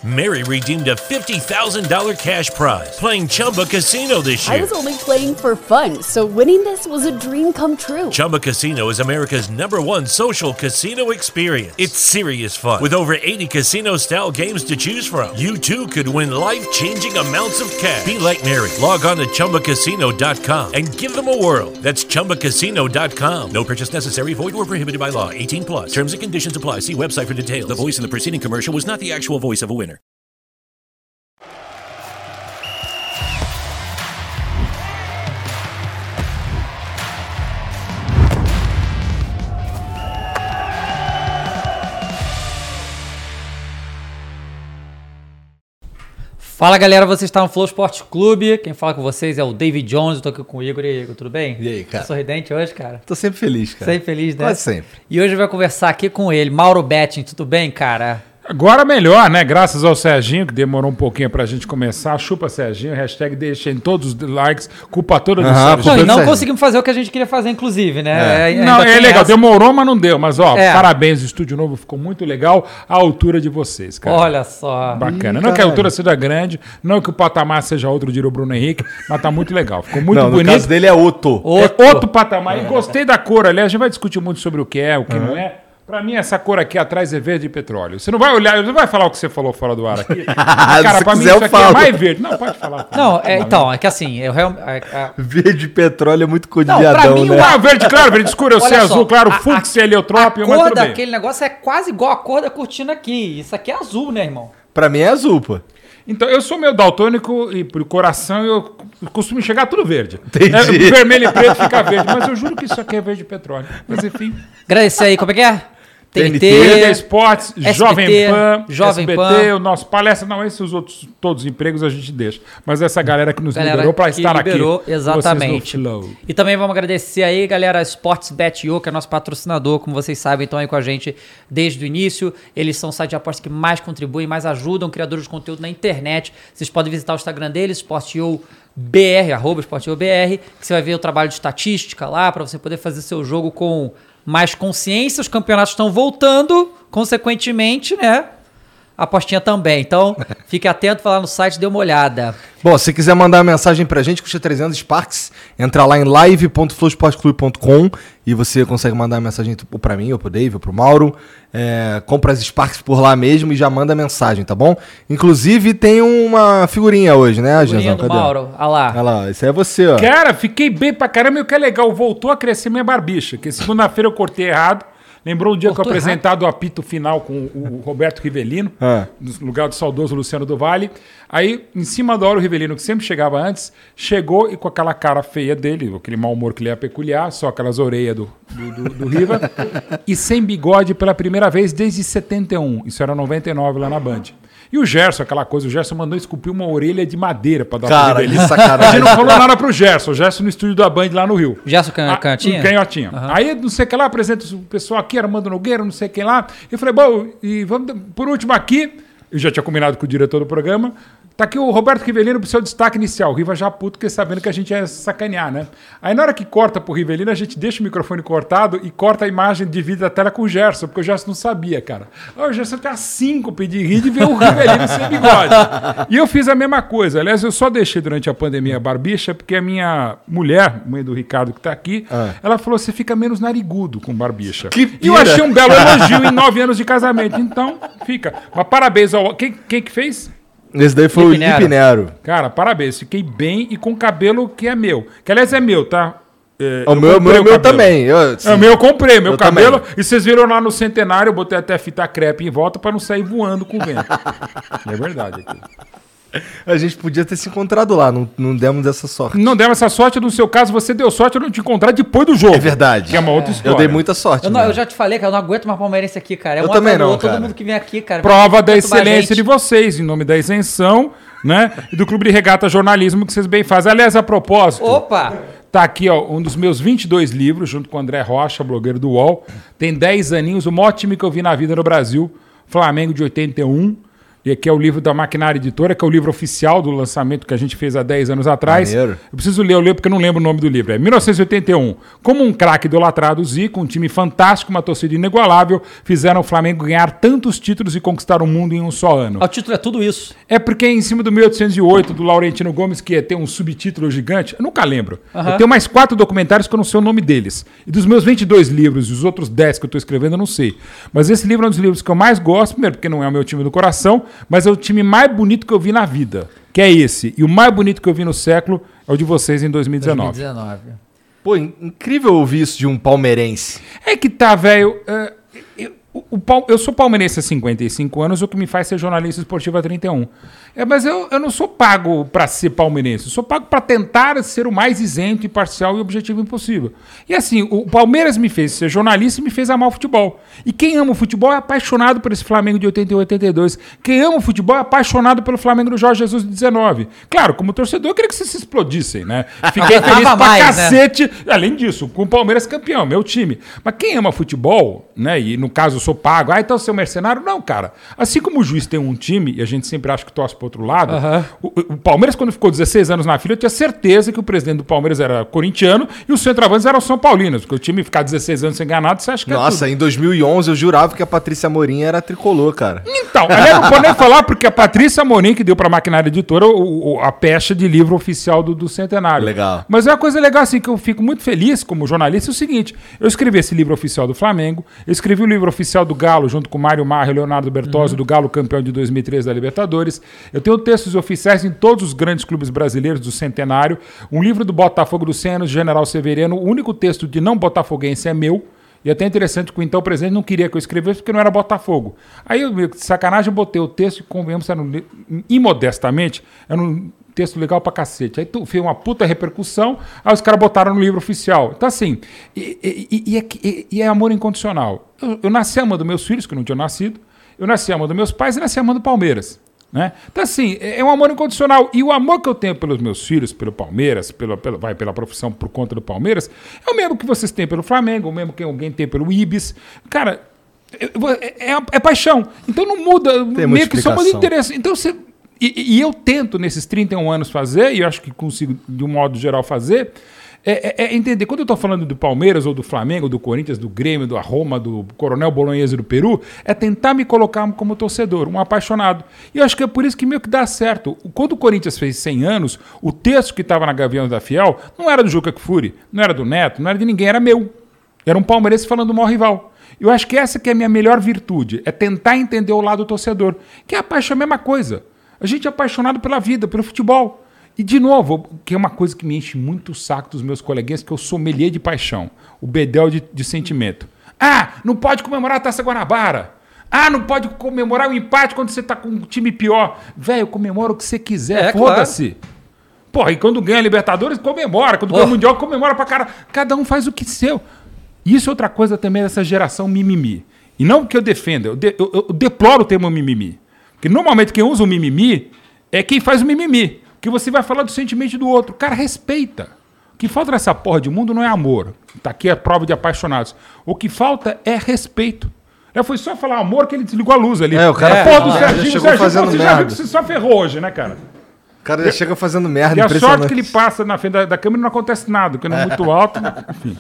Mary redeemed a $50,000 cash prize playing Chumba Casino this year. I was only playing for fun, so winning this was a dream come true. Chumba Casino is America's #1 social casino experience. It's serious fun. With over 80 casino-style games to choose from, you too could win life-changing amounts of cash. Be like Mary. Log on to ChumbaCasino.com and give them a whirl. That's ChumbaCasino.com. No purchase necessary. Void or prohibited by law. 18+. Terms and conditions apply. See website for details. The voice in the preceding commercial was not the actual voice of a winner. Fala galera, vocês estão no Flow Esporte Clube. Quem fala com vocês é o David Jones. Eu tô aqui com o Igor. E aí, Igor, tudo bem? E aí, cara? Tá sorridente hoje, cara? Tô sempre feliz, cara. Sempre feliz, né? Quase sempre. E hoje vai conversar aqui com ele, Mauro Betting. Tudo bem, cara? Agora melhor, né? Graças ao Serginho, que demorou um pouquinho pra gente começar. Chupa Serginho, hashtag deixem todos os likes, culpa toda do Serginho. Não, e não conseguimos fazer o que a gente queria fazer, inclusive, né? Não, é legal, essa. Demorou, mas não deu. Mas, ó, parabéns, o Estúdio Novo ficou muito legal, a altura de vocês, cara. Olha só. Bacana. Não que a altura seja grande, não que o patamar seja outro, diria o Bruno Henrique, mas tá muito legal. Ficou muito bonito. No caso dele é outro. É outro patamar. E gostei da cor, aliás, a gente vai discutir muito sobre o que é, o que não é. Pra mim, essa cor aqui atrás é verde de petróleo. Você não vai olhar, não vai falar o que você falou fora do ar aqui. Cara, se pra quiser, mim isso aqui falo. é mais verde. Não, pode falar. Não, então, é que assim, eu realmente... Verde de petróleo é muito cor de Não, pra viadão, mim, né? Ah, verde claro, verde escuro, eu sei Olha só, azul, claro, fúcsia, heliotrópio, a mas cor tudo bem. daquele negócio é quase igual a cor da cortina aqui. Isso aqui é azul, né, irmão? Pra mim é azul, pô. Então, eu sou meio daltônico e por coração eu costumo enxergar tudo verde. Entendi. Vermelho e preto fica verde, mas eu juro que isso aqui é verde de petróleo. Mas enfim. Agradecer aí, como é que é? TNT Esportes, SBT, Jovem Pan, Jovem SBT, Pan. o nosso palestra, não, esses outros todos os empregos a gente deixa. Mas essa galera que nos Galera liberou para que estar liberou, aqui. exatamente. Vocês no Flow. E também vamos agradecer aí, galera, Sportsbet.io, que é nosso patrocinador, como vocês sabem, estão aí com a gente desde o início. Eles são o site de apostas que mais contribuem, mais ajudam criadores de conteúdo na internet. Vocês podem visitar o Instagram deles, Sportio BR, @SportioBR, que você vai ver o trabalho de estatística lá, para você poder fazer seu jogo com mais consciência. Os campeonatos estão voltando, consequentemente, né? A apostinha também. Então, fique atento, vai lá no site, dê uma olhada. Bom, se quiser mandar uma mensagem pra gente, custa 300 Sparks. Entra lá em live.flowsportclub.com e você consegue mandar uma mensagem ou pra mim, ou pro Dave, ou pro Mauro. Compra as Sparks por lá mesmo e já manda mensagem, tá bom? Inclusive, tem uma figurinha hoje, né, Figurinha Janzão? do Mauro, olha lá. Olha lá, isso aí é você, ó. Cara, fiquei bem pra caramba e o que é legal, voltou a crescer minha barbicha, que segunda-feira eu cortei errado. Lembrou o dia que eu apresentado o apito final com o Roberto Rivelino, no lugar do saudoso Luciano do Vale. Aí, em cima da hora, o Rivelino, que sempre chegava antes, chegou e com aquela cara feia dele, aquele mau humor que ele é peculiar, só aquelas orelhas do Riva, e sem bigode pela primeira vez desde 71. Isso era 99 lá na Band. E o Gerson, aquela coisa, o Gerson mandou esculpir uma orelha de madeira pra dar Cara, pro Rivelino. que sacanagem. A gente não falou nada pro Gerson. O Gerson no estúdio da Band lá no Rio. Gerson Canhotinha? Canhotinha. Uhum. Aí, não sei o que lá, apresenta o pessoal aqui, Armando Nogueira, não sei quem lá. Eu falei, bom, e vamos, por último aqui, eu já tinha combinado com o diretor do programa, tá aqui o Roberto Rivelino pro seu destaque inicial. O Riva já puto, porque sabendo que a gente ia sacanear, né? Aí na hora que corta pro Rivelino, a gente deixa o microfone cortado e corta a imagem de vídeo da tela com o Gerson, porque o Gerson não sabia, cara. O Gerson tá 5 de rir de ver o Rivelino sem bigode. E eu fiz a mesma coisa. Aliás, eu só deixei durante a pandemia a barbicha, porque a minha mulher, mãe do Ricardo que tá aqui, ela falou, você fica menos narigudo com barbicha. E eu achei um belo elogio em 9 anos de casamento. Então, fica. Mas parabéns ao... Quem que fez? Esse daí foi o Lipe Nero. Cara, parabéns. Fiquei bem e com cabelo que é meu. Que, aliás, é meu, tá? O meu também. O meu eu comprei, meu cabelo. Também. E vocês viram lá no Centenário, eu botei até fita crepe em volta pra não sair voando com o vento. É verdade. Aqui. A gente podia ter se encontrado lá, não demos essa sorte. Não demos essa sorte, no seu caso, você deu sorte de não te encontrar depois do jogo. É verdade. Que é uma outra história. Eu dei muita sorte. Eu já te falei, cara, eu não aguento mais palmeirense aqui, cara. Eu também não, todo cara. mundo que vem aqui, cara. Prova da excelência de vocês, em nome da isenção, né? E do Clube de Regata Jornalismo, que vocês bem fazem. Aliás, a propósito... Opa! Tá aqui, ó, um dos meus 22 livros, junto com o André Rocha, blogueiro do UOL. Tem 10 aninhos, o maior time que eu vi na vida no Brasil, Flamengo de 81. e que é o livro da Maquinária Editora, que é o livro oficial do lançamento que a gente fez há 10 anos atrás. Maneiro. Eu preciso ler porque eu não lembro o nome do livro. É 1981. Como um craque idolatrado, Zico, um time fantástico, uma torcida inigualável, fizeram o Flamengo ganhar tantos títulos e conquistar o mundo em um só ano. O título é tudo isso. É porque em cima do 1808, do Laurentino Gomes, que tem um subtítulo gigante, eu nunca lembro. Eu tenho mais 4 documentários que eu não sei o nome deles. E dos meus 22 livros e os outros 10 que eu estou escrevendo, eu não sei. Mas esse livro é um dos livros que eu mais gosto, primeiro porque não é o meu time do coração, mas é o time mais bonito que eu vi na vida, que é esse. E o mais bonito que eu vi no século é o de vocês em 2019. Pô, incrível ouvir isso de um palmeirense. É que tá, velho. Eu sou palmeirense há 55 anos, o que me faz ser jornalista esportivo há 31. Mas eu não sou pago para ser palmeirense, eu sou pago para tentar ser o mais isento, imparcial e objetivo possível. E assim, o Palmeiras me fez ser jornalista e me fez amar o futebol. E quem ama o futebol é apaixonado por esse Flamengo de 81 e 82. Quem ama o futebol é apaixonado pelo Flamengo do Jorge Jesus de 19. Claro, como torcedor, eu queria que vocês se explodissem, né? Fiquei feliz pra cacete. Né? Além disso, com o Palmeiras campeão, meu time. Mas quem ama futebol, né? E no caso eu sou pago, então seu mercenário, não, cara. Assim como o juiz tem um time, e a gente sempre acha que torce pro outro lado, o Palmeiras, quando ficou 16 anos na fila, eu tinha certeza que o presidente do Palmeiras era corintiano e os centroavantes eram São Paulinos, porque o time ficar 16 anos sem ganhar nada, você acha que Nossa, em 2011 eu jurava que a Patrícia Amorim era tricolor, cara. Então, aliás, não pode nem falar, porque a Patrícia Amorim que deu pra Maquinária Editora a pecha de livro oficial do Centenário. Legal. Mas é uma coisa legal, assim, que eu fico muito feliz como jornalista, é o seguinte, eu escrevi esse livro oficial do Flamengo, eu escrevi o livro oficial do Galo, junto com Mário Marra e Leonardo Bertozzi, do Galo campeão de 2013 da Libertadores. Eu tenho textos oficiais em todos os grandes clubes brasileiros do Centenário. Um livro do Botafogo dos 100 anos, General Severiano. O único texto de não botafoguense é meu. E até interessante que o então presidente não queria que eu escrevesse porque não era Botafogo. Aí eu, de sacanagem, eu botei o texto e convenhamos, imodestamente, era um texto legal pra cacete. Aí fez uma puta repercussão, aí os caras botaram no livro oficial. Então assim, é amor incondicional. Eu nasci amando meus filhos, que não tinham nascido, eu nasci amando meus pais e nasci amando Palmeiras. Né? Então assim, é um amor incondicional. E o amor que eu tenho pelos meus filhos, pelo Palmeiras, pela profissão por conta do Palmeiras, é o mesmo que vocês têm pelo Flamengo, o mesmo que alguém tem pelo Ibis. Cara, é paixão. Então não muda, tem meio que só muda interesse. Então você... E eu tento, nesses 31 anos, fazer, e eu acho que consigo, de um modo geral, fazer, entender. Quando eu estou falando do Palmeiras, ou do Flamengo, do Corinthians, do Grêmio, do Roma, do Coronel Bolognese do Peru, é tentar me colocar como torcedor, um apaixonado. E eu acho que é por isso que meio que dá certo. Quando o Corinthians fez 100 anos, o texto que estava na Gaviões da Fiel não era do Juca Kfouri, não era do Neto, não era de ninguém, era meu. Era um palmeirense falando do maior rival. Eu acho que essa que é a minha melhor virtude, é tentar entender o lado do torcedor, que a paixão é a mesma coisa. A gente é apaixonado pela vida, pelo futebol. E, de novo, que é uma coisa que me enche muito o saco dos meus coleguinhas, que eu sou sommelier de paixão. O bedel de sentimento. Ah, não pode comemorar a Taça Guanabara. Ah, não pode comemorar o empate quando você tá com um time pior. Velho, comemora o que você quiser, foda-se. Claro. Porra, e quando ganha a Libertadores, comemora. Quando ganha o Mundial, comemora pra cara. Cada um faz o que seu. Isso é outra coisa também dessa geração mimimi. E não que eu defenda, eu deploro o termo mimimi. Porque normalmente quem usa o mimimi é quem faz o mimimi. Porque você vai falar do sentimento do outro. Cara, respeita. O que falta nessa porra de mundo não é amor. Tá aqui a prova de apaixonados. O que falta é respeito. Foi só falar amor que ele desligou a luz ali. O cara porra do Serginho, você já viu que você só ferrou hoje, né, cara? O cara já chega fazendo merda. E a sorte que ele passa na frente da câmera não acontece nada, porque não é muito alto, enfim.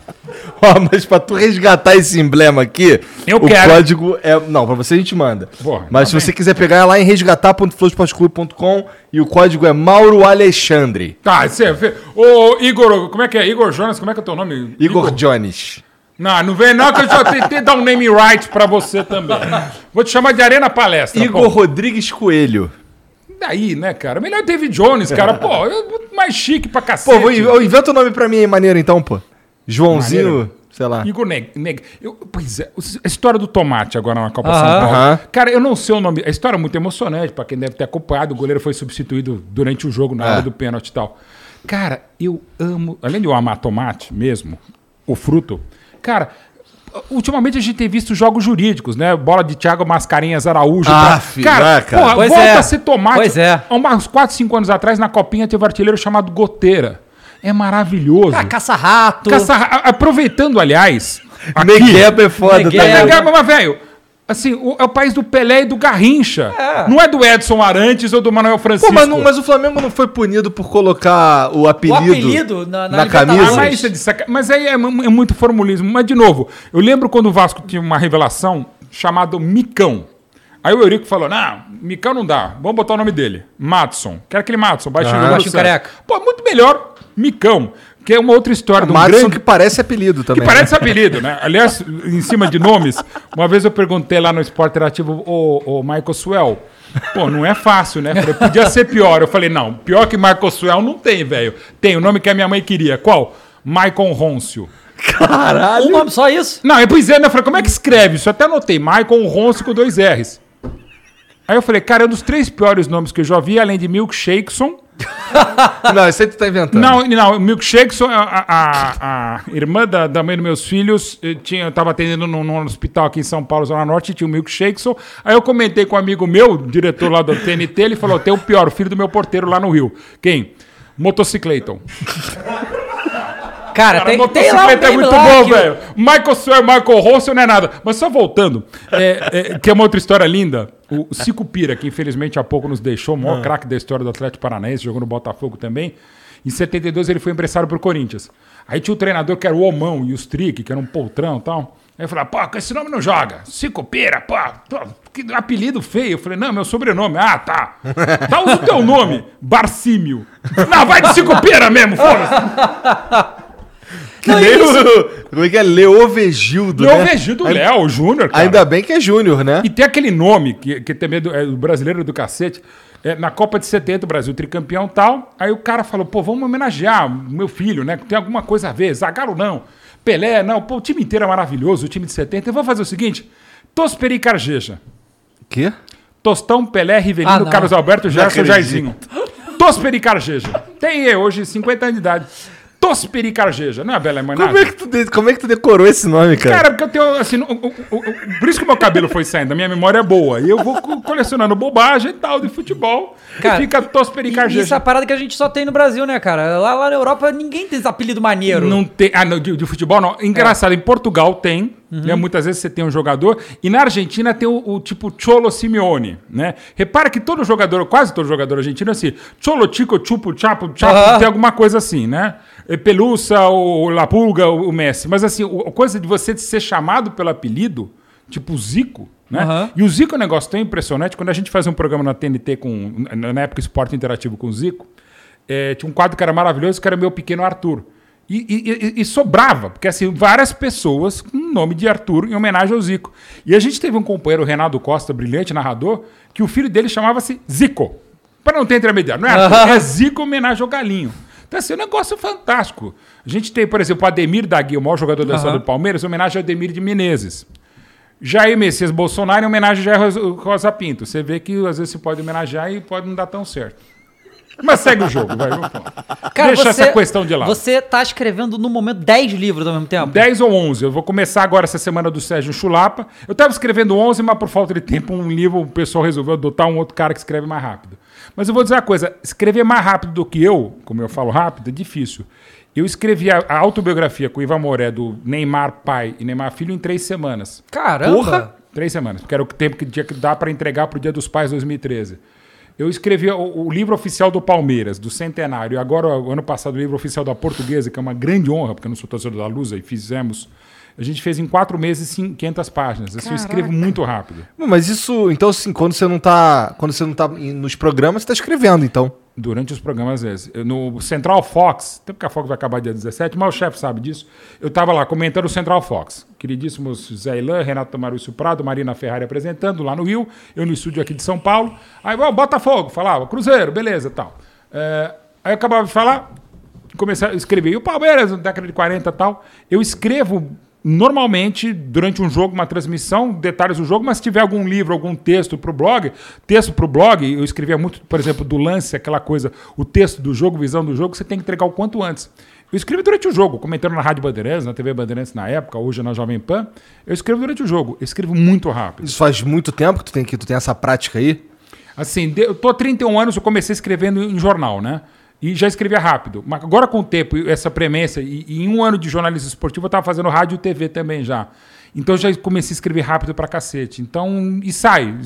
Mas pra tu resgatar esse emblema aqui, quero. Código é... Não, pra você a gente manda. Porra, mas se você quiser pegar é lá em resgatar.flowsportclub.com e o código é Mauro Alexandre. Tá, ô Igor, como é que é? Igor Jonas, como é que é o teu nome? Igor Jones. Não vem não, que eu já tentei dar um name right pra você também. Vou te chamar de Arena Palestra. Igor Rodrigues Coelho. Daí, né, cara? Melhor David Jones, cara. Pô, mais chique pra cacete. Pô, inventa o nome pra mim aí, maneiro, então, pô. Joãozinho, maneiro. Sei lá. Igor pois é, a história do tomate agora na Copa São Paulo. Cara, eu não sei o nome. A história é muito emocionante, pra quem deve ter acompanhado. O goleiro foi substituído durante o jogo, na hora do pênalti e tal. Cara, eu amo... Além de eu amar tomate mesmo, o fruto... Cara... Ultimamente a gente tem visto jogos jurídicos, né? Bola de Thiago Mascarenhas Araújo. Cara, porra, volta a ser tomate. Pois é. Há uns 4, 5 anos atrás, na Copinha, teve um artilheiro chamado Goteira. É maravilhoso. Caça-rato. Aproveitando, aliás... Negueba é foda também. Mas, velho, Assim, é o país do Pelé e do Garrincha. Não é do Edson Arantes ou do Manuel Francisco. Pô, mas o Flamengo não foi punido por colocar o apelido na camisa? Mas aí é muito formulismo. Mas, de novo, eu lembro quando o Vasco tinha uma revelação chamada Micão. Aí o Eurico falou, não, Micão não dá, vamos botar o nome dele. Matson. Quero aquele Matson, baixinho careca. Pô, muito melhor Micão. Que é uma outra história. Matson que parece apelido também. Que parece apelido, né? Aliás, em cima de nomes, uma vez eu perguntei lá no Esporte Interativo, o Michael Swell. Pô, não é fácil, né? Falei, podia ser pior. Eu falei, não, pior que Michael Swell não tem, velho. Tem o nome que a minha mãe queria. Qual? Michael Roncio. Caralho! Um nome, só isso? Não, pois é, né? Eu falei, como é que escreve isso? Eu até anotei, Michael Roncio com 2 R's. Aí eu falei, cara, é um dos 3 piores nomes que eu já vi, além de Milkshakeson. Não, isso aí tu tá inventando. Não, Milkshakeson, a irmã da mãe dos meus filhos, eu tava atendendo num hospital aqui em São Paulo, Zona Norte, tinha o Milkshakeson. Aí eu comentei com um amigo meu, diretor lá do TNT, ele falou, tem o pior, o filho do meu porteiro lá no Rio. Quem? Motocicleton. Cara, tem lá um é muito bom, velho. Michael Swell, Michael Ronson não é nada. Mas só voltando, que é uma outra história linda. O Cico Pira, que infelizmente há pouco nos deixou, o maior craque da história do Atlético Paranaense, jogou no Botafogo também. Em 72 ele foi emprestado pro Corinthians. Aí tinha o treinador que era o Omão e o Strick, que era um poltrão e tal. Aí eu falei, pô, com esse nome não joga. Cico Pira, pô, que apelido feio. Eu falei, não, meu sobrenome. Ah, tá. Tá, usa o teu nome. Barcímio. Não, vai de Cico Pira mesmo, foda-se. Como é que é? Leovegildo, né? Leovegildo Léo, Júnior, cara. Ainda bem que é Júnior, né? E tem aquele nome, que também é do brasileiro do cacete, na Copa de 70, o Brasil tricampeão e tal, aí o cara falou, pô, vamos homenagear o meu filho, né? Tem alguma coisa a ver, Zagallo não, Pelé não, pô, o time inteiro é maravilhoso, o time de 70, eu vou fazer o seguinte, Tosperi Cargeja. Quê? Tostão, Pelé, Rivelino, Carlos Alberto, Gerson, Jairzinho. Tosperi Cargeja. Tem hoje 50 anos de idade. Tosperi Cargeja, não é a bela homenagem? Como é que tu decorou esse nome, cara? Cara, porque eu tenho, assim, por isso que o meu cabelo foi saindo, a minha memória é boa. E eu vou colecionando bobagem e tal, de futebol, cara, e fica Tosperi Cargeja. Isso é a parada que a gente só tem no Brasil, né, cara? Lá na Europa ninguém tem esse apelido maneiro. Não tem, de futebol não. Engraçado, em Portugal tem, né, muitas vezes você tem um jogador, e na Argentina tem o tipo Cholo Simeone, né? Repara que todo jogador, quase todo jogador argentino é assim, Cholo, Chico, Chupo, Chapo, tem alguma coisa assim, né? Pelusa, o La Pulga, o Messi. Mas assim, a coisa de você ser chamado pelo apelido, tipo Zico, né? E o Zico é um negócio tão impressionante. Quando a gente fazia um programa na TNT, na época Esporte Interativo com o Zico, tinha um quadro que era maravilhoso, que era Meu Pequeno Arthur. E sobrava, porque assim, várias pessoas com o nome de Arthur em homenagem ao Zico. E a gente teve um companheiro, o Renato Costa, brilhante narrador, que o filho dele chamava-se Zico. Para não ter intermediário. Não é Arthur, é Zico em homenagem ao galinho. Então, assim, é um negócio fantástico. A gente tem, por exemplo, o Ademir Dagui, o maior jogador da história do Palmeiras, em homenagem a Ademir de Menezes. Jair Messias Bolsonaro, em homenagem a Jair Rosa Pinto. Você vê que às vezes você pode homenagear e pode não dar tão certo. Mas segue o jogo, vai. Cara, deixa essa questão de lado. Você tá escrevendo, no momento, 10 livros ao mesmo tempo? 10 ou 11. Eu vou começar agora essa semana do Sérgio Chulapa. Eu tava escrevendo 11, mas por falta de tempo, um livro, o pessoal resolveu adotar um outro cara que escreve mais rápido. Mas eu vou dizer uma coisa, escrever mais rápido do que eu, como eu falo rápido, é difícil. Eu escrevi a autobiografia com o Ivan Moré do Neymar pai e Neymar filho em 3 semanas. Caramba! Porra! 3 semanas, porque era o tempo que tinha que dar para entregar pro Dia dos Pais 2013. Eu escrevi o livro oficial do Palmeiras, do Centenário, e agora, o ano passado, o livro oficial da Portuguesa, que é uma grande honra, porque eu não sou torcedor da Lusa, e a gente fez em 4 meses 500 páginas. Assim, eu escrevo muito rápido. Mas isso, então, assim, quando você não tá nos programas, você tá escrevendo, então. Durante os programas, às vezes. No Central Fox, até porque a Fox vai acabar dia 17, mas o chefe sabe disso. Eu estava lá comentando o Central Fox. Queridíssimos Zé Ilan, Renato Tamarúcio Prado, Marina Ferrari apresentando lá no Rio, eu no estúdio aqui de São Paulo. Aí, Botafogo, falava, Cruzeiro, beleza, tal. Aí eu acabava de falar, comecei a escrever. E o Palmeiras, na década de 40 e tal, eu escrevo normalmente, durante um jogo, uma transmissão, detalhes do jogo, mas se tiver algum livro, algum texto para o blog, eu escrevia muito, por exemplo, do lance, aquela coisa, o texto do jogo, visão do jogo, você tem que entregar o quanto antes. Eu escrevo durante o jogo, comentando na Rádio Bandeirantes, na TV Bandeirantes na época, hoje na Jovem Pan, eu escrevo durante o jogo, eu escrevo muito rápido. Isso faz muito tempo que tu tem essa prática aí? Assim, eu tô há 31 anos, eu comecei escrevendo em jornal, né? E já escrevia rápido. Mas agora com o tempo, essa premência, e em um ano de jornalismo esportivo, eu estava fazendo rádio e TV também já. Então eu já comecei a escrever rápido pra cacete. Então, ensaio.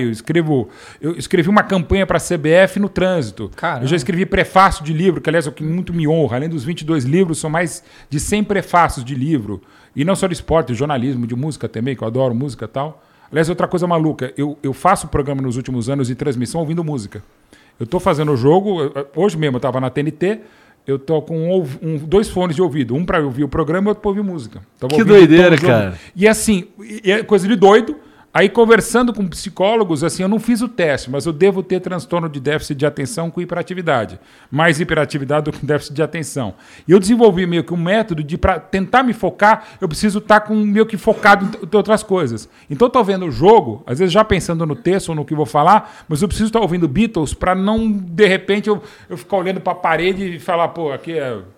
Eu escrevi uma campanha pra CBF no trânsito. Caramba. Eu já escrevi prefácio de livro, que aliás é o que muito me honra. Além dos 22 livros, são mais de 100 prefácios de livro. E não só de esporte, de jornalismo, de música também, que eu adoro música e tal. Aliás, outra coisa maluca, eu faço programa nos últimos anos de transmissão ouvindo música. Eu tô fazendo o jogo, hoje mesmo eu tava na TNT, eu tô com 2 fones de ouvido, um para ouvir o programa e outro para ouvir música. Então, que doideira, cara. E assim, é coisa de doido. Aí, conversando com psicólogos, assim, eu não fiz o teste, mas eu devo ter transtorno de déficit de atenção com hiperatividade. Mais hiperatividade do que déficit de atenção. E eu desenvolvi meio que um método de, para tentar me focar, eu preciso estar meio que focado em outras coisas. Então, eu estou vendo o jogo, às vezes já pensando no texto ou no que vou falar, mas eu preciso estar ouvindo Beatles para não, de repente, eu ficar olhando para a parede e falar, pô, aqui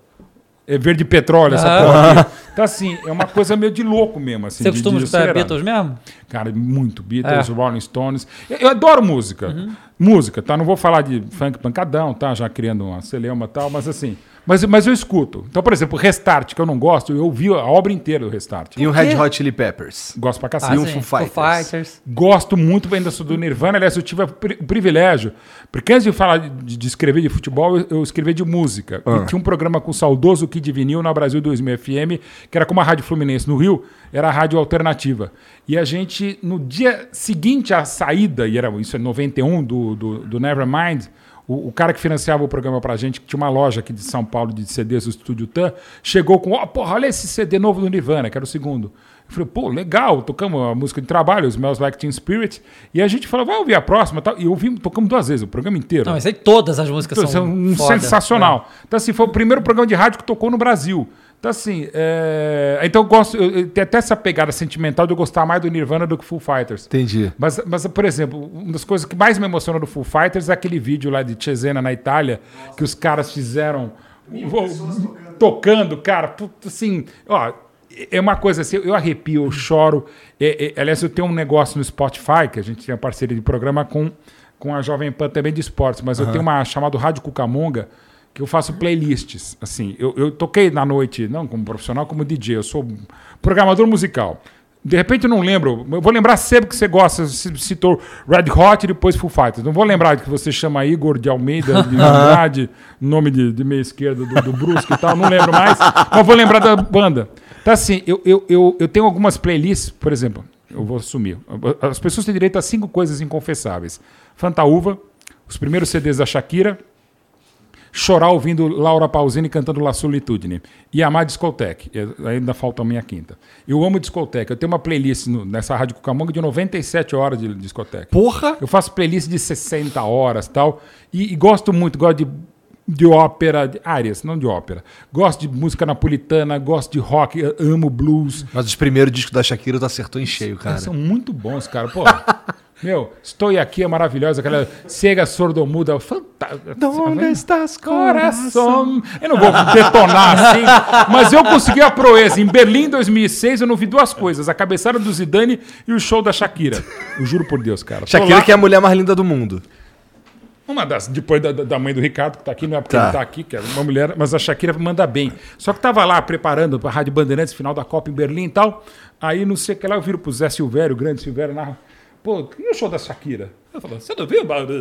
é verde petróleo essa porra aqui. Então, assim, é uma coisa meio de louco mesmo. Assim, Você costuma escutar Beatles mesmo? Cara, muito. Beatles, Rolling Stones. Eu adoro música. Música, tá? Não vou falar de funk pancadão, tá? Já criando uma celeuma e tal, mas assim... Mas eu escuto. Então, por exemplo, Restart, que eu não gosto, eu ouvi a obra inteira do Restart. E o Red Hot Chili Peppers? Gosto pra cacete. E o Foo Fighters? Gosto muito ainda do Nirvana. Aliás, eu tive o privilégio, porque antes de falar de escrever de futebol, eu escrevi de música. E tinha um programa com o saudoso Kid Vinil na Brasil 2000 FM, que era como a Rádio Fluminense no Rio, era a rádio alternativa. E a gente, no dia seguinte à saída, e isso é 91, do Nevermind, o cara que financiava o programa pra gente, que tinha uma loja aqui de São Paulo de CDs do Estúdio TAM, chegou com, olha esse CD novo do Nirvana, que era o segundo. Eu falei, pô, legal, tocamos a música de trabalho, os Smells Like Teen Spirit, e a gente falou, vai ouvir a próxima, tal. E tocamos 2 vezes, o programa inteiro. Não, isso aí todas as músicas são foda. Sensacional. Então, assim, foi o primeiro programa de rádio que tocou no Brasil. Então, assim, então eu gosto, eu tenho até essa pegada sentimental de eu gostar mais do Nirvana do que Foo Fighters. Entendi. Mas, por exemplo, uma das coisas que mais me emociona do Foo Fighters é aquele vídeo lá de Cesena, na Itália, que os caras fizeram tocando, cara, assim, ó, é uma coisa assim, eu arrepio, eu choro. Aliás, eu tenho um negócio no Spotify, que a gente tinha parceria de programa com a Jovem Pan também de esportes, mas eu tenho uma chamada Rádio Cucamonga, que eu faço playlists, assim, eu toquei na noite, não como profissional, como DJ, eu sou programador musical. De repente eu não lembro, eu vou lembrar sempre que você gosta, você citou Red Hot e depois Foo Fighters. Não vou lembrar de que você chama Igor de Almeida, de Andrade, nome de meia esquerda do Brusque e tal, não lembro mais, mas vou lembrar da banda. Então assim, eu tenho algumas playlists, por exemplo, eu vou assumir, as pessoas têm direito a 5 coisas inconfessáveis. Fantaúva, os primeiros CDs da Shakira, chorar ouvindo Laura Pausini cantando La Solitudine e amar Discotec. Ainda falta a minha quinta. Eu amo Discotec. Eu tenho uma playlist nessa Rádio Cucamonga de 97 horas de Discotec. Porra! Eu faço playlist de 60 horas tal, e gosto muito, gosto de ópera, de áreas, não de ópera. Gosto de música napolitana, gosto de rock, amo blues. Mas os primeiros discos da Shakira tu acertou em cheio, cara. São muito bons, cara. Pô, meu, Estou Aqui é maravilhosa, aquela Cega Sordomuda, fantástica. Onde estás, coração? Eu não vou detonar assim, mas eu consegui a proeza. Em Berlim, 2006, eu não vi 2 coisas: a cabeçada do Zidane e o show da Shakira. Eu juro por Deus, cara. Shakira, que é a mulher mais linda do mundo. Uma das, depois da mãe do Ricardo, que tá aqui, não é porque ele tá aqui, que é uma mulher, mas a Shakira manda bem. Só que tava lá preparando pra Rádio Bandeirantes, final da Copa em Berlim e tal. Aí, não sei o que lá, eu viro pro Zé Silvério, o grande Silvério, na... Pô, e o show da Shakira? Eu falo, você não viu?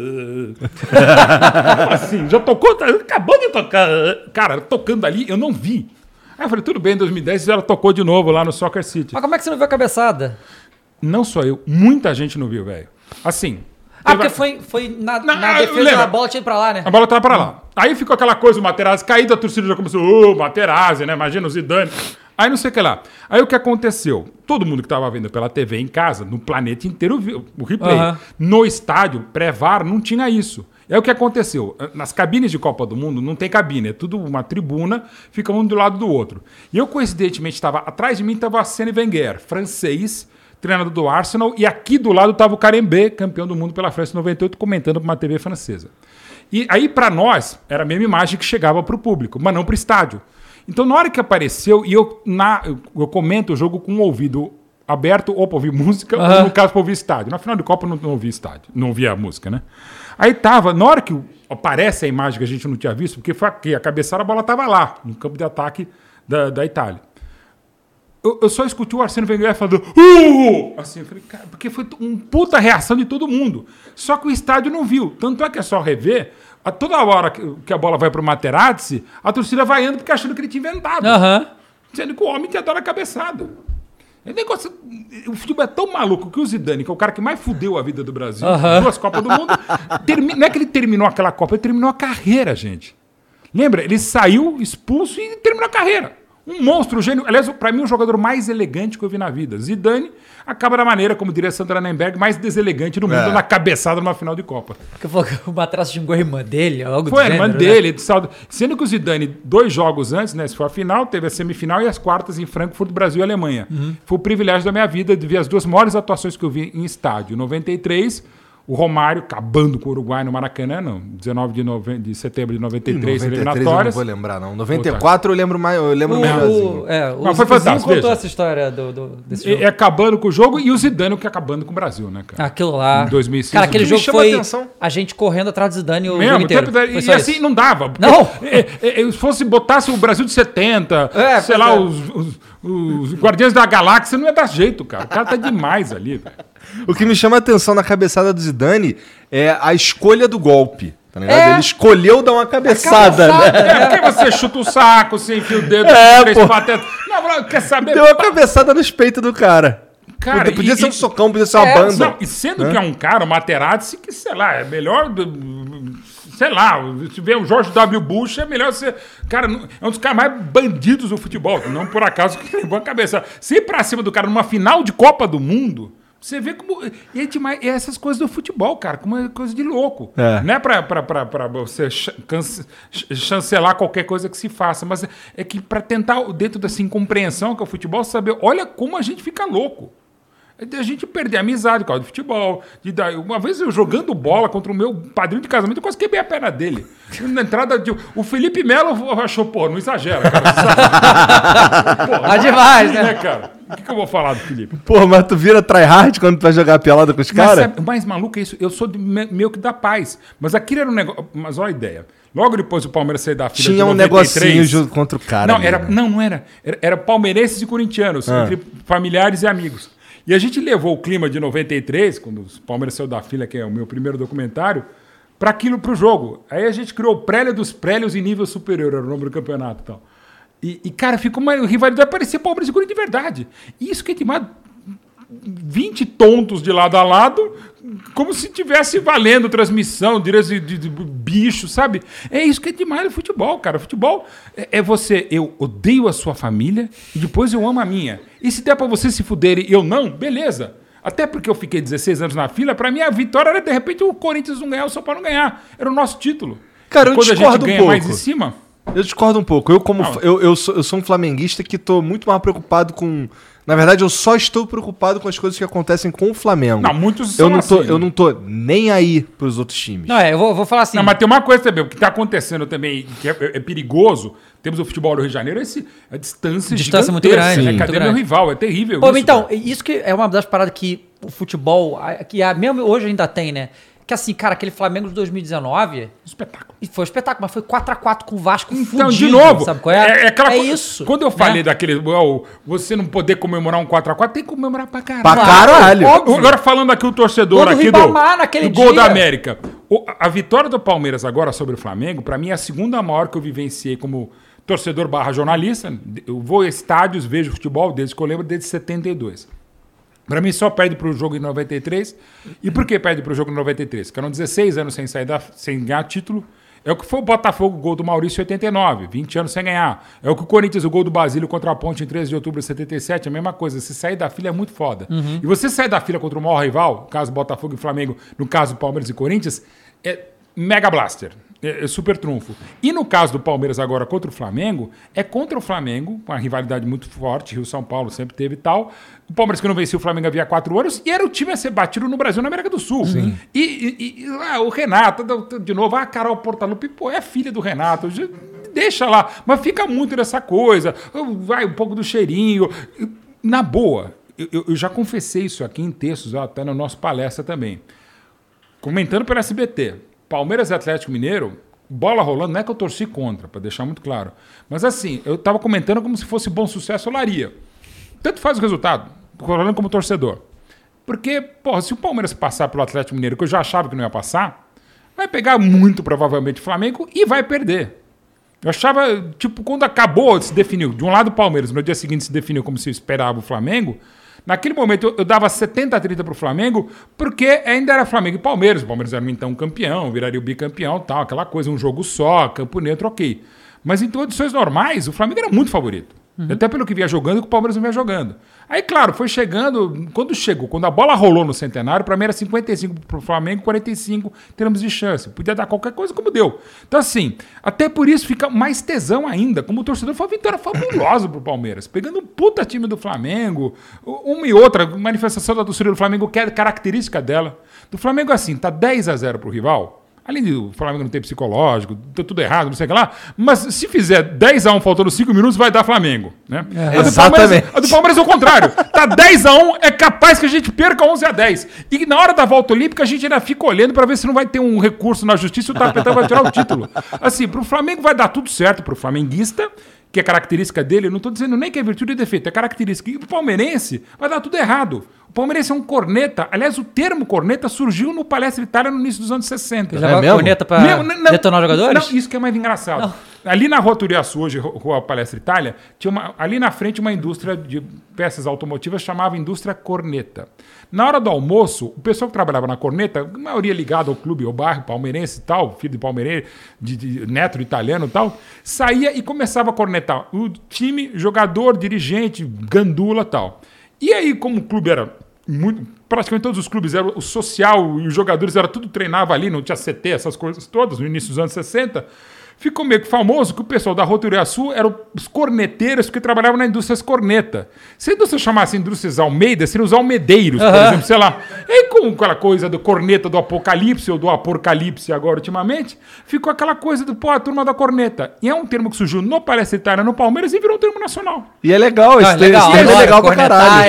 Assim, já tocou? Acabou de tocar. Cara, tocando ali, eu não vi. Aí eu falei, tudo bem, em 2010 ela tocou de novo lá no Soccer City. Mas como é que você não viu a cabeçada? Não só eu, muita gente não viu, velho. Assim... porque foi na defesa da bola, tinha ido pra lá, né? A bola tava pra lá. Aí ficou aquela coisa, o Materazzi caído, a torcida já começou, Materazzi, né? Imagina o Zidane. Aí não sei o que lá. Aí o que aconteceu? Todo mundo que tava vendo pela TV em casa, no planeta inteiro, viu o replay. No estádio, pré-VAR, não tinha isso. Aí o que aconteceu? Nas cabines de Copa do Mundo não tem cabine, é tudo uma tribuna, fica um do lado do outro. E eu, coincidentemente, atrás de mim estava Arsène Wenger, francês, treinador do Arsenal, e aqui do lado estava o Carembé, campeão do mundo pela França em 98, comentando para uma TV francesa. E aí, para nós, era a mesma imagem que chegava para o público, mas não para o estádio. Então, na hora que apareceu, e eu comento o jogo com o ouvido aberto, ou para ouvir música, ou no caso para ouvir estádio. Na final de Copa, eu não ouvi estádio, não ouvia a música, né? Aí tava, na hora que aparece a imagem que a gente não tinha visto, porque foi aqui, a cabeçada, a bola estava lá, no campo de ataque da Itália. eu só escutei o Arsênio Wenger falando assim, eu falei, cara, porque foi uma puta reação de todo mundo. Só que o estádio não viu. Tanto é que é só rever. A toda hora que a bola vai pro Materazzi, a torcida vai indo porque achando que ele tinha inventado. Sendo que o homem tinha dado a cabeçada. O futebol é tão maluco que o Zidane, que é o cara que mais fudeu a vida do Brasil, 2 Copas do Mundo, não é que ele terminou aquela Copa, ele terminou a carreira, gente. Lembra? Ele saiu expulso e terminou a carreira. Um monstro, um gênio. Aliás, pra mim, o jogador mais elegante que eu vi na vida. Zidane acaba da maneira, como diria Sandra Nemberg, mais deselegante do mundo na cabeçada numa final de Copa. O Materazzi xingou a irmã dele, algo Foi a irmã gênero, dele. Né? Sendo que o Zidane, 2 jogos antes, né? Se for a final, teve a semifinal e as quartas em Frankfurt, Brasil e Alemanha. Foi o privilégio da minha vida de ver as 2 maiores atuações que eu vi em estádio. 93... O Romário acabando com o Uruguai no Maracanã, não. 19 de setembro de 93, eliminatórias. Eu não vou lembrar, não. 94 eu lembro mais. Eu lembro melhorzinho. Mas foi fantástico. Contou essa história desse jogo. Acabando com o jogo e o Zidane que acabando com o Brasil, né, cara? Aquilo lá. Em 2006. Cara, aquele jogo foi a gente correndo atrás do Zidane o jogo inteiro. E assim não dava. Não! Se botasse o Brasil de 70, sei lá, os Guardiões da Galáxia, não ia dar jeito, cara. O cara tá demais ali, velho. O que me chama a atenção na cabeçada do Zidane é a escolha do golpe. Tá ligado? Ele escolheu dar uma cabeçada, né? Porque você chuta o saco, você enfia o dedo, 3 patetas. Não, quer saber? Deu uma cabeçada nos peitos do cara. Cara, podia ser um socão, podia ser uma banda. Não, e sendo que é um cara, o Materazzi, que, sei lá, é melhor... Sei lá, se vê o George W. Bush, é melhor ser... Cara, é um dos caras mais bandidos do futebol. Não por acaso que levou a cabeça. Se ir pra cima do cara numa final de Copa do Mundo... Você vê como... E essas coisas do futebol, cara, como é coisa de louco. Não é pra você chancelar qualquer coisa que se faça, mas é que pra tentar, dentro dessa incompreensão que é o futebol, saber, olha como a gente fica louco. A gente perder a amizade por causa do futebol. Uma vez eu jogando bola contra o meu padrinho de casamento, eu quase quebrei a perna dele. Na entrada, o Felipe Melo achou, pô, não exagera, cara. Demais, né, cara? O que eu vou falar do Felipe? Pô, mas tu vira tryhard quando tu vai jogar pelada com os caras? O mais maluco é isso. Eu sou meio que da paz. Mas aquilo era um negócio... Mas olha a ideia. Logo depois o Palmeiras sair da fila tinha de 93... Tinha um negocinho contra o cara. Não era. Era palmeirenses e corintianos, entre familiares e amigos. E a gente levou o clima de 93, quando o Palmeiras saiu da fila, que é o meu primeiro documentário, para aquilo, pro jogo. Aí a gente criou o Prélia dos Prélios em nível superior, era o nome do campeonato e tal. E cara, ficou uma rivalidade, parecia Palmeiras e Corinthians de verdade. Isso que é demais. 20 tontos de lado a lado, como se tivesse valendo transmissão, de bicho, sabe? É isso que é demais no futebol, cara. O futebol é você, eu odeio a sua família e depois eu amo a minha. E se der pra você se fuder e eu não, beleza. Até porque eu fiquei 16 anos na fila, pra mim a vitória era, de repente, o Corinthians não ganhar, o São Paulo não ganhar. Era o nosso título. Cara, eu discordo um pouco. Mais em cima... Eu discordo um pouco. Eu sou um flamenguista que tô muito mais preocupado com... Na verdade, eu só estou preocupado com as coisas que acontecem com o Flamengo. Não, muitos são eu não tô nem aí pros outros times. Não, eu vou falar assim... Não, mas tem uma coisa também, o que tá acontecendo também, que é perigoso, temos o futebol do Rio de Janeiro, a distância muito grande. Né? Cadê meu rival? É terrível. Pô, isso, então, cara. Isso que é uma das paradas que o futebol, mesmo hoje ainda tem, né? Que assim, cara, aquele Flamengo de 2019... Espetáculo. E foi um espetáculo, mas foi 4x4 com o Vasco então, fudido, de novo, sabe qual é? Isso. Quando eu falei daquele... Você não poder comemorar um 4x4, tem que comemorar pra caralho. Pra caralho. Agora falando aqui o torcedor aqui do gol da América. A vitória do Palmeiras agora sobre o Flamengo, pra mim é a segunda maior que eu vivenciei como torcedor / jornalista. Eu vou a estádios, vejo futebol desde que eu lembro, desde 72. Pra mim só perde pro jogo em 93. E por que perde pro jogo em 93? Ficaram 16 anos sem ganhar título. É o que foi o Botafogo, o gol do Maurício em 89, 20 anos sem ganhar. É o que o Corinthians, o gol do Basílio contra a Ponte em 13 de outubro de 77, a mesma coisa. Se sair da fila é muito foda. E você sair da fila contra o maior rival, no caso Botafogo e Flamengo, no caso Palmeiras e Corinthians, é mega blaster. É super trunfo. E no caso do Palmeiras agora contra o Flamengo, é contra o Flamengo, uma rivalidade muito forte, Rio-São Paulo sempre teve e tal. O Palmeiras que não vencia o Flamengo havia 4 anos, e era o time a ser batido no Brasil, na América do Sul. Sim. E o Renato, de novo, a Carol Portalupi, pô, é a filha do Renato, deixa lá. Mas fica muito nessa coisa, vai um pouco do cheirinho. Na boa, eu já confessei isso aqui em textos, até na nossa palestra também. Comentando pelo SBT. Palmeiras e Atlético Mineiro, bola rolando, não é que eu torci contra, para deixar muito claro. Mas assim, eu estava comentando como se fosse Bom Sucesso ou Olaria. tanto faz o resultado, falando como torcedor. Porque, porra, se o Palmeiras passar pelo Atlético Mineiro, que eu já achava que não ia passar, vai pegar muito provavelmente o Flamengo e vai perder. Eu achava, tipo, quando acabou, se definiu, de um lado o Palmeiras, no dia seguinte se definiu como se esperava o Flamengo, naquele momento eu dava 70-30 pro Flamengo, porque ainda era Flamengo e Palmeiras. O Palmeiras era então campeão, viraria o bicampeão, tal, aquela coisa, um jogo só, campo neutro, ok. Mas em condições normais, o Flamengo era muito favorito. Até pelo que vinha jogando e que o Palmeiras não vinha jogando. Aí, claro, foi chegando. Quando a bola rolou no Centenário, para mim era 55 pro Flamengo, 45 em termos de chance. Podia dar qualquer coisa, como deu. Então, assim, até por isso fica mais tesão ainda. Como o torcedor, foi uma vitória fabulosa pro Palmeiras. Pegando um puta time do Flamengo, uma e outra manifestação da torcida do Flamengo, que é característica dela. Do Flamengo, assim, tá 10-0 pro rival. Além do Flamengo não ter psicológico, tá tudo errado, não sei o que lá. Mas se fizer 10-1 faltando 5 minutos, vai dar Flamengo. Né? Exatamente. A do Palmeiras é o contrário. Tá 10-1, é capaz que a gente perca 11-10. E na hora da volta olímpica, a gente ainda fica olhando para ver se não vai ter um recurso na justiça e o Tapetão vai tirar o título. Assim, pro Flamengo vai dar tudo certo, pro flamenguista, que é característica dele. Eu não tô dizendo nem que é virtude e defeito, é característica. E pro palmeirense vai dar tudo errado. O palmeirense é um corneta. Aliás, o termo corneta surgiu no Palestra Itália no início dos anos 60. Já é corneta pra detonar jogadores? Não, isso que é mais engraçado. Não. Ali na Rua Turiaçu, hoje, Rua Palestra Itália, tinha ali na frente uma indústria de peças automotivas chamava Indústria Corneta. Na hora do almoço, o pessoal que trabalhava na corneta, a maioria ligada ao clube, ao bairro palmeirense e tal, filho de palmeirense, de neto italiano e tal, saía e começava a cornetar o time, jogador, dirigente, gandula e tal. E aí, como o clube era praticamente todos os clubes eram o social e os jogadores era tudo treinava ali, não tinha CT, essas coisas todas, no início dos anos 60, ficou meio que famoso que o pessoal da Rota Uriaçu eram os corneteiros que trabalhavam na indústria corneta. Se a indústria chamasse indústrias Almeida, seriam os almedeiros, por exemplo, sei lá. E aí, com aquela coisa do corneta do apocalipse ou do apocalipse agora ultimamente, ficou aquela coisa do, a turma da corneta. E é um termo que surgiu no Palestra Itália, no Palmeiras e virou um termo nacional. E é legal, esse termo é legal pra caralho.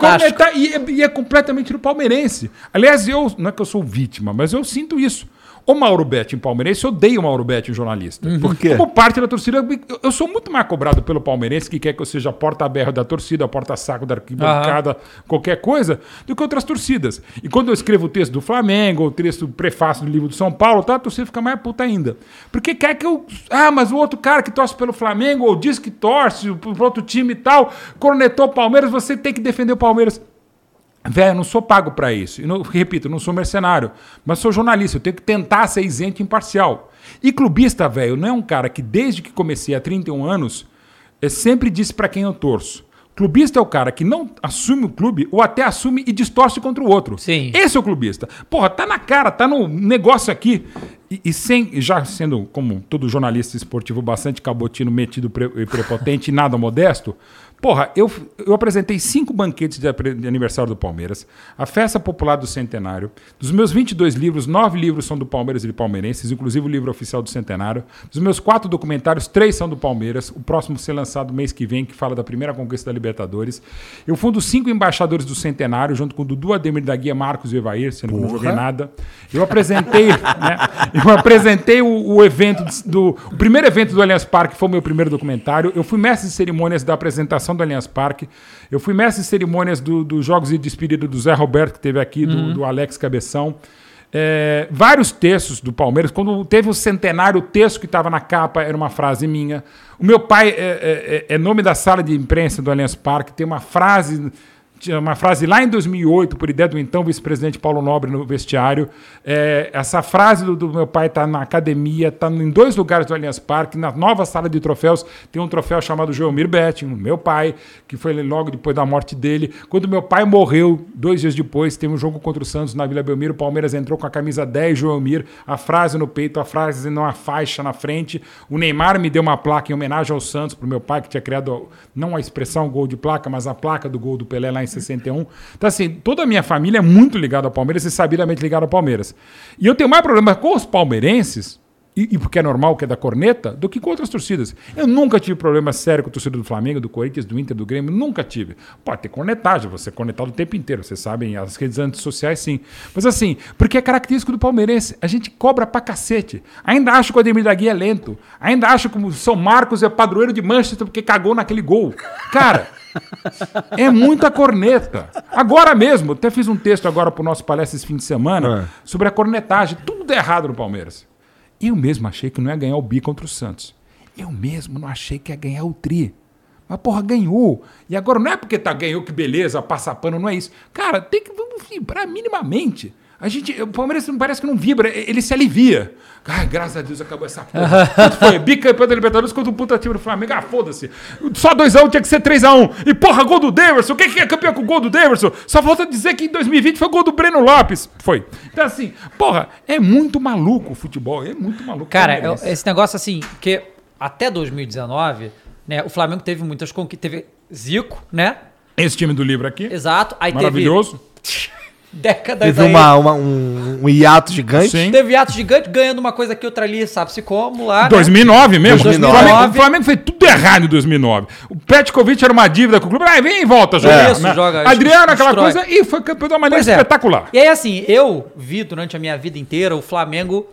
E é completamente no palmeirense. Aliás, não é que eu sou vítima, mas eu sinto isso. O Mauro Betti, palmeirense, odeio o Mauro Betti, jornalista. Por quê? Como parte da torcida, eu sou muito mais cobrado pelo palmeirense, que quer que eu seja porta-berro da torcida, porta-saco da arquibancada, qualquer coisa, do que outras torcidas. E quando eu escrevo o texto do Flamengo, ou o texto prefácio do livro do São Paulo, a torcida fica mais puta ainda. Porque quer que eu... mas o outro cara que torce pelo Flamengo, ou diz que torce pro outro time e tal, cornetou o Palmeiras, você tem que defender o Palmeiras. Velho, eu não sou pago para isso. Repito, eu não sou mercenário, mas sou jornalista. Eu tenho que tentar ser isento e imparcial. E clubista, velho, não é um cara que desde que comecei há 31 anos, eu sempre disse para quem eu torço. Clubista é o cara que não assume o clube ou até assume e distorce contra o outro. Sim. Esse é o clubista. Porra, tá na cara, tá no negócio aqui. Já sendo, como todo jornalista esportivo, bastante cabotino, metido e prepotente e nada modesto, porra, eu apresentei 5 banquetes de aniversário do Palmeiras, a festa popular do Centenário. Dos meus 22 livros, 9 livros são do Palmeiras e de palmeirenses, inclusive o livro oficial do Centenário. Dos meus 4 documentários, 3 são do Palmeiras. O próximo ser lançado mês que vem, que fala da primeira conquista da Libertadores. Eu fundo 5 embaixadores do Centenário, junto com o Dudu, Ademir da Guia, Marcos e Evair, sendo que eu não joguei nada. Eu apresentei, o evento o primeiro evento do Allianz Parque, foi o meu primeiro documentário. Eu fui mestre de cerimônias da apresentação do Allianz Parque. Eu fui mestre de cerimônias dos Jogos de Despedida do Zé Roberto, que teve aqui, do Alex Cabeção. Vários textos do Palmeiras. Quando teve o centenário, o texto que estava na capa era uma frase minha. O meu pai é nome da sala de imprensa do Allianz Parque. Tem uma frase lá em 2008, por ideia do então vice-presidente Paulo Nobre no vestiário. Essa frase do meu pai está na academia, está em 2 lugares do Allianz Parque. Na nova sala de troféus tem um troféu chamado Joelmir Betti, meu pai, que foi logo depois da morte dele. Quando meu pai morreu, 2 dias depois, teve um jogo contra o Santos na Vila Belmiro. O Palmeiras entrou com a camisa 10 Joelmir, a frase no peito, a frase numa faixa na frente. O Neymar me deu uma placa em homenagem ao Santos, para o meu pai, que tinha criado não a expressão gol de placa, mas a placa do gol do Pelé lá em 61. Então, assim, toda a minha família é muito ligada ao Palmeiras e sabidamente ligada ao Palmeiras. E eu tenho mais problema com os palmeirenses e porque é normal que é da corneta, do que com outras torcidas. Eu nunca tive problema sério com a torcida do Flamengo, do Corinthians, do Inter, do Grêmio, nunca tive. Pode ter cornetagem, você é cornetado o tempo inteiro, vocês sabem, as redes antissociais sim. Mas assim, porque é característico do palmeirense, a gente cobra pra cacete. Ainda acho que o Ademir da Guia é lento, ainda acho que o São Marcos é padroeiro de Manchester porque cagou naquele gol. Cara, é muita corneta. Agora mesmo, até fiz um texto agora pro nosso palestra esse fim de semana sobre a cornetagem, tudo errado no Palmeiras. Eu mesmo achei que não ia ganhar o bi contra o Santos. Eu mesmo não achei que ia ganhar o tri. Mas, porra, ganhou. E agora não é porque ganhou que beleza, passa pano, não é isso. Cara, vamos vibrar minimamente. O Palmeiras parece que não vibra, ele se alivia. Ai, graças a Deus acabou essa porra. Quanto foi? Bicampeão da Libertadores contra o puta time do Flamengo. Ah, foda-se. Só 2x1 tinha que ser 3x1. E porra, gol do Daverson. Quem que é campeão com o gol do Daverson? Só falta dizer que em 2020 foi gol do Breno Lopes. Foi. Então assim, porra, é muito maluco o futebol. É muito maluco. Cara, esse negócio assim, que até 2019, né, o Flamengo teve muitas conquistas. Teve Zico, né? Esse time do livro aqui. Exato. Aí maravilhoso. Décadas teve aí. um hiato gigante. Sim. Teve hiato gigante, ganhando uma coisa aqui, outra ali, sabe-se como lá. 2009 mesmo. 2009. O Flamengo fez tudo errado em 2009. O Petkovic era uma dívida com o clube. Vem e volta jogar. Isso, joga. Adriano, aquela destrói. coisa. E foi campeão de uma maneira Pois é. espetacular. E aí, assim, eu vi durante a minha vida inteira o Flamengo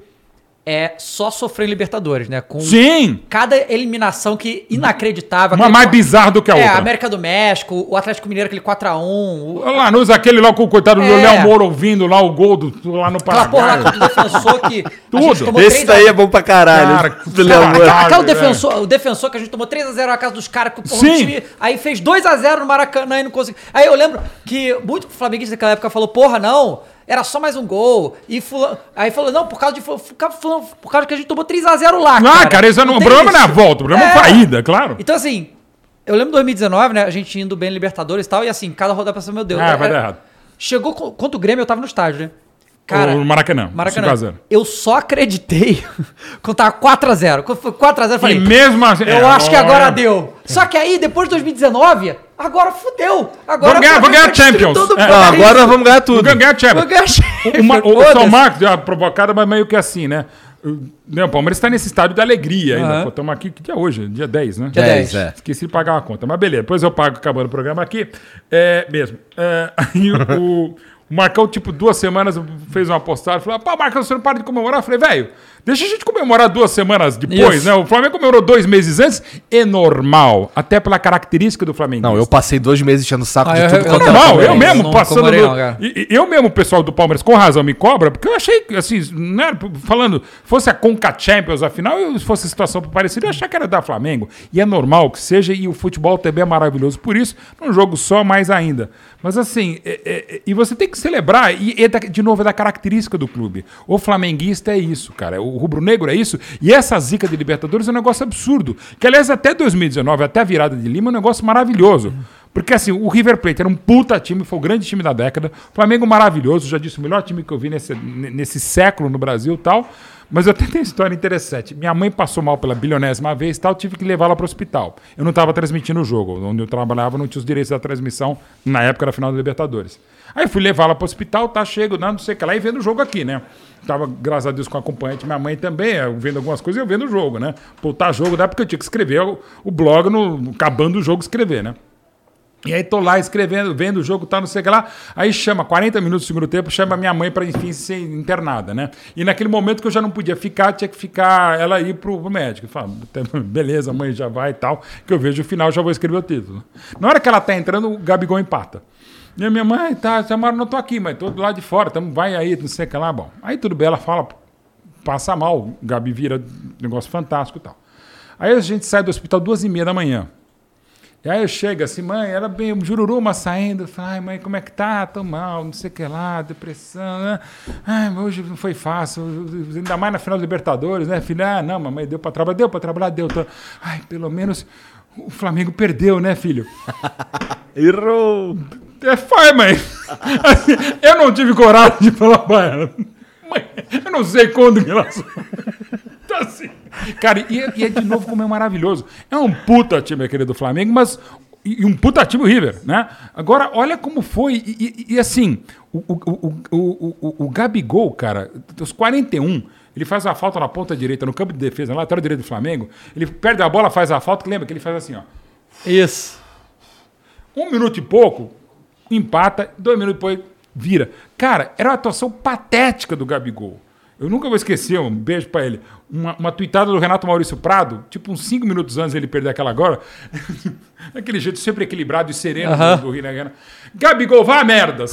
só sofrer em Libertadores, né? Com Sim. cada eliminação que inacreditável. Uma mais bizarra do que a outra. A América do México, o Atlético Mineiro, aquele 4x1. Lá nos aquele lá com o coitado do Léo Moura ouvindo lá o gol lá no Aquela porra lá Paraguai. que o defensor que Tudo. a gente tomou Esse 3 daí é bom pra caralho. Cara, do Léo Moura. Aquela o defensor que a gente tomou 3x0 na casa dos caras, que o time aí fez 2x0 no Maracanã e não conseguiu. Aí eu lembro que muito flamenguista naquela época falou, porra, não, era só mais um gol. E aí falou, não, por causa que a gente tomou 3x0 lá, cara, esse o problema não é a volta, o problema é a ida, claro. Então assim, eu lembro de 2019, né, a gente indo bem em Libertadores e tal, e assim, cada rodada pensando, meu Deus. Vai dar errado. Chegou contra o Grêmio, eu tava no estádio, né? Cara, o Maracanã. Eu só acreditei quando tava 4x0. Quando foi 4x0, eu falei, e mesmo assim, eu acho que agora deu. Só que aí, depois de 2019, agora fudeu. Agora vamos ganhar Champions. Agora nós vamos ganhar tudo. Vamos ganhar Champions. Vamos ganhar Champions. O São Marcos deu uma provocada, mas meio que assim, né? O Palmeiras está nesse estádio de alegria ainda. Estamos aqui, que dia é hoje? Dia 10, né? Dia 10, Esqueci de pagar uma conta, mas beleza. Depois eu pago acabando o programa aqui. Mesmo. Aí o Marcão, tipo, 2 semanas fez uma postagem, falou, pô, Marcão, você não para de comemorar? Eu falei, velho, deixa a gente comemorar 2 semanas depois, Isso. né? O Flamengo comemorou 2 meses antes, é normal, até pela característica do Flamengo. Não, eu passei 2 meses enchendo o saco de tudo É normal, eu mesmo não passando... comemorei não, cara. Eu mesmo, o pessoal do Palmeiras, com razão, me cobra, porque eu achei, assim, né, falando, fosse a Conca Champions, afinal, se fosse a situação parecida, eu achava que era da Flamengo. E é normal que seja, e o futebol também é maravilhoso. Por isso, num jogo só, mais ainda. Mas assim, e você tem que celebrar, de novo, é da característica do clube. O flamenguista é isso, cara. O rubro-negro é isso. E essa zica de Libertadores é um negócio absurdo. Que, aliás, até 2019, até a virada de Lima, é um negócio maravilhoso. Porque, assim, o River Plate era um puta time, foi o grande time da década. O Flamengo maravilhoso, já disse, o melhor time que eu vi nesse século no Brasil e tal. Mas eu até tenho uma história interessante. Minha mãe passou mal pela bilionésima vez e tal, tive que levá-la para o hospital. Eu não estava transmitindo o jogo. Onde eu trabalhava não tinha os direitos da transmissão, na época da final da Libertadores. Aí eu fui levá-la para o hospital, chego, não sei o que lá, e vendo o jogo aqui, né? Tava, graças a Deus, com a acompanhante, minha mãe também, eu vendo algumas coisas e eu vendo o jogo, né? Jogo, da época eu tinha que escrever o blog, acabando o jogo, escrever, né? E aí tô lá escrevendo, vendo o jogo, não sei o que lá. Aí chama, 40 minutos do segundo tempo, chama minha mãe para, enfim, ser internada, né? E naquele momento que eu já não podia ficar, tinha que ficar, ela ir pro médico. Eu falo, beleza, mãe, já vai e tal. Que eu vejo o final, já vou escrever o título. Na hora que ela tá entrando, o Gabigol empata. E a minha mãe, chamaram, não tô aqui, mãe, tô do lado de fora, vai aí, não sei o que lá. Bom, aí tudo bem, ela fala, passa mal, o Gabi vira negócio fantástico e tal. Aí a gente sai do hospital 2h30 da manhã. E aí eu chego assim, mãe, era bem Jururuma saindo, ai, mãe, como é que tá? Tô mal, não sei o que lá, depressão, né? Ai, mas hoje não foi fácil, ainda mais na final da Libertadores, né, filha? Ah, não, mamãe, deu pra trabalhar, deu. Ai, pelo menos o Flamengo perdeu, né, filho? Errou! Foi, mãe. Eu não tive coragem de falar pra ela. Mãe, eu não sei quando que ela... Então, assim, cara, e é de novo como é maravilhoso. É um puta time aquele do Flamengo, mas... E um puta time o River, né? Agora, olha como foi. E assim, o Gabigol, cara, dos 41, Ele faz a falta na ponta direita, no campo de defesa, na lateral direita do Flamengo. Ele perde a bola, faz a falta, que lembra que ele faz assim, ó. Isso. 1 minuto e pouco, empata, 2 minutos depois, vira. Cara, era uma atuação patética do Gabigol. Eu nunca vou esquecer, um beijo pra ele, uma tuitada do Renato Maurício Prado, tipo uns 5 minutos antes dele perder aquela agora, daquele jeito sempre equilibrado e sereno do Rio Negana. Gabigol, vá a merda.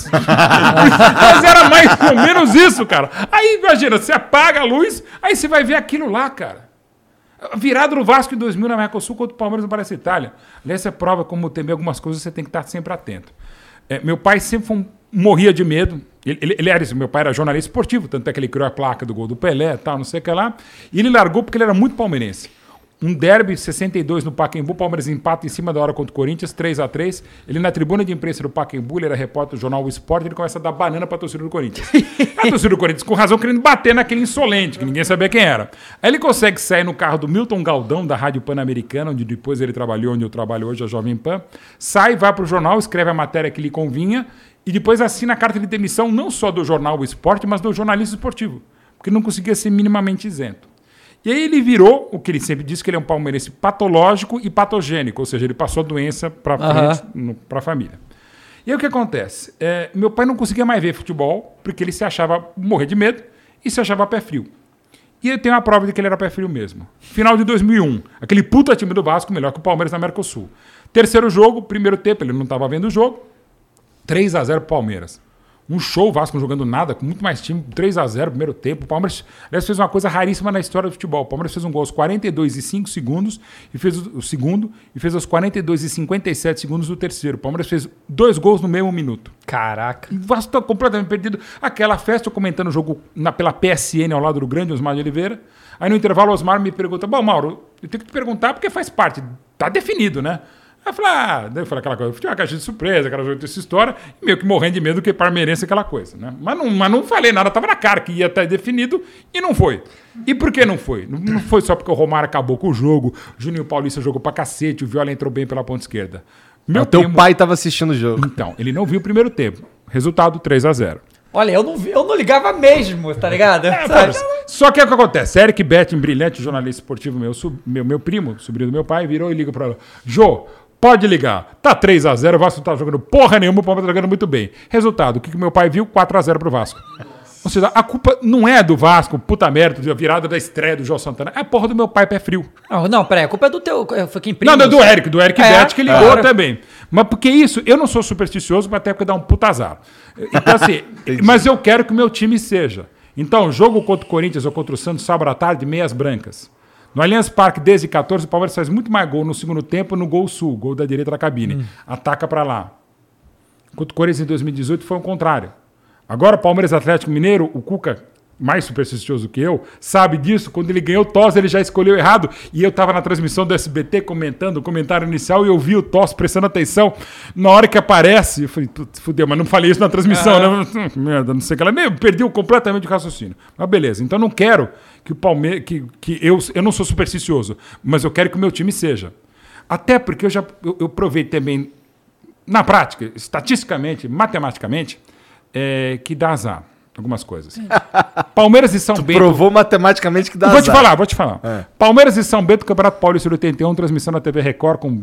Mas era mais ou menos isso, cara. Aí, imagina, você apaga a luz, aí você vai ver aquilo lá, cara. Virado no Vasco em 2000 na Mercosul contra o Palmeiras no Parece Itália. Aliás, você prova como temer algumas coisas, você tem que estar sempre atento. Meu pai sempre morria de medo. Ele era isso, meu pai era jornalista esportivo, tanto é que ele criou a placa do gol do Pelé, tal, não sei o que lá. E ele largou porque ele era muito palmeirense. Um derby 62 no Pacaembu, Palmeiras empata em cima da hora contra o Corinthians, 3-3. Ele na tribuna de imprensa do Pacaembu, ele era repórter do jornal O Esporte, ele começa a dar banana pra torcida do Corinthians. A torcida do Corinthians, com razão, querendo bater naquele insolente, que ninguém sabia quem era. Aí ele consegue sair no carro do Milton Galdão, da Rádio Pan-Americana, onde depois ele trabalhou, onde eu trabalho hoje, a Jovem Pan. Sai, vai pro jornal, escreve a matéria que lhe convinha e depois assina a carta de demissão não só do jornal O Esporte, mas do jornalista esportivo, porque não conseguia ser minimamente isento. E aí ele virou, o que ele sempre disse, que ele é um palmeirense patológico e patogênico, ou seja, ele passou a doença para a família. E aí o que acontece? Meu pai não conseguia mais ver futebol, porque ele se achava morrer de medo e se achava pé frio. E eu tenho uma prova de que ele era pé frio mesmo. Final de 2001, aquele puta time do Vasco, melhor que o Palmeiras na Mercosul. Terceiro jogo, primeiro tempo, ele não estava vendo o jogo, 3-0 pro Palmeiras. Um show, o Vasco não jogando nada, com muito mais time, 3-0 primeiro tempo. O Palmeiras, aliás, fez uma coisa raríssima na história do futebol. O Palmeiras fez um gol aos 42 e 5 segundos, e fez o segundo, e fez aos 42 e 57 segundos do terceiro. O Palmeiras fez 2 gols no mesmo minuto. Caraca. O Vasco está completamente perdido. Aquela festa, eu comentando o jogo pela PSN ao lado do grande Osmar de Oliveira. Aí no intervalo o Osmar me pergunta, bom, Mauro, eu tenho que te perguntar porque faz parte, tá definido, né? Aí eu falei aquela coisa, tinha uma caixa de surpresa, aquela coisa dessa história, e meio que morrendo de medo do que palmeirense aquela coisa, né? Mas não falei nada, tava na cara que ia estar definido e não foi. E por que não foi? Não foi só porque o Romário acabou com o jogo, o Juninho Paulista jogou pra cacete, o Viola entrou bem pela ponta esquerda. Teu pai tava assistindo o jogo. Então, ele não viu o primeiro tempo. Resultado 3-0. Olha, eu não ligava mesmo, tá ligado? Só que é o que acontece. Eric Betting, brilhante jornalista esportivo meu primo, sobrinho do meu pai, virou e liga pra ela. Jô, pode ligar. Tá 3-0, o Vasco não tá jogando porra nenhuma, o Palmeiras tá jogando muito bem. Resultado, o que meu pai viu? 4-0 pro Vasco. Ou seja, a culpa não é do Vasco, puta merda, da virada da estreia do João Santana. É a porra do meu pai pé frio. Não, peraí, a culpa é do teu... Foi quem primo? Não, do Eric Betting, que ligou também. Mas porque isso, eu não sou supersticioso, mas até porque dá um puta azar. Então assim, mas eu quero que o meu time seja. Então, jogo contra o Corinthians ou contra o Santos, sábado à tarde, meias brancas. No Allianz Parque, desde 14, o Palmeiras faz muito mais gol no segundo tempo no gol sul, gol da direita da cabine. Ataca pra lá. Contra o Corinthians em 2018 foi o contrário. Agora o Palmeiras Atlético Mineiro, o Cuca, mais supersticioso que eu, sabe disso. Quando ele ganhou o tosse, ele já escolheu errado. E eu tava na transmissão do SBT comentando o comentário inicial e eu vi o tosse prestando atenção. Na hora que aparece, eu falei, fudeu, mas não falei isso na transmissão, né? Merda, não sei o que ela. Perdeu completamente o raciocínio. Mas beleza, então não quero que o Palmeiras. Eu não sou supersticioso, mas eu quero que o meu time seja. Até porque eu provei também, na prática, estatisticamente, matematicamente, que dá azar. Algumas coisas. Palmeiras e São Bento. Provou matematicamente que dá azar. Vou te falar. Palmeiras e São Bento, Campeonato Paulista de 81, transmissão na TV Record com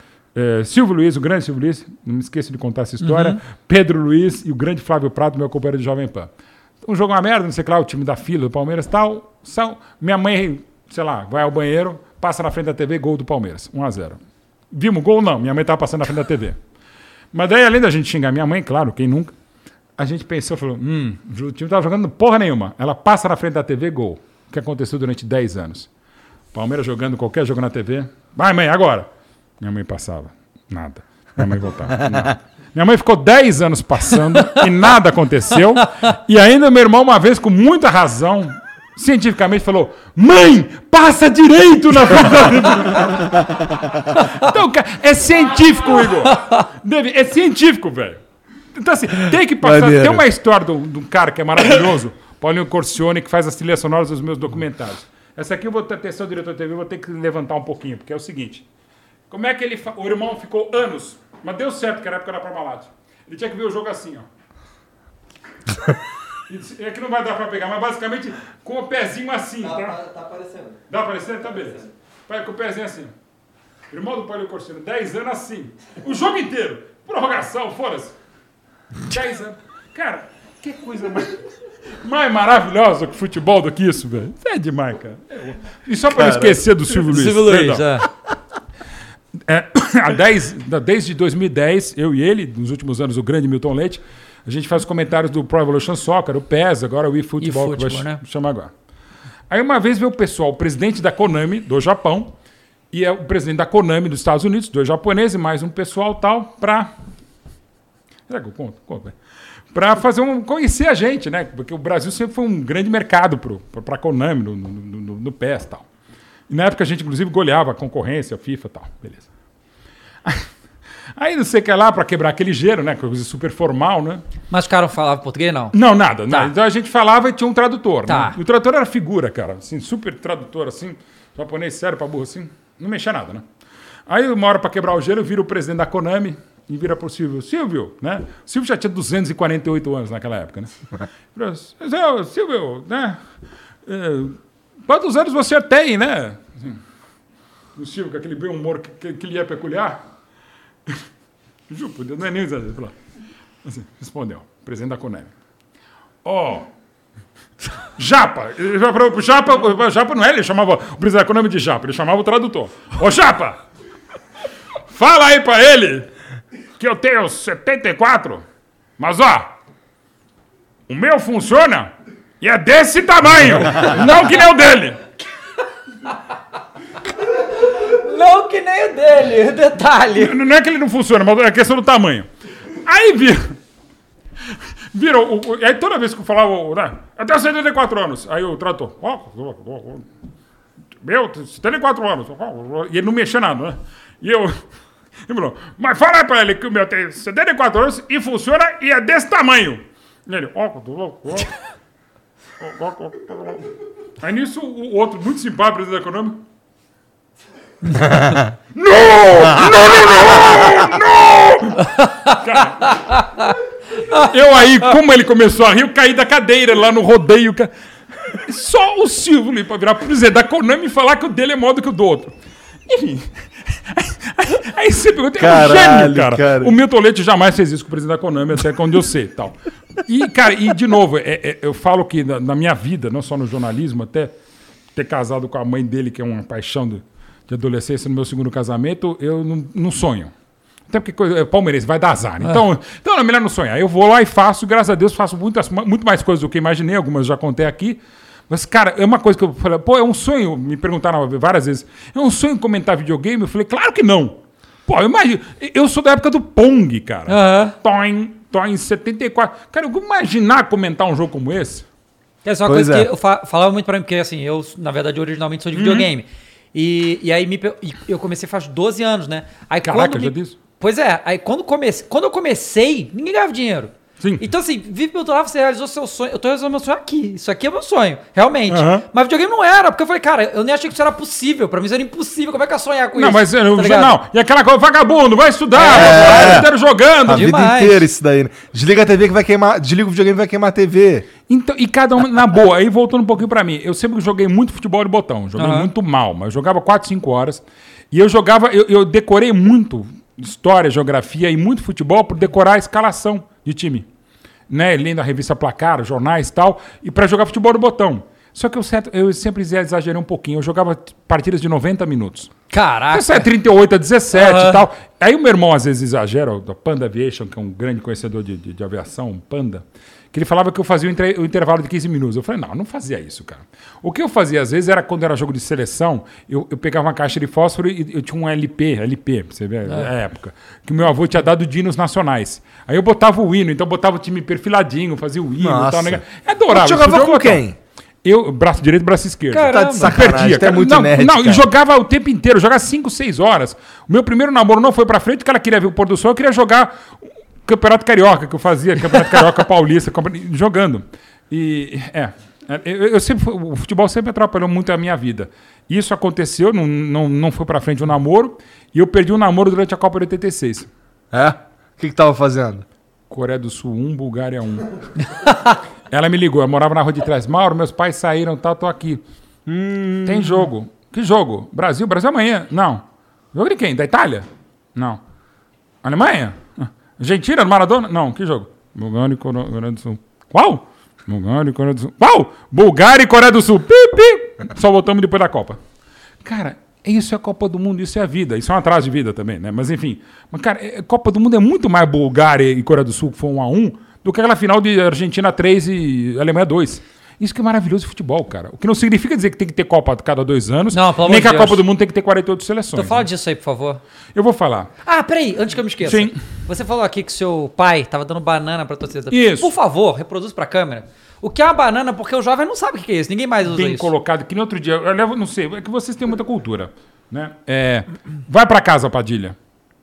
Silvio Luiz, o grande Silvio Luiz, não me esqueço de contar essa história, Pedro Luiz e o grande Flávio Prado, meu companheiro de Jovem Pan. Um jogo uma merda, não sei o que lá, o time da fila do Palmeiras tal. Minha mãe, sei lá, vai ao banheiro, passa na frente da TV, gol do Palmeiras, 1-0. Vimos gol? Não, minha mãe estava passando na frente da TV. Mas daí, além da gente xingar minha mãe, claro, quem nunca, a gente pensou, falou, o time não estava jogando porra nenhuma. Ela passa na frente da TV, gol. O que aconteceu durante 10 anos. Palmeiras jogando qualquer jogo na TV. Vai, mãe, agora. Minha mãe passava. Nada. Minha mãe voltava. Nada. Minha mãe ficou 10 anos passando e nada aconteceu. E ainda meu irmão, uma vez, com muita razão, cientificamente falou, mãe, passa direito na frente da TV. Então, cara, é científico, Igor. É científico, velho. Então, assim, tem que passar. Tem uma história de um cara que é maravilhoso, Paulinho Corcione, que faz as trilhas sonoras dos meus documentários. Essa aqui eu vou ter atenção, diretor de TV, eu vou ter que levantar um pouquinho, porque é o seguinte: como é que o irmão ficou anos, mas deu certo, que era a época da Parmalat. Ele tinha que ver o jogo assim, ó. É que não vai dar pra pegar, mas basicamente com o pezinho assim, tá? Tá aparecendo. Dá pra aparecer? Tá, beleza. Vai com o pezinho assim. Irmão do Paulo Corsino, 10 anos assim. O jogo inteiro. Prorrogação, foda-se. 10 anos. Cara, que coisa mais maravilhosa que futebol do que isso, velho. Isso é demais, cara. E só pra não esquecer do Silvio Luiz. Silvio Luiz, Desde 2010, eu e ele, nos últimos anos, o grande Milton Leite, a gente faz os comentários do Pro Evolution Soccer, o PES, agora o eFootball, que vai chamar agora. Aí uma vez veio o pessoal, o presidente da Konami, do Japão, e é o presidente da Konami dos Estados Unidos, dois japoneses, mais um pessoal tal, pra... Será que eu conto? Conto, velho. Para conhecer a gente, né? Porque o Brasil sempre foi um grande mercado para a Konami no PES e tal. E na época a gente, inclusive, goleava a concorrência, a FIFA e tal. Beleza. Aí não sei o que lá, para quebrar aquele gelo, né? Coisa super formal, né? Mas o cara não falava português, não? Não, nada. Tá. Não. Então a gente falava e tinha um tradutor. Tá. Né? O tradutor era figura, cara. Assim, super tradutor, assim. Japonês sério pra burro, assim. Não mexia nada, né? Aí uma hora para quebrar o gelo, vira o presidente da Konami e vira pro Silvio. Silvio, né? O Silvio já tinha 248 anos naquela época, né? Silvio, né? Quantos anos você tem, né? Assim, o Silvio, com aquele bem humor que lhe é peculiar. Juro, não é nem exagero. Assim, respondeu, presidente da Konami. Japa! Japa não é, ele chamava o presidente da Konami de Japa, ele chamava o tradutor. Japa! Fala aí pra ele que eu tenho 74, mas o meu funciona e é desse tamanho, não que nem o dele. Não que nem o dele, detalhe. Não é que ele não funciona, mas é questão do tamanho. Aí virou. Aí toda vez que eu falava, né? Eu tenho 74 anos. Aí o tradutor. Meu, 74 anos. E ele não mexia nada, né? E eu. Ele falou, mas fala pra ele que o meu tem 74 anos e funciona e é desse tamanho. E ele. Aí nisso o outro, muito simpático, presidente da Konami. Não! Cara, eu aí, como ele começou a rir, eu caí da cadeira lá no rodeio. Só o Silvio para virar presidente da Konami e falar que o dele é maior do que o do outro. Enfim. Aí você pergunta, é um gênio, cara. O Milton Leite jamais fez isso com o presidente da Konami, até onde eu sei. Tal. E, cara, de novo, eu falo que na minha vida, não só no jornalismo, até ter casado com a mãe dele, que é uma paixão de adolescência no meu segundo casamento, eu não sonho. Até porque palmeirense vai dar azar. Então é melhor não sonhar. Eu vou lá e faço, graças a Deus, faço muito mais coisas do que imaginei, algumas já contei aqui. Mas, cara, é uma coisa que eu falei, é um sonho, me perguntaram várias vezes, é um sonho comentar videogame? Eu falei, claro que não. Imagina, eu sou da época do Pong, cara. Toin 74. Cara, eu vou imaginar comentar um jogo como esse. É só uma coisa que eu falava muito pra mim, porque assim, eu, na verdade, originalmente sou de videogame. E aí eu comecei faz 12 anos, né? Aí, caraca, já disse. Pois é, aí quando eu comecei, ninguém ganhava dinheiro. Sim. Então, assim, vive pelo outro lado, você realizou seu sonho. Eu tô realizando meu sonho aqui. Isso aqui é meu sonho, realmente. Mas videogame não era, porque eu falei, cara, eu nem achei que isso era possível. Pra mim isso era impossível. Como é que eu ia sonhar com isso? Mas não. E aquela coisa, vagabundo, vai estudar, vai inteiro jogando. A vida inteira isso daí, né? Desliga a TV que vai queimar, desliga o videogame que vai queimar a TV. Então, e cada um, na boa, aí voltando um pouquinho pra mim, eu sempre joguei muito futebol de botão, joguei muito mal, mas eu jogava 4, 5 horas, e eu decorei muito história, geografia e muito futebol por decorar a escalação de time, né, lendo a revista Placar, jornais e tal, e pra jogar futebol de botão. Só que eu sempre exagerei um pouquinho, eu jogava partidas de 90 minutos. Caraca! Isso é 38 a 17 e tal. Aí o meu irmão às vezes exagera, o Panda Aviation, que é um grande conhecedor de aviação, um Panda, que ele falava que eu fazia o intervalo de 15 minutos. Eu falei, não fazia isso, cara. O que eu fazia, às vezes, era quando era jogo de seleção, eu pegava uma caixa de fósforo e eu tinha um LP, pra você ver, na época, que o meu avô tinha dado de hinos nacionais. Aí eu botava o hino, então eu botava o time perfiladinho, fazia o hino e tal. Né? É adorável. Você jogava com quem? Eu, braço direito, braço esquerdo. Caramba. Tá de sacanagem, perdia, é muito nerd, e jogava o tempo inteiro, jogava 5, 6 horas. O meu primeiro namoro não foi pra frente, porque ela queria ver o pôr do sol, eu queria jogar o Campeonato Carioca, que eu fazia, Campeonato Carioca Paulista, jogando. E, o futebol sempre atrapalhou muito a minha vida. Isso aconteceu, não foi pra frente o namoro, e eu perdi o namoro durante a Copa de 86. É? O que tava fazendo? Coreia do Sul 1, Bulgária 1. Ela me ligou, eu morava na rua de trás. Mauro, meus pais saíram, tal, tô aqui. Tem jogo. Que jogo? Brasil amanhã? Não. Jogo de quem? Da Itália? Não. Alemanha? Argentina, no Maradona? Não. Que jogo? Bulgária e Coreia do Sul. Qual? Bulgária e Coreia do Sul. Qual? Bulgária e Coreia do Sul. Só voltamos depois da Copa. Cara, isso é a Copa do Mundo, isso é a vida. Isso é um atraso de vida também, né? Mas enfim. Mas, cara, a Copa do Mundo é muito mais Bulgária e Coreia do Sul, que foi 1-1, do que aquela final de Argentina 3 e Alemanha 2. Isso que é maravilhoso de futebol, cara. O que não significa dizer que tem que ter Copa a cada 2 anos, Não, pelo nem amor que a de Copa Deus. do Mundo tem que ter 48 seleções. Então fala né? disso aí, por favor. Eu vou falar. Ah, peraí, antes que eu me esqueça. Sim. Você falou aqui que seu pai tava dando banana pra torcida. Isso. Por favor, reproduz pra câmera. O que é uma banana? Porque o jovem não sabe o que é isso. Ninguém mais usa Bem isso. colocado, que no outro dia, eu levo, não sei, é que vocês têm muita cultura, né? Vai pra casa, Padilha.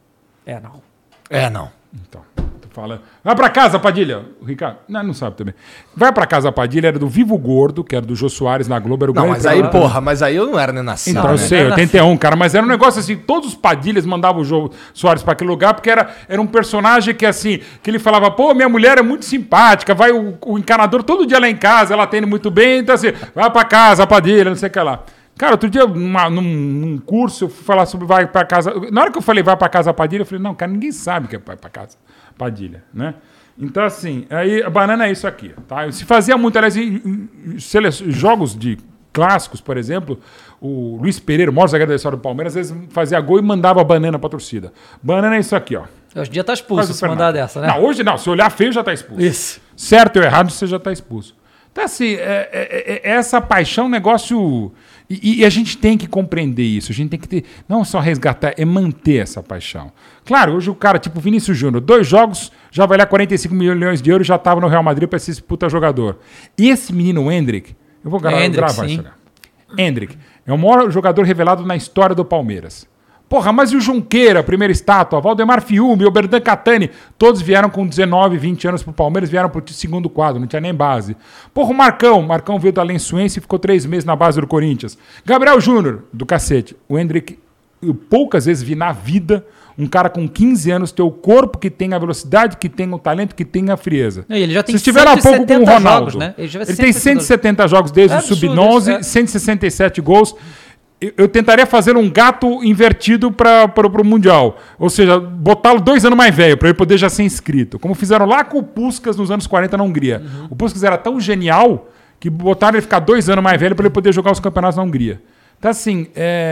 Não. Então, tô falando. Vai pra casa, Padilha. O Ricardo, não sabe também. Vai pra casa, Padilha, era do Vivo Gordo, que era do Jô Soares na Globo, era o Não, grande mas aí, programa. porra, mas aí eu não era nem nascido. Então, eu né? sei, 81, cara, mas era um negócio assim, todos os Padilhas mandavam o Jô Soares pra aquele lugar, porque era um personagem que assim, que ele falava, pô, minha mulher é muito simpática, vai o encanador todo dia lá em casa, ela atende muito bem, então assim, vai pra casa, Padilha, não sei o que lá. Cara, outro dia, num curso, eu fui falar sobre vai pra casa. Na hora que eu falei vai pra casa Padilha, eu falei, não, cara, ninguém sabe que é vai pra casa Padilha, né? Então, assim, aí a banana é isso aqui, tá? Se fazia muito, aliás, em jogos de clássicos, por exemplo, o Luiz Pereira, o maior zagueiro da história do Palmeiras, às vezes fazia gol e mandava banana pra torcida. Banana é isso aqui, ó. Hoje em dia tá expulso Faz o se mandar Fernando. dessa, né? Não, hoje não. Se olhar feio, já tá expulso. Isso. Certo ou errado, você já tá expulso. Então, assim, essa paixão é um negócio... E a gente tem que compreender isso. A gente tem que ter... Não só resgatar, é manter essa paixão. Claro, hoje o cara, tipo Vinícius Júnior, 2 jogos, já vai lá 45 milhões de euros, já estava no Real Madrid para ser esse puta jogador. E esse menino, o Endrick, eu vou gravar isso. Endrick é o maior jogador revelado na história do Palmeiras. Porra, mas e o Junqueira, primeira estátua, Valdemar Fiume, o Berdan Catani, todos vieram com 19, 20 anos pro Palmeiras, vieram pro segundo quadro, não tinha nem base. Porra, o Marcão veio do Alençoense e ficou 3 meses na base do Corinthians. Gabriel Júnior, do cacete. O Endrick, eu poucas vezes vi na vida um cara com 15 anos ter o corpo que tem, a velocidade que tem, o talento que tem, a frieza. E ele já tem Vocês tiveram há pouco com o Ronaldo. jogos, né? Ele tem 170 jogos desde o Sub-11, 167 gols. Eu tentaria fazer um gato invertido para o Mundial. Ou seja, botá-lo 2 anos mais velho, para ele poder já ser inscrito. Como fizeram lá com o Puskás nos anos 40 na Hungria. Uhum. O Puskás era tão genial que botaram ele ficar 2 anos mais velho para ele poder jogar os campeonatos na Hungria. Então, assim,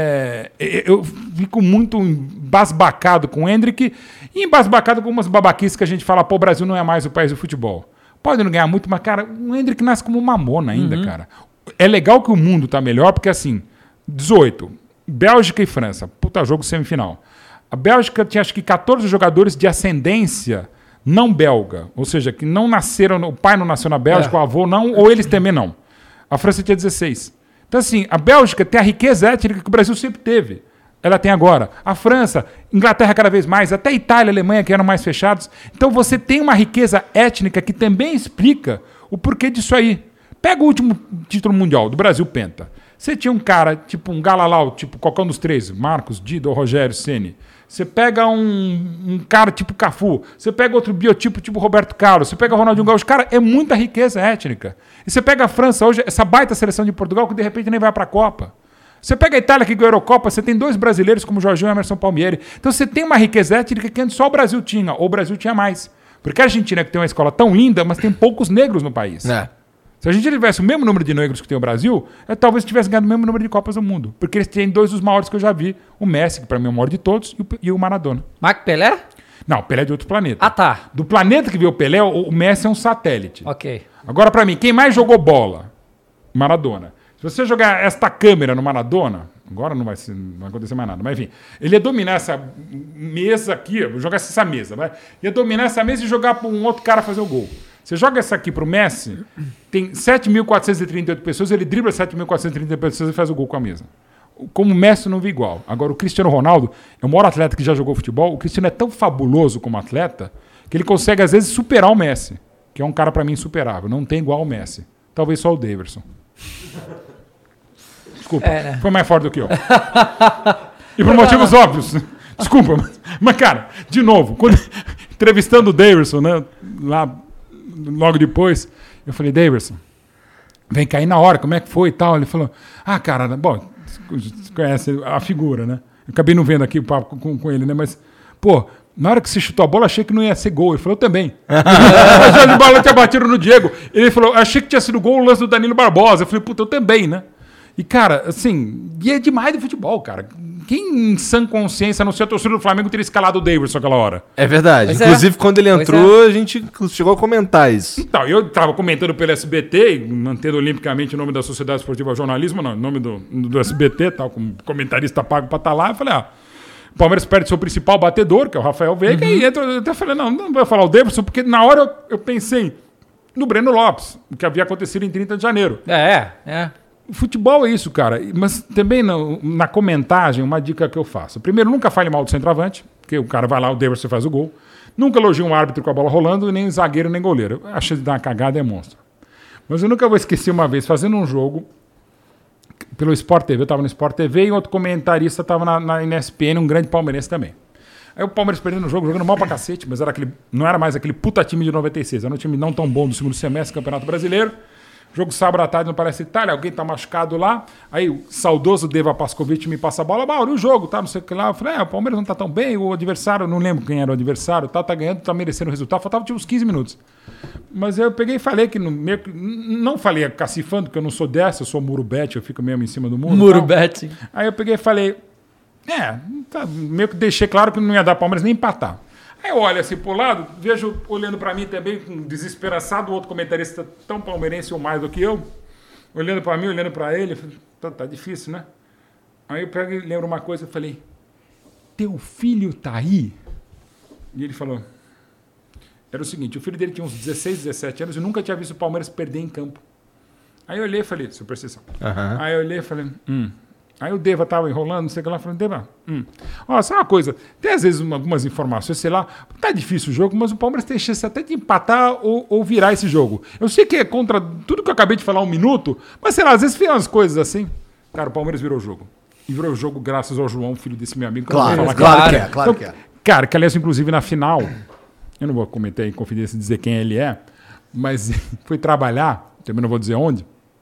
eu fico muito embasbacado com o Endrick e embasbacado com umas babaquices que a gente fala, pô, o Brasil não é mais o país do futebol. Pode não ganhar muito, mas, cara, o Endrick nasce como mamona ainda, cara. É legal que o mundo tá melhor, porque, assim... 18. Bélgica e França. Puta jogo semifinal. A Bélgica tinha acho que 14 jogadores de ascendência não belga. Ou seja, que não nasceram... O pai não nasceu na Bélgica, o avô não, ou eles também não. A França tinha 16. Então assim, a Bélgica tem a riqueza étnica que o Brasil sempre teve. Ela tem agora. A França, Inglaterra cada vez mais, até a Itália e a Alemanha que eram mais fechados. Então você tem uma riqueza étnica que também explica o porquê disso aí. Pega o último título mundial do Brasil Penta. Você tinha um cara, tipo um Galalau, tipo qualquer um dos 3, Marcos, Dido, Rogério, Ceni. Você pega um cara tipo Cafu. Você pega outro biotipo tipo Roberto Carlos. Você pega o Ronaldinho Gaúcho. Cara, é muita riqueza étnica. E você pega a França hoje, essa baita seleção de Portugal que de repente nem vai para a Copa. Você pega a Itália que ganhou a Eurocopa, você tem 2 brasileiros como Jorginho e Emerson Palmieri. Então você tem uma riqueza étnica que antes só o Brasil tinha, ou o Brasil tinha mais. Porque a Argentina que tem uma escola tão linda, mas tem poucos negros no país. Se a gente tivesse o mesmo número de negros que tem o Brasil, talvez tivesse ganhado o mesmo número de Copas do Mundo. Porque eles têm 2 dos maiores que eu já vi. O Messi, que para mim é o maior de todos, e o Maradona. Marco Pelé? Não, o Pelé é de outro planeta. Ah, tá. Do planeta que veio o Pelé, o Messi é um satélite. Ok. Agora, para mim, quem mais jogou bola? Maradona. Se você jogar esta câmera no Maradona, agora não vai acontecer mais nada, mas enfim, ele ia dominar essa mesa aqui, vou jogar essa mesa, vai? Ia dominar essa mesa e jogar para um outro cara fazer o gol. Você joga essa aqui pro Messi, tem 7.438 pessoas, ele dribla 7.438 pessoas e faz o gol com a mesa. Como o Messi não vi igual. Agora, o Cristiano Ronaldo é o maior atleta que já jogou futebol. O Cristiano é tão fabuloso como atleta que ele consegue, às vezes, superar o Messi, que é um cara, para mim, insuperável. Não tem igual ao Messi. Talvez só o Daverson. Desculpa, foi mais forte do que eu. E por motivos óbvios. Desculpa, mas cara, de novo, entrevistando o Daverson, né, lá... Logo depois, Eu falei, Daverson, vem cair na hora, como é que foi e tal? Ele falou, cara, bom, você conhece a figura, né? Eu acabei não vendo aqui o papo com ele, né? Mas, pô, na hora que você chutou a bola, achei que não ia ser gol. Ele falou, eu também. A bola tinha batido no Diego. Ele falou, achei que tinha sido gol o lance do Danilo Barbosa. Eu falei, puta, eu também, né? E, cara, assim, e é demais de futebol, cara. Quem em sã consciência, a não ser a torcida do Flamengo, teria escalado o Daverson aquela hora? É verdade. Pois Inclusive, quando ele entrou, a gente chegou a comentar isso. Então, eu tava comentando pelo SBT, mantendo olimpicamente o nome da Sociedade Esportiva Jornalismo, não, o nome do SBT, tal, como comentarista pago pra estar lá. Eu falei, o Palmeiras perde seu principal batedor, que é o Rafael Veiga, e entra, eu até falei, não vou falar o Daverson, porque na hora eu pensei no Breno Lopes, o que havia acontecido em 30 de janeiro. O futebol é isso, cara. Mas também na comentagem, uma dica que eu faço. Primeiro, nunca fale mal do centroavante, porque o cara vai lá, o Daverson faz o gol. Nunca elogie um árbitro com a bola rolando, nem zagueiro, nem goleiro. A chance de dar uma cagada é monstro. Mas eu nunca vou esquecer uma vez, fazendo um jogo pelo Sport TV, eu estava no Sport TV e outro comentarista estava na ESPN, um grande palmeirense também. Aí o Palmeiras perdendo o jogo, jogando mal pra cacete, mas não era mais aquele puta time de 96, era um time não tão bom do segundo semestre do Campeonato Brasileiro. Jogo sábado à tarde no Palestra Itália, alguém tá machucado lá. Aí o saudoso Deva Pascovitch me passa a bola, Mauro, e o jogo, tá? Não sei o que lá. Eu falei, o Palmeiras não tá tão bem, o adversário, não lembro quem era o adversário, tá ganhando, tá merecendo o resultado. Faltava tipo uns 15 minutos. Mas eu peguei e falei que não falei cacifando, porque eu não sou dessa, eu sou murubete, eu fico mesmo em cima do muro. Murubete. Aí eu peguei e falei, meio que deixei claro que não ia dar Palmeiras nem empatar. Aí eu olho assim pro lado, vejo olhando pra mim também, com desesperançado, o outro comentarista tão palmeirense ou mais do que eu, olhando pra mim, olhando pra ele, falei, tá difícil, né? Aí eu pego e lembro uma coisa, eu falei, teu filho tá aí? E ele falou, era o seguinte, o filho dele tinha uns 16, 17 anos e nunca tinha visto o Palmeiras perder em campo. Aí eu olhei e falei, superstição. Aí eu olhei e falei, Aí o Deva tava enrolando, não sei o que lá, falando, Deva, Ó, sabe uma coisa, tem às vezes algumas informações, sei lá, tá difícil o jogo, mas o Palmeiras tem chance até de empatar ou virar esse jogo. Eu sei que é contra tudo que eu acabei de falar 1 minuto, mas sei lá, às vezes tem umas coisas assim. Cara, o Palmeiras virou o jogo. E virou o jogo graças ao João, filho desse meu amigo. Claro que é. Cara, que aliás, inclusive na final, eu não vou comentar em confidência e dizer quem ele é, mas foi trabalhar, também não vou dizer onde,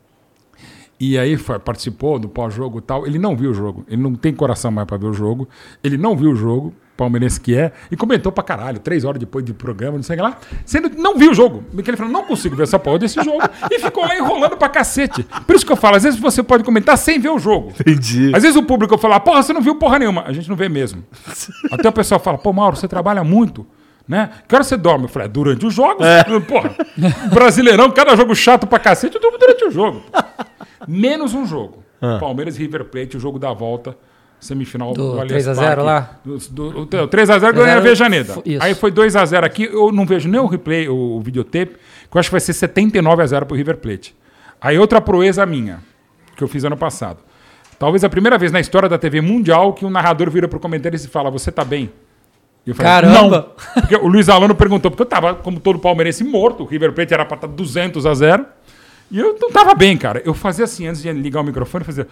e aí participou do pós-jogo e tal. Ele não viu o jogo. Ele não tem coração mais pra ver o jogo. Ele não viu o jogo, palmeirense que é, e comentou pra caralho, 3 horas depois do programa, não sei o que lá. Sendo não viu o jogo. Porque ele falou, não consigo ver essa porra desse jogo. E ficou lá enrolando pra cacete. Por isso que eu falo, às vezes você pode comentar sem ver o jogo. Entendi. Às vezes o público fala, porra, você não viu porra nenhuma. A gente não vê mesmo. Até o pessoal fala, pô, Mauro, você trabalha muito. Né? Que hora você dorme? Eu falei, durante os jogos. Porra, Brasileirão, cada jogo chato pra cacete, eu durmo durante o jogo. Menos um jogo. Palmeiras e River Plate, o jogo da volta, semifinal do 3x0 lá? 3x0 ganhou a Vejaneda. Aí foi 2x0 aqui, eu não vejo nem o replay, o videotape, que eu acho que vai ser 79x0 pro River Plate. Aí outra proeza minha, que eu fiz ano passado. Talvez a primeira vez na história da TV Mundial que um narrador vira pro comentarista e fala, você tá bem? E eu falei, caramba! Não. Porque o Luiz Alano perguntou, porque eu tava, como todo palmeirense, morto, o River Plate era pra estar 200x0. E eu não tava bem, cara. Eu fazia assim, antes de ligar o microfone, fazia...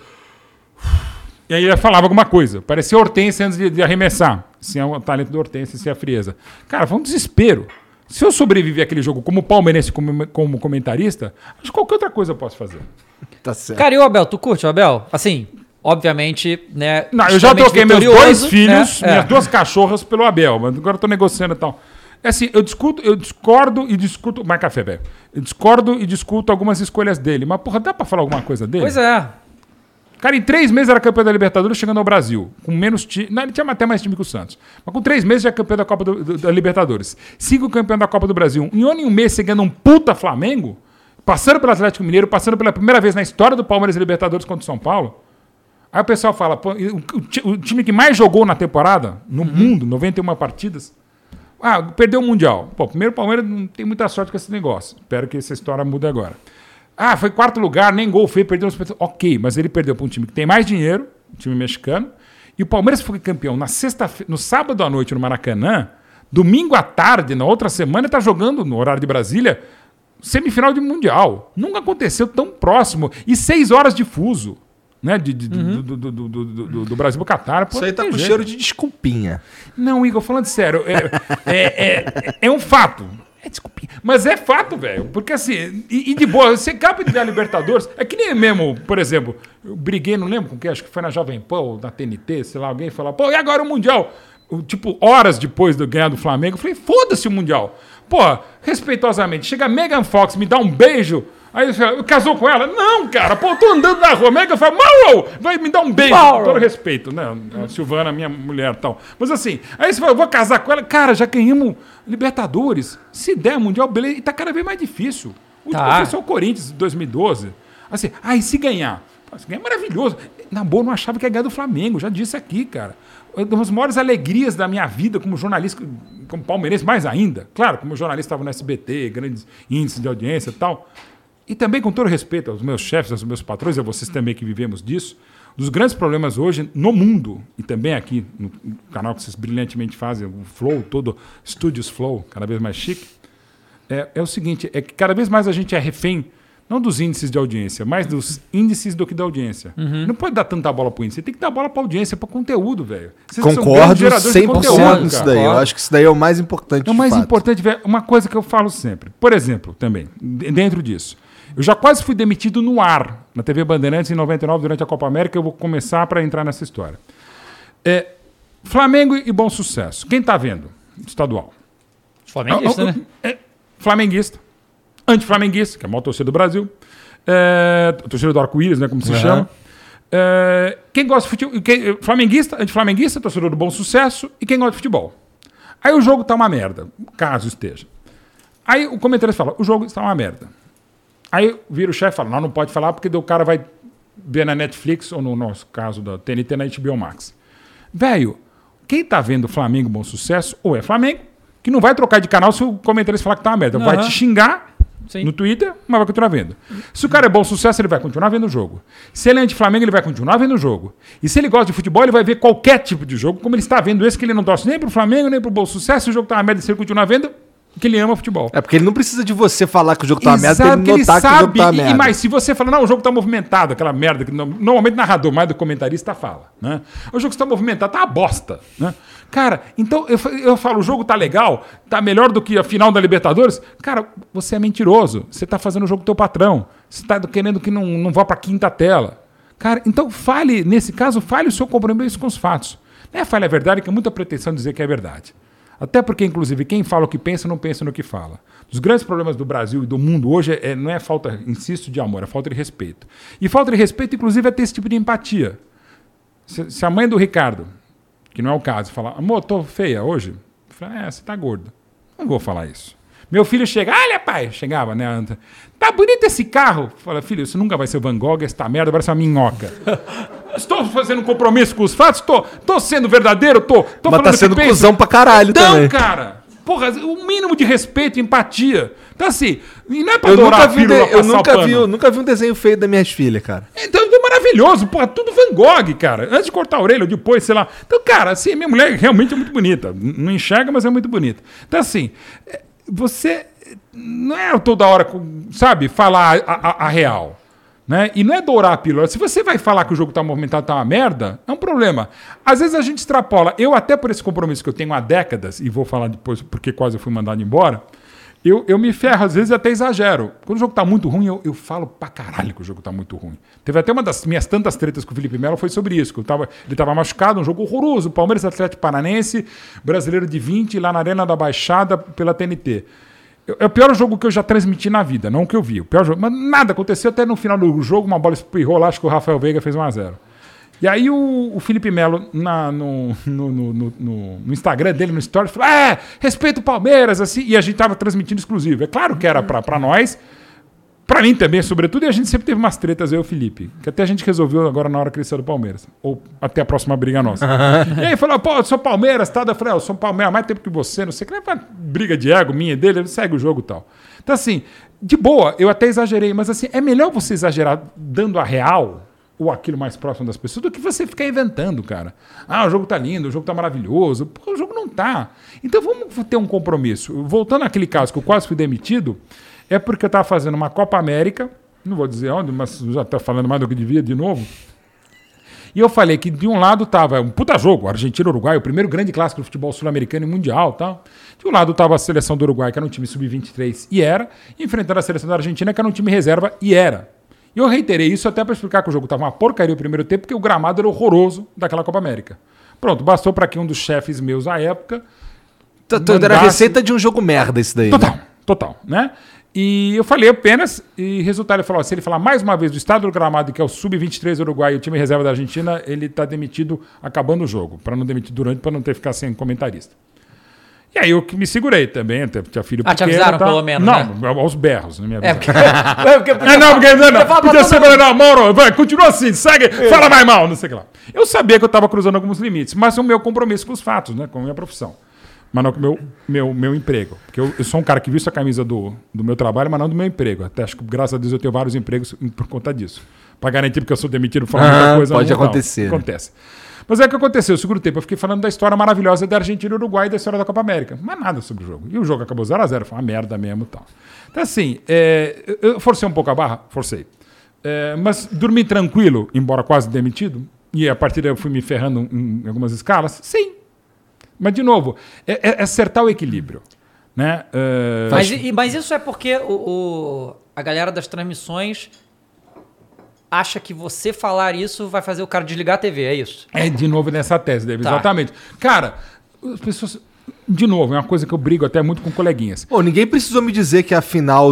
E aí ele falava alguma coisa. Parecia Hortência antes de arremessar. Assim, é o talento do Hortência, assim, a frieza. Cara, foi um desespero. Se eu sobreviver àquele jogo como palmeirense, como comentarista, acho que qualquer outra coisa eu posso fazer. Tá certo. Cara, e o Abel? Tu curte o Abel? Assim, obviamente, né? Não, eu já troquei meus 2 filhos, minhas 2 cachorras pelo Abel, mas agora eu tô negociando e tal. É assim, eu discordo e discuto... Mais café, velho. Eu discordo e discuto algumas escolhas dele. Mas, porra, dá pra falar alguma coisa dele? Pois é. Cara, em 3 meses era campeão da Libertadores chegando ao Brasil. Com menos time... Não, ele tinha até mais time que o Santos. Mas com 3 meses já é campeão da Copa da Libertadores. 5 campeão da Copa do Brasil. Em 1 ano e 1 mês, você ganhando um puta Flamengo, passando pelo Atlético Mineiro, passando pela primeira vez na história do Palmeiras e Libertadores contra o São Paulo. Aí o pessoal fala, pô, o time que mais jogou na temporada, no mundo, 91 partidas... perdeu o Mundial. Pô, primeiro o Palmeiras não tem muita sorte com esse negócio. Espero que essa história mude agora. Foi 4º lugar, nem gol feio, perdeu nos... Ok, mas ele perdeu para um time que tem mais dinheiro, um time mexicano, e o Palmeiras foi campeão no sábado à noite no Maracanã, domingo à tarde, na outra semana, está jogando no horário de Brasília, semifinal de Mundial. Nunca aconteceu tão próximo. E 6 horas de fuso. Né, do Brasil pro Catar. Isso aí tá com cheiro de desculpinha. Não, Igor, falando sério, é um fato. É desculpinha. Mas é fato, velho. Porque assim, e de boa, você acaba de ver a Libertadores. É que nem mesmo, por exemplo, eu briguei, não lembro com quem, acho que foi na Jovem Pan ou na TNT, sei lá, alguém falou, pô, e agora o Mundial? Tipo, horas depois de ganhar do Flamengo, eu falei, foda-se o Mundial. Pô, respeitosamente, chega a Megan Fox, me dá um beijo. Aí você fala, casou com ela? Não, cara, pô, eu tô andando na rua. Megan fala, Mauro, vai me dar um beijo. Com todo respeito, né? A Silvana, minha mulher e tal. Mas assim, aí você fala, eu vou casar com ela. Cara, já ganhamos Libertadores. Se der Mundial, beleza. E tá cada vez mais difícil. O último foi só o Corinthians, em 2012. Assim, aí se ganhar. Se ganhar é maravilhoso. Na boa, eu não achava que ia ganhar do Flamengo. Já disse aqui, cara. Uma das maiores alegrias da minha vida como jornalista, como palmeirense, mais ainda. Claro, como jornalista estava no SBT, grandes índices de audiência e tal. E também, com todo respeito aos meus chefes, aos meus patrões, a vocês também que vivemos disso, dos grandes problemas hoje no mundo, e também aqui no canal que vocês brilhantemente fazem, o Flow, todo Studios Flow, cada vez mais chique, é o seguinte, é que cada vez mais a gente é refém, não dos índices de audiência, mas dos índices do que da audiência. Não pode dar tanta bola pro índice, você tem que dar bola pra audiência, pra conteúdo, velho. Concordo 100% nisso daí. Eu acho que isso daí é o mais importante. É o mais importante, velho. Uma coisa que eu falo sempre. Por exemplo, também, dentro disso. Eu já quase fui demitido no ar, na TV Bandeirantes, em 99, durante a Copa América. Eu vou começar para entrar nessa história. Flamengo e Bom Sucesso. Quem tá vendo? Estadual. Flamenguista, né? Flamenguista. Anti-flamenguista, que é a maior torcida do Brasil. Torcida do arco-íris, né, como se chama. Quem gosta de futebol? Flamenguista, anti-flamenguista, torcedor do Bom Sucesso. E quem gosta de futebol? Aí o jogo tá uma merda, caso esteja. Aí o comentarista fala, o jogo está uma merda. Aí vira o chefe e fala, não pode falar porque o cara vai ver na Netflix, ou no nosso caso da TNT, na HBO Max. Velho, quem tá vendo Flamengo Bom Sucesso, ou é Flamengo, que não vai trocar de canal se o comentarista falar que tá uma merda. Vai te xingar no Twitter, mas vai continuar vendo. Se o cara é Bom Sucesso, ele vai continuar vendo o jogo. Se ele é anti-Flamengo, ele vai continuar vendo o jogo. E se ele gosta de futebol, ele vai ver qualquer tipo de jogo, como ele está vendo esse, que ele não torce nem pro Flamengo, nem pro Bom Sucesso. Se o jogo tá uma merda, se ele continuar vendo, que ele ama futebol. É porque ele não precisa de você falar que o jogo tá uma merda pra ele notar que o jogo tá uma merda. Mas se você falar, não, o jogo tá movimentado, aquela merda que normalmente o narrador mais do comentarista fala, né? O jogo está movimentado, tá uma bosta, né? Cara, então eu falo, o jogo tá legal, tá melhor do que a final da Libertadores. Cara, você é mentiroso. Você tá fazendo o jogo do teu patrão. Você tá querendo que não vá pra quinta tela. Cara, então nesse caso, fale o seu compromisso com os fatos. Não é fale a verdade, que é muita pretensão dizer que é verdade. Até porque, inclusive, quem fala o que pensa, não pensa no que fala. Os grandes problemas do Brasil e do mundo hoje não é falta, insisto, de amor, é falta de respeito. E falta de respeito, inclusive, é ter esse tipo de empatia. Se a mãe do Ricardo, que não é o caso, falar, amor, tô feia hoje, eu falo, você tá gordo. Não vou falar isso. Meu filho chega, olha, pai, chegava, né? Tá bonito esse carro. Fala, filho, isso nunca vai ser Van Gogh, esta merda parece uma minhoca. Estou fazendo um compromisso com os fatos? Tô sendo verdadeiro? Tô mas falando tá sendo cuzão pra caralho também. Não, cara. Porra, o mínimo de respeito e empatia. Então assim, e não é pra adorar a pílula, eu nunca vi um desenho feio das minhas filhas, cara. Então é maravilhoso. Porra, tudo Van Gogh, cara. Antes de cortar a orelha ou depois, sei lá. Então, cara, assim, minha mulher realmente é muito bonita. Não enxerga, mas é muito bonita. Então assim, você não é toda hora, sabe, falar a real. Né? E não é dourar a pílula. Se você vai falar que o jogo está movimentado, está uma merda, é um problema. Às vezes a gente extrapola. Eu, até por esse compromisso que eu tenho há décadas, e vou falar depois porque quase eu fui mandado embora, eu me ferro, às vezes até exagero. Quando o jogo está muito ruim, eu falo pra caralho que o jogo está muito ruim. Teve até uma das minhas tantas tretas com o Felipe Melo foi sobre isso. Ele estava machucado, um jogo horroroso. Palmeiras Atlético Paranaense, brasileiro de 20, lá na Arena da Baixada pela TNT. É o pior jogo que eu já transmiti na vida, não o que eu vi. O pior jogo. Mas nada aconteceu até no final do jogo, uma bola espirrou lá, acho que o Rafael Veiga fez 1-0. E aí o Felipe Melo, no Instagram dele, no Stories, falou: respeita o Palmeiras, assim, e a gente tava transmitindo exclusivo. É claro que era pra nós, pra mim também, sobretudo, e a gente sempre teve umas tretas, eu e o Felipe, que até a gente resolveu agora na hora que ele saiu do Palmeiras. Ou até a próxima briga nossa. E aí falou, pô, eu sou Palmeiras, tá? Eu falei, eu sou Palmeiras há mais tempo que você, não sei o que, é uma briga de ego minha e dele, ele segue o jogo e tal. Então assim, de boa, eu até exagerei, mas assim, é melhor você exagerar dando a real, ou aquilo mais próximo das pessoas, do que você ficar inventando, cara. O jogo tá lindo, o jogo tá maravilhoso. Pô, o jogo não tá. Então vamos ter um compromisso. Voltando àquele caso que eu quase fui demitido, é porque eu estava fazendo uma Copa América, não vou dizer onde, mas já está falando mais do que devia de novo. E eu falei que de um lado tava um puta jogo, Argentina e Uruguai, o primeiro grande clássico do futebol sul-americano e mundial e tal. De um lado tava a seleção do Uruguai, que era um time sub-23 e era, enfrentando a seleção da Argentina, que era um time reserva e era. E eu reiterei isso até para explicar que o jogo tava uma porcaria o primeiro tempo, porque o gramado era horroroso daquela Copa América. Pronto, bastou para que um dos chefes meus à época... Era a receita de um jogo merda isso daí. Total, né? E eu falei apenas, e resultado, ele falou, se ele falar mais uma vez do estado do gramado, que é o sub-23 do Uruguai e o time reserva da Argentina, ele tá demitido acabando o jogo, para não demitir durante, para não ter que ficar sem comentarista. E aí eu me segurei também, até tinha filho pequeno. Te avisaram pelo menos, não, aos berros, não me avisaram. Porque podia ser, não, Mauro, vai, continua assim, segue, fala mais mal, não sei o que lá. Eu sabia que eu estava cruzando alguns limites, mas o meu compromisso com os fatos, né, com a minha profissão. Mas não com o meu emprego. Porque eu sou um cara que visto a camisa do meu trabalho, mas não do meu emprego. Até acho que, graças a Deus, eu tenho vários empregos por conta disso. Para garantir, porque eu sou demitido falando muita coisa. Pode acontecer. Não, acontece. Mas é o que aconteceu. O segundo tempo, eu fiquei falando da história maravilhosa da Argentina e Uruguai e da história da Copa América. Mas nada sobre o jogo. E o jogo acabou 0-0. Foi uma merda mesmo e tal. Então, assim, eu forcei um pouco a barra? Forcei. Mas dormi tranquilo, embora quase demitido. E a partir daí eu fui me ferrando em algumas escalas? Sim. Mas, de novo, é acertar o equilíbrio. Né? Mas isso é porque a galera das transmissões acha que você falar isso vai fazer o cara desligar a TV, é isso? É, de novo, nessa tese, David, exatamente. Cara, as pessoas... De novo, é uma coisa que eu brigo até muito com coleguinhas. Pô, ninguém precisou me dizer que a final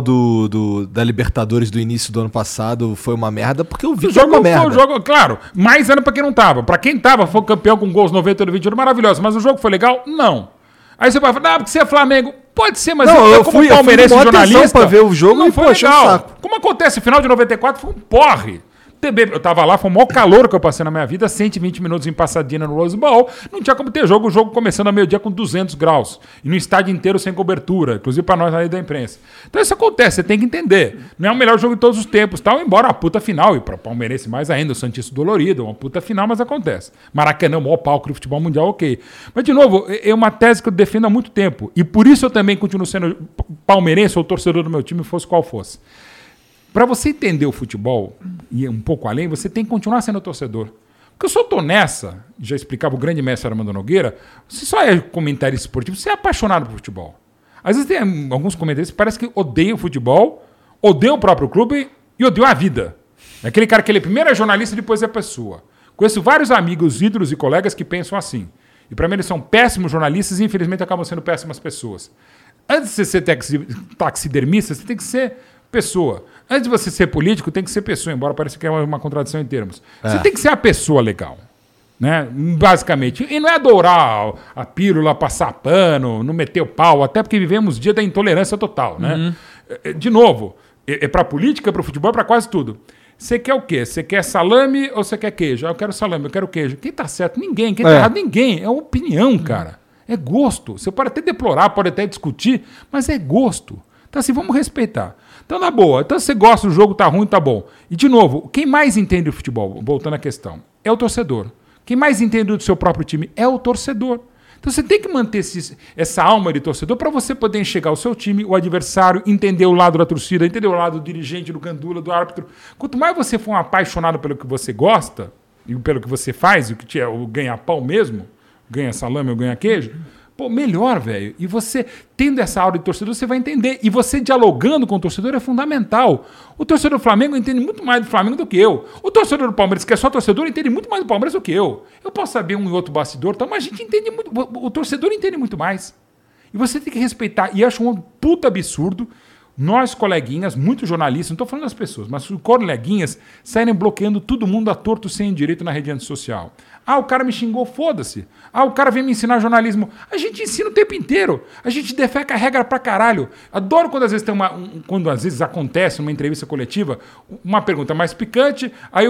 da Libertadores do início do ano passado foi uma merda, porque eu vi que foi uma merda. O jogo, claro, mais ano pra quem não tava. Pra quem tava, foi campeão com gols 90 do 21, maravilhoso. Mas o jogo foi legal? Não. Aí você vai falar, porque você é Flamengo. Pode ser, mas eu como palmeirense jornalista pra ver o jogo não e foi poxa, legal. saco. Como acontece, final de 94 foi um porre. Eu tava lá, foi o maior calor que eu passei na minha vida, 120 minutos em Pasadena no Rose Bowl, não tinha como ter jogo, o jogo começando a meio-dia com 200 graus, e no estádio inteiro sem cobertura, inclusive pra nós aí da imprensa. Então isso acontece, você tem que entender. Não é o melhor jogo de todos os tempos, tal, embora a puta final, e pra palmeirense mais ainda, o Santista dolorido, uma puta final, mas acontece. Maracanã, o maior palco do futebol mundial, ok. Mas, de novo, é uma tese que eu defendo há muito tempo, e por isso eu também continuo sendo palmeirense ou torcedor do meu time, fosse qual fosse. Para você entender o futebol, e um pouco além, você tem que continuar sendo torcedor. Porque eu só tô nessa, já explicava o grande mestre Armando Nogueira, você só é comentarista esportivo, você é apaixonado por futebol. Às vezes tem alguns comentaristas que parece que odeiam o futebol, odeiam o próprio clube e odeiam a vida. É aquele cara que ele primeiro é jornalista e depois é pessoa. Conheço vários amigos, ídolos e colegas que pensam assim. E para mim eles são péssimos jornalistas e infelizmente acabam sendo péssimas pessoas. Antes de você ser taxidermista, você tem que ser pessoa. Antes de você ser político, tem que ser pessoa, embora pareça que é uma contradição em termos. Você tem que ser a pessoa legal, né? Basicamente. E não é adorar a pílula, passar pano, não meter o pau, até porque vivemos dia da intolerância total, né? De novo, é pra política, é pro futebol, é pra quase tudo. Você quer o quê? Você quer salame ou você quer queijo? Eu quero salame, eu quero queijo. Quem tá certo? Ninguém. Quem tá errado? Ninguém. É opinião, cara. É gosto. Você pode até deplorar, pode até discutir, mas é gosto. Então assim, vamos respeitar. Então, na boa. Então, se você gosta do jogo, tá ruim, tá bom. E, de novo, quem mais entende o futebol, voltando à questão, é o torcedor. Quem mais entende do seu próprio time é o torcedor. Então, você tem que manter essa alma de torcedor para você poder enxergar o seu time, o adversário, entender o lado da torcida, entender o lado do dirigente, do gandula, do árbitro. Quanto mais você for um apaixonado pelo que você gosta, e pelo que você faz, e o que é o ganha-pão mesmo, ganha salame ou ganha queijo, pô, melhor, velho. E você, tendo essa aura de torcedor, você vai entender. E você dialogando com o torcedor é fundamental. O torcedor do Flamengo entende muito mais do Flamengo do que eu. O torcedor do Palmeiras, que é só torcedor, entende muito mais do Palmeiras do que eu. Eu posso saber um e outro bastidor, mas a gente entende muito. O torcedor entende muito mais. E você tem que respeitar. E acho um puta absurdo nós, coleguinhas, muitos jornalistas, não estou falando das pessoas, mas os coleguinhas saírem bloqueando todo mundo a torto sem direito na rede social. Ah, o cara me xingou, foda-se. Ah, o cara vem me ensinar jornalismo. A gente ensina o tempo inteiro. A gente defeca a regra pra caralho. Adoro quando às vezes tem quando às vezes acontece numa entrevista coletiva, uma pergunta mais picante, aí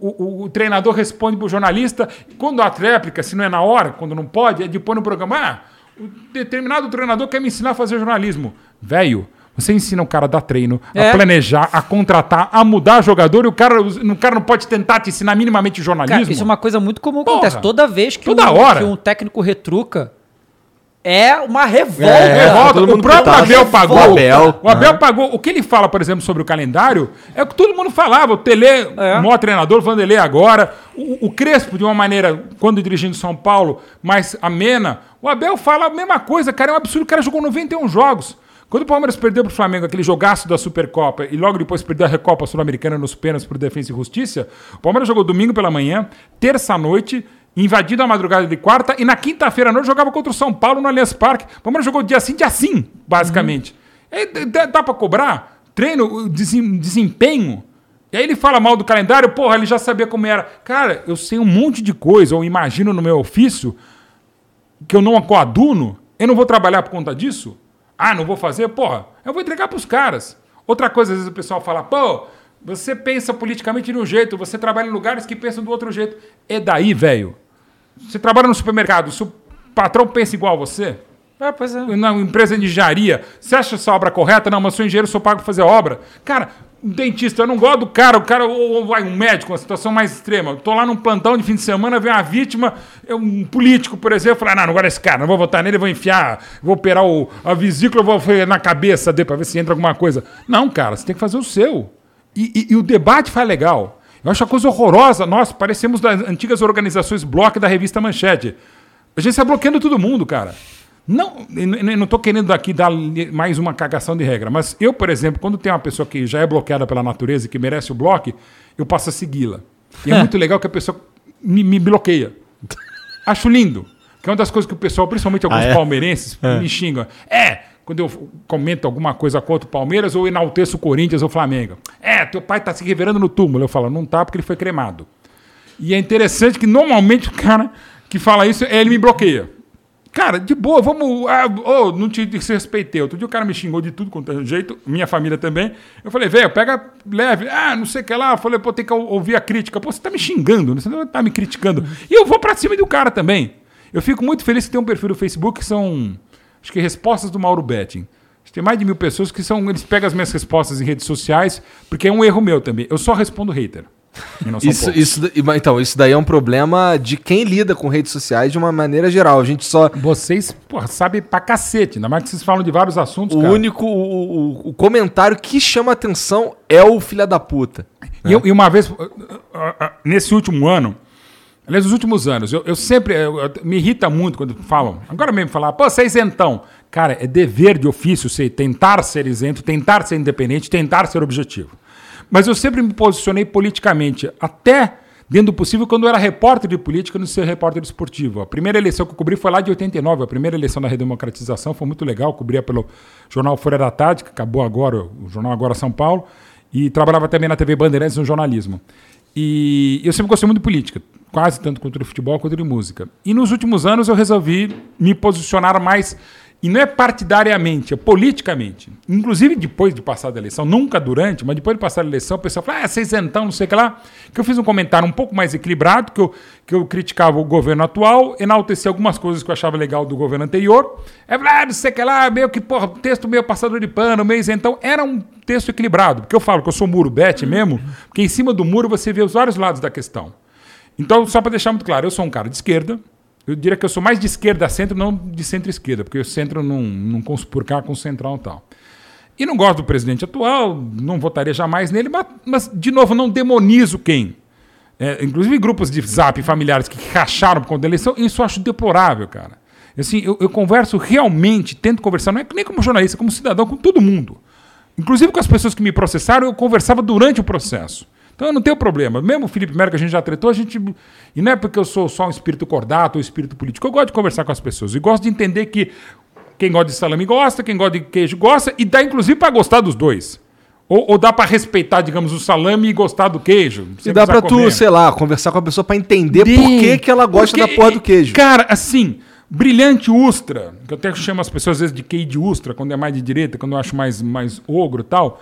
o treinador responde pro jornalista, quando há réplica, se não é na hora, quando não pode, é depois no programa, o determinado treinador quer me ensinar a fazer jornalismo. Velho, você ensina o cara a dar treino, a planejar, a contratar, a mudar jogador e o cara não pode tentar te ensinar minimamente jornalismo. Cara, isso é uma coisa muito comum, acontece toda vez que um técnico retruca, é uma revolta. Revolta. todo O mundo próprio putaço. Abel pagou. O Abel. O Abel pagou. O que ele fala, por exemplo, sobre o calendário é o que todo mundo falava. O Tele, o maior treinador, o Vanderlei agora. O Crespo, de uma maneira, quando dirigindo São Paulo, mais amena. O Abel fala a mesma coisa, cara. É um absurdo. O cara jogou 91 jogos. Quando o Palmeiras perdeu pro Flamengo aquele jogaço da Supercopa e logo depois perdeu a Recopa Sul-Americana nos pênaltis por Defensa e Justiça, o Palmeiras jogou domingo pela manhã, terça-noite, invadindo a madrugada de quarta, e na quinta-feira à noite jogava contra o São Paulo no Allianz Parque. O Palmeiras jogou dia sim, basicamente. Dá pra cobrar? Treino, desempenho. E aí ele fala mal do calendário, porra, ele já sabia como era. Cara, eu sei um monte de coisa, ou imagino no meu ofício, que eu não coaduno, eu não vou trabalhar por conta disso? Ah, não vou fazer? Porra, eu vou entregar pros caras. Outra coisa, às vezes o pessoal fala, pô, você pensa politicamente de um jeito, você trabalha em lugares que pensam do outro jeito. É daí, velho. Você trabalha no supermercado, se o patrão pensa igual a você, Pois é. na empresa de engenharia, você acha essa obra correta? Não, mas eu sou engenheiro, sou pago pra fazer obra. Cara, um dentista, eu não gosto do cara, ou vai um médico, uma situação mais extrema. Eu tô lá num plantão de fim de semana, vem uma vítima, um político, por exemplo, fala, não gosto desse cara, não vou votar nele, vou enfiar, vou operar a vesícula, vou na cabeça dele pra ver se entra alguma coisa. Não, cara, você tem que fazer o seu. E o debate faz legal. Eu acho a coisa horrorosa. Nós parecemos das antigas organizações Bloco da revista Manchete. A gente está bloqueando todo mundo, cara. Não estou querendo aqui dar mais uma cagação de regra, mas eu, por exemplo, quando tem uma pessoa que já é bloqueada pela natureza e que merece o bloco, eu passo a segui-la. E é muito legal que a pessoa me bloqueia. Acho lindo. Que é uma das coisas que o pessoal, principalmente alguns palmeirenses, me xingam. Quando eu comento alguma coisa contra o Palmeiras, ou enalteço o Corinthians ou o Flamengo. Teu pai tá se reverando no túmulo. Eu falo, não tá, porque ele foi cremado. E é interessante que normalmente o cara que fala isso, ele me bloqueia. Cara, de boa, vamos... não te desrespeitei. Outro dia o cara me xingou de tudo quanto é jeito, minha família também. Eu falei, velho, pega leve. Não sei o que lá. Eu falei, pô, tem que ouvir a crítica. Pô, você tá me xingando, você não tá me criticando. E eu vou pra cima do cara também. Eu fico muito feliz que tem um perfil no Facebook que são... Acho que respostas do Mauro Betting. Tem mais de 1.000 pessoas que são... Eles pegam as minhas respostas em redes sociais, porque é um erro meu também. Eu só respondo hater. Isso daí é um problema de quem lida com redes sociais de uma maneira geral. A gente só... Vocês, porra, sabem pra cacete. Ainda mais que vocês falam de vários assuntos, cara. O comentário que chama atenção é o filho da puta. Né? E uma vez, nesse último ano... Aliás, nos últimos anos, eu sempre... me irrita muito quando falam... Agora mesmo falar, pô, você é isentão. Cara, é dever de ofício você tentar ser isento, tentar ser independente, tentar ser objetivo. Mas eu sempre me posicionei politicamente, até dentro do possível, quando eu era repórter de política, não ser repórter esportivo. A primeira eleição que eu cobri foi lá de 89, a primeira eleição da redemocratização, foi muito legal, eu cobria pelo jornal Folha da Tarde, que acabou agora, o jornal Agora São Paulo, e trabalhava também na TV Bandeirantes no jornalismo. E eu sempre gostei muito de política, quase tanto quanto de futebol quanto de música. E nos últimos anos eu resolvi me posicionar mais, e não é partidariamente, é politicamente. Inclusive depois de passar da eleição, nunca durante, mas depois de passar da eleição, o pessoal fala, você é isentão, não sei o que lá. Que eu fiz um comentário um pouco mais equilibrado, que eu criticava o governo atual, enalteci algumas coisas que eu achava legal do governo anterior. É verdade, não sei o que lá, meio que, porra, texto meio passador de pano, meio isentão. Era um texto equilibrado, porque eu falo que eu sou muro bet mesmo, porque em cima do muro você vê os vários lados da questão. Então, só para deixar muito claro, eu sou um cara de esquerda. Eu diria que eu sou mais de esquerda a centro, não de centro-esquerda, porque o centro não conspurcar com o central e tal. E não gosto do presidente atual, não votaria jamais nele, mas de novo, não demonizo quem. Inclusive grupos de zap familiares que racharam por conta da eleição, isso eu acho deplorável, cara. Assim, eu converso realmente, tento conversar, não é nem como jornalista, como cidadão, com todo mundo. Inclusive com as pessoas que me processaram, eu conversava durante o processo. Então eu não tenho problema. Mesmo o Felipe Melo, que a gente já tretou, e não é porque eu sou só um espírito cordato ou espírito político. Eu gosto de conversar com as pessoas. E gosto de entender que quem gosta de salame gosta, quem gosta de queijo gosta, e dá inclusive para gostar dos dois. Ou dá para respeitar, digamos, o salame e gostar do queijo. E dá para tu, sei lá, conversar com a pessoa para entender por que ela gosta da porra do queijo. Cara, assim, brilhante ustra, que eu até chamo as pessoas às vezes de queijo de ustra, quando é mais de direita, quando eu acho mais ogro e tal...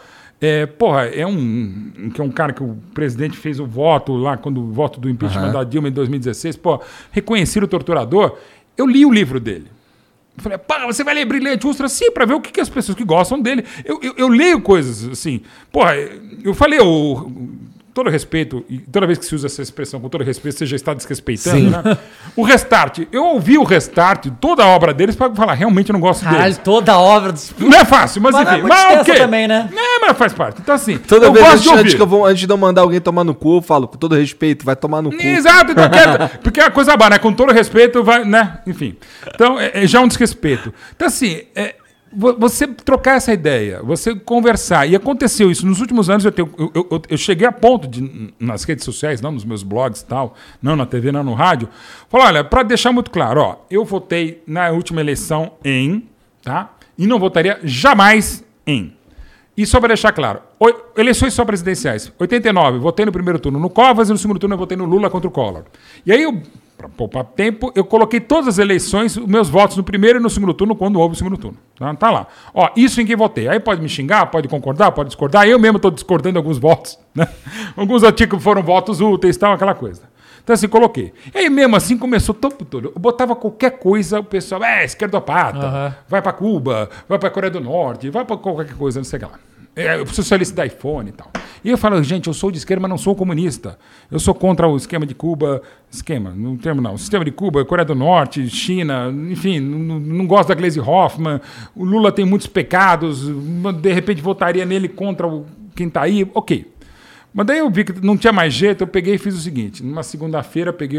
é um cara que o presidente fez o voto lá, quando o voto do impeachment da Dilma em 2016, reconhecer o torturador. Eu li o livro dele. Eu falei, você vai ler Brilhante Ustra? Sim, para ver o que as pessoas que gostam dele. Eu leio coisas assim. Eu falei, todo respeito, e toda vez que se usa essa expressão, com todo respeito, você já está desrespeitando, né? O Restart, eu ouvi o Restart, toda a obra deles, para falar, realmente eu não gosto Caralho, deles. toda a obra dos... Não é fácil, mas Mas não é enfim. muito Mas extensa ok. também, né? Mas faz parte. Então assim, Toda eu vez gosto de antes, ouvir. antes de eu mandar alguém tomar no cu, eu falo, com todo respeito, vai tomar no cu. Exato, então, porque é a coisa boa, né? Com todo respeito, vai, né? Enfim. Então, é já um desrespeito. Então, assim, você trocar essa ideia, você conversar, e aconteceu isso. Nos últimos anos, eu cheguei a ponto de, nas redes sociais, não nos meus blogs e tal, não na TV, não no rádio, falar, olha, para deixar muito claro, ó, eu votei na última eleição em, tá? E não votaria jamais em. E só para deixar claro, eleições só presidenciais. 89, votei no primeiro turno no Covas e no segundo turno eu votei no Lula contra o Collor. E aí, para poupar tempo, eu coloquei todas as eleições, os meus votos no primeiro e no segundo turno, quando houve o segundo turno. Tá lá. Ó, isso em quem votei. Aí pode me xingar, pode concordar, pode discordar. Eu mesmo estou discordando de alguns votos. Né? Alguns artigos foram votos úteis e tal, aquela coisa. Então assim, coloquei. E aí mesmo assim começou o tempo todo. Eu botava qualquer coisa, o pessoal, esquerdopata, vai para Cuba, vai para Coreia do Norte, vai para qualquer coisa, não sei o que lá. Socialista da iPhone e tal. E eu falo, gente, eu sou de esquerda, mas não sou comunista. Eu sou contra o esquema de Cuba. O sistema de Cuba, Coreia do Norte, China, enfim, não gosto da Gleisi Hoffmann. O Lula tem muitos pecados, de repente votaria nele contra quem está aí. Ok. Mas daí eu vi que não tinha mais jeito, eu peguei e fiz o seguinte. Numa segunda-feira, peguei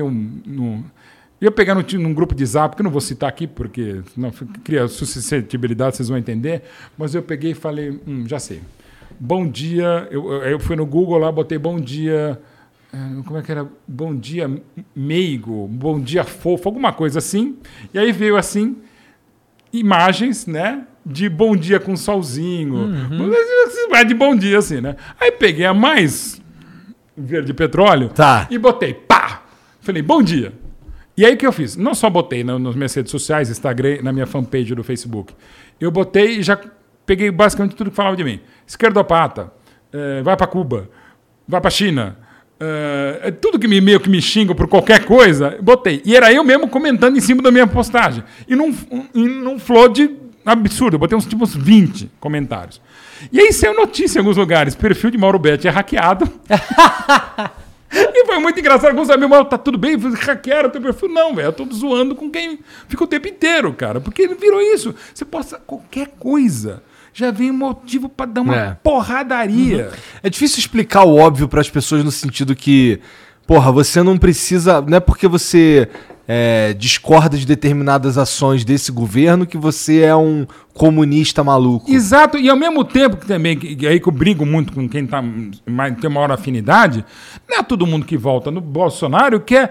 ia pegar num grupo de zap, que eu não vou citar aqui, porque não cria suscetibilidade, vocês vão entender. Mas eu peguei e falei, já sei. Bom dia, eu fui no Google lá, botei bom dia, como é que era? Bom dia meigo, bom dia fofo, alguma coisa assim. E aí veio assim, imagens, né? De bom dia com solzinho. De bom dia, assim, né? Aí peguei a mais verde petróleo e botei, pá! Falei, bom dia. E aí o que eu fiz? Não só botei nas minhas redes sociais, Instagram, na minha fanpage do Facebook. Eu botei e já peguei basicamente tudo que falava de mim. Esquerdopata, vai para Cuba, vai para China, tudo que meio que me xinga por qualquer coisa, botei. E era eu mesmo comentando em cima da minha postagem. E num flow de absurdo. Eu botei uns 20 comentários. E aí saiu notícia em alguns lugares. Perfil de Mauro Betti é hackeado. E foi muito engraçado. Alguns amigos, tá tudo bem? Hackearam o teu perfil. Não, velho. Eu tô zoando com quem fica o tempo inteiro, cara. Porque ele virou isso. Você posta qualquer coisa. Já vem um motivo pra dar uma porradaria. É difícil explicar o óbvio pras pessoas no sentido que, porra, você não precisa... Não é porque você discorda de determinadas ações desse governo que você é um comunista maluco. Exato, e ao mesmo tempo que também, aí que eu brigo muito com quem tem maior afinidade, não é todo mundo que volta no Bolsonaro que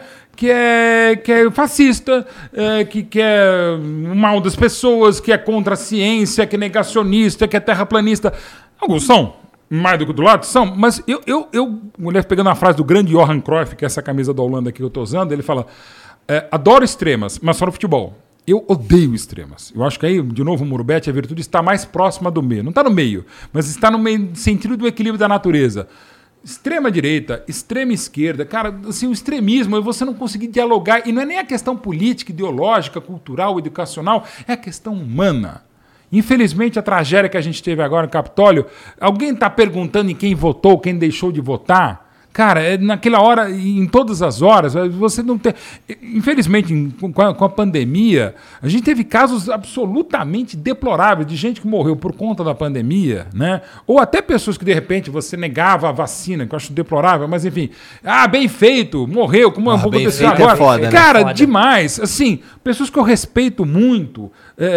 é fascista, que quer o mal das pessoas, que é contra a ciência, que é negacionista, que é terraplanista. Alguns são, mais do que do lado, são, mas mulher pegando a frase do grande Johan Cruyff, que é essa camisa da Holanda que eu estou usando, ele fala... adoro extremas, mas só no futebol. Eu odeio extremas. Eu acho que aí, de novo, o Mauro Betti, a virtude está mais próxima do meio. Não está no meio, mas está no meio, no sentido do equilíbrio da natureza. Extrema direita, extrema esquerda, cara, assim, o extremismo é você não conseguir dialogar, e não é nem a questão política, ideológica, cultural, educacional, é a questão humana. Infelizmente, a tragédia que a gente teve agora no Capitólio, alguém está perguntando em quem votou, quem deixou de votar? Cara, naquela hora, em todas as horas, você não tem... Infelizmente, com a pandemia, a gente teve casos absolutamente deploráveis de gente que morreu por conta da pandemia, né? Ou até pessoas que, de repente, você negava a vacina, que eu acho deplorável, mas enfim... bem feito, morreu, como aconteceu agora. Foda, cara, né? demais. Assim, pessoas que eu respeito muito,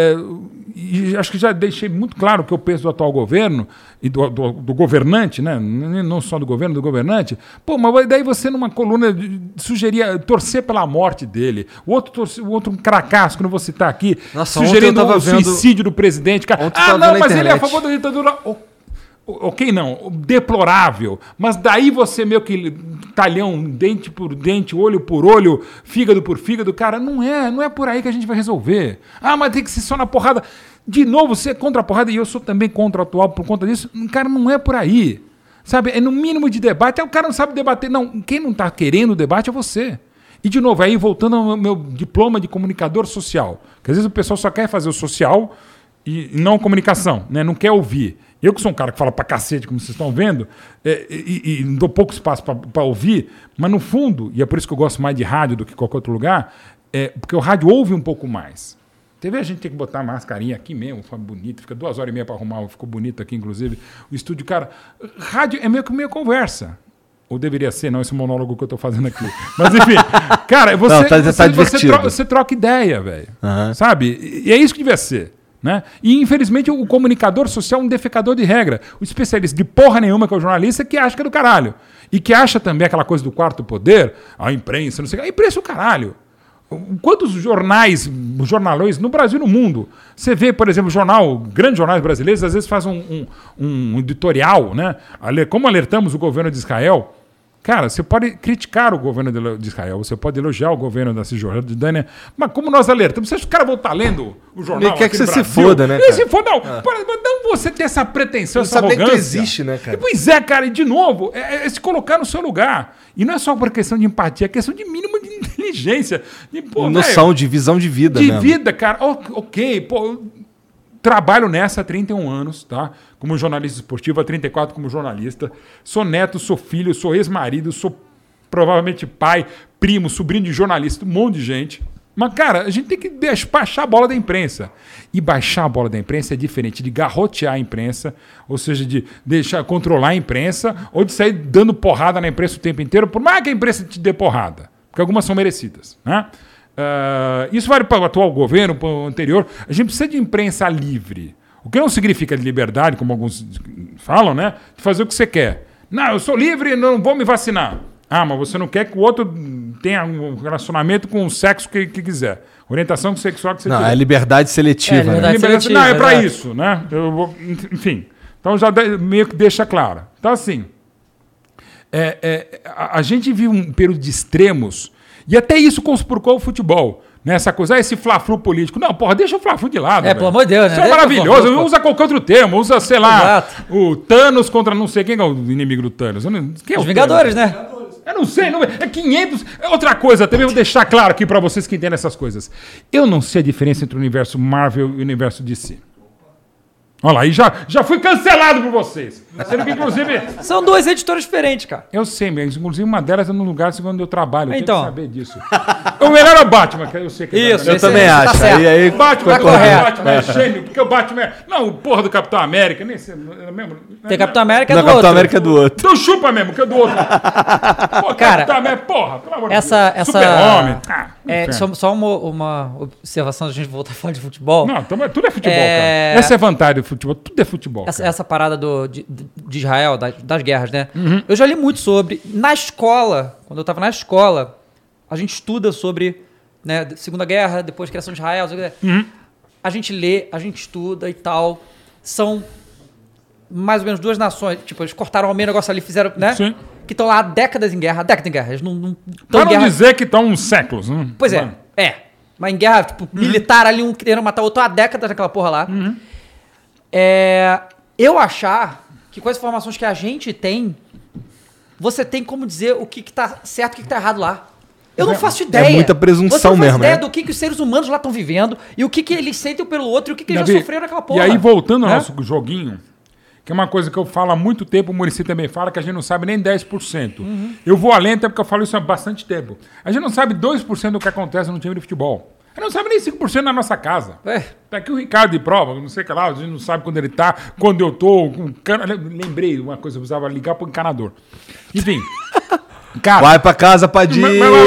e acho que já deixei muito claro o que eu penso do atual governo, e do governante, né? Não só do governo, do governante. Pô, mas daí você numa coluna sugeria torcer pela morte dele. O outro um cracaço, que não vou citar aqui, sugerindo o suicídio do presidente. Cara. Não, mas ele é a favor da ditadura. Ok, não, deplorável. Mas daí você meio que talhão, dente por dente, olho por olho, fígado por fígado. Cara, não é por aí que a gente vai resolver. Mas tem que ser só na porrada. De novo, você é contra a porrada e eu sou também contra o atual por conta disso. Cara, não é por aí. Sabe, é no mínimo de debate. O cara não sabe debater. Não, quem não está querendo o debate é você. E, de novo, aí voltando ao meu diploma de comunicador social, que às vezes o pessoal só quer fazer o social e não comunicação, né? Não quer ouvir. Eu que sou um cara que fala pra cacete, como vocês estão vendo, e dou pouco espaço pra ouvir, mas no fundo, e é por isso que eu gosto mais de rádio do que qualquer outro lugar, porque o rádio ouve um pouco mais. TV a gente tem que botar a mascarinha aqui mesmo, fica bonito, fica 2h30 pra arrumar, ficou bonito aqui, inclusive, o estúdio, cara. Rádio é meio que meio conversa. Ou deveria ser, não, esse monólogo que eu tô fazendo aqui. Mas enfim, cara, você troca ideia, velho. Uhum. Sabe? E é isso que devia ser. Né? E, infelizmente, o comunicador social é um defecador de regra. O especialista de porra nenhuma, que é o jornalista, que acha que é do caralho. E que acha também aquela coisa do quarto poder, a imprensa, não sei o que. A imprensa é o caralho. Quantos jornalões no Brasil e no mundo? Você vê, por exemplo, grandes jornais brasileiros, às vezes fazem um editorial, né? Como alertamos o governo de Israel. Cara, você pode criticar o governo de Israel, você pode elogiar o governo da Cisjordânia, mas como nós alertamos, você acha que os caras vão estar lendo o jornal? Ele quer que você se foda, né? Se foda, não. Não você ter essa pretensão, essa arrogância. Que existe, né, cara? Pois é, cara, e de novo, é se colocar no seu lugar. E não é só por questão de empatia, é questão de mínimo de inteligência. Noção, de visão de vida, né? De vida, cara. Ok, pô. Trabalho nessa há 31 anos, tá? Como jornalista esportivo, há 34 como jornalista. Sou neto, sou filho, sou ex-marido, sou provavelmente pai, primo, sobrinho de jornalista, um monte de gente. Mas, cara, a gente tem que baixar a bola da imprensa. E baixar a bola da imprensa é diferente de garrotear a imprensa, ou seja, de controlar a imprensa, ou de sair dando porrada na imprensa o tempo inteiro, por mais que a imprensa te dê porrada. Porque algumas são merecidas, né? Isso vale para o atual governo, para o anterior. A gente precisa de imprensa livre. O que não significa de liberdade, como alguns falam, né? De fazer o que você quer. Não, eu sou livre e não vou me vacinar. Ah, mas você não quer que o outro tenha um relacionamento com o sexo que quiser. Orientação sexual que você quiser. Não, é liberdade seletiva. Não, é para isso, né? Enfim. Então já meio que deixa claro. Então, assim, a gente vive um período de extremos. E até isso conspurcou o futebol. Né? Essa coisa, esse fla-flu político. Não, porra, deixa o fla-flu de lado. Pelo amor de Deus, né? Isso é maravilhoso. Usa qualquer outro termo. Usa, sei lá, o Thanos contra não sei quem é o inimigo do Thanos. Quem é Os Vingadores, né? Eu não sei. É 500... Outra coisa, também vou deixar claro aqui pra vocês que entendem essas coisas. Eu não sei a diferença entre o universo Marvel e o universo DC. Olha lá, e já fui cancelado por vocês. Sendo que, inclusive... São duas editoras diferentes, cara. Eu sei, mas inclusive uma delas é no lugar onde eu trabalho. Eu então. tenho que saber disso. O melhor é o Batman, que eu sei que isso, eu também acho. Tá aí, Batman é gênio, porque o Batman é... Não, o porra do Capitão América, nem sei, é mesmo. Tem Capitão América do outro. Capitão América é do outro. Então chupa mesmo, que é do outro. Pô, cara, Capitão América, porra, pelo amor de Deus. Super-Homem. Só uma observação da gente voltar a falar de futebol. Não, tudo é futebol, cara. Essa é a vantagem do futebol, tudo é futebol. Essa parada de Israel, das guerras, né? Uhum. Eu já li muito sobre. Na escola, quando eu tava na escola, a gente estuda sobre, né, Segunda Guerra, depois criação de Israel. Uhum. A gente lê, a gente estuda e tal. São mais ou menos duas nações. Tipo, eles cortaram ao meio negócio ali, fizeram, né? Sim. Que estão lá há décadas em guerra. Eles não para não dizer que estão uns séculos. Né? Pois é. Mas em guerra, tipo, militar ali, um querendo matar o outro há décadas naquela porra lá. Uhum. Eu achar que com as informações que a gente tem, você tem como dizer o que tá certo e o que tá errado lá. Eu não faço ideia. É muita presunção mesmo, ideia do que os seres humanos lá estão vivendo e o que eles sentem pelo outro e o que eles já sofreram naquela porra. E aí, voltando ao nosso joguinho, que é uma coisa que eu falo há muito tempo, o Muricy também fala, que a gente não sabe nem 10%. Uhum. Eu vou além, até porque eu falo isso há bastante tempo. A gente não sabe 2% do que acontece no time de futebol. A gente não sabe nem 5% na nossa casa. Tá aqui o Ricardo de prova, não sei o que lá, a gente não sabe quando ele tá, quando eu tô. Lembrei uma coisa, eu precisava ligar pro encanador. Enfim. Cara, vai pra casa, Padilha.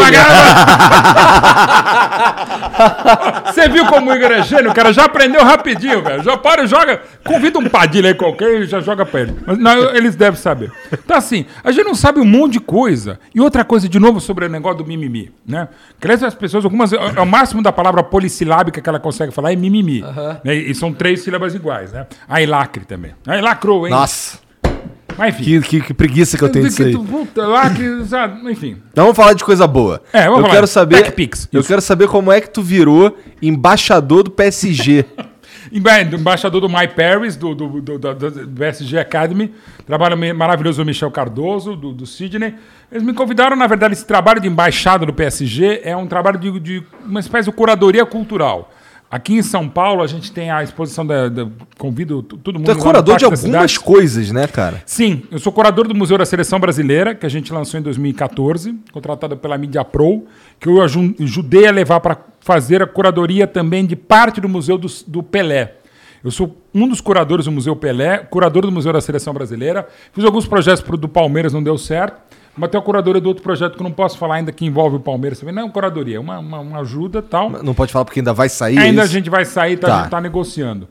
Você viu como o Igor é gênio? O cara já aprendeu rapidinho, velho. Já para e joga. Convida um Padilha aí qualquer e já joga pra ele. Mas não, eles devem saber. Então, assim, a gente não sabe um monte de coisa. E outra coisa, de novo, sobre o negócio do mimimi, né? Que as pessoas, algumas, é o máximo da palavra polissilábica que ela consegue falar é mimimi. Uhum. Né? E são 3 sílabas iguais, né? Aí lacre também. Aí lacrou, hein? Nossa. Mas, enfim. Que preguiça que eu tenho disso aí. Enfim. Então vamos falar de coisa boa. Vamos quero saber. Eu quero saber como é que tu virou embaixador do PSG. Embaixador do My Paris, do PSG Academy. Trabalho maravilhoso do Michel Cardoso, do Sidney. Eles me convidaram, na verdade, esse trabalho de embaixada do PSG é um trabalho de uma espécie de curadoria cultural. Aqui em São Paulo, a gente tem a exposição convido todo mundo... Tu é curador de algumas coisas, né, cara? Sim, eu sou curador do Museu da Seleção Brasileira, que a gente lançou em 2014, contratado pela Mídia Pro, que eu ajudei a levar para fazer a curadoria também de parte do Museu do Pelé. Eu sou um dos curadores do Museu Pelé, curador do Museu da Seleção Brasileira. Fiz alguns projetos do Palmeiras, não deu certo. Mas tem a curadoria do outro projeto que eu não posso falar ainda, que envolve o Palmeiras também. Não é uma curadoria, é uma ajuda e tal. Não pode falar porque ainda vai sair. Ainda a gente vai sair, a gente tá negociando.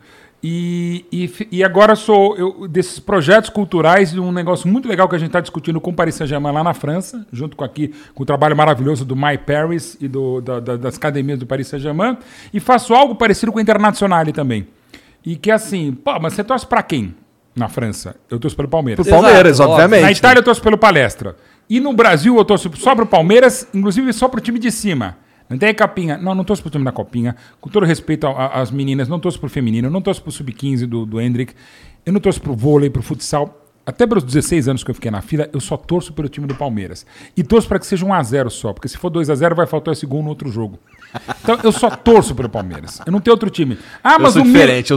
E agora desses projetos culturais, de um negócio muito legal que a gente está discutindo com o Paris Saint-Germain lá na França, junto com o trabalho maravilhoso do My Paris e das academias do Paris Saint-Germain. E faço algo parecido com o Internacional também. E que é assim, pô, mas você torce pra quem na França? Eu torço pelo Palmeiras. Pro Palmeiras, Exato, obviamente. Na Itália eu torço pelo Palestra. E no Brasil eu torço só pro Palmeiras, inclusive só pro time de cima. Não tem Capinha. Não torço pro time da Copinha. Com todo respeito às meninas, não torço pro feminino, não torço pro Sub-15 do Hendrick. Eu não torço pro vôlei, pro futsal. Até pelos 16 anos que eu fiquei na fila, eu só torço pelo time do Palmeiras. E torço para que seja 1-0 só, porque se for 2-0 vai faltar esse gol no outro jogo. Então eu só torço pelo Palmeiras. Eu não tenho outro time. Ah, mas eu sou diferente.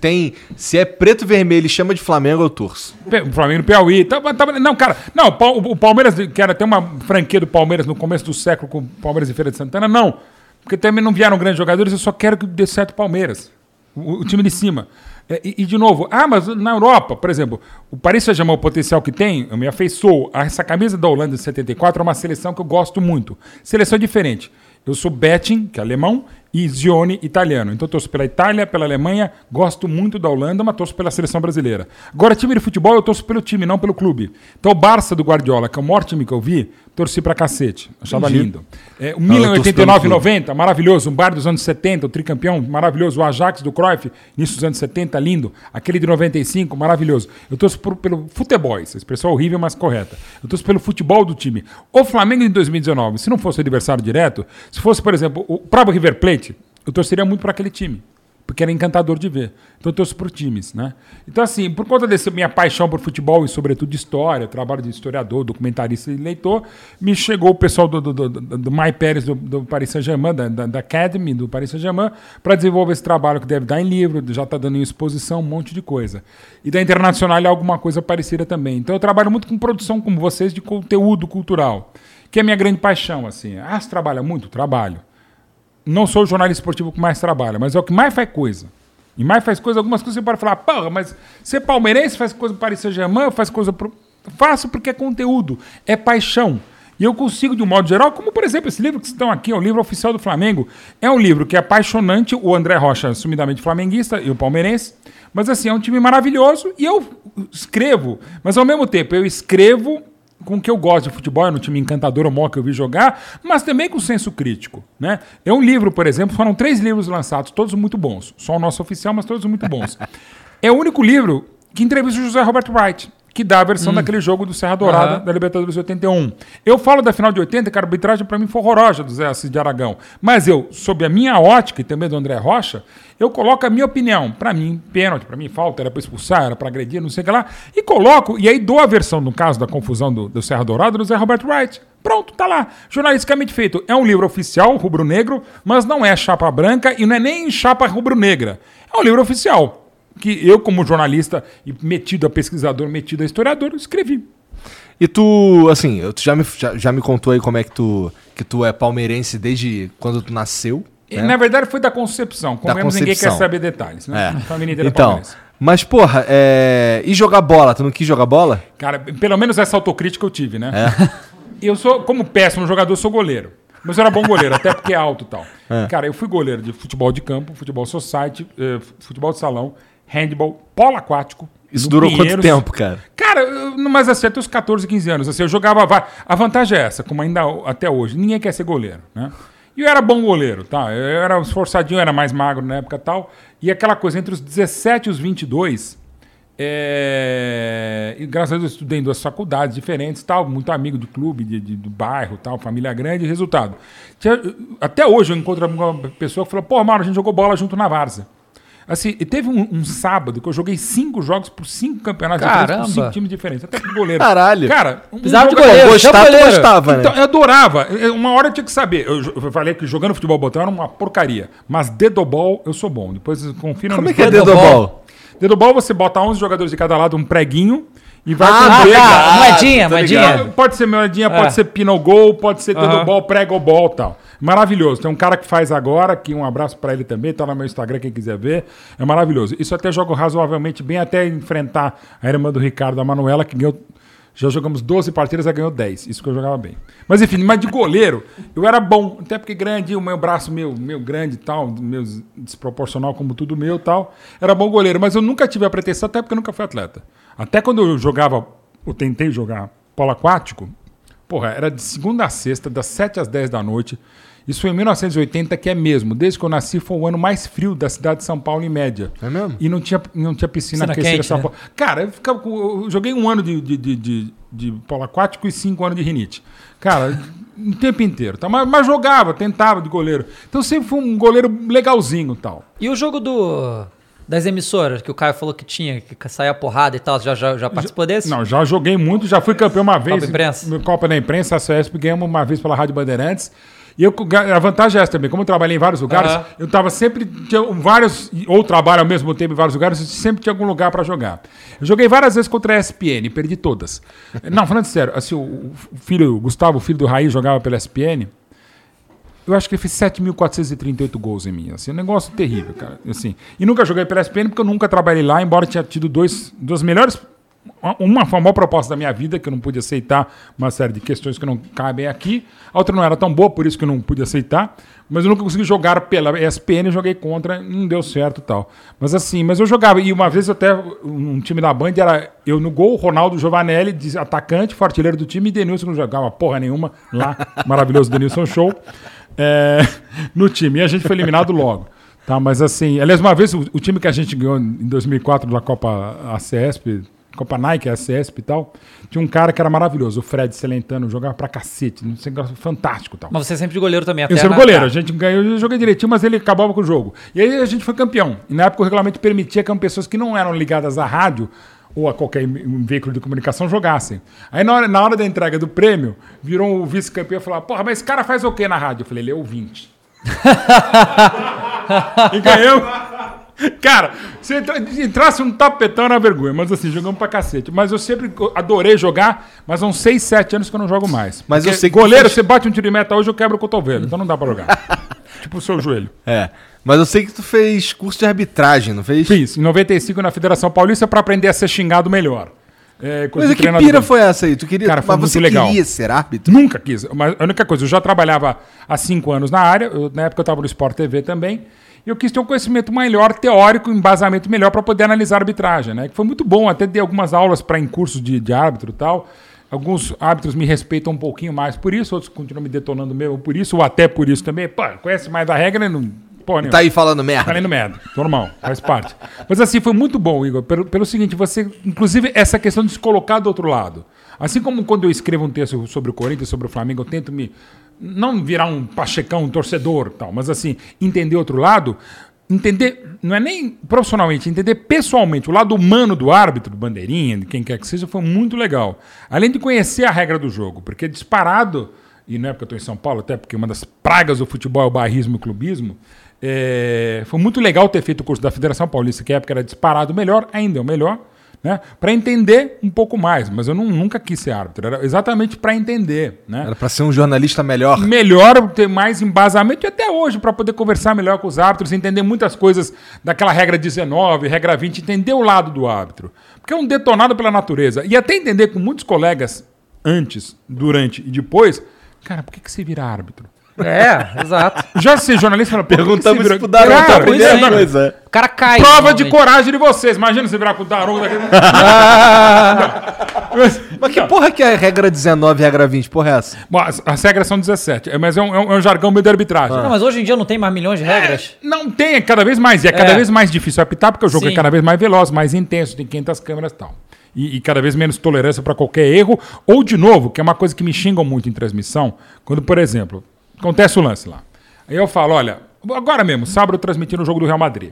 Se é preto e vermelho e chama de Flamengo, eu torço. Flamengo no Piauí. Não, cara. Não, o Palmeiras, que era até uma franquia do Palmeiras no começo do século com o Palmeiras e Feira de Santana, não. Porque também não vieram grandes jogadores, eu só quero que dê certo o Palmeiras. O time de cima. E de novo, mas na Europa, por exemplo, o Paris Saint-Germain, o potencial que tem, eu me afeiçoo. Essa camisa da Holanda de 74 é uma seleção que eu gosto muito. Seleção diferente. Eu sou Betting, que é alemão, e Zione, italiano. Então eu torço pela Itália, pela Alemanha, gosto muito da Holanda, mas torço pela seleção brasileira. Agora, time de futebol, eu torço pelo time, não pelo clube. Então o Barça do Guardiola, que é o maior time que eu vi, torci pra cacete. Achava lindo. O Milan 89 e 90, maravilhoso. O Bayern dos anos 70, o tricampeão, maravilhoso. O Ajax do Cruyff, início dos anos 70, lindo. Aquele de 95, maravilhoso. Eu torço pelo futebol, essa expressão é horrível, mas correta. Eu torço pelo futebol do time. O Flamengo em 2019, se não fosse o adversário direto, se fosse, por exemplo, o próprio River Plate, eu torceria muito para aquele time, porque era encantador de ver. Então eu torço por times, né? Então assim, por conta dessa minha paixão por futebol e sobretudo de história, trabalho de historiador, documentarista e leitor, me chegou o pessoal do My Paris, do Paris Saint-Germain, da Academy do Paris Saint-Germain, para desenvolver esse trabalho que deve dar em livro, já está dando em exposição, um monte de coisa. E da Internacional é alguma coisa parecida também. Então eu trabalho muito com produção, como vocês, de conteúdo cultural, que é a minha grande paixão, assim. Você trabalha muito? Trabalho. Não sou o jornalista esportivo que mais trabalha, mas é o que mais faz coisa. E mais faz coisa, algumas coisas você pode falar, porra, mas você é palmeirense, faz coisa para Paris Saint-Germain, faz coisa pro... Faço porque é conteúdo, é paixão. E eu consigo, de um modo geral, como por exemplo esse livro que estão aqui, é o livro oficial do Flamengo. É um livro que é apaixonante, o André Rocha, assumidamente flamenguista, e o palmeirense. Mas assim, é um time maravilhoso e eu escrevo. Mas ao mesmo tempo, eu escrevo com o que eu gosto de futebol, é no time encantador, o maior que eu vi jogar, mas também com senso crítico, né? É um livro, por exemplo, foram 3 livros lançados, todos muito bons. Só o nosso oficial, mas todos muito bons. É o único livro que entrevista o José Roberto Wright, que dá a versão daquele jogo do Serra Dourada, da Libertadores 81. Eu falo da final de 80, que a arbitragem para mim foi horrorosa do Zé Assis de Aragão. Mas eu, sob a minha ótica e também do André Rocha, eu coloco a minha opinião. Para mim, pênalti, para mim, falta, era para expulsar, era para agredir, não sei o que lá. E coloco, e aí dou a versão, no caso da confusão do Serra Dourada, do Zé Roberto Wright. Pronto, tá lá. Jornalisticamente feito. É um livro oficial, rubro-negro, mas não é chapa branca e não é nem chapa rubro-negra. É um livro oficial, que eu, como jornalista e metido a pesquisador, metido a historiador, escrevi. E tu, assim, tu já me contou aí como é que tu é palmeirense desde quando tu nasceu. Né? Na verdade foi da concepção. Como ninguém quer saber detalhes, né? A família inteira então, mas porra, e jogar bola? Tu não quis jogar bola? Cara, pelo menos essa autocrítica eu tive, né? Eu sou, como péssimo jogador, sou goleiro. Mas eu era bom goleiro, até porque é alto e tal. Cara, eu fui goleiro de futebol de campo, futebol society, futebol de salão, handball, polo aquático. Isso durou quanto tempo, cara? Cara, mas assim, até os 14, 15 anos. Assim, eu jogava... A vantagem é essa, como ainda até hoje. Ninguém quer ser goleiro, né? E eu era bom goleiro, tá? Eu era esforçadinho, era mais magro na época e tal. E aquela coisa, entre os 17 e os 22... E graças a Deus eu estudei em 2 faculdades diferentes, tal, muito amigo de clube, do bairro, tal, família grande. Resultado, até hoje eu encontro uma pessoa que falou: pô, Mauro, a gente jogou bola junto na várzea. Assim, e teve um sábado que eu joguei 5 jogos por 5 campeonatos Caramba. diferentes, por 5 times diferentes. Até com goleiro. Caralho. Cara, Precisava de jogador- goleiro. Gostava, né? Então, eu adorava. Uma hora eu tinha que saber. Eu falei que jogando futebol botão era uma porcaria. Mas dedobol eu sou bom. Depois confira Como no é que é Dedobol? dedobol? Dedobol você bota 11 jogadores de cada lado, um preguinho, e vai Ah, com tá. Moedinha, tô moedinha. ligado. Pode ser moedinha, pode ser pinogol, pode ser dedobol, prego-bol e tal. Maravilhoso. Tem um cara que faz agora, que um abraço pra ele também, tá no meu Instagram, quem quiser ver. É maravilhoso. Isso até jogo razoavelmente bem, até enfrentar a irmã do Ricardo, a Manuela, que ganhou. Já jogamos 12 partidas, ela ganhou 10. Isso que eu jogava bem. Mas enfim, mas de goleiro, eu era bom. Até porque grande, o meu braço meu grande e tal, meu desproporcional como tudo meu e tal. Era bom goleiro, mas eu nunca tive a pretensão, até porque eu nunca fui atleta. Até quando eu tentei jogar polo aquático, porra, era de segunda a sexta, das 7 às 10 da noite. Isso foi em 1980, que é mesmo. Desde que eu nasci, foi o ano mais frio da cidade de São Paulo, em média. É mesmo? E não tinha piscina Piscina aquecida quente, em São né? Paulo. Cara, eu joguei 1 ano de polo aquático e 5 anos de rinite. Cara, o tempo inteiro. Tá? Mas jogava, tentava de goleiro. Então sempre fui um goleiro legalzinho e tal. E o jogo das emissoras, que o Caio falou que tinha, que saía porrada e tal, já participou desse? Não, já joguei muito, já fui campeão uma vez. Copa Imprensa? No Copa da Imprensa, a CESP, ganhamos uma vez pela Rádio Bandeirantes. E a vantagem é essa também, como eu trabalhei em vários lugares, eu tava sempre, tinha vários, ou trabalho ao mesmo tempo em vários lugares, eu sempre tinha algum lugar para jogar. Eu joguei várias vezes contra a ESPN, perdi todas. Não, falando sério, assim, o Gustavo, o filho do Raí, jogava pela ESPN, eu acho que ele fez 7.438 gols em mim, assim, um negócio terrível, cara, assim. E nunca joguei pela ESPN porque eu nunca trabalhei lá, embora tinha tido duas melhores. Uma foi a maior proposta da minha vida, que eu não pude aceitar uma série de questões que não cabem aqui. A outra não era tão boa, por isso que eu não pude aceitar. Mas eu nunca consegui jogar pela ESPN, joguei contra, não deu certo e tal. Mas assim, mas eu jogava. E uma vez até, um time da Band, era eu no gol, Ronaldo Giovanelli, de atacante, artilheiro do time, e Denilson, que não jogava porra nenhuma lá. Maravilhoso Denilson Show. No time. E a gente foi eliminado logo. Tá, mas assim, aliás, uma vez o time que a gente ganhou em 2004 da Copa ACESP, Copa Nike, a CESP e tal, tinha um cara que era maravilhoso, o Fred Celentano, jogava pra cacete, não sei, fantástico e tal. Mas você é sempre de goleiro também, até Eu sempre goleiro, a gente ganhou, eu joguei direitinho, mas ele acabava com o jogo. E aí a gente foi campeão. E na época o regulamento permitia que pessoas que não eram ligadas à rádio ou a qualquer veículo de comunicação jogassem. Aí na hora da entrega do prêmio, virou o vice-campeão e falou: porra, mas esse cara faz o quê na rádio? Eu falei: ele é ouvinte. E ganhamos. Cara, se entrasse um tapetão na vergonha, mas assim, jogamos pra cacete. Mas eu sempre adorei jogar, mas há uns 6, 7 anos que eu não jogo mais. Mas porque eu sei que goleiro, você bate um tiro de meta hoje, eu quebro o cotovelo, então não dá pra jogar. Tipo o seu joelho. Mas eu sei que tu fez curso de arbitragem, não fez? Fiz, em 95 na Federação Paulista pra aprender a ser xingado melhor. Mas que pira foi essa aí? Tu queria, Cara, foi mas você muito legal. queria ser árbitro? Nunca quis. Mas a única coisa, eu já trabalhava há 5 anos na área, na época eu estava no Sport TV também, e eu quis ter um conhecimento maior, teórico, um embasamento melhor para poder analisar a arbitragem, né? Que foi muito bom, até dei algumas aulas para em cursos de árbitro e tal. Alguns árbitros me respeitam um pouquinho mais por isso, outros continuam me detonando mesmo por isso, ou até por isso também. Pô, conhece mais da regra, não... Pô, Tá aí falando merda. Falando merda, normal, faz parte. Mas assim, foi muito bom, Igor, pelo seguinte, você, inclusive, essa questão de se colocar do outro lado. Assim como quando eu escrevo um texto sobre o Corinthians, sobre o Flamengo, eu tento não virar um pachecão, um torcedor, tal, mas assim, entender outro lado, entender, não é nem profissionalmente, entender pessoalmente, o lado humano do árbitro, do bandeirinha, de quem quer que seja, foi muito legal. Além de conhecer a regra do jogo, porque disparado, e não é porque eu estou em São Paulo, até porque uma das pragas do futebol é o bairrismo e o clubismo, foi muito legal ter feito o curso da Federação Paulista, que na época era disparado melhor, ainda é o melhor, né? Para entender um pouco mais, mas eu nunca quis ser árbitro, era exatamente para entender, né? Era pra ser um jornalista melhor. Melhor, ter mais embasamento, e até hoje, para poder conversar melhor com os árbitros, entender muitas coisas daquela regra 19, regra 20, entender o lado do árbitro, porque é um detonado pela natureza, e até entender com muitos colegas, antes, durante e depois, cara, por que você vira árbitro? Exato. Já ser jornalista, fala, Perguntamos isso isso pro Daronco, Cara, a primeira isso aí, coisa. O cara cai. prova de normalmente. coragem de vocês. Imagina você virar com o Daronco daquele... Mas que porra que é a regra 19 e a regra 20? Porra é essa? Bom, as regras são 17, mas é um jargão meio de arbitragem. Não, mas hoje em dia não tem mais milhões de regras. Não tem, é cada vez mais. E é cada vez mais difícil apitar, porque o jogo Sim. é cada vez mais veloz, mais intenso, tem 500 câmeras e tal. E cada vez menos tolerância para qualquer erro. Ou, de novo, que é uma coisa que me xingam muito em transmissão, quando, por exemplo, acontece o lance lá. Aí eu falo, olha, agora mesmo, sábado eu transmiti no jogo do Real Madrid.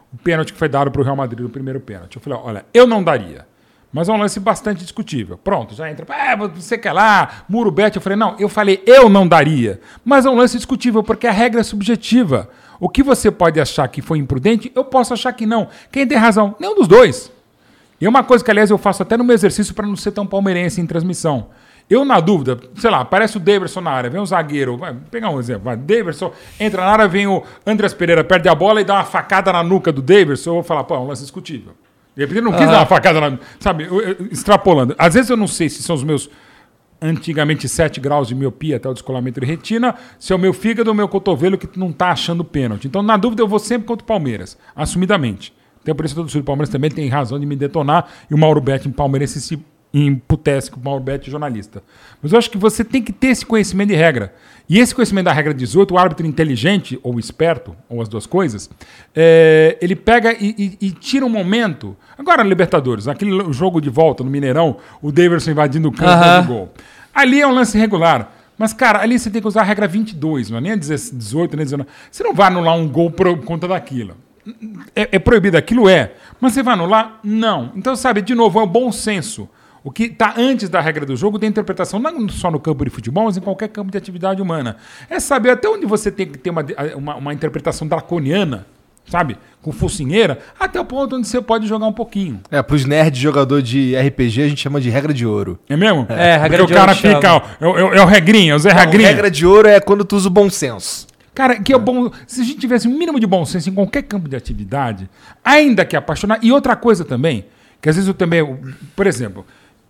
o pênalti que foi dado para o Real Madrid, o primeiro pênalti. Eu falei, olha, eu não daria. Mas é um lance bastante discutível. Pronto, já entra, você quer lá, muro bet. Eu falei, não, eu não daria. Mas é um lance discutível, porque a regra é subjetiva. O que você pode achar que foi imprudente, eu posso achar que não. Quem tem razão? Nenhum dos dois. E uma coisa que, aliás, eu faço até no meu exercício para não ser tão palmeirense em transmissão. Eu, na dúvida, sei lá, aparece o Daverson na área, vem um zagueiro, vai pegar um exemplo, vai, Daverson, entra na área, vem o Andreas Pereira, perde a bola e dá uma facada na nuca do Daverson, eu vou falar, pô, é um lance discutível. Ele não quis dar uma facada na... Sabe, extrapolando. Às vezes eu não sei se são os meus, antigamente, 7 graus de miopia até o descolamento de retina, se é o meu fígado ou o meu cotovelo que não tá achando pênalti. Então, na dúvida, eu vou sempre contra o Palmeiras, assumidamente. Então, por isso, todo o Palmeiras também tem razão de me detonar e o Mauro Betti, palmeirense, se imputece com o Mauro Betti, jornalista. Mas eu acho que você tem que ter esse conhecimento de regra. E esse conhecimento da regra 18, o árbitro inteligente, ou esperto, ou as duas coisas, ele pega e tira um momento. Agora, Libertadores, aquele jogo de volta no Mineirão, o Daverson invadindo o campo do gol. Ali é um lance regular. Mas, cara, ali você tem que usar a regra 22, não é nem a 18, nem a 19. Você não vai anular um gol por conta daquilo. É proibido aquilo? Mas você vai anular? Não. Então, sabe, de novo, é o bom senso. O que está antes da regra do jogo, da interpretação, não só no campo de futebol, mas em qualquer campo de atividade humana. É saber até onde você tem que ter uma interpretação draconiana, sabe? Com focinheira, até o ponto onde você pode jogar um pouquinho. Pros nerds jogador de RPG, a gente chama de regra de ouro. É mesmo? Regra de ouro. Porque o cara fica, é o regrinha, o Zé Regrinha. Regra de ouro é quando tu usa o bom senso. Cara, que é bom. Se a gente tivesse um mínimo de bom senso em qualquer campo de atividade, ainda que apaixonar. E outra coisa também, que às vezes eu também. Por exemplo,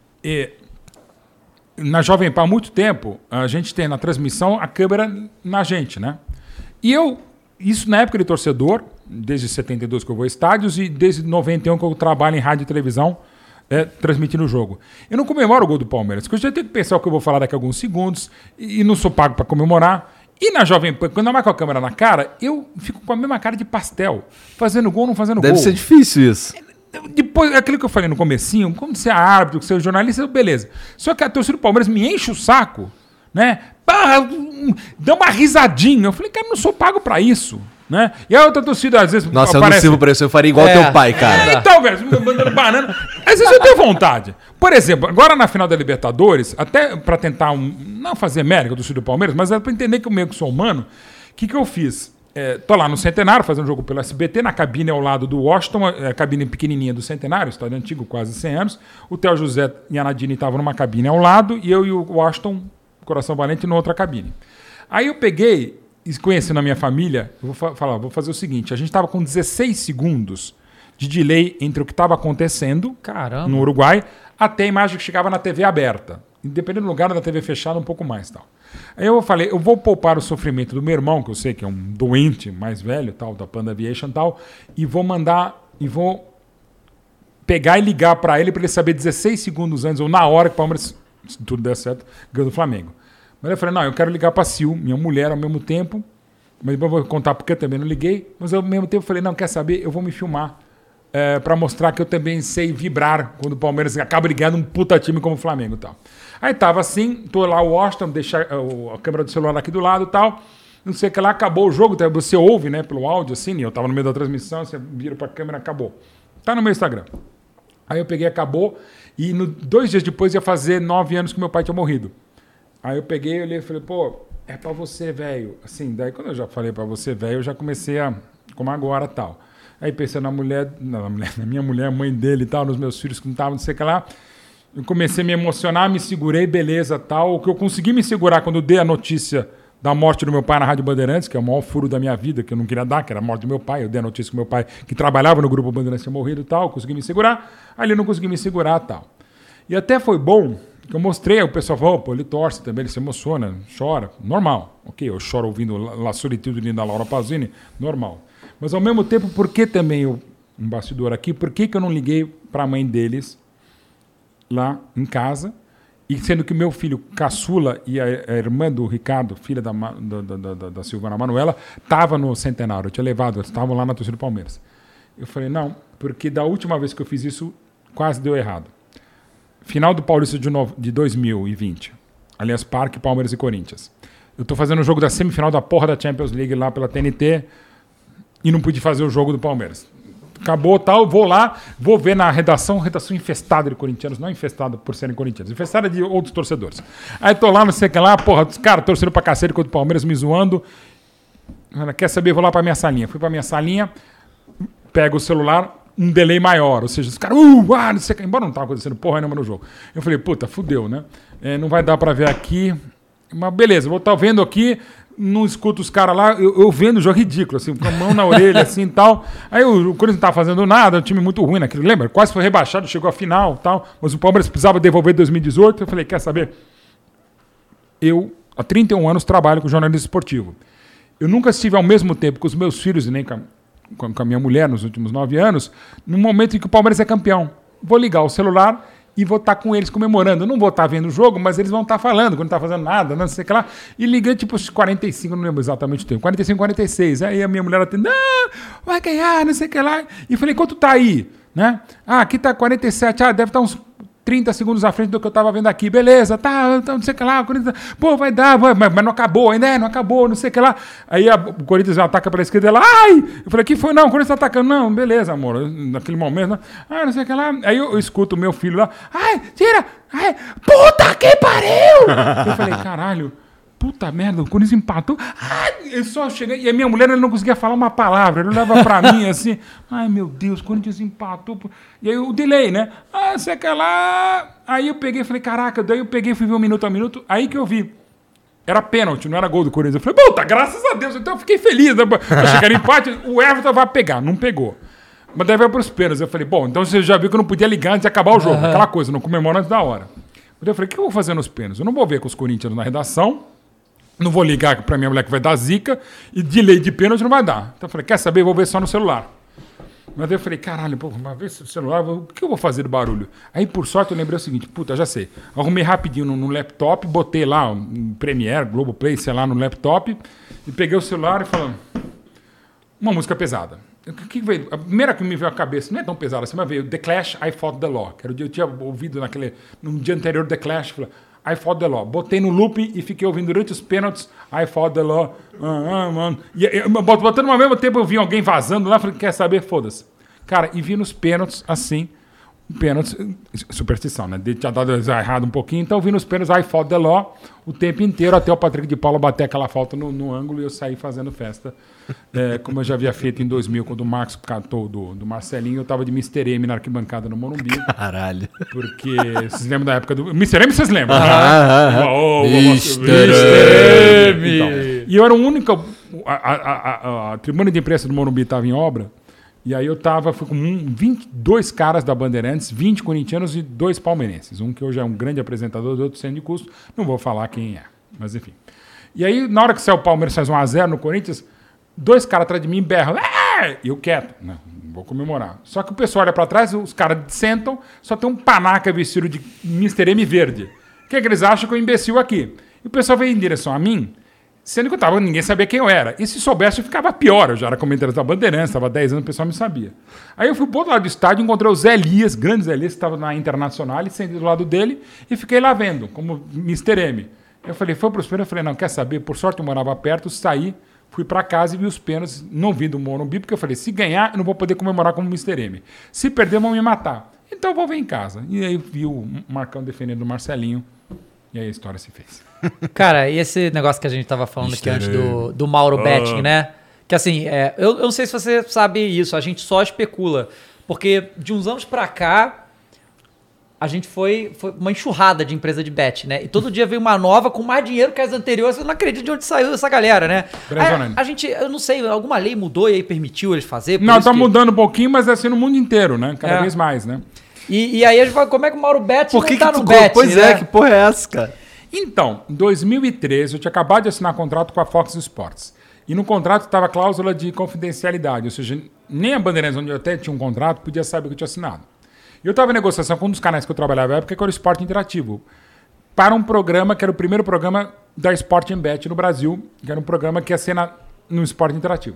na Jovem Pan há muito tempo, a gente tem na transmissão a câmera na gente, né? E isso na época de torcedor, desde 72 que eu vou a estádios e desde 91 que eu trabalho em rádio e televisão, transmitindo o jogo. Eu não comemoro o gol do Palmeiras, porque eu já tenho que pensar o que eu vou falar daqui a alguns segundos e não sou pago para comemorar. E na Jovem Pan, quando eu marco a câmera na cara, eu fico com a mesma cara de pastel, fazendo gol ou não fazendo gol. Deve ser difícil isso. Depois, aquilo que eu falei no comecinho, como você é árbitro, você é jornalista, beleza. Só que a torcida do Palmeiras me enche o saco, né? Dá uma risadinha. Eu falei, cara, eu não sou pago pra isso, né? E a outra torcida, às vezes... Nossa, eu não sirvo pra isso, eu faria igual teu pai, cara. Então, velho, mandando banana. Às vezes eu tenho vontade. Por exemplo, agora na final da Libertadores, até pra tentar, não fazer mérito do torcida do Palmeiras, mas é pra entender que eu meio que sou humano, o que eu fiz? Tô lá no Centenário, fazendo jogo pelo SBT, na cabine ao lado do Washington, a cabine pequenininha do Centenário, estádio antigo, quase 100 anos. O Theo José e a Nadine estavam numa cabine ao lado, e eu e o Washington, Coração Valente, na outra cabine. Aí eu peguei, e conhecendo a minha família, eu vou fazer o seguinte, a gente estava com 16 segundos de delay entre o que estava acontecendo no Uruguai até a imagem que chegava na TV aberta. Dependendo do lugar, da TV fechada, um pouco mais, tal. Aí eu falei, eu vou poupar o sofrimento do meu irmão, que eu sei que é um doente mais velho, tal, da Panda Aviation e tal, e vou pegar e ligar para ele saber 16 segundos antes, ou na hora que o Palmeiras, se tudo der certo, ganhou do Flamengo. Mas eu falei, não, eu quero ligar para a Sil, minha mulher, ao mesmo tempo, mas depois eu vou contar porque eu também não liguei, mas ao mesmo tempo eu falei, não, quer saber, eu vou me filmar para mostrar que eu também sei vibrar quando o Palmeiras acaba ligando um puta time como o Flamengo e tal. Aí tava assim, tô lá o Washington, deixar a câmera do celular aqui do lado e tal, não sei o que lá, acabou o jogo, você ouve, né, pelo áudio assim, eu tava no meio da transmissão, você vira pra câmera, acabou. Tá no meu Instagram. Aí eu peguei, acabou, e 2 dias depois ia fazer 9 anos que meu pai tinha morrido. Aí eu peguei, olhei e falei, pô, é pra você, velho. Assim, daí quando eu já falei pra você, velho, eu já comecei a, como agora, tal. Aí pensei na minha mulher, a mãe dele e tal, nos meus filhos que não estavam, não sei o que lá. Eu comecei a me emocionar, me segurei, beleza, tal. O que eu consegui me segurar quando eu dei a notícia da morte do meu pai na Rádio Bandeirantes, que é o maior furo da minha vida, que eu não queria dar, que era a morte do meu pai. Eu dei a notícia que meu pai, que trabalhava no Grupo Bandeirantes, tinha morrido e tal. Eu consegui me segurar. Ali eu não consegui me segurar e tal. E até foi bom que eu mostrei, o pessoal falou, pô, ele torce também, ele se emociona, chora. Normal. Ok, eu choro ouvindo La Solitude da Laura Pausini, normal. Mas ao mesmo tempo, por que também um bastidor aqui, por que eu não liguei para a mãe deles lá em casa, e sendo que meu filho caçula e a irmã do Ricardo, filha da Silvana Manuela, estava no Centenário, eu tinha levado, eles estavam lá na torcida do Palmeiras. Eu falei, não, porque da última vez que eu fiz isso, quase deu errado. Final do Paulista de 2020, Allianz Parque, Palmeiras e Corinthians. Eu estou fazendo o jogo da semifinal da porra da Champions League lá pela TNT, e não pude fazer o jogo do Palmeiras. acabou tal, vou lá, vou ver na redação infestada de corintianos, não infestada por serem corintianos, infestada de outros torcedores. Aí tô lá, não sei o que lá, porra, os caras torcendo pra cacete contra o Palmeiras, me zoando. Quer saber, vou lá pra minha salinha. Fui pra minha salinha, pego o celular, um delay maior, ou seja, os caras, não sei o que, embora não tava acontecendo porra nenhuma no jogo. Eu falei, puta, fudeu, né? Não vai dar pra ver aqui, mas beleza, vou estar vendo aqui, não escuto os caras lá, eu vendo o jogo ridículo, assim, com a mão na orelha, assim, e tal. Aí o Corinthians não tava fazendo nada, um time muito ruim naquilo, lembra? Quase foi rebaixado, chegou à final, tal, mas o Palmeiras precisava devolver 2018, eu falei, quer saber? Eu, há 31 anos, trabalho com jornalismo esportivo. Eu nunca estive ao mesmo tempo com os meus filhos e nem com a minha mulher nos últimos 9 anos, no momento em que o Palmeiras é campeão. Vou ligar o celular e vou estar com eles comemorando. Eu não vou estar vendo o jogo, mas eles vão estar falando, quando não está fazendo nada, não sei o que lá. E liguei tipo os 45, não lembro exatamente o tempo, 45, 46. Aí a minha mulher atende, não, vai ganhar, não sei o que lá. E falei, quanto tá aí? Né? Aqui tá 47, deve estar uns 30 segundos à frente do que eu estava vendo aqui. Beleza, tá, não sei o que lá. Pô, vai dar, mas não acabou ainda, não acabou, não sei o que lá. Aí o Corinthians ataca pela esquerda e ela, ai! Eu falei, que foi? Não, o Corinthians tá atacando. Não, beleza, amor. Naquele momento, não sei o que lá. Aí eu escuto o meu filho lá, ai, tira! Ai, puta que pariu! Eu falei, caralho. Puta merda, o Corinthians empatou. Ai, eu só cheguei. E a minha mulher não conseguia falar uma palavra. Ele olhava pra mim assim. Ai, meu Deus, o Corinthians empatou. E aí o delay, né? Sei que lá. Aí eu peguei e falei, caraca, daí eu peguei e fui ver 1 minuto a minuto. Aí que eu vi. Era pênalti, não era gol do Corinthians. Eu falei, puta, graças a Deus. Então eu fiquei feliz. Né? Eu cheguei no empate, o Everton vai pegar. Não pegou. Mas daí vai pros pênaltis. Eu falei, bom, então você já viu que eu não podia ligar antes de acabar o jogo. Aquela coisa, não comemora antes da hora. Eu falei, o que eu vou fazer nos pênaltis? Eu não vou ver com os corintianos na redação. Não vou ligar pra minha mulher que vai dar zica e delay de pênalti não vai dar. Então eu falei, quer saber? Vou ver só no celular. Mas daí eu falei, caralho, pô, uma vez no celular, o que eu vou fazer do barulho? Aí, por sorte, eu lembrei o seguinte, puta, já sei. Arrumei rapidinho no laptop, botei lá um Premiere, Globoplay, sei lá, no laptop, e peguei o celular e falei, uma música pesada. O que veio? A primeira que me veio à cabeça, não é tão pesada assim, mas veio The Clash, I Fought the Law. Que era o dia eu tinha ouvido no dia anterior The Clash, falei, I Fought the Law. Botei no loop e fiquei ouvindo durante os pênaltis I Fought the Law. Mano. E botando ao mesmo tempo eu vi alguém vazando lá, falei, quer saber? Foda-se. Cara, e vi nos pênaltis assim, pênaltis, superstição, né? Tinha dado errado um pouquinho, então eu vi nos pênaltis I Fought the Law o tempo inteiro, até o Patrick de Paula bater aquela falta no ângulo e eu saí fazendo festa. Como eu já havia feito em 2000, quando o Marcos catou do Marcelinho, eu tava de Mr. M na arquibancada no Morumbi. Caralho. Porque vocês lembram da época do... Mr. M vocês lembram? Mr. M! Então, e eu era o único... A tribuna de imprensa do Morumbi estava em obra, e aí fui com 22 caras da Bandeirantes, 20 corintianos e 2 palmeirenses. Um que hoje é um grande apresentador, do outro sendo de custo. Não vou falar quem é, mas enfim. E aí, na hora que saiu o Palmeiras faz 1-0 no Corinthians, 2 caras atrás de mim berram. E eu quieto. Não vou comemorar. Só que o pessoal olha pra trás, os caras sentam, só tem um panaca vestido de Mr. M verde. O que eles acham que eu imbecil aqui? E o pessoal veio em direção a mim, sendo que ninguém sabia quem eu era. E se soubesse, eu ficava pior. Eu já era comentarista da Bandeirantes, estava há 10 anos, o pessoal me sabia. Aí eu fui pro outro lado do estádio, encontrei o Zé Elias, grande Zé Elias, que estava na Internacional, e sentei do lado dele, e fiquei lá vendo, como Mr. M. Eu falei, foi pros pênaltis? Eu falei, não, quer saber? Por sorte eu morava perto, saí, fui para casa e vi os pênaltis, não vi do Morumbi, porque eu falei, se ganhar, eu não vou poder comemorar como Mr. M. Se perder, vão me matar. Então eu vou ver em casa. E aí vi o Marcão defendendo o Marcelinho, e aí a história se fez. Cara, e esse negócio que a gente tava falando aqui antes do Mauro Betting, né? Que assim, eu não sei se você sabe isso, a gente só especula. Porque de uns anos pra cá, a gente foi uma enxurrada de empresa de bet, né? E todo dia veio uma nova com mais dinheiro que as anteriores. Eu não acredito de onde saiu essa galera, né? A gente, eu não sei, alguma lei mudou e aí permitiu eles fazer? Não, tá mudando um pouquinho, mas é assim no mundo inteiro, né? Cada vez mais, né? E aí a gente fala, como é que o Mauro Betting não tá no bet? Pois né? que porra é essa, cara? Então, em 2013, eu tinha acabado de assinar contrato com a Fox Sports. E no contrato estava a cláusula de confidencialidade, ou seja, nem a Bandeirantes, onde eu até tinha um contrato, podia saber que eu tinha assinado. E eu estava em negociação com um dos canais que eu trabalhava na época, que era o Esporte Interativo, para um programa que era o primeiro programa da Sport Bet no Brasil, que era um programa que ia ser no Esporte Interativo.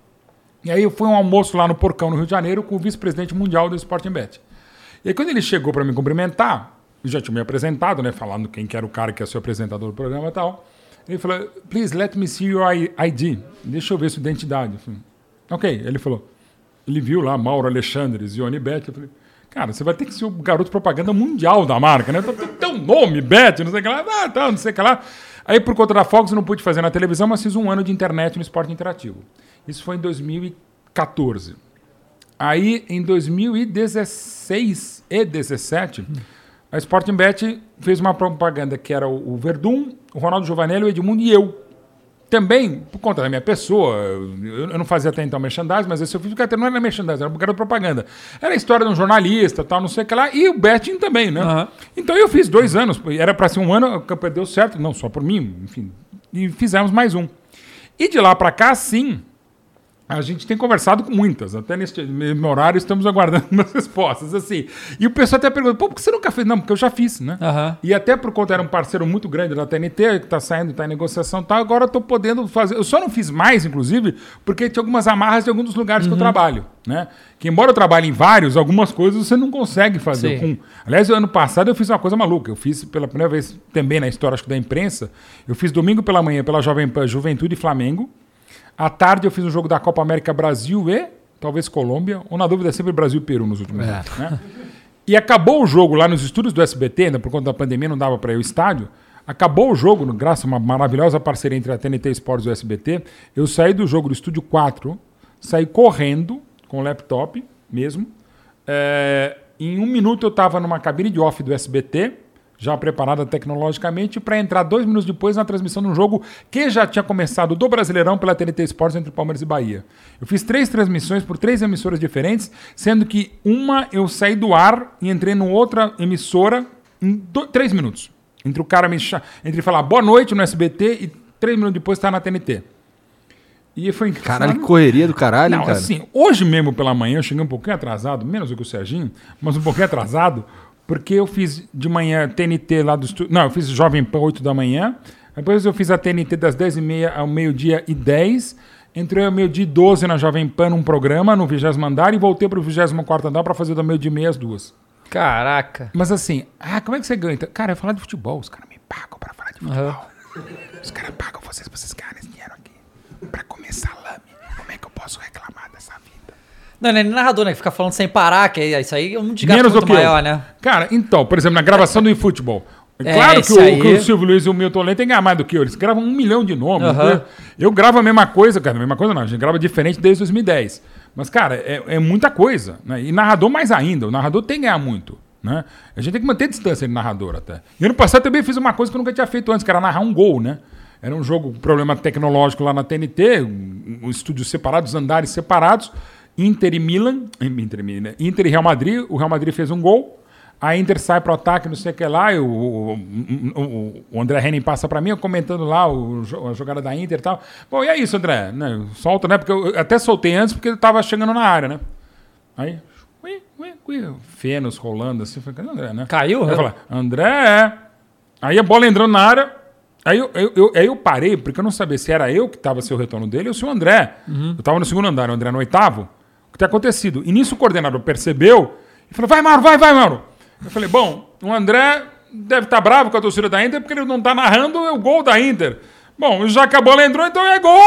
E aí eu fui um almoço lá no Porcão, no Rio de Janeiro, com o vice-presidente mundial do Sport Bet. E aí quando ele chegou para me cumprimentar, eu já tinha me apresentado, né, falando quem que era o cara que ia ser o apresentador do programa e tal. Ele falou, please let me see your ID. Deixa eu ver sua identidade. Eu falei, ok. Ele falou, Ele viu lá Mauro Alexandre, Zione Bet. Eu falei, cara, você vai ter que ser o garoto propaganda mundial da marca, né? Tem um nome, Bet, não sei o que lá, não sei o que lá. Aí, por conta da Fox, eu não pude fazer na televisão, mas fiz um ano de internet no esporte interativo. Isso foi em 2014. Aí, em 2016 e 2017, a Sporting Bet fez uma propaganda que era o Verdun, o Ronaldo Giovanelli, o Edmundo e eu. Também, por conta da minha pessoa, eu não fazia até então merchandising, mas esse eu fiz porque até não era merchandising, era um bocado de propaganda. Era a história de um jornalista, tal, não sei o que lá, e o betting também, né? Uhum. Então eu fiz 2 anos, era para ser um ano, a campanha deu certo, não só por mim, enfim, e fizemos mais um. E de lá para cá, sim, a gente tem conversado com muitas, até neste mesmo horário estamos aguardando umas respostas, assim. E o pessoal até pergunta, pô, por que você nunca fez? Não, porque eu já fiz, né? Uhum. E até por conta era um parceiro muito grande da TNT, que está saindo, está em negociação e tal, agora eu estou podendo fazer. Eu só não fiz mais, inclusive, porque tinha algumas amarras de alguns dos lugares que eu trabalho, né? Que embora eu trabalhe em vários, algumas coisas você não consegue fazer. Aliás, ano passado eu fiz uma coisa maluca. Eu fiz pela primeira vez também na história, acho que da imprensa, eu fiz domingo pela manhã pela Jovem Pan, Juventude e Flamengo. À tarde eu fiz um jogo da Copa América Brasil e talvez Colômbia, ou na dúvida é sempre Brasil e Peru nos últimos anos. Né? E acabou o jogo lá nos estúdios do SBT, ainda por conta da pandemia não dava para ir ao estádio. Acabou o jogo, graças a uma maravilhosa parceria entre a TNT Esportes e o SBT. Eu saí do jogo do Estúdio 4, saí correndo com o laptop mesmo. Em 1 minuto eu estava numa cabine de off do SBT, já preparada tecnologicamente, para entrar 2 minutos depois na transmissão de um jogo que já tinha começado do Brasileirão pela TNT Esportes entre Palmeiras e Bahia. Eu fiz 3 transmissões por 3 emissoras diferentes, sendo que uma eu saí do ar e entrei numa outra emissora em 3 minutos. Entre o cara entre falar boa noite no SBT e 3 minutos depois estar na TNT. E foi engraçado. Caralho, que correria do caralho, não, cara. Assim, hoje mesmo pela manhã eu cheguei um pouquinho atrasado, menos do que o Serginho, mas um pouquinho atrasado, porque eu fiz de manhã TNT lá do estúdio. Não, eu fiz Jovem Pan 8 da manhã. Depois eu fiz a TNT das 10h30 ao 12h10. Entrei ao 12h12 na Jovem Pan num programa, no 20º andar, e voltei para o 24º andar para fazer da 12h30 às 2h. Caraca. Mas assim, como é que você ganha? Cara, eu falar de futebol. Os caras me pagam para falar de futebol. Os caras pagam vocês ganham esse dinheiro aqui para comer salame. Como é que eu posso reclamar dessa vida? Não é nem narrador, né? Que fica falando sem parar, que isso aí é um desgaste muito maior, né? Cara, então, por exemplo, na gravação do eFootball. Claro que o Silvio Luiz e o Milton Leite têm que ganhar mais do que eu. Eles gravam 1 milhão de nomes. Eu gravo a mesma coisa, cara. A mesma coisa não. A gente grava diferente desde 2010. Mas, cara, é muita coisa. Né? E narrador mais ainda. O narrador tem que ganhar muito. Né? A gente tem que manter distância de narrador até. E ano passado também fiz uma coisa que eu nunca tinha feito antes, que era narrar um gol, né? Era um jogo, problema tecnológico lá na TNT, estúdios separados, andares separados. Inter e Milan, Inter e Real Madrid, o Real Madrid fez um gol, a Inter sai pro ataque, não sei o que lá, o André Henning passa para mim, eu comentando lá a jogada da Inter e tal. Bom, e é isso, André, né? Solta, né? Porque eu até soltei antes, porque ele tava chegando na área, né? Aí, Fenos rolando assim, foi André, né? Caiu? Eu falei, André, aí a bola entrando na área, aí eu parei, porque eu não sabia se era eu que tava sem o retorno dele ou se o André. Eu tava no 2º andar, o André no 8º. O que tinha acontecido? E nisso o coordenador percebeu e falou, vai, Mauro. Eu falei, bom, o André deve estar bravo com a torcida da Inter porque ele não tá narrando o gol da Inter. Bom, já que a bola entrou, então é gol!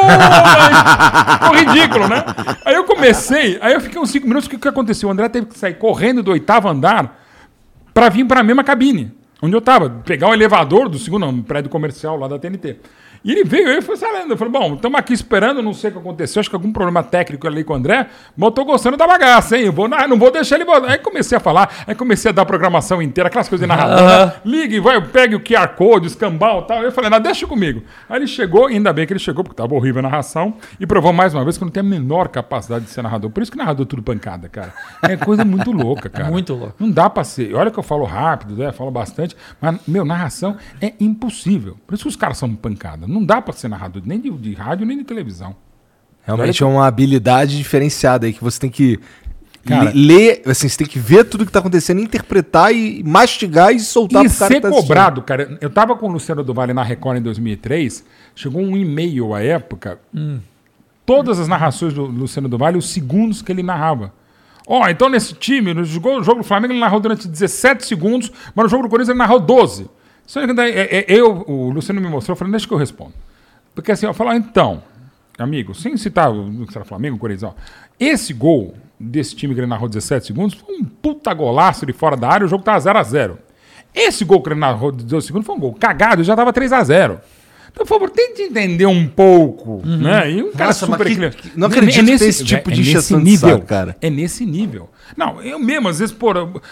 Ficou ridículo, né? Aí eu fiquei uns 5 minutos, o que aconteceu? O André teve que sair correndo do 8º andar para vir para a mesma cabine, onde eu tava, pegar o elevador do 2º prédio comercial lá da TNT. E ele veio, eu fui saindo. Eu falei, bom, estamos aqui esperando, não sei o que aconteceu, acho que algum problema técnico ali com o André, mas eu tô gostando da bagaça, hein? Não vou deixar ele voltar. Aí comecei a falar, aí comecei a dar a programação inteira, aquelas coisas de narrador. Ligue, vai, pegue o QR Code, o escambau e tal. Eu falei, não, deixa comigo. Aí ele chegou, ainda bem que ele chegou, porque estava horrível a narração, e provou mais uma vez que eu não tenho a menor capacidade de ser narrador. Por isso que narrador é tudo pancada, cara. É coisa muito louca, cara. Muito louco. Não dá pra ser. Olha que eu falo rápido, né? Falo bastante, mas, narração é impossível. Por isso que os caras são pancada. Não dá pra ser narrador, nem de rádio, nem de televisão. Realmente é uma habilidade diferenciada aí, que você tem que ler, assim, você tem que ver tudo que tá acontecendo, interpretar e mastigar e soltar pro cara que tá cobrado, cara. Eu tava com o Luciano do Vale na Record em 2003, chegou um e-mail à época, todas as narrações do Luciano do Vale, os segundos que ele narrava. Então nesse time, no jogo do Flamengo ele narrou durante 17 segundos, mas no jogo do Corinthians ele narrou 12. O Luciano me mostrou, eu falei, deixa que eu respondo. Porque assim, eu falo, então, amigo, sem citar o Flamengo, Corinthians, ó, esse gol desse time que ele narrou 17 segundos foi um puta golaço de fora da área, o jogo tava 0x0. Esse gol que ele narrou de 12 segundos foi um gol cagado, já tava 3x0. Então, por favor, tente entender um pouco, né? E um cara super... Não acredito que tem esse tipo de injeção de saco, cara. É nesse nível. Não, eu mesmo, às vezes,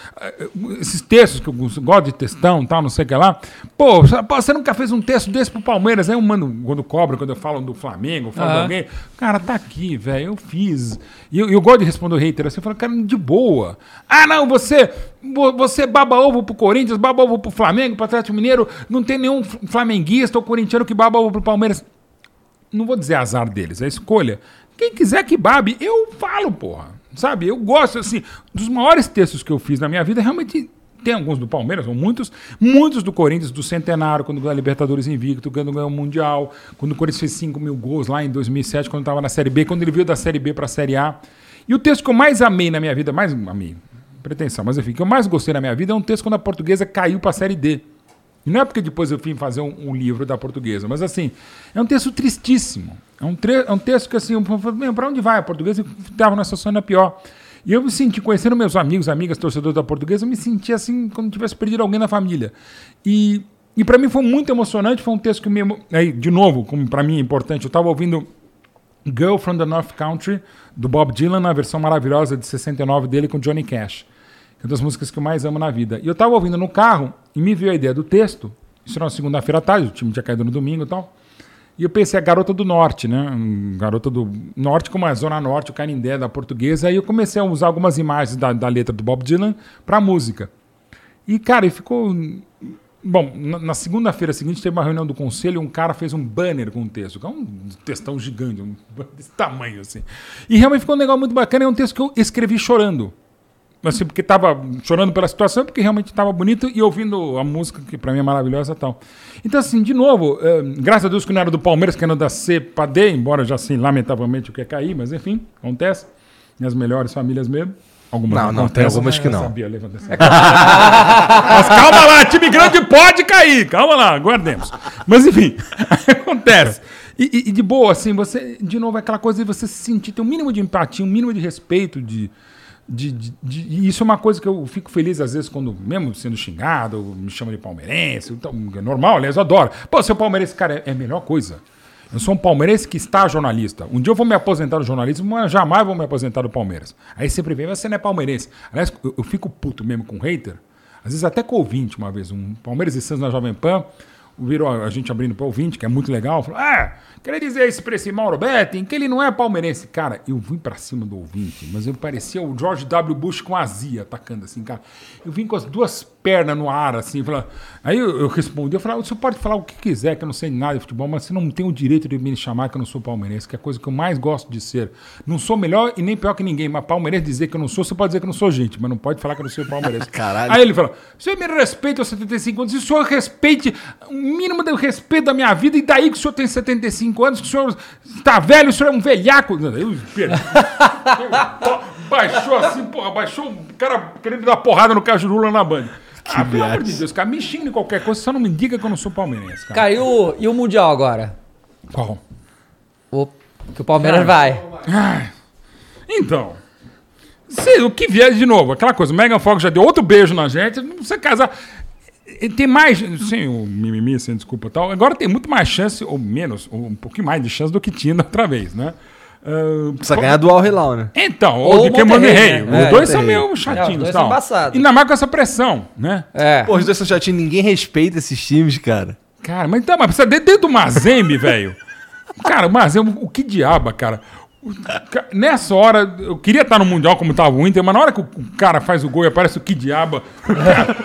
esses textos que eu gosto de textão e tal, não sei o que lá. Pô, você nunca fez um texto desse pro Palmeiras? Aí eu mando, quando cobra, quando eu falo do Flamengo, eu falo de alguém. Cara, tá aqui, velho, eu fiz. E eu gosto de responder o hater assim, eu falo, cara, de boa. Ah, não, você baba ovo pro Corinthians, baba ovo pro Flamengo, pro Atlético Mineiro, não tem nenhum flamenguista ou corintiano que baba ovo pro Palmeiras. Não vou dizer azar deles, é escolha. Quem quiser que babe, eu falo, porra. Sabe, eu gosto, assim, dos maiores textos que eu fiz na minha vida, realmente tem alguns do Palmeiras, ou muitos do Corinthians, do Centenário, quando ganhou a Libertadores invicto, quando ganhou o Mundial, quando o Corinthians fez 5 mil gols lá em 2007, quando estava na Série B, quando ele veio da Série B para a Série A. E o texto que eu mais amei na minha vida, pretensão, mas enfim, que eu mais gostei na minha vida é um texto quando a Portuguesa caiu para a Série D. E não é porque depois eu fui fazer um livro da Portuguesa, mas assim, é um texto tristíssimo. É um texto que assim, para onde vai a Portuguesa? Eu estava numa situação ainda pior. E eu me senti, conhecendo meus amigos, amigas, torcedores da Portuguesa, eu me senti assim, como se tivesse perdido alguém na família. E para mim foi muito emocionante, foi um texto que aí, de novo, como para mim é importante, eu estava ouvindo Girl from the North Country, do Bob Dylan, na versão maravilhosa de 69 dele com Johnny Cash. É uma das músicas que eu mais amo na vida. E eu estava ouvindo no carro e me veio a ideia do texto. Isso era uma segunda-feira à tarde, o time tinha caído no domingo e tal. E eu pensei, a Garota do Norte, né? Garota do Norte, como é a Zona Norte, o Canindé da Portuguesa. Aí eu comecei a usar algumas imagens da letra do Bob Dylan para música. E, cara, ficou... Bom, na segunda-feira seguinte teve uma reunião do conselho e um cara fez um banner com um texto, que é um textão gigante, desse tamanho, assim. E realmente ficou um negócio muito bacana. É um texto que eu escrevi chorando. Assim, porque estava chorando pela situação, porque realmente estava bonito e ouvindo a música, que para mim é maravilhosa e tal. Então, assim, de novo, graças a Deus que não era do Palmeiras, que era da C para D, embora já assim, lamentavelmente, o que é cair, mas enfim, acontece. Nas melhores famílias mesmo. Algumas não, tem algumas que não. Eu sabia, levanta essa. Mas calma lá, time grande pode cair, calma lá, guardemos. Mas enfim, acontece. E de boa, assim, você, de novo, é aquela coisa de você se sentir, ter um mínimo de empatia, um mínimo de respeito, e isso é uma coisa que eu fico feliz às vezes quando, mesmo sendo xingado, me chamam de palmeirense, então, é normal, aliás, eu adoro. Pô, ser palmeirense, cara, é a melhor coisa. Eu sou um palmeirense que está jornalista. Um dia eu vou me aposentar do jornalismo, mas jamais vou me aposentar do Palmeiras. Aí sempre vem, mas você não é palmeirense. Aliás, eu fico puto mesmo com hater, às vezes até com ouvinte uma vez, um Palmeiras e Santos na Jovem Pan, virou a gente abrindo para ouvinte, que é muito legal, falou, queria dizer isso para esse Mauro Betting, que ele não é palmeirense. Cara, eu vim para cima do ouvinte, mas eu parecia o George W. Bush com azia, atacando assim, cara. Eu vim com as duas pernas no ar, assim, aí eu respondi, eu falei, o senhor pode falar o que quiser, que eu não sei nada de futebol, mas você não tem o direito de me chamar que eu não sou palmeirense, que é a coisa que eu mais gosto de ser. Não sou melhor e nem pior que ninguém, mas palmeirense dizer que eu não sou, você pode dizer que eu não sou gente, mas não pode falar que eu não sou palmeirense. Caralho. Aí ele falou, o senhor me respeita aos 75 anos, e o senhor respeite o mínimo do respeito da minha vida, e daí que o senhor tem 75 anos, que o senhor está velho, o senhor é um velhaco. Eu perdi. Baixou assim, porra, baixou o cara querendo dar porrada no Cajurula na Band. Pelo amor de Deus, cara, me xingue de qualquer coisa, só não me diga que eu não sou palmeirense, cara. Caiu, e o Mundial agora? Qual? Que o Palmeiras vai. Então, o que vier de novo, aquela coisa, o Megan Fox já deu outro beijo na gente, não precisa casar. Tem mais, sem o mimimi, sem desculpa e tal, agora tem muito mais chance, ou menos, ou um pouquinho mais de chance do que tinha da outra vez, né? Precisa ganhar do Al Hilal, né? Então, ou de Kemane Rei. Os dois são meio chatinhos. Os dois são embaçados. Ainda mais com essa pressão, né? Pô, os dois são chatinhos, ninguém respeita esses times, cara. Cara, mas precisa dentro do Mazembe, velho. Cara, o Mazembe, o que diaba, cara. Nessa hora, eu queria estar no Mundial como estava o Inter, mas na hora que o cara faz o gol e aparece o que diaba. Cara,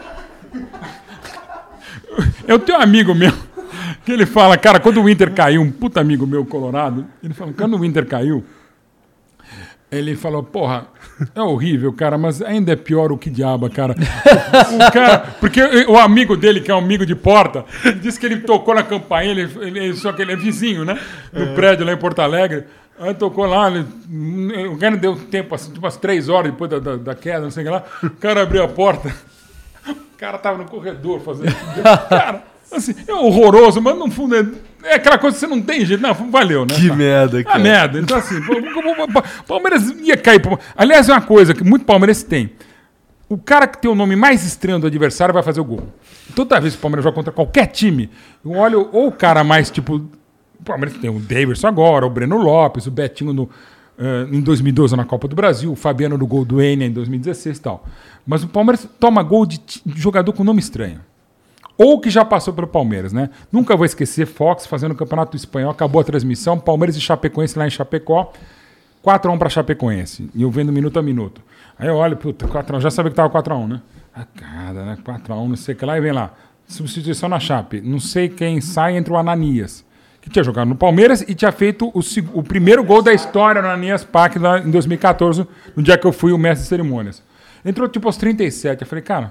eu tenho um amigo meu que ele fala, cara, quando o Inter caiu, um puta amigo meu colorado, ele falou, quando o Inter caiu, ele falou, porra, é horrível, cara, mas ainda é pior o que diaba, cara. O cara, porque o amigo dele, que é um amigo de porta, disse que ele tocou na campainha, só que ele é vizinho, né? No prédio lá em Porto Alegre. Aí tocou lá, o cara deu tempo, assim, tipo umas 3 horas depois da queda, não sei o que lá. O cara abriu a porta, o cara tava no corredor fazendo. Cara, assim, é horroroso, mas no fundo É aquela coisa que você não tem jeito. Não, valeu, né? Que merda, cara. Merda. Então, assim, o Palmeiras ia cair. Aliás, é uma coisa que muito palmeirense tem. O cara que tem o nome mais estranho do adversário vai fazer o gol. Toda vez que o Palmeiras joga contra qualquer time, eu olho ou o cara mais, tipo... O Palmeiras tem o Davidson agora, o Breno Lopes, o Betinho em 2012 na Copa do Brasil, o Fabiano no gol do Enia em 2016 e tal. Mas o Palmeiras toma gol de jogador com nome estranho. Ou que já passou pelo Palmeiras, né? Nunca vou esquecer Fox fazendo o Campeonato Espanhol, acabou a transmissão, Palmeiras e Chapecoense lá em Chapecó, 4-1 para Chapecoense, e eu vendo minuto a minuto. Aí eu olho, puta, 4-1, já sabia que tava 4-1, né? Cara, né? 4-1, não sei o que lá, e vem lá, substituição na Chape, não sei quem sai, entra o Ananias, que tinha jogado no Palmeiras e tinha feito o primeiro gol da história no Ananias Park lá em 2014, no dia que eu fui o mestre de cerimônias. Entrou tipo aos 37, eu falei, cara...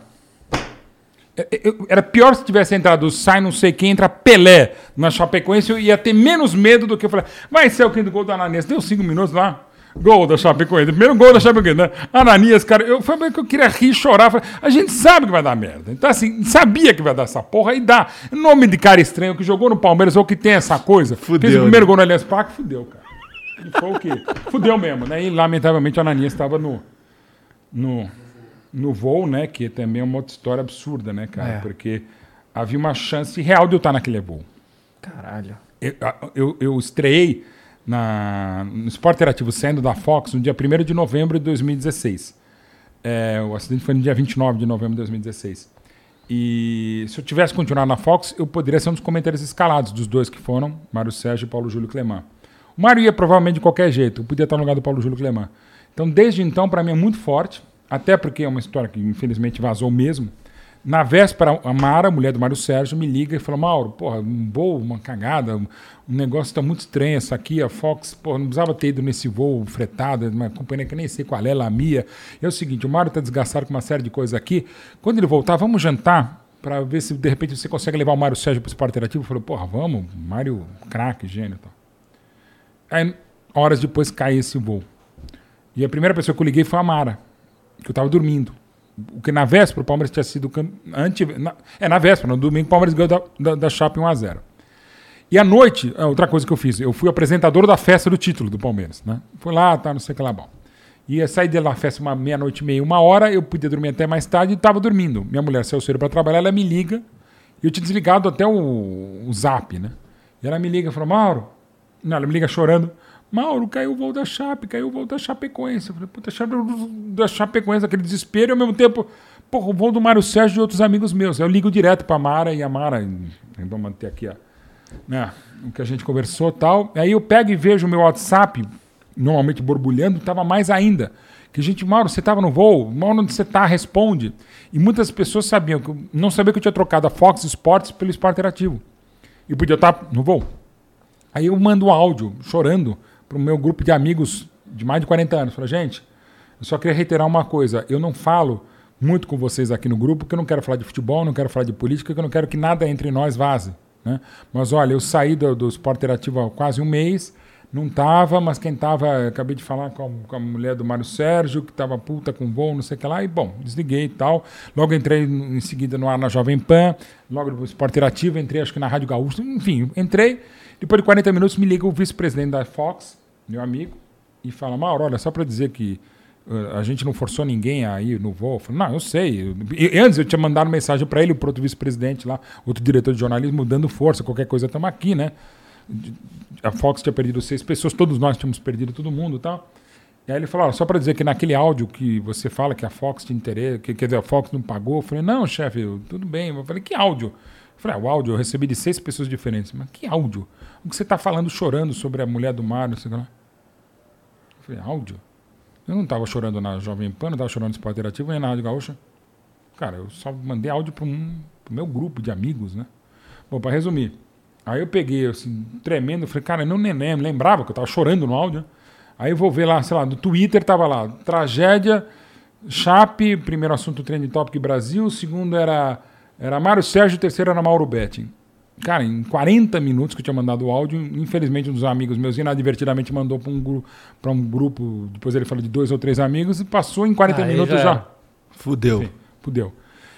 Era pior se tivesse entrado sai não sei quem, entra Pelé na Chapecoense, eu ia ter menos medo do que eu falei, vai ser o quinto gol do Ananias. Deu 5 minutos lá, gol da Chapecoense, primeiro gol da Chapecoense, né? Ananias, cara, foi que eu queria rir e chorar. Falei, a gente sabe que vai dar merda. Então, assim, sabia que vai dar essa porra e dá. Nome de cara estranho que jogou no Palmeiras ou que tem essa coisa, fudeu, fez o primeiro gol no Allianz Parque, fudeu, cara. E foi o quê? Fudeu mesmo, né? E lamentavelmente o Ananias estava no voo, né, que também é uma outra história absurda, né, cara? Porque havia uma chance real de eu estar naquele voo. Caralho. Eu estreiei no Sport Interativo saindo da Fox no dia 1º de novembro de 2016. O acidente foi no dia 29 de novembro de 2016. E se eu tivesse continuado na Fox, eu poderia ser um dos comentários escalados dos dois que foram, Mário Sérgio e Paulo Júlio Cleman. O Mário ia provavelmente de qualquer jeito, eu podia estar no lugar do Paulo Júlio Cleman. Então, desde então, para mim é muito forte. Até porque é uma história que infelizmente vazou mesmo. Na véspera, a Mara, mulher do Mário Sérgio, me liga e fala, Mauro, porra, um voo, uma cagada, um negócio está muito estranho essa aqui, a Fox, porra, não precisava ter ido nesse voo fretado, uma companhia que nem sei qual é, Lamia. É o seguinte, o Mário está desgastado com uma série de coisas aqui. Quando ele voltar, vamos jantar para ver se de repente você consegue levar o Mário Sérgio para o Sport Interativo. Eu falei, porra, vamos, Mário, craque, gênio e tal. Aí, horas depois, cai esse voo. E a primeira pessoa que eu liguei foi a Mara, que eu estava dormindo. O que na véspera o Palmeiras tinha sido... na véspera, no domingo o Palmeiras ganhou da Chape 1-0. E à noite, outra coisa que eu fiz, eu fui apresentador da festa do título do Palmeiras, né? Fui lá, tá, não sei o que lá, bom. Ia sair de lá a festa meia-noite e meia, 1h, eu podia dormir até mais tarde e estava dormindo. Minha mulher saiu cedo para trabalhar, ela me liga, e eu tinha desligado até o zap, né? E ela me liga e falou, Mauro... Não, ela me liga chorando, Mauro, caiu o voo da Chape, caiu o voo da Chapecoense. Eu falei, puta, da Chapecoense, aquele desespero, e ao mesmo tempo, porra, o voo do Mário Sérgio e de outros amigos meus. Eu ligo direto pra Mara, e a Mara, vamos manter aqui, ó, né, o que a gente conversou e tal. Aí eu pego e vejo o meu WhatsApp, normalmente borbulhando, tava mais ainda. Que gente, Mauro, você tava no voo? Mauro, onde você tá? Responde. E muitas pessoas sabiam, não sabiam que eu tinha trocado a Fox Sports pelo Sport Interativo. E podia estar no voo. Aí eu mando um áudio, chorando, para o meu grupo de amigos de mais de 40 anos. Falei, gente, eu só queria reiterar uma coisa. Eu não falo muito com vocês aqui no grupo, porque eu não quero falar de futebol, não quero falar de política, porque eu não quero que nada entre nós vaze, né? Mas olha, eu saí do Sport Interativo há quase um mês, não estava, mas quem estava, acabei de falar com a mulher do Mário Sérgio, que estava puta com voo, não sei o que lá, e bom, desliguei e tal. Logo entrei em seguida no ar na Jovem Pan, logo no Sport Interativo, entrei acho que na Rádio Gaúcha, enfim, entrei. Depois de 40 minutos me liga o vice-presidente da Fox, meu amigo, e fala, Mauro, olha, só para dizer que a gente não forçou ninguém a ir no voo. Eu falei, não, eu sei. Antes eu tinha mandado mensagem para ele, para outro vice-presidente lá, outro diretor de jornalismo, dando força, qualquer coisa, estamos aqui, né? A Fox tinha perdido 6 pessoas, todos nós tínhamos perdido todo mundo e tal. E aí ele falou, só para dizer que naquele áudio que você fala que a Fox tinha interesse, quer dizer, a Fox não pagou. Eu falei, não, chefe, tudo bem. Eu falei, que áudio? Eu falei, o áudio eu recebi de 6 pessoas diferentes. Mas que áudio? O que você está falando chorando sobre a mulher do Mário? Sei lá. Eu falei, áudio? Eu não estava chorando na Jovem Pan, não estava chorando no Sport Interativo, nem na Rádio Gaúcha. Cara, eu só mandei áudio para o meu grupo de amigos, né? Bom, para resumir, aí eu peguei, assim, tremendo, falei, cara, eu não nem lembrava que eu estava chorando no áudio. Aí eu vou ver lá, sei lá, no Twitter estava lá, tragédia, Chape, primeiro assunto Trending Topic Brasil, segundo era Mário Sérgio, terceiro era Mauro Betting. Cara, em 40 minutos que eu tinha mandado o áudio, infelizmente um dos amigos meus inadvertidamente mandou para um grupo, depois ele falou de 2 ou 3 amigos, e passou em 40 minutos já. Fudeu. Enfim, fudeu.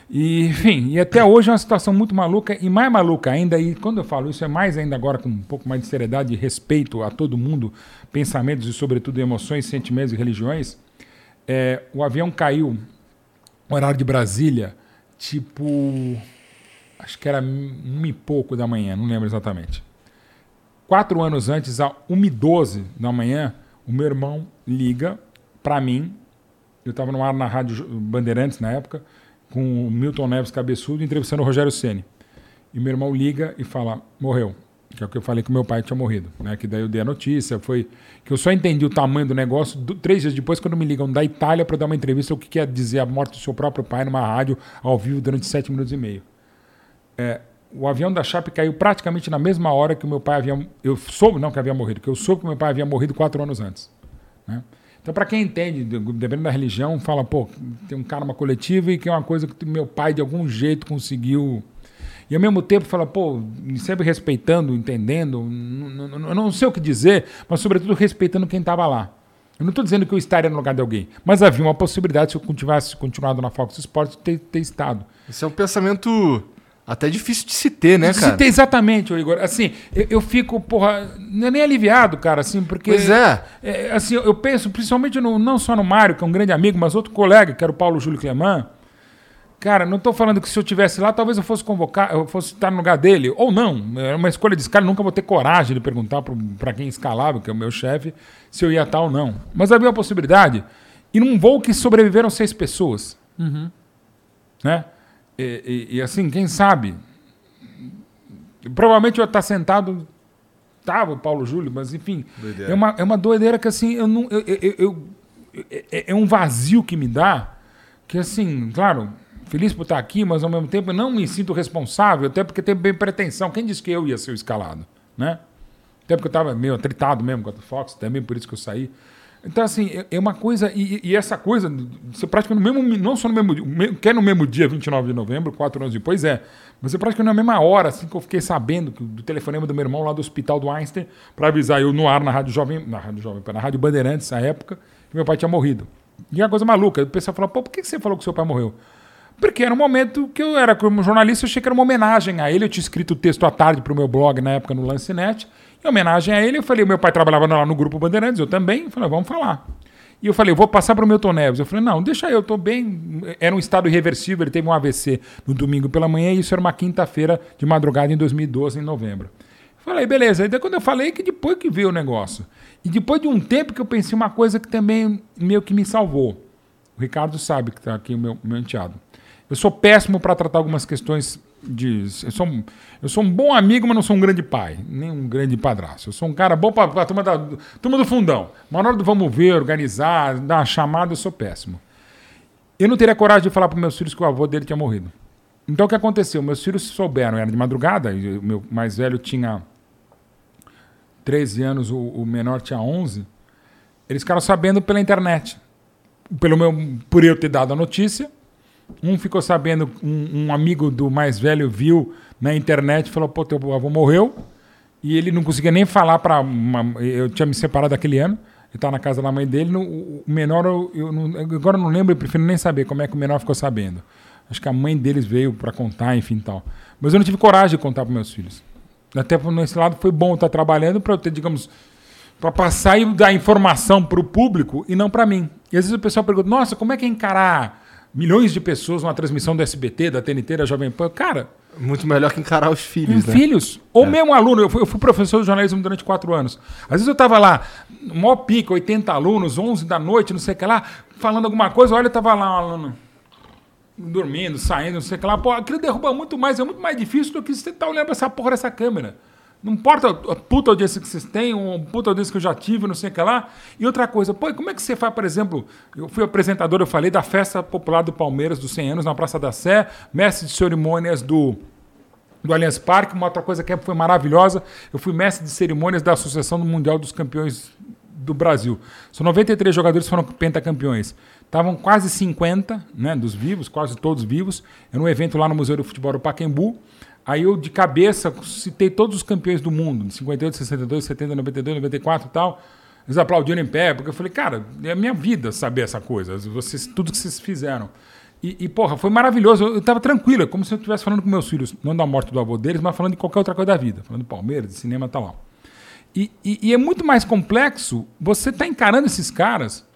E, enfim, e até hoje é uma situação muito maluca, e mais maluca ainda, e quando eu falo isso é mais ainda agora com um pouco mais de seriedade e respeito a todo mundo, pensamentos e sobretudo emoções, sentimentos e religiões. O avião caiu, horário de Brasília, tipo, acho que era 1 e pouco da manhã, não lembro exatamente. 4 anos antes, às 1h12 da manhã, o meu irmão liga para mim, eu estava no ar na Rádio Bandeirantes na época, com o Milton Neves cabeçudo, entrevistando o Rogério Ceni. E meu irmão liga e fala, morreu. Que é o que eu falei que meu pai tinha morrido. Né? Que daí eu dei a notícia, foi que eu só entendi o tamanho do negócio 3 dias depois, quando me ligam da Itália para dar uma entrevista, o que quer dizer a morte do seu próprio pai numa rádio, ao vivo, durante 7 minutos e meio. O avião da Chape caiu praticamente na mesma hora que o meu pai havia... Eu soube, não que havia morrido, que eu soube que meu pai havia morrido 4 anos antes. Né? Então, para quem entende, dependendo da religião, fala, pô, tem um karma coletivo e que é uma coisa que meu pai, de algum jeito, conseguiu... E, ao mesmo tempo, fala, pô, sempre respeitando, entendendo, eu não sei o que dizer, mas, sobretudo, respeitando quem estava lá. Eu não estou dizendo que eu estaria no lugar de alguém, mas havia uma possibilidade, se eu tivesse continuado na Fox Sports, de ter estado. Esse é um pensamento... Até difícil de se ter, né, cara? De se ter, exatamente, Igor. Assim, eu fico, porra, não é nem aliviado, cara, assim, porque... Pois é. Assim, eu penso, principalmente, não só no Mário, que é um grande amigo, mas outro colega, que era o Paulo Júlio Cleman. Cara, não estou falando que se eu estivesse lá, talvez eu fosse convocar, eu fosse estar no lugar dele, ou não. É uma escolha de escala, nunca vou ter coragem de perguntar para quem escalava, que é o meu chefe, se eu ia estar ou não. Mas havia uma possibilidade. E num voo que sobreviveram 6 pessoas. Uhum. Né? E assim, quem sabe? Provavelmente eu ia estar sentado, estava o Paulo Júlio, mas enfim, é uma doideira que assim, é um vazio que me dá, que assim, claro, feliz por estar aqui, mas ao mesmo tempo eu não me sinto responsável, até porque tem bem pretensão. Quem disse que eu ia ser o escalado? Né? Até porque eu estava meio atritado mesmo com a Fox, também por isso que eu saí. Então, assim, é uma coisa... E essa coisa, você pratica no mesmo... Não só no mesmo dia... Que é no mesmo dia, 29 de novembro, 4 anos depois, mas você pratica na mesma hora, assim, que eu fiquei sabendo do telefonema do meu irmão lá do Hospital do Einstein, para avisar eu no ar na Rádio Bandeirantes, na época, que meu pai tinha morrido. E é uma coisa maluca. O pessoal falou, pô, por que você falou que seu pai morreu? Porque era um momento que eu era como jornalista, eu achei que era uma homenagem a ele. Eu tinha escrito o texto à tarde para o meu blog, na época, no Lancinete. Em homenagem a ele, eu falei, meu pai trabalhava lá no Grupo Bandeirantes, eu também. Eu falei, vamos falar. E eu falei, eu vou passar para o Milton Neves. Eu falei, não, deixa eu estou bem. Era um estado irreversível, ele teve um AVC no domingo pela manhã, e isso era uma quinta-feira de madrugada em 2012, em novembro. Eu falei, beleza. E daí quando eu falei, que depois que veio o negócio. E depois de um tempo que eu pensei uma coisa que também meio que me salvou. O Ricardo sabe que está aqui, o meu enteado. Eu sou péssimo para tratar algumas questões eu sou um bom amigo, mas não sou um grande pai, nem um grande padrasto. Eu sou um cara bom para a turma do fundão. Mas na hora do vamos ver, organizar, dar uma chamada, eu sou péssimo. Eu não teria coragem de falar para meus filhos que o avô dele tinha morrido. Então o que aconteceu? Meus filhos souberam, era de madrugada, e o meu mais velho tinha 13 anos, o menor tinha 11. Eles ficaram sabendo pela internet. Por eu ter dado a notícia. Um ficou sabendo, um amigo do mais velho viu na internet e falou, pô, teu avô morreu. E ele não conseguia nem falar para... Eu tinha me separado daquele ano, eu estava na casa da mãe dele. O menor, agora eu não lembro, eu prefiro nem saber como é que o menor ficou sabendo. Acho que a mãe deles veio para contar, enfim, tal. Mas eu não tive coragem de contar para meus filhos. Até nesse lado foi bom estar trabalhando para eu ter, digamos, para passar e dar informação para o público e não para mim. E às vezes o pessoal pergunta, nossa, como é que é encarar milhões de pessoas numa transmissão do SBT, da TNT, da Jovem Pan? Cara... Muito melhor que encarar os filhos, né? Filhos. Ou mesmo aluno. Eu fui professor de jornalismo durante 4 anos. Às vezes eu estava lá, no maior pico, 80 alunos, 11 da noite, não sei o que lá, falando alguma coisa, olha, eu estava lá um aluno dormindo, saindo, não sei o que lá. Pô, aquilo derruba muito mais, é muito mais difícil do que você estar olhando para essa porra dessa câmera. Não importa a puta audiência que vocês têm, ou a puta audiência que eu já tive, não sei o que lá. E outra coisa, pô, como é que você faz, por exemplo, eu fui apresentador, eu falei, da festa popular do Palmeiras dos 100 anos na Praça da Sé, mestre de cerimônias do Allianz Parque, uma outra coisa que foi maravilhosa, eu fui mestre de cerimônias da Associação do Mundial dos Campeões do Brasil. São 93 jogadores que foram pentacampeões. Estavam quase 50, né, dos vivos, quase todos vivos. Era um evento lá no Museu do Futebol do Pacaembu. Aí eu, de cabeça, citei todos os campeões do mundo, de 58, 62, 70, 92, 94 e tal. Eles aplaudiram em pé, porque eu falei, cara, é a minha vida saber essa coisa, tudo que vocês fizeram. E, porra, foi maravilhoso. Eu tava tranquilo, como se eu estivesse falando com meus filhos, não da morte do avô deles, mas falando de qualquer outra coisa da vida. Falando de Palmeiras, de cinema e tal. E é muito mais complexo você tá encarando esses caras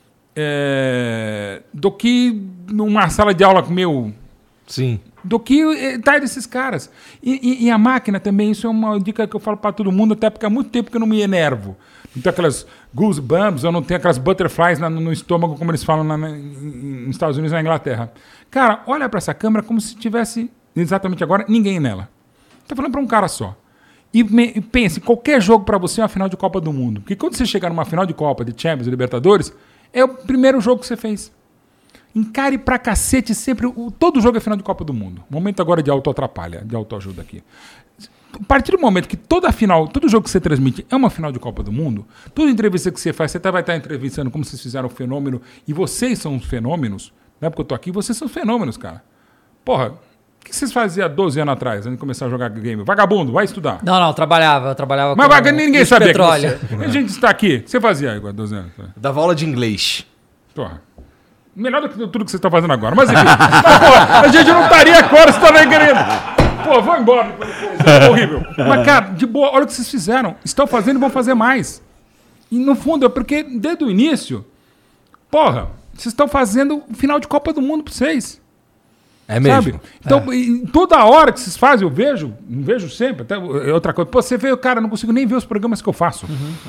do que numa sala de aula meu... Sim. Do que tá desses caras. E a máquina também, isso é uma dica que eu falo para todo mundo, até porque há muito tempo que eu não me enervo. Não tenho aquelas goosebumps, eu não tenho aquelas butterflies no estômago, como eles falam nos Estados Unidos e na Inglaterra. Cara, olha para essa câmera como se tivesse, exatamente agora, ninguém nela. Tá falando para um cara só. E pense, qualquer jogo para você é uma final de Copa do Mundo. Porque quando você chegar numa final de Copa, de Champions, Libertadores, é o primeiro jogo que você fez. Encare pra cacete sempre. Todo jogo é final de Copa do Mundo. Momento agora de autoatrapalha, de autoajuda aqui. A partir do momento que toda final, todo jogo que você transmite é uma final de Copa do Mundo, toda entrevista que você faz, você vai estar entrevistando como vocês fizeram o fenômeno, e vocês são os fenômenos, não é porque eu tô aqui, vocês são os fenômenos, cara. Porra, o que vocês faziam há 12 anos atrás, antes de começar a jogar game? Vagabundo, vai estudar. Não, eu trabalhava Mas ninguém sabia petróleo. que a gente está aqui. Você fazia aí, 12 anos? Dava aula de inglês. Porra. Melhor do que tudo que vocês estão fazendo agora. Mas enfim, porra, a gente não estaria agora se também querendo. Pô, vou embora. É horrível. Mas, cara, de boa, olha o que vocês fizeram. Estão fazendo e vão fazer mais. E, no fundo, é porque, desde o início, porra, vocês estão fazendo o final de Copa do Mundo pra vocês. É mesmo. Sabe? Então, toda hora que vocês fazem, não vejo sempre, até outra coisa. Pô, você vê, cara, eu não consigo nem ver os programas que eu faço.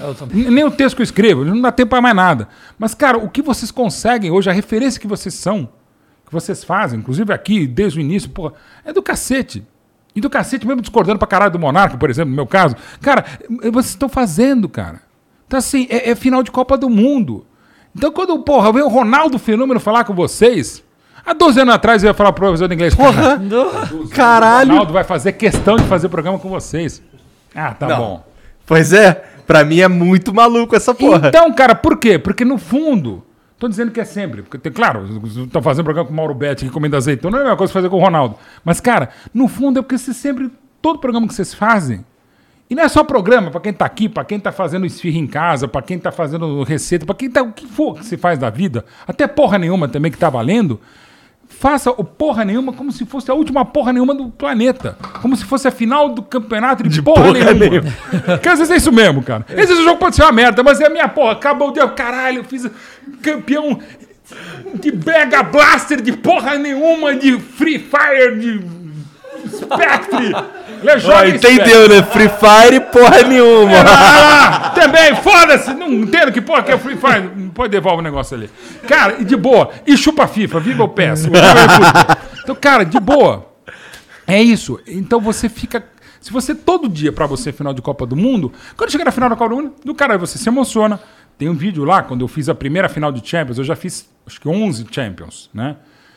Nem o texto que eu escrevo, não dá tempo para mais nada. Mas, cara, o que vocês conseguem hoje, a referência que vocês são, que vocês fazem, inclusive aqui, desde o início, porra, é do cacete. E do cacete, mesmo discordando pra caralho do Monarca, por exemplo, no meu caso. Cara, vocês estão fazendo, cara. Então, assim, é final de Copa do Mundo. Então, quando, porra, vem o Ronaldo Fenômeno falar com vocês... Há 12 anos atrás eu ia falar pro professor de inglês. Porra! Caralho! O Ronaldo vai fazer questão de fazer programa com vocês. Ah, tá bom. Pois é, pra mim é muito maluco essa porra. Então, cara, por quê? Porque no fundo, tô dizendo que é sempre. Porque, claro, estão fazendo programa com o Mauro Betti, que comendo azeitona, não é a mesma coisa que fazer com o Ronaldo. Mas, cara, no fundo é porque vocês sempre, todo programa que vocês fazem, e não é só programa, pra quem tá aqui, pra quem tá fazendo esfirra em casa, pra quem tá fazendo receita, pra quem tá, o que for que se faz da vida, até porra nenhuma também que tá valendo, faça o porra nenhuma como se fosse a última porra nenhuma do planeta. Como se fosse a final do campeonato de porra nenhuma. Porque às vezes é isso mesmo, cara. Às vezes o jogo pode ser uma merda, mas é a minha porra. Acabou o dia, caralho, eu fiz campeão de Mega Blaster de porra nenhuma, de Free Fire, de Spectre. Entendeu, né? Free Fire porra nenhuma. Também, foda-se. Não entendo que porra que é Free Fire. Não pode devolver o negócio ali. Cara, e de boa. E chupa FIFA, viva o PES. Então, cara, de boa. É isso. Então você fica... Se você todo dia, pra você, final de Copa do Mundo, quando chegar na final da Copa do Mundo, do caralho, você se emociona. Tem um vídeo lá, quando eu fiz a primeira final de Champions, eu já fiz, acho que 11 Champions, né?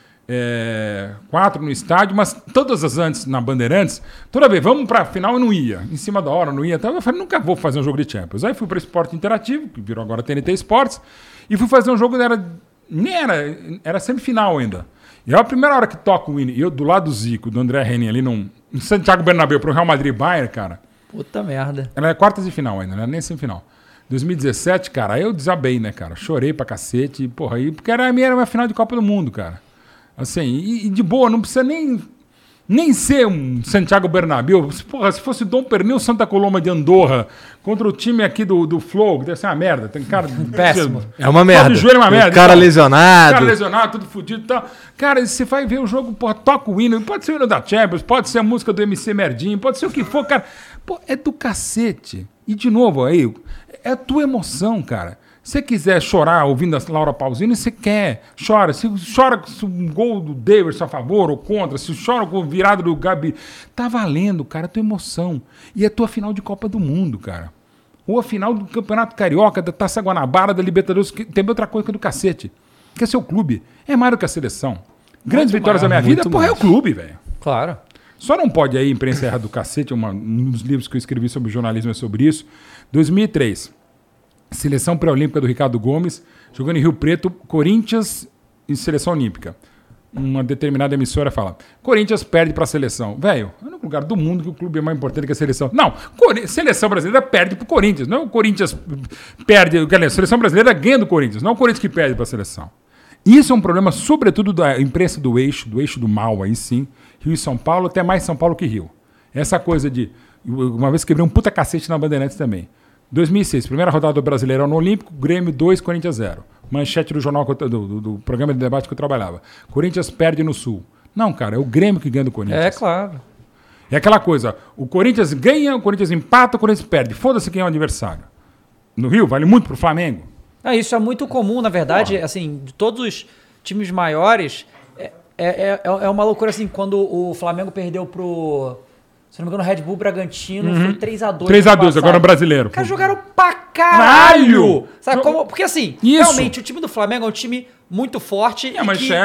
4 no estádio, mas todas as antes na Bandeirantes, toda vez, vamos pra final, eu não ia. Em cima da hora, eu não ia. Então eu falei, nunca vou fazer um jogo de Champions. Aí fui pra Esporte Interativo, que virou agora TNT Esportes, e fui fazer um jogo que era semifinal ainda. E é a primeira hora que toca o hino, e eu do lado do Zico, do André Henning ali em Santiago Bernabéu pro Real Madrid Bayern, cara. Puta merda. Ela é quartas de final ainda, não era nem semifinal. 2017, cara, aí eu desabei, né, cara? Chorei pra cacete, porra, aí, porque era a minha final de Copa do Mundo, cara. Assim, e de boa, não precisa nem ser um Santiago Bernabéu. Porra, se fosse Dom Pernil Santa Coloma de Andorra contra o time aqui do Flow, que deve ser uma merda. Tem cara... Péssimo. É uma merda. O joelho é uma merda. Cara lesionado. Cara lesionado, tudo fodido e tal. Cara, você vai ver o jogo, porra, toca o hino. Pode ser o hino da Champions, pode ser a música do MC Merdinho, pode ser o que for, cara. Pô, é do cacete. E de novo aí, é a tua emoção, cara. Se você quiser chorar ouvindo a Laura Pausini, você quer, chora. Se chora com um gol do Davidson a favor ou contra, se chora com o virado do Gabi, tá valendo, cara, a tua emoção. E a tua final de Copa do Mundo, cara. Ou a final do Campeonato Carioca, da Taça Guanabara, da Libertadores, que tem outra coisa que é do cacete. Que é seu clube. É mais do que a seleção. Grandes vitórias da minha vida, porra, é o clube, velho. Claro. Só não pode aí, imprensa erra do cacete, um dos livros que eu escrevi sobre jornalismo é sobre isso. 2003. Seleção pré-olímpica do Ricardo Gomes, jogando em Rio Preto, Corinthians e Seleção Olímpica. Uma determinada emissora fala, Corinthians perde para a seleção. Velho, é o único lugar do mundo que o clube é mais importante que a seleção. Não, seleção brasileira perde para o Corinthians. Não é o Corinthians perde, a seleção brasileira ganha do Corinthians, não é o Corinthians que perde para a seleção. Isso é um problema, sobretudo, da imprensa do eixo do mal, aí sim. Rio e São Paulo, até mais São Paulo que Rio. Essa coisa de... Uma vez quebrei um puta cacete na Bandeirantes também. 2006, primeira rodada do Brasileirão no Olímpico, Grêmio 2, Corinthians 0. Manchete do jornal do programa de debate que eu trabalhava. Corinthians perde no Sul. Não, cara, é o Grêmio que ganha do Corinthians. É, claro. É aquela coisa, o Corinthians ganha, o Corinthians empata, o Corinthians perde. Foda-se quem é o adversário. No Rio, vale muito pro Flamengo. Isso é muito comum, na verdade, assim, de todos os times maiores, é uma loucura, assim, quando o Flamengo perdeu pro, se não me engano, o Red Bull Bragantino, foi 3x2. 3x2, agora no Brasileiro. Os caras jogaram pra caralho! Sabe como? Porque, assim, realmente, o time do Flamengo é um time muito forte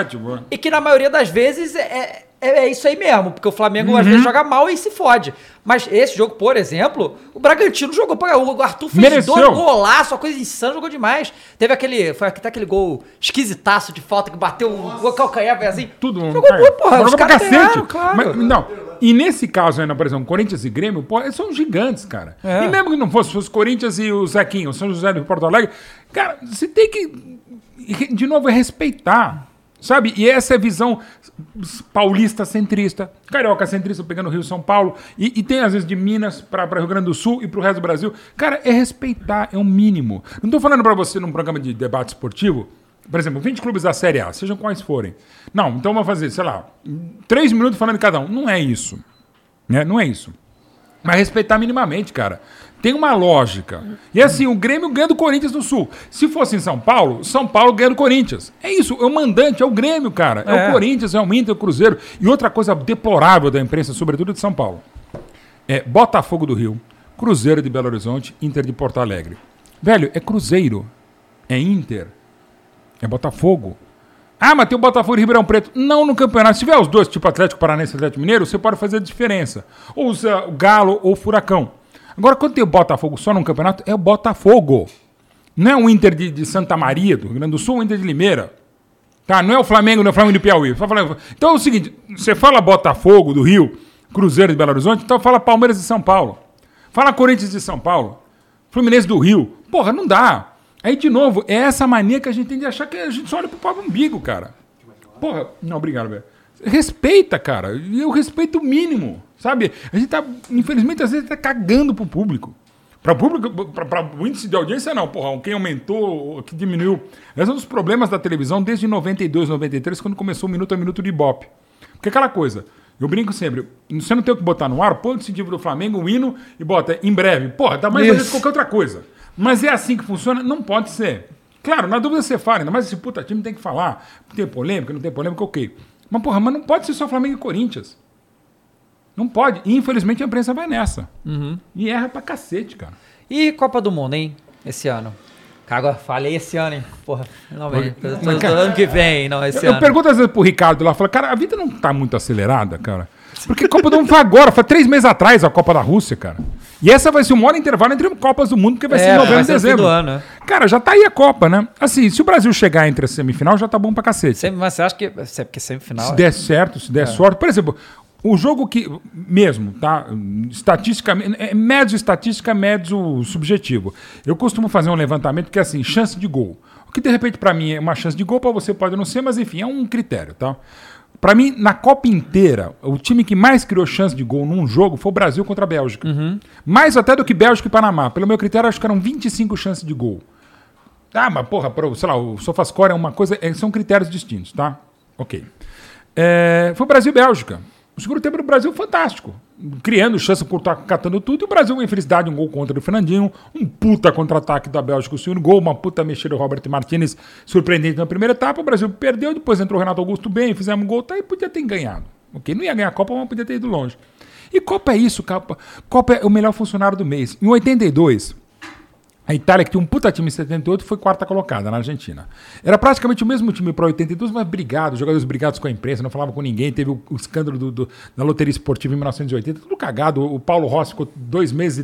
e que, na maioria das vezes, é isso aí mesmo, porque o Flamengo às vezes joga mal e se fode. Mas esse jogo, por exemplo, o Bragantino jogou para o Arthur fez 2 golaços, uma coisa insana, jogou demais. Teve aquele gol esquisitaço de falta que bateu o calcanhar, assim. Tudo. Jogou muito, porra. Jogou pra cacete. Ganharam, claro. Mas, não. E nesse caso ainda, por exemplo, Corinthians e Grêmio, pô, eles são gigantes, cara. E mesmo que não fosse os Corinthians e o Zequinho, o São José do Porto Alegre, cara, você tem que, de novo, respeitar. Sabe? E essa é a visão paulista centrista, carioca centrista, pegando Rio e São Paulo, e tem às vezes de Minas para Rio Grande do Sul e para o resto do Brasil. Cara, é respeitar, é o mínimo. Não estou falando para você num programa de debate esportivo, por exemplo, 20 clubes da Série A, sejam quais forem. Não, então vamos fazer, sei lá, 3 minutos falando de cada um. Não é isso. Né? Não é isso. Mas respeitar minimamente, cara. Tem uma lógica. E assim, o Grêmio ganha do Corinthians no Sul. Se fosse em São Paulo ganha do Corinthians. É isso, é o mandante, é o Grêmio, cara. É o Corinthians, é o Inter, é o Cruzeiro. E outra coisa deplorável da imprensa, sobretudo de São Paulo, é Botafogo do Rio, Cruzeiro de Belo Horizonte, Inter de Porto Alegre. Velho, é Cruzeiro, é Inter, é Botafogo. Ah, mas tem o Botafogo e Ribeirão Preto. Não no campeonato. Se tiver os dois, tipo Atlético Paranaense e Atlético Mineiro, você pode fazer a diferença. Ou usa o Galo ou o Furacão. Agora, quando tem o Botafogo só num campeonato, é o Botafogo. Não é o Inter de Santa Maria, do Rio Grande do Sul, ou o Inter de Limeira. Tá? Não é o Flamengo, não é o Flamengo de Piauí. Então é o seguinte, você fala Botafogo do Rio, Cruzeiro de Belo Horizonte, então fala Palmeiras de São Paulo. Fala Corinthians de São Paulo. Fluminense do Rio. Porra, não dá. Aí, de novo, é essa mania que a gente tem de achar que a gente só olha pro próprio umbigo, cara. Porra, não, obrigado, velho. Respeita, cara. E eu respeito o mínimo, sabe? A gente tá, infelizmente, às vezes tá cagando pro público. Para o índice de audiência, não. Porra, quem aumentou, que diminuiu. Esse é um dos problemas da televisão desde 92, 93, quando começou o Minuto a Minuto de Ibope. Porque aquela coisa, eu brinco sempre, você não tem o que botar no ar, põe o distintivo do Flamengo, o hino, e bota em breve. Porra, dá mais que qualquer outra coisa. Mas é assim que funciona? Não pode ser. Claro, na dúvida você fala, ainda mais esse puta time tem que falar. Tem polêmica, não tem polêmica, ok. Mas, porra, não pode ser só Flamengo e Corinthians. Não pode. E, infelizmente, a imprensa vai nessa. E erra pra cacete, cara. E Copa do Mundo, hein? Esse ano. Agora, falei esse ano, hein? Porra, finalmente. Ano que vem, não, esse ano. Eu pergunto às vezes pro Ricardo lá, falo, cara, a vida não tá muito acelerada, cara? Porque Copa do Mundo foi agora, foi 3 meses atrás a Copa da Rússia, cara. E essa vai ser o maior intervalo entre Copas do Mundo, porque vai ser em novembro e dezembro. Do ano, né? Cara, já tá aí a Copa, né? Assim, se o Brasil chegar entre a semifinal, já tá bom pra cacete. Mas você acha que... Porque semifinal... Se der certo, se der sorte... Por exemplo, o jogo que... Mesmo, tá? Estatisticamente... Médio estatística, médio subjetivo. Eu costumo fazer um levantamento que é assim, chance de gol. O que, de repente, pra mim é uma chance de gol, pra você pode não ser, mas enfim, é um critério, tá? Pra mim, na Copa inteira, o time que mais criou chance de gol num jogo foi o Brasil contra a Bélgica. Mais até do que Bélgica e Panamá. Pelo meu critério, acho que eram 25 chances de gol. Ah, mas porra, sei lá, o SofaScore é uma coisa... são critérios distintos, tá? Ok. Foi o Brasil e Bélgica. O segundo tempo do Brasil fantástico. Criando chance por estar catando tudo. E o Brasil, uma infelicidade, um gol contra o Fernandinho. Um puta contra-ataque da Bélgica, o segundo gol. Uma puta mexida do Robert Martinez, surpreendente na primeira etapa. O Brasil perdeu, depois entrou o Renato Augusto bem, fizemos um gol. Tá, e podia ter ganhado. Ok, não ia ganhar a Copa, mas podia ter ido longe. E Copa é isso, Copa é o melhor funcionário do mês. Em 82... a Itália, que tinha um puta time em 78, foi quarta colocada na Argentina. Era praticamente o mesmo time para 82, mas jogadores brigados com a imprensa, não falavam com ninguém. Teve o escândalo da loteria esportiva em 1980, tudo cagado. O Paulo Rossi ficou 2 anos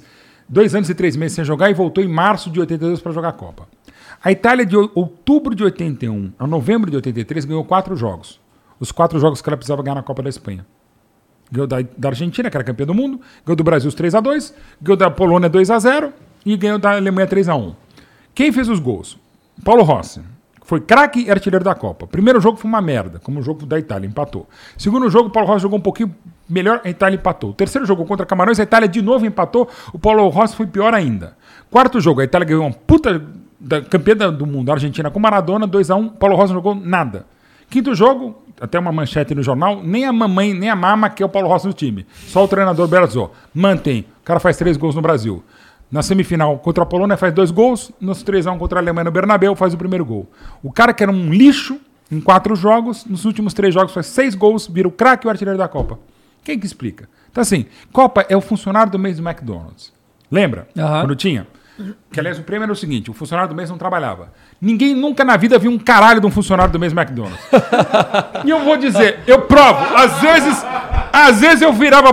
e 3 meses sem jogar e voltou em março de 82 para jogar a Copa. A Itália, de outubro de 81 a novembro de 83, ganhou 4 jogos. Os 4 jogos que ela precisava ganhar na Copa da Espanha. Ganhou da Argentina, que era campeã do mundo, ganhou do Brasil os 3-2, ganhou da Polônia 2-0, e ganhou da Alemanha 3-1. Quem fez os gols? Paulo Rossi, Foi craque e artilheiro da Copa. Primeiro jogo foi uma merda, como o jogo da Itália, empatou. Segundo jogo, o Paulo Rossi jogou um pouquinho melhor, a Itália empatou. Terceiro jogo contra Camarões, a Itália de novo empatou, o Paulo Rossi foi pior ainda. Quarto jogo, a Itália ganhou uma puta campeã do mundo, a Argentina com Maradona, 2-1, Paulo Rossi não jogou nada. Quinto jogo, até uma manchete no jornal, nem a mamãe, nem a mama que é o Paulo Rossi no time. Só o treinador Berazzo. Mantém, o cara faz 3 gols no Brasil. Na semifinal contra a Polônia faz 2 gols, nos 3-1 contra a Alemanha no Bernabéu faz o primeiro gol. O cara que era um lixo em 4 jogos, nos últimos 3 jogos faz 6 gols, vira o craque e o artilheiro da Copa. Quem que explica? Então assim, Copa é o funcionário do mês do McDonald's. Lembra? Quando tinha? Que aliás o prêmio era o seguinte, o funcionário do mês não trabalhava. Ninguém nunca na vida viu um caralho de um funcionário do mês McDonald's. E eu vou dizer, eu provo, às vezes eu virava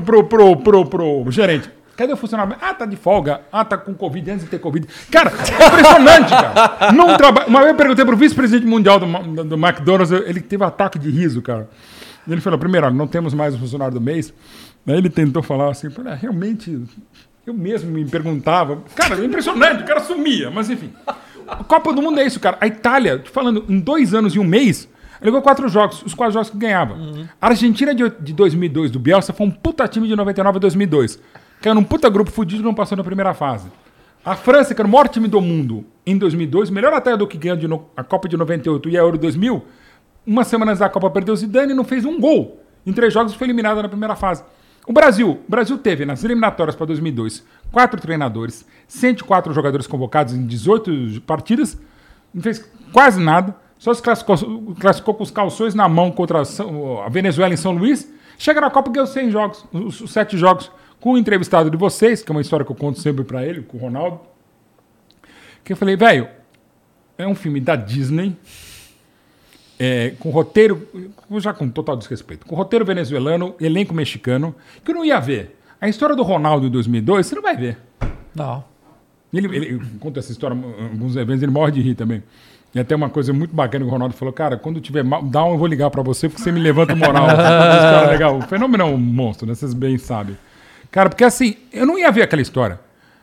pro gerente. Cadê o funcionário? Ah, tá de folga. Ah, tá com Covid antes de ter Covid. Cara, é impressionante, cara. Não trabalha. Uma vez eu perguntei pro vice-presidente mundial do McDonald's, ele teve ataque de riso, cara. Ele falou, primeiro, não temos mais um funcionário do mês. Aí ele tentou falar assim, realmente, eu mesmo me perguntava. Cara, é impressionante, o cara sumia. Mas enfim, a Copa do Mundo é isso, cara. A Itália, te falando, em 2 anos e 1 mês, ele ganhou 4 jogos, os 4 jogos que ganhava. A Argentina de 2002, do Bielsa, foi um puta time de 99 a 2002. Caiu num puta grupo fudido e não passou na primeira fase. A França, que era o maior time do mundo em 2002, melhor até do que ganhou a Copa de 98 e a Euro 2000, uma semana antes da Copa perdeu o Zidane e não fez um gol. Em 3 jogos foi eliminado na primeira fase. O Brasil teve nas eliminatórias para 2002 4 treinadores, 104 jogadores convocados em 18 partidas, não fez quase nada, só se classificou com os calções na mão contra a Venezuela em São Luís, chega na Copa e ganhou 100 jogos, os 7 jogos. Com o entrevistado de vocês, que é uma história que eu conto sempre pra ele, com o Ronaldo, que eu falei, velho, é um filme da Disney, com roteiro, já com total desrespeito, com roteiro venezuelano, elenco mexicano, que eu não ia ver. A história do Ronaldo em 2002, você não vai ver. Não. Ele conta essa história em alguns eventos, ele morre de rir também. E até uma coisa muito bacana que o Ronaldo falou, cara, quando tiver down eu vou ligar pra você, porque você me levanta o moral. Legal. O fenômeno é um monstro, né? Vocês bem sabem. Cara, porque assim, eu não ia ver aquela história.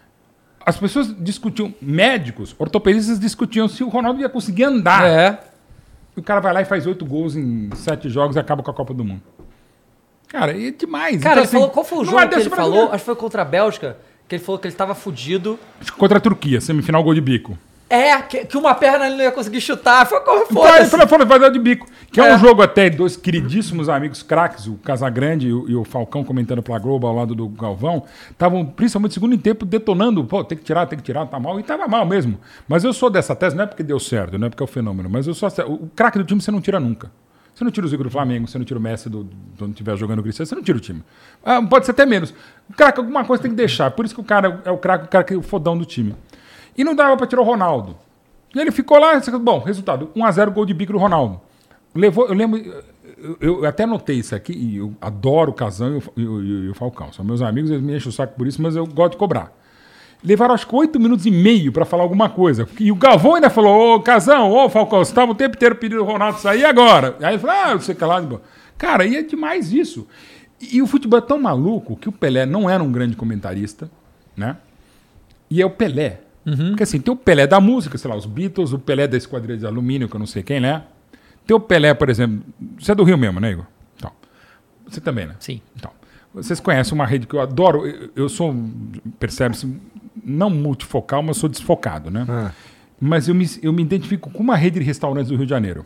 As pessoas discutiam, médicos, ortopedistas discutiam se o Ronaldo ia conseguir andar. E o cara vai lá e faz 8 gols em 7 jogos e acaba com a Copa do Mundo. Cara, é demais. Cara, então, ele falou, qual foi o jogo que ele falou? Acho que foi contra a Bélgica, que ele falou que ele tava fudido. Contra a Turquia, semifinal, gol de bico. Que uma perna ele não ia conseguir chutar. Foi vai dar de bico. Que é um jogo até 2 queridíssimos amigos craques, o Casagrande e o Falcão comentando pela Globo ao lado do Galvão. Estavam, principalmente no segundo tempo, detonando. Pô, tem que tirar, tá mal. E tava mal mesmo. Mas eu sou dessa tese, não é porque deu certo, não é porque é o fenômeno. Mas eu sou o craque do time você não tira nunca. Você não tira o Zico do Flamengo, você não tira o Messi do onde estiver jogando o Cristiano, você não tira o time. Pode ser até menos. O craque, alguma coisa tem que deixar. Por isso que o cara é o craque, o cara que é o fodão do time. E não dava pra tirar o Ronaldo. E ele ficou lá, bom, resultado, 1-0, gol de bico do Ronaldo. Eu lembro, eu até anotei isso aqui, e eu adoro o Casão e o Falcão. São meus amigos, eles me enchem o saco por isso, mas eu gosto de cobrar. Levaram acho que 8 minutos e meio pra falar alguma coisa. E o Galvão ainda falou, ô Casão, ô Falcão, você tava o tempo inteiro pedindo o Ronaldo sair, e agora? Aí ele falou, eu sei que lá. Cara, e é demais isso. E o futebol é tão maluco que o Pelé não era um grande comentarista, né? E é o Pelé. Porque assim, tem o Pelé da música, sei lá, os Beatles, o Pelé da Esquadrilha de Alumínio, que eu não sei quem é. Tem o Pelé, por exemplo, você é do Rio mesmo, né, Igor? Então, você também, né? Sim. Então, vocês conhecem uma rede que eu adoro, eu sou, percebe-se, não multifocal, mas sou desfocado, né? Mas eu me identifico com uma rede de restaurantes do Rio de Janeiro.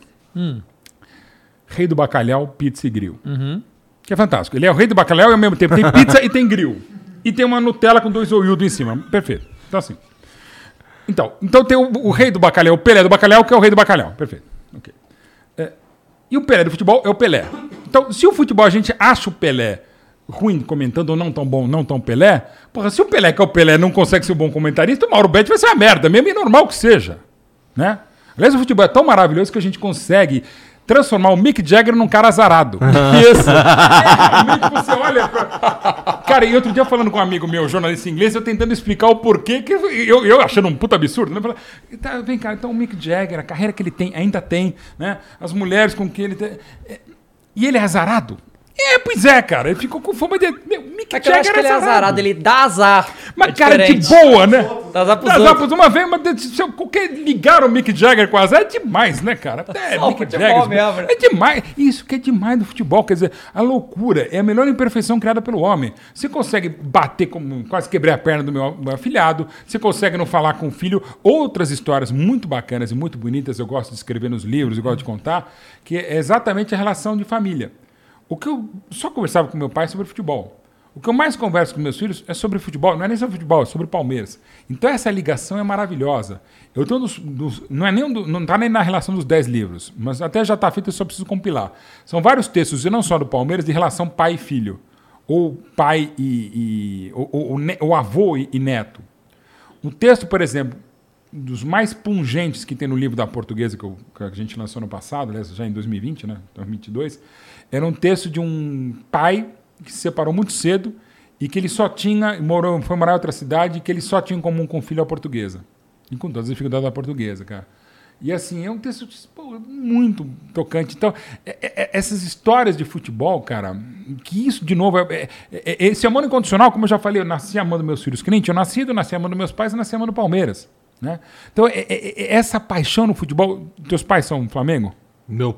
Rei do Bacalhau, Pizza e Grill. Que é fantástico. Ele é o rei do bacalhau e ao mesmo tempo tem pizza e tem grill. E tem uma Nutella com 2 oiudos em cima. Perfeito. Então assim... Então tem o rei do bacalhau, o Pelé do bacalhau, que é o rei do bacalhau. Perfeito. Okay. E o Pelé do futebol é o Pelé. Então, se o futebol a gente acha o Pelé ruim comentando ou não tão bom, não tão Pelé, porra, se o Pelé, que é o Pelé, não consegue ser um bom comentarista, o Mauro Betti vai ser uma merda, mesmo é normal que seja. Né? Aliás, o futebol é tão maravilhoso que a gente consegue transformar o Mick Jagger num cara azarado. Isso. Realmente você olha pra... Cara, e outro dia falando com um amigo meu, jornalista inglês, eu tentando explicar o porquê, que eu achando um puta absurdo, né? Falei, tá, vem cá, então o Mick Jagger, a carreira que ele tem, ainda tem, né? As mulheres com que ele tem... E ele é azarado. Pois é, cara. Ele ficou com fama de... Mick É que eu acho que ele é azarado, ele dá azar. Mas cara de boa, né? Dá azar pros outros. Uma vez, mas se qualquer ligar o Mick Jagger com azar é demais, né, cara? Só Mick futebol Jagger mesmo, né? é demais. Isso que é demais do futebol. Quer dizer, a loucura é a melhor imperfeição criada pelo homem. Você consegue bater, como quase quebrei a perna do meu afilhado. Você consegue não falar com o filho. Outras histórias muito bacanas e muito bonitas, eu gosto de escrever nos livros, eu gosto de contar, que é exatamente a relação de família. O que eu só conversava com meu pai sobre futebol. O que eu mais converso com meus filhos é sobre futebol. Não é nem sobre futebol, é sobre Palmeiras. Então essa ligação é maravilhosa. Eu estou não está nem na relação dos 10 livros, mas até já está feito, eu só preciso compilar. São vários textos, e não só do Palmeiras, de relação pai e filho. Ou pai ou avô e neto. Um texto, por exemplo, dos mais pungentes que tem no livro da Portuguesa, que a gente lançou no passado, aliás, já em 2020, né? 2022, era um texto de um pai que se separou muito cedo e que ele só tinha, foi morar em outra cidade, e que ele só tinha em comum com o filho a portuguesa. E com todas as dificuldades da portuguesa, cara. E assim, é um texto muito tocante. Então, essas histórias de futebol, cara, que isso, de novo, esse amor incondicional, como eu já falei, eu nasci amando meus filhos, que nem tinham nascido, nasci amando meus pais e nasci amando Palmeiras. Né? Então, essa paixão no futebol... Teus pais são Flamengo? Meu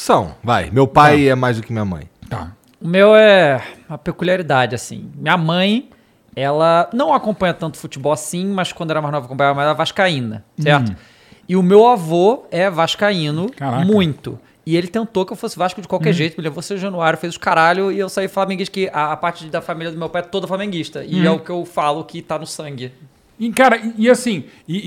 pai é mais do que minha mãe. Tá. O meu é uma peculiaridade, assim. Minha mãe, ela não acompanha tanto futebol assim, mas quando era mais nova acompanhava mais a vascaína, certo? E o meu avô é vascaíno. Caraca. Muito. E ele tentou que eu fosse Vasco de qualquer jeito, me levou São Januário, fez os caralho, e eu saí flamenguista, que a parte da família do meu pai é toda flamenguista. E é o que eu falo que tá no sangue. E, cara, assim,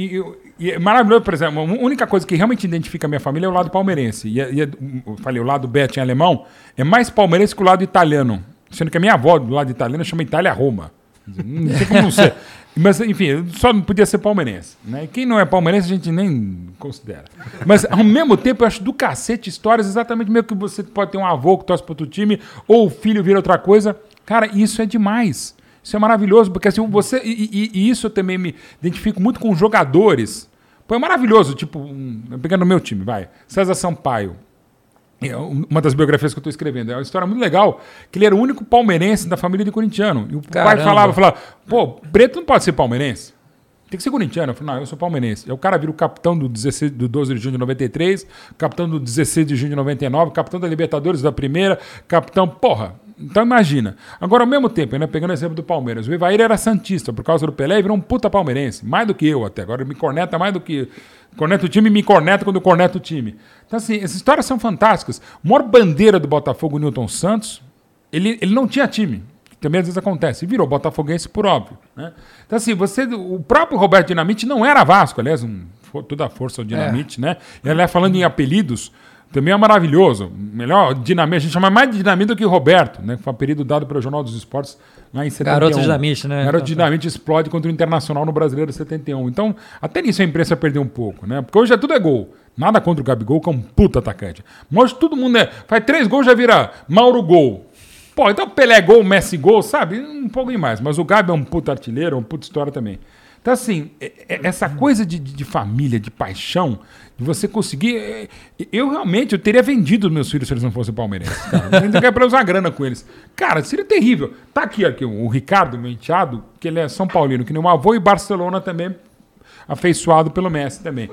é maravilhoso, por exemplo, a única coisa que realmente identifica a minha família é o lado palmeirense. Eu falei, o lado Bet em alemão é mais palmeirense que o lado italiano. Sendo que a minha avó, do lado italiano, chama Itália-Roma. Não sei como não ser. Mas, enfim, só não podia ser palmeirense. Né? E quem não é palmeirense, a gente nem considera. Mas, ao mesmo tempo, eu acho do cacete histórias exatamente mesmo que você pode ter um avô que torce para outro time, ou o filho vira outra coisa. Cara, isso é demais. Isso é maravilhoso, porque assim, você... E isso eu também me identifico muito com jogadores. Pô, é maravilhoso, tipo... Pegando o meu time, vai. César Sampaio. Uma das biografias que eu estou escrevendo. É uma história muito legal, que ele era o único palmeirense da família de corintiano. E o pai falava, pô, preto não pode ser palmeirense. Tem que ser corintiano. Eu falei, não, eu sou palmeirense. Aí o cara vira o capitão do 12 de junho de 93, capitão do 16 de junho de 99, capitão da Libertadores da primeira, capitão... Porra... Então imagina. Agora, ao mesmo tempo, né, pegando o exemplo do Palmeiras, o Ivair era santista por causa do Pelé e virou um puta palmeirense. Mais do que eu até. Agora ele me corneta mais do que... Corneta o time e me corneta quando eu corneto o time. Então assim, essas histórias são fantásticas. A maior bandeira do Botafogo, o Newton Santos, ele não tinha time. Também às vezes acontece. E virou botafoguense por óbvio. Né? Então assim, o próprio Roberto Dinamite não era Vasco. Aliás, toda a força ao Dinamite, né? E aliás, falando em apelidos... Também é maravilhoso. Melhor Dinamite. A gente chama mais de Dinamite do que Roberto, né? Foi um apelido dado pelo Jornal dos Esportes lá em 71. Garoto Dinamite, né? Garoto Dinamite explode contra o Internacional no Brasileiro de 71. Então, até nisso a imprensa perdeu um pouco, né? Porque hoje tudo é gol. Nada contra o Gabigol, que é um puta atacante. Mas hoje todo mundo faz 3 gols, já vira Mauro gol. Pô, então Pelé gol, Messi gol, sabe? Um pouco demais. Mas o Gabi é um puta artilheiro, uma puta história também. Então, assim, essa coisa de família, de paixão, de você conseguir... Eu teria vendido os meus filhos se eles não fossem palmeirenses, cara. Eu ainda para usar grana com eles. Cara, seria terrível. Tá aqui o Ricardo, meu enteado, que ele é São Paulino, que nem o avô, e Barcelona também, afeiçoado pelo Messi também.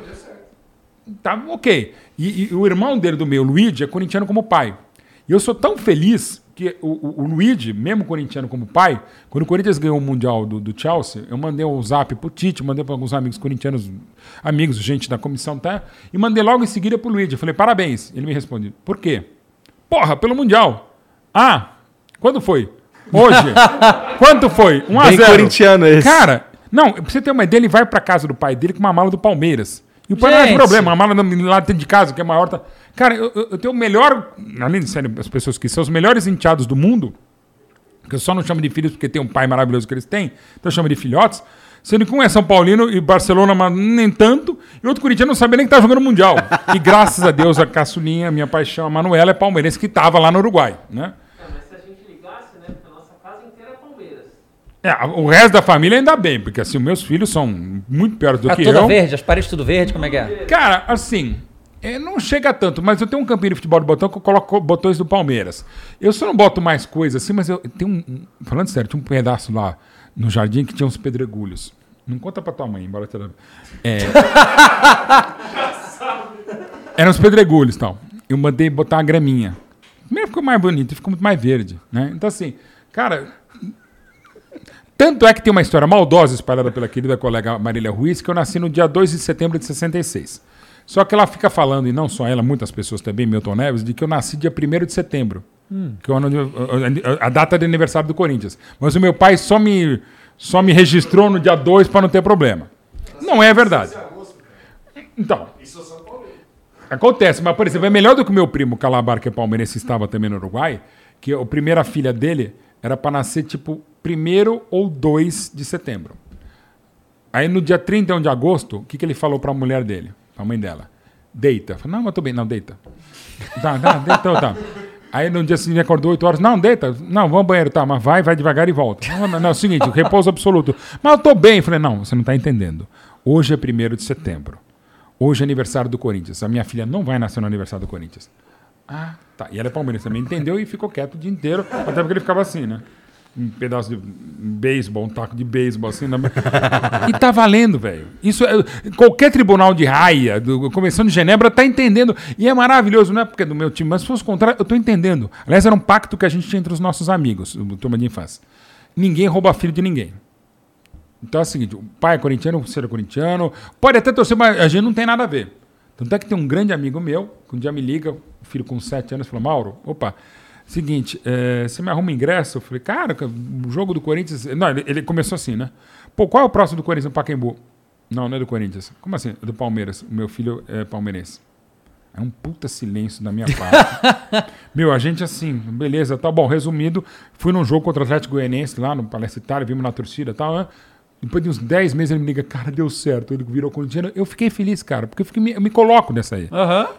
Tá, ok. E o irmão dele, do meu, Luigi, é corintiano como pai. E eu sou tão feliz... que o Luigi, mesmo corintiano como pai, quando o Corinthians ganhou o Mundial do Chelsea, eu mandei um zap pro Tite, mandei para alguns amigos corintianos, amigos, gente da comissão, tá? E mandei logo em seguida pro Luigi. Eu falei, parabéns. Ele me responde, por quê? Porra, pelo Mundial. Ah, quando foi? Hoje. Quanto foi? 1-0. Bem corintiano esse. Cara, não, pra você ter uma ideia, ele vai pra casa do pai dele com uma mala do Palmeiras. E o pai não é problema, a mala lá dentro de casa, que é maior. Tá... Cara, eu tenho o melhor, além de serem as pessoas que são os melhores enteados do mundo, que eu só não chamo de filhos porque tem um pai maravilhoso que eles têm, então eu chamo de filhotes, sendo que um é São Paulino e Barcelona, mas nem tanto, e outro corintiano não sabia nem que estava jogando Mundial. E graças a Deus, a caçulinha, minha paixão, a Manuela, é palmeirense, que estava lá no Uruguai, né? Mas se a gente ligasse, né, porque a nossa casa inteira é Palmeiras. O resto da família ainda bem, porque assim, os meus filhos são muito piores do que toda eu. Verde, as paredes tudo verde, como é que é? Cara, assim, Não chega tanto, mas eu tenho um campinho de futebol de botão que eu coloco botões do Palmeiras. Eu só não boto mais coisa assim, mas eu tenho falando sério, tinha um pedaço lá no jardim que tinha uns pedregulhos. Não conta pra tua mãe, embora eram uns pedregulhos e tal. Eu mandei botar uma graminha. Primeiro ficou mais bonito, ficou muito mais verde, né? Então assim, cara... Tanto é que tem uma história maldosa espalhada pela querida colega Marília Ruiz, que eu nasci no dia 2 de setembro de 66. Só que ela fica falando, e não só ela, muitas pessoas também, Milton Neves, de que eu nasci dia 1º de setembro, que é a data de aniversário do Corinthians. Mas o meu pai só me registrou no dia 2 para não ter problema. Não é verdade. Então, acontece, mas, por exemplo, é melhor do que o meu primo Calabar, que é palmeirense, estava também no Uruguai, que a primeira filha dele era para nascer, tipo, 1º ou 2 de setembro. Aí, no dia 31 de agosto, o que ele falou para a mulher dele? A mãe dela. Deita. Falei, não, mas tô bem. Não, deita. Tá. Aí no dia seguinte acordou 8 horas. Não, deita. Não, vamos ao banheiro. Tá, mas vai devagar e volta. Não, é o seguinte, repouso absoluto. Mas eu tô bem. Falei, não, você não tá entendendo. Hoje é 1º de setembro. Hoje é aniversário do Corinthians. A minha filha não vai nascer no aniversário do Corinthians. Ah, tá. E ela é palmeirense também. Entendeu e ficou quieto o dia inteiro. Até porque ele ficava assim, né? Um pedaço de beisebol, um taco de beisebol, assim. E tá valendo, velho. Isso qualquer tribunal de raia, Convenção de Genebra, tá entendendo. E é maravilhoso, não é porque é do meu time, mas se fosse o contrário, eu tô entendendo. Aliás, era um pacto que a gente tinha entre os nossos amigos, do turma de infância. Ninguém rouba filho de ninguém. Então é o seguinte, o pai é corintiano, o filho é corintiano, pode até torcer, mas a gente não tem nada a ver. Tanto é que tem um grande amigo meu, que um dia me liga, o filho com 7 anos, falou, Mauro, opa... Seguinte, você me arruma ingresso? Eu falei, cara, o jogo do Corinthians... Não, ele começou assim, né? Pô, qual é o próximo do Corinthians no Pacaembu? Não é do Corinthians. Como assim? É do Palmeiras. O meu filho é palmeirense. É um puta silêncio da minha parte. Meu, a gente assim, beleza, tá bom. Resumido, fui num jogo contra o Atlético Goianiense lá no Palestra Itália, vimos na torcida e tal, né? Depois de uns 10 meses ele me liga, cara, deu certo. Ele virou corintiano. Eu fiquei feliz, cara, porque eu me coloco nessa aí.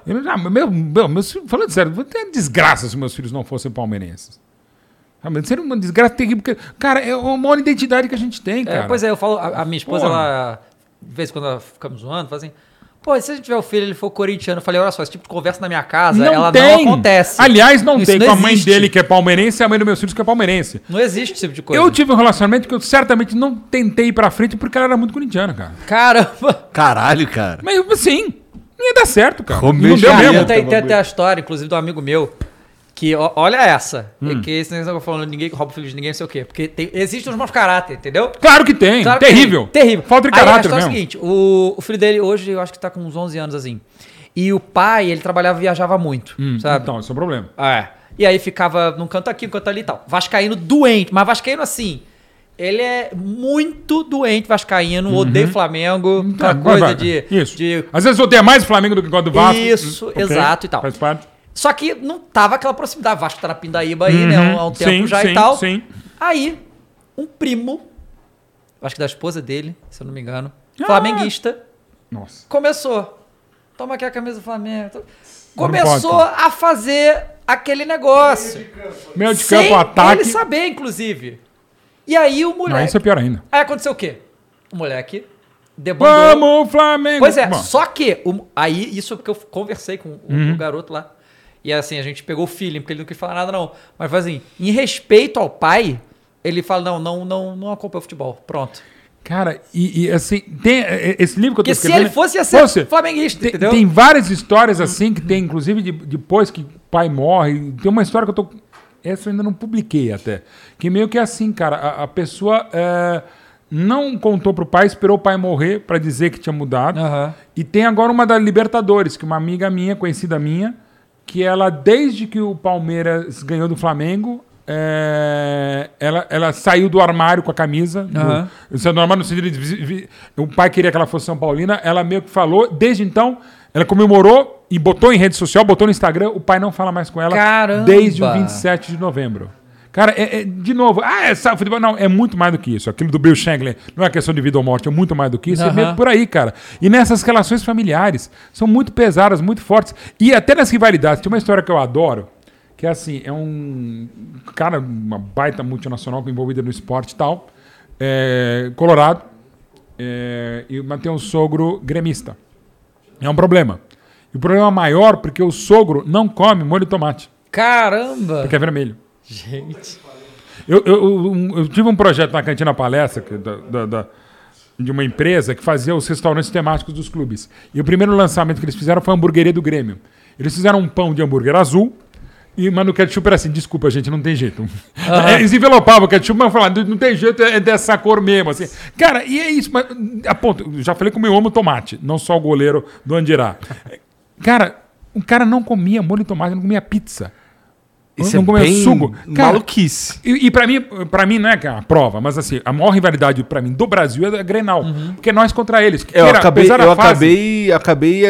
Falando sério, vou ter desgraça se meus filhos não fossem palmeirenses. Seria uma desgraça terrível, porque, cara, é uma maior identidade que a gente tem, cara. Pois é, eu falo, a minha esposa, ela, de vez em quando ficamos zoando, fala assim, pô, se a gente tiver o filho, ele for corintiano, eu falei, olha só, esse tipo de conversa na minha casa, não acontece. Aliás, não tem com a mãe dele que é palmeirense e a mãe dos meus filhos que é palmeirense. Não existe esse tipo de coisa. Eu tive um relacionamento que eu certamente não tentei ir pra frente porque ela era muito corintiana, cara. Caramba! Caralho, cara. Mas assim, não ia dar certo, cara. Não deu mesmo. Tem até a história, inclusive, do amigo meu, que, olha essa, que esse negócio que eu falando, ninguém rouba o filho de ninguém, não sei o quê. Porque existem os maus caráter, entendeu? Claro que tem. Claro que terrível. Tem. Terrível. Falta de caráter mesmo. É o seguinte, o filho dele hoje, eu acho que tá com uns 11 anos, assim. E o pai, ele trabalhava e viajava muito, sabe? Então, esse é o problema. E aí ficava num canto aqui, num canto ali e tal. Vascaíno doente, mas vascaíno assim... Ele é muito doente, vascaíno, odeia o Flamengo, aquela coisa de... Isso. Às vezes odeia mais o Flamengo do que o do Vasco. Isso, okay. Exato e tal. Faz parte. Só que não tava aquela proximidade. Vasco tá na Pindaíba aí, né? Há um tempo já e tal. Sim. Aí, um primo, acho que da esposa dele, se eu não me engano, flamenguista, Nossa. começou. Toma aqui a camisa do Flamengo. Começou a fazer aquele negócio. Meio de campo, ataque. Ele saber, inclusive. E aí o moleque... Não, isso é pior ainda. Aí aconteceu o quê? O moleque debandou. Vamos, Flamengo! Pois é, só que... Aí, isso é porque eu conversei com o garoto lá. E assim, a gente pegou o feeling, porque ele não quis falar nada, não. Mas assim, em respeito ao pai, ele fala, não acompanha o futebol. Pronto. Cara, e assim, tem esse livro que eu tô escrevendo... Porque se ele fosse, ia ser flamenguista, entendeu? Tem várias histórias assim, que tem, inclusive, depois que o pai morre. Tem uma história que eu tô... Essa eu ainda não publiquei até. Que meio que é assim, cara, a pessoa não contou pro pai, esperou o pai morrer pra dizer que tinha mudado. E tem agora uma da Libertadores, que uma amiga minha, conhecida minha, que ela, desde que o Palmeiras ganhou do Flamengo, ela saiu do armário com a camisa. Saiu do armário no sentido de... O pai queria que ela fosse São Paulina. Ela meio que falou, desde então, ela comemorou e botou em rede social, botou no Instagram. O pai não fala mais com ela. Caramba. Desde o 27 de novembro. Cara, de novo, futebol não, é muito mais do que isso. Aquilo do Bill Shankly não é questão de vida ou morte, é muito mais do que isso. É mesmo por aí, cara. E nessas relações familiares, são muito pesadas, muito fortes. E até nas rivalidades. Tem uma história que eu adoro, que é assim, é um cara, uma baita multinacional envolvida no esporte e tal, colorado, mas tem um sogro gremista. É um problema. E o problema maior porque o sogro não come molho de tomate, Caramba! porque é vermelho. Gente. Eu tive um projeto na Cantina Palestra de uma empresa que fazia os restaurantes temáticos dos clubes. E o primeiro lançamento que eles fizeram foi a hamburgueria do Grêmio. Eles fizeram um pão de hambúrguer azul, mas no ketchup era assim, desculpa, gente, não tem jeito. Eles envelopavam o ketchup, mas falavam, não tem jeito, é dessa cor mesmo. Assim. Cara, e é isso. Mas, a ponto, eu já falei como eu amo tomate, não só o goleiro do Andirá. Cara, o cara não comia molho de tomate, não comia pizza. Isso não é comia bem sugo. Cara, maluquice. E pra mim não é que é uma prova, mas assim, a maior rivalidade pra mim do Brasil é a Grenal. Porque é nós contra eles. Eu acabei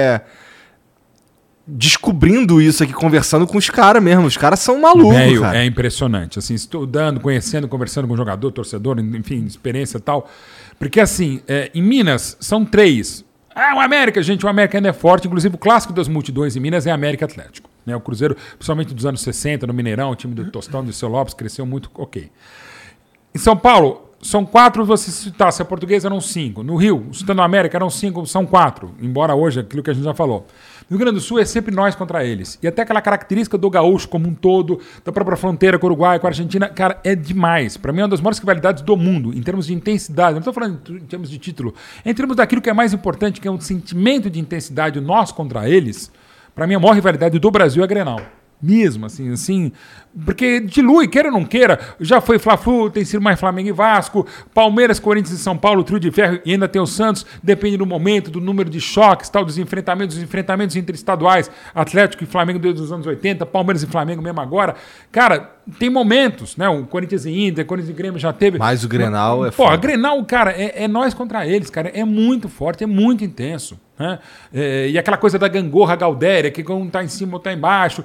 descobrindo isso aqui, conversando com os caras mesmo. Os caras são malucos, cara. É impressionante. Assim, estudando, conhecendo, conversando com o jogador, torcedor, enfim, experiência e tal. Porque assim, em Minas são 3. O América, gente, o América ainda é forte. Inclusive o clássico das multidões em Minas é América Atlético. Né? O Cruzeiro, principalmente dos anos 60, no Mineirão, o time do Tostão, do Seu Lopes, cresceu muito, ok. Em São Paulo, são 4, você citasse a Portuguesa, eram 5. No Rio, citando a América, eram 5, são 4. Embora hoje, aquilo que a gente já falou. No Rio Grande do Sul é sempre nós contra eles. E até aquela característica do gaúcho como um todo, da própria fronteira com o Uruguai, com a Argentina, cara, é demais. Para mim é uma das maiores rivalidades do mundo, em termos de intensidade. Não estou falando em termos de título. É em termos daquilo que é mais importante, que é um sentimento de intensidade nós contra eles. Para mim a maior rivalidade do Brasil é a Grenal. Mesmo, assim, porque dilui, queira ou não queira, já foi Fla-Flu, tem sido mais Flamengo e Vasco, Palmeiras, Corinthians e São Paulo, trio de ferro, e ainda tem o Santos, depende do momento, do número de choques, tal, dos enfrentamentos interestaduais, Atlético e Flamengo desde os anos 80, Palmeiras e Flamengo mesmo agora, cara, tem momentos, né, o Corinthians e Inter, Corinthians e Grêmio já teve... Mas o Grenal é forte. Pô, foda. a Grenal, cara, é nós contra eles, cara, é muito forte, é muito intenso. Né? E aquela coisa da gangorra gaudéria, que um está em cima ou está embaixo.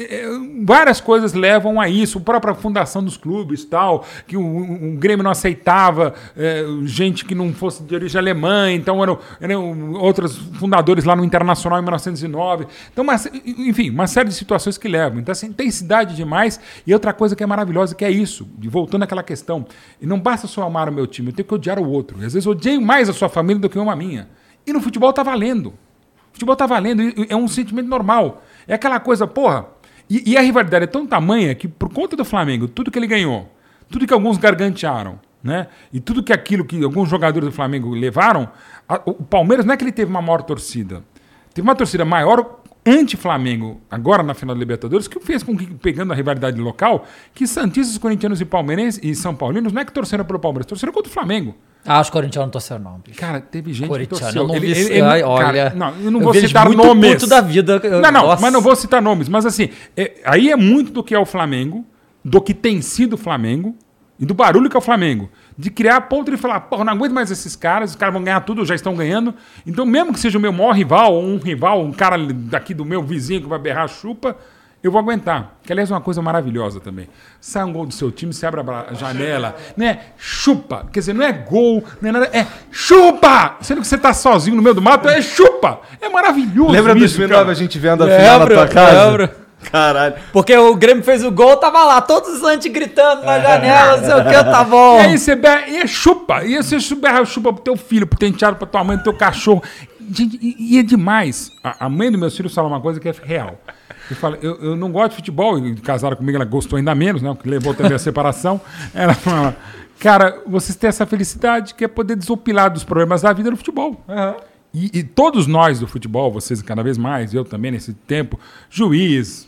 Várias coisas levam a isso. A própria fundação dos clubes, tal, que o Grêmio não aceitava gente que não fosse de origem alemã, então eram outros fundadores lá no Internacional em 1909. Então, enfim, uma série de situações que levam. Então, assim, intensidade demais. E outra coisa que é maravilhosa, que é isso, voltando àquela questão. E não basta só amar o meu time, eu tenho que odiar o outro. E às vezes eu odeio mais a sua família do que uma minha. E no futebol tá valendo. O futebol tá valendo, é um sentimento normal. É aquela coisa, porra. E a rivalidade é tão tamanha que, por conta do Flamengo, tudo que ele ganhou, tudo que alguns gargantearam, né? E tudo que aquilo que alguns jogadores do Flamengo levaram, o Palmeiras não é que ele teve uma maior torcida. Teve uma torcida maior anti-Flamengo, agora na final da Libertadores, que fez com que, pegando a rivalidade local, que santistas, corintianos e palmeirenses e são paulinos não é que torceram pelo Palmeiras, torceram contra o Flamengo. Os corintianos não torceram, não, bicho. Cara, teve gente que torceu. torceu. Eu não vi olha, não, eu não vou citar muito nomes. Puto da vida. Mas não vou citar nomes. Mas assim, aí é muito do que é o Flamengo, do que tem sido o Flamengo e do barulho que é o Flamengo. De criar a ponto de falar, porra, não aguento mais esses caras, os caras vão ganhar tudo, já estão ganhando. Então, mesmo que seja o meu maior rival, ou um rival, um cara daqui do meu vizinho que vai berrar chupa, eu vou aguentar. Que, aliás, é uma coisa maravilhosa também. Sai um gol do seu time, você abre a janela, né? Chupa. Quer dizer, não é gol, não é nada, é chupa! Sendo que você tá sozinho no meio do mato, é chupa! É maravilhoso. Lembra isso, 2009 a gente vendo a final na tua casa? Lembro. Caralho. Porque o Grêmio fez o gol, tava lá, todos os antes gritando na janela, não sei o que, tá bom. E aí você berra, e é chupa. E você berra chupa pro teu filho, pro teu enteado, pra tua mãe, pro teu cachorro. Gente, e é demais. A mãe do meu filho fala uma coisa que é real. Ele fala, eu não gosto de futebol, e casaram comigo, ela gostou ainda menos, né? O que levou também a separação. Ela fala, cara, vocês têm essa felicidade que é poder desopilar dos problemas da vida no futebol. Uhum. E todos nós do futebol, vocês cada vez mais, eu também nesse tempo, juiz,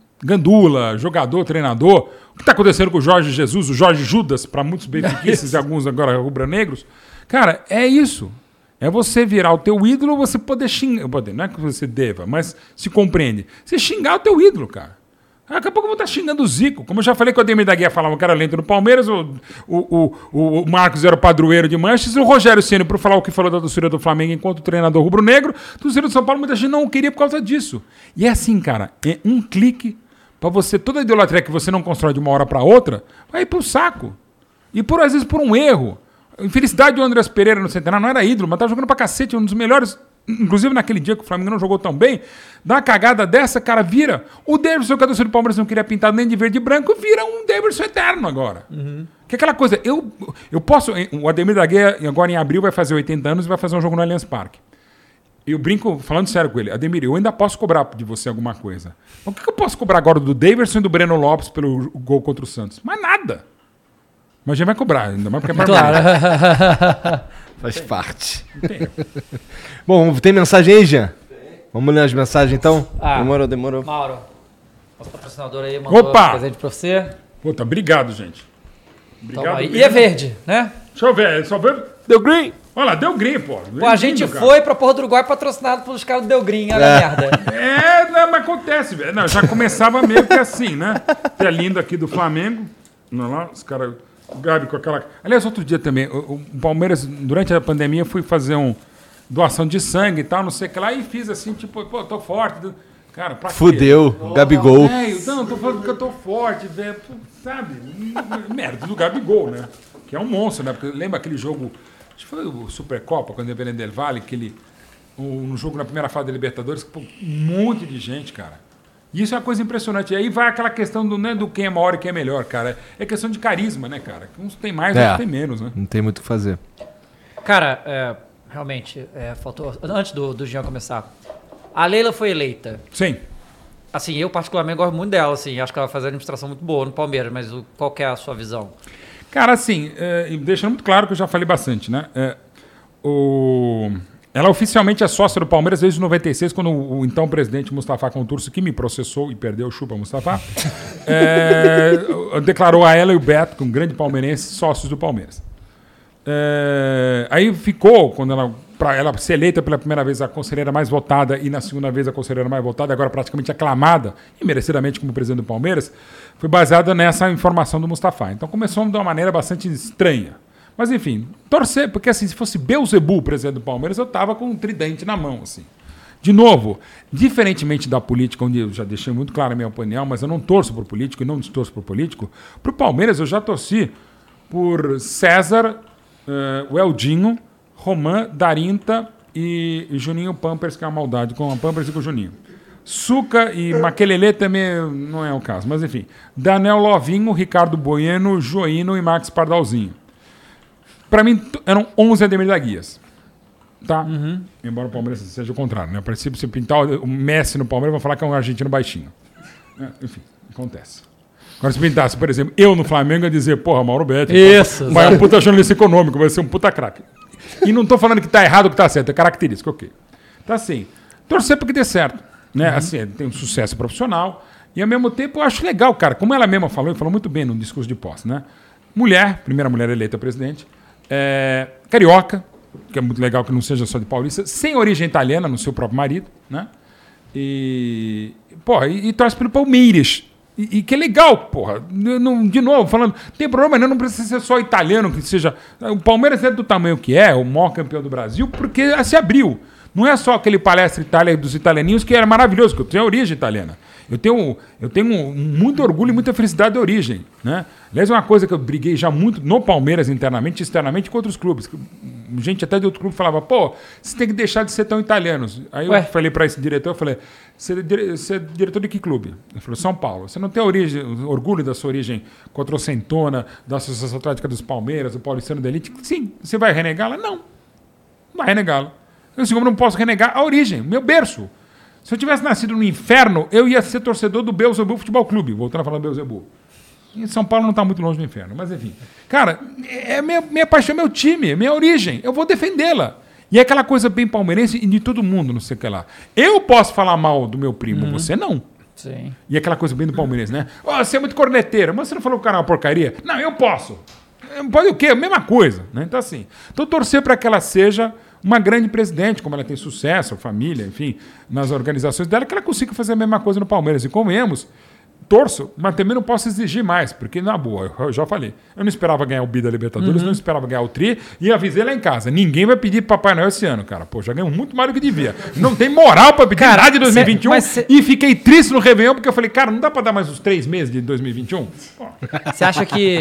gandula, jogador, treinador, o que está acontecendo com o Jorge Jesus, o Jorge Judas, para muitos benfiquistas e alguns agora rubro-negros, cara, é isso. É você virar o teu ídolo, você poder xingar. Não é que você deva, mas se compreende. Você xingar o teu ídolo, cara. Daqui a pouco eu vou estar xingando o Zico. Como eu já falei que o Ademir da Guia falava que era lento no Palmeiras, o Marcos era o padroeiro de Manchester, o Rogério Ceni, por falar o que falou da doçura do Flamengo enquanto treinador rubro-negro, do doçura do São Paulo, muita gente não o queria por causa disso. E é assim, cara, é um clique para você, toda a idolatria que você não constrói de uma hora para outra, vai ir pro saco. E às vezes por um erro. Infelicidade do Andrés Pereira no Centenário não era ídolo, mas estava jogando pra cacete, um dos melhores, inclusive naquele dia que o Flamengo não jogou tão bem, dá uma cagada dessa, cara, vira. O Davidson, que a torcida do Palmeiras não queria pintar nem de verde e branco, vira um Davidson eterno agora. Uhum. Que é aquela coisa, eu posso, o Ademir da Guia agora em abril vai fazer 80 anos e vai fazer um jogo no Allianz Parque. Eu brinco, falando sério com ele, Ademir, eu ainda posso cobrar de você alguma coisa. O que eu posso cobrar agora do Daverson e do Breno Lopes pelo gol contra o Santos? Mas nada. Mas a gente vai cobrar, ainda mais porque é Claro. Faz parte. Bom, tem mensagem aí, Jean? Vamos ler as mensagens, então? Demorou. Mauro, nosso patrocinador aí mandou Opa! um presente pra você. Puta, obrigado, gente. Toma aí. E é verde, né? Deixa eu ver, só ver. Deu green. Olha lá, deu green, pô. Pô, a gente foi pra Porra do Uruguai patrocinado pelos caras do Del Green, olha a merda. Não, mas acontece, velho. Não, já começava meio que assim, né? É lindo aqui do Flamengo. Olha lá, os caras... O Gabi com aquela... Aliás, outro dia também, o Palmeiras, durante a pandemia, fui fazer doação de sangue e tal, não sei o que lá, e fiz assim, tipo, pô, tô forte. Cara, pra quê? Fudeu, Gabigol. Não, tô falando que eu tô forte, velho. Sabe? Merda do Gabigol, né? Que é um monstro, né? Porque lembra aquele jogo, acho que foi o Supercopa, quando o Independente del Valle, no jogo na primeira fase da Libertadores, pô, um monte de gente, cara. E isso é uma coisa impressionante. E aí vai aquela questão do quem é maior e quem é melhor, cara. É questão de carisma, né, cara? Uns tem mais, outros tem menos, né? Não tem muito o que fazer. Cara, realmente, faltou... Antes do Jean começar, a Leila foi eleita. Sim. Assim, eu particularmente gosto muito dela, assim. Acho que ela faz uma administração muito boa no Palmeiras, mas qual que é a sua visão? Cara, assim, deixando muito claro que eu já falei bastante, né? Ela oficialmente é sócia do Palmeiras desde 96, quando o então presidente Mustafa Contursi, que me processou e perdeu, chupa Mustafa, declarou a ela e o Beto, que é um grande palmeirense, sócios do Palmeiras. Aí ficou, quando para ela ser eleita pela primeira vez a conselheira mais votada e na segunda vez a conselheira mais votada, agora praticamente aclamada e merecidamente como presidente do Palmeiras, foi baseada nessa informação do Mustafa. Então começou de uma maneira bastante estranha. Mas enfim, torcer, porque assim, se fosse Beelzebub o presidente do Palmeiras, eu tava com um tridente na mão, assim. De novo, diferentemente da política, onde eu já deixei muito clara a minha opinião, mas eu não torço por político e não destorço por político, pro Palmeiras eu já torci por César, o Eldinho, Román, Darinta e Juninho Pampers, que é uma maldade, com a Pampers e com o Juninho. Suca e Maquelele também não é o caso, mas enfim. Daniel Lovinho, Ricardo Bueno, Joino e Max Pardalzinho. Para mim, eram 11 Ademir da Guias. Tá? Uhum. Embora o Palmeiras seja o contrário, né? A princípio, se pintar o Messi no Palmeiras, vão falar que é um argentino baixinho. Enfim, acontece. Agora, se pintasse, por exemplo, eu no Flamengo, ia dizer, porra, Mauro Betti. Isso. Vai um puta jornalista econômico, vai ser um puta craque. E não tô falando que tá errado ou que tá certo, é característica, ok. Tá assim, torcer para que dê certo. Né? Assim, tem um sucesso profissional. E ao mesmo tempo, eu acho legal, cara, como ela mesma falou, e falou muito bem no discurso de posse, né? Mulher, primeira mulher eleita presidente. Carioca, que é muito legal que não seja só de paulista, sem origem italiana no seu próprio marido, né? E torce pelo Palmeiras. E que é legal, porra. De novo, falando, tem problema, não precisa ser só italiano, que seja. O Palmeiras é do tamanho que é, o maior campeão do Brasil, porque se abriu. Não é só aquele palestra Itália dos italianinhos que era maravilhoso, que eu tenho origem italiana. Eu tenho muito orgulho e muita felicidade da origem, né? Aliás, é uma coisa que eu briguei já muito no Palmeiras internamente e externamente com outros clubes. Gente até de outro clube falava, pô, você tem que deixar de ser tão italianos. Aí eu falei para esse diretor, eu falei, você é diretor de que clube? Ele falou, São Paulo. Você não tem orgulho da sua origem quatrocentona, da Associação Atlética dos Palmeiras, do Paulistano da Elite? Sim. Você vai renegá-la? Não vai renegá-la. Assim como eu não posso renegar a origem, meu berço. Se eu tivesse nascido no inferno, eu ia ser torcedor do Beelzebub Futebol Clube, voltando a falar do Beelzebub. Em São Paulo não está muito longe do inferno, mas enfim. Cara, é minha paixão, meu time, minha origem. Eu vou defendê-la. E é aquela coisa bem palmeirense e de todo mundo, não sei o que lá. Eu posso falar mal do meu primo, você não. Sim. E aquela coisa bem do palmeirense, né? Você é muito corneteiro, mas você não falou que o cara é uma porcaria? Não, eu posso. Pode o quê? A mesma coisa, né? Então assim, torcer para que ela seja uma grande presidente, como ela tem sucesso, família, enfim, nas organizações dela, que ela consiga fazer a mesma coisa no Palmeiras. E comemos, torço, mas também não posso exigir mais, porque na boa, eu já falei, eu não esperava ganhar o Bi da Libertadores, não esperava ganhar o Tri, e avisei lá em casa, ninguém vai pedir Papai Noel esse ano, cara. Pô, já ganhei muito mais do que devia. Não tem moral pra pedir nada de 2021, e fiquei triste no Réveillon, porque eu falei, cara, não dá pra dar mais uns 3 meses de 2021? Você acha que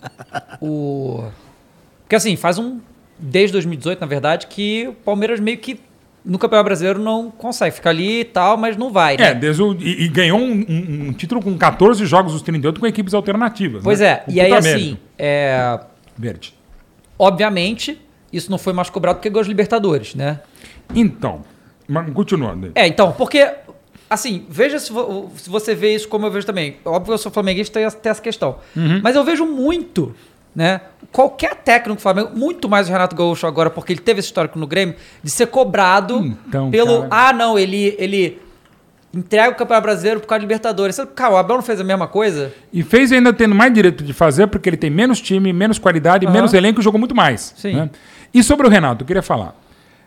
Porque assim, desde 2018, na verdade, que o Palmeiras meio que no Campeonato Brasileiro não consegue. Fica ali e tal, mas não vai, né? E ganhou um título com 14 jogos dos 38 com equipes alternativas. Pois né? E aí assim, Verde. Obviamente, isso não foi mais cobrado porque ganhou os Libertadores, né? Então, Mas continuando. Então, porque, assim, veja se você vê isso como eu vejo também. Óbvio que eu sou flamenguista e tem essa questão. Mas eu vejo muito, né? Qualquer técnico do Flamengo, muito mais o Renato Gaúcho agora, porque ele teve esse histórico no Grêmio, de ser cobrado pelo... Cara... não, ele entrega o Campeonato Brasileiro por causa de Libertadores. Cara, o Abel não fez a mesma coisa? E fez ainda tendo mais direito de fazer, porque ele tem menos time, menos qualidade, menos elenco e jogou muito mais. Sim. Né? E sobre o Renato, eu queria falar.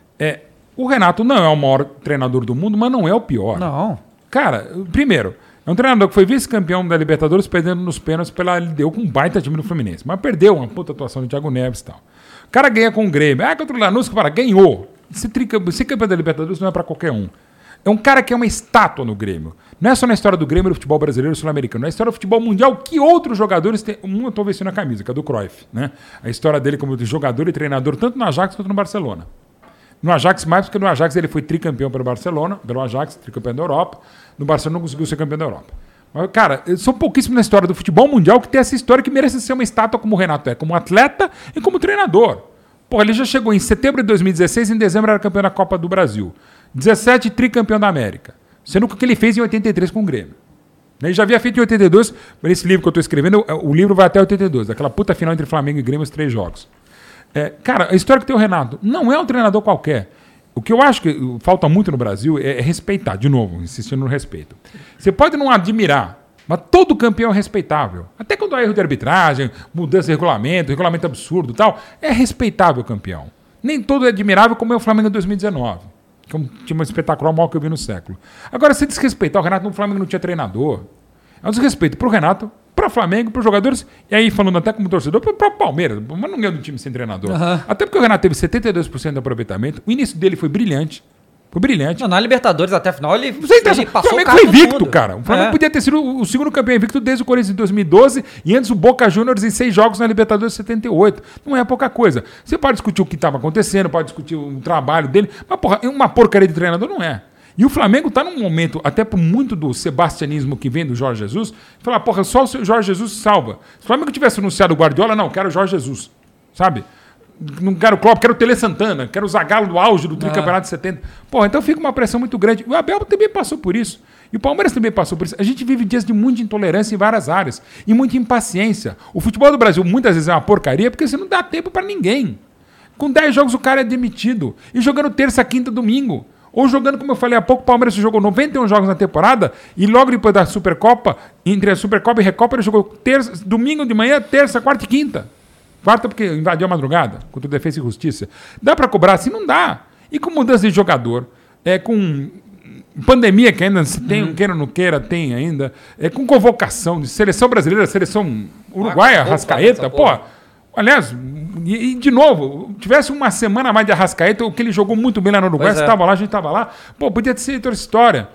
O Renato não é o maior treinador do mundo, mas não é o pior. Não. Cara, primeiro, é um treinador que foi vice-campeão da Libertadores, perdendo nos pênaltis pela LDU com um baita time do Fluminense. Mas perdeu uma puta atuação do Thiago Neves e tal. O cara ganha com o Grêmio. Contra o Lanús, que fala, ganhou. Ser campeão da Libertadores não é pra qualquer um. É um cara que é uma estátua no Grêmio. Não é só na história do Grêmio, do futebol brasileiro e sul-americano. É na história do futebol mundial que outros jogadores têm. Eu tô vestindo a camisa, que é do Cruyff. Né? A história dele como jogador e treinador, tanto no Ajax quanto no Barcelona. No Ajax mais, porque no Ajax ele foi tricampeão pelo Barcelona, pelo Ajax, tricampeão da Europa. No Barcelona não conseguiu ser campeão da Europa. Mas, cara, são pouquíssimos na história do futebol mundial que tem essa história que merece ser uma estátua como o Renato é, como atleta e como treinador. Pô, ele já chegou em setembro de 2016, em dezembro era campeão da Copa do Brasil. 17, tricampeão da América. Sendo que o que ele fez em 83 com o Grêmio. Ele já havia feito em 82, nesse livro que eu estou escrevendo, o livro vai até 82, aquela puta final entre Flamengo e Grêmio, os 3 jogos. Cara, a história que tem o Renato não é um treinador qualquer. O que eu acho que falta muito no Brasil é respeitar, de novo, insistindo no respeito. Você pode não admirar, mas todo campeão é respeitável. Até quando há erro de arbitragem, mudança de regulamento absurdo e tal, é respeitável o campeão. Nem todo é admirável como é o Flamengo em 2019. Que é um time espetacular, o maior que eu vi no século. Agora, se desrespeitar o Renato, no Flamengo não tinha treinador. É um desrespeito pro Renato, pro Flamengo, pros jogadores, e aí falando até como torcedor, pro Palmeiras, mas não ganhou do time sem treinador. Até porque o Renato teve 72% de aproveitamento, o início dele foi brilhante. Foi brilhante. Não, na Libertadores até a final ele passou. O Flamengo foi invicto, cara. O Flamengo podia ter sido o segundo campeão invicto desde o Corinthians em 2012 e antes o Boca Juniors em 6 jogos na Libertadores 78. Não é pouca coisa. Você pode discutir o que estava acontecendo, pode discutir o trabalho dele, mas porra, uma porcaria de treinador não é. E o Flamengo está num momento, até por muito do sebastianismo que vem do Jorge Jesus, falar, porra, só o Jorge Jesus salva. Se o Flamengo tivesse anunciado o Guardiola, não, quero o Jorge Jesus, sabe? Não quero o Klopp, quero o Tele Santana, quero o Zagallo do auge do tricampeonato de 70. Porra, então fica uma pressão muito grande. O Abel também passou por isso. E o Palmeiras também passou por isso. A gente vive dias de muita intolerância em várias áreas. E muita impaciência. O futebol do Brasil muitas vezes é uma porcaria porque você não dá tempo para ninguém. Com 10 jogos o cara é demitido. E jogando terça, quinta, domingo. Ou jogando, como eu falei há pouco, o Palmeiras jogou 91 jogos na temporada e logo depois da Supercopa, entre a Supercopa e a Recopa, ele jogou domingo de manhã, terça, quarta e quinta. Quarta porque invadiu a madrugada, contra o Defesa e Justiça. Dá para cobrar assim? Não dá. E com mudança de jogador, com pandemia que ainda se tem, queira ou não queira, tem ainda, com convocação de seleção brasileira, seleção uruguaia, Arrascaeta, pô. Aliás, e de novo, tivesse uma semana a mais de Arrascaeta, o que ele jogou muito bem lá no Uruguai, você estava lá, a gente estava lá, pô, podia ter sido outra história.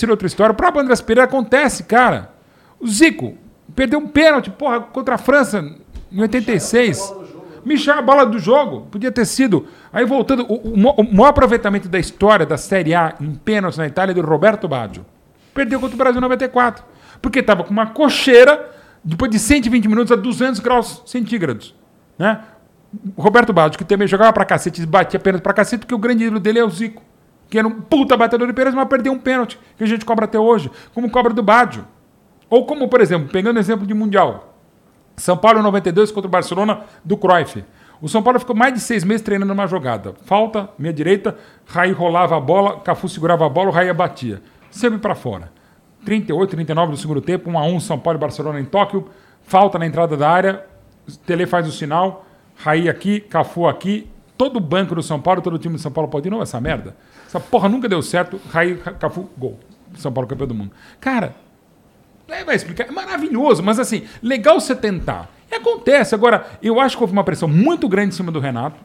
O próprio Andrés Pereira acontece, cara. O Zico perdeu um pênalti, porra, contra a França em 86. Michel, a bola do jogo. Podia ter sido. Aí voltando, o maior aproveitamento da história da Série A em pênaltis na Itália é do Roberto Baggio. Perdeu contra o Brasil em 94. Porque estava com uma cocheira depois de 120 minutos a 200 graus centígrados. Né? O Roberto Baggio, que também jogava pra cacete, batia pênalti pra cacete, porque o grande ídolo dele é o Zico, que era um puta batedor de pênalti, mas perdeu um pênalti, que a gente cobra até hoje, como cobra do Baggio. Ou como, por exemplo, pegando exemplo de Mundial, São Paulo em 92 contra o Barcelona do Cruyff. O São Paulo ficou mais de 6 meses treinando uma jogada. Falta, meia direita, Raí rolava a bola, Cafu segurava a bola, o Raí batia. Sempre para fora. 38, 39 do segundo tempo, 1-1 São Paulo e Barcelona em Tóquio. Falta na entrada da área, Tele faz o sinal, Raí aqui, Cafu aqui. Todo o banco do São Paulo, todo o time do São Paulo pode ir. Não, essa merda. Essa porra nunca deu certo. Raí, Cafu, gol. São Paulo campeão do mundo. Cara, vai explicar. É maravilhoso, mas assim, legal você tentar. E acontece. Agora, eu acho que houve uma pressão muito grande em cima do Renato.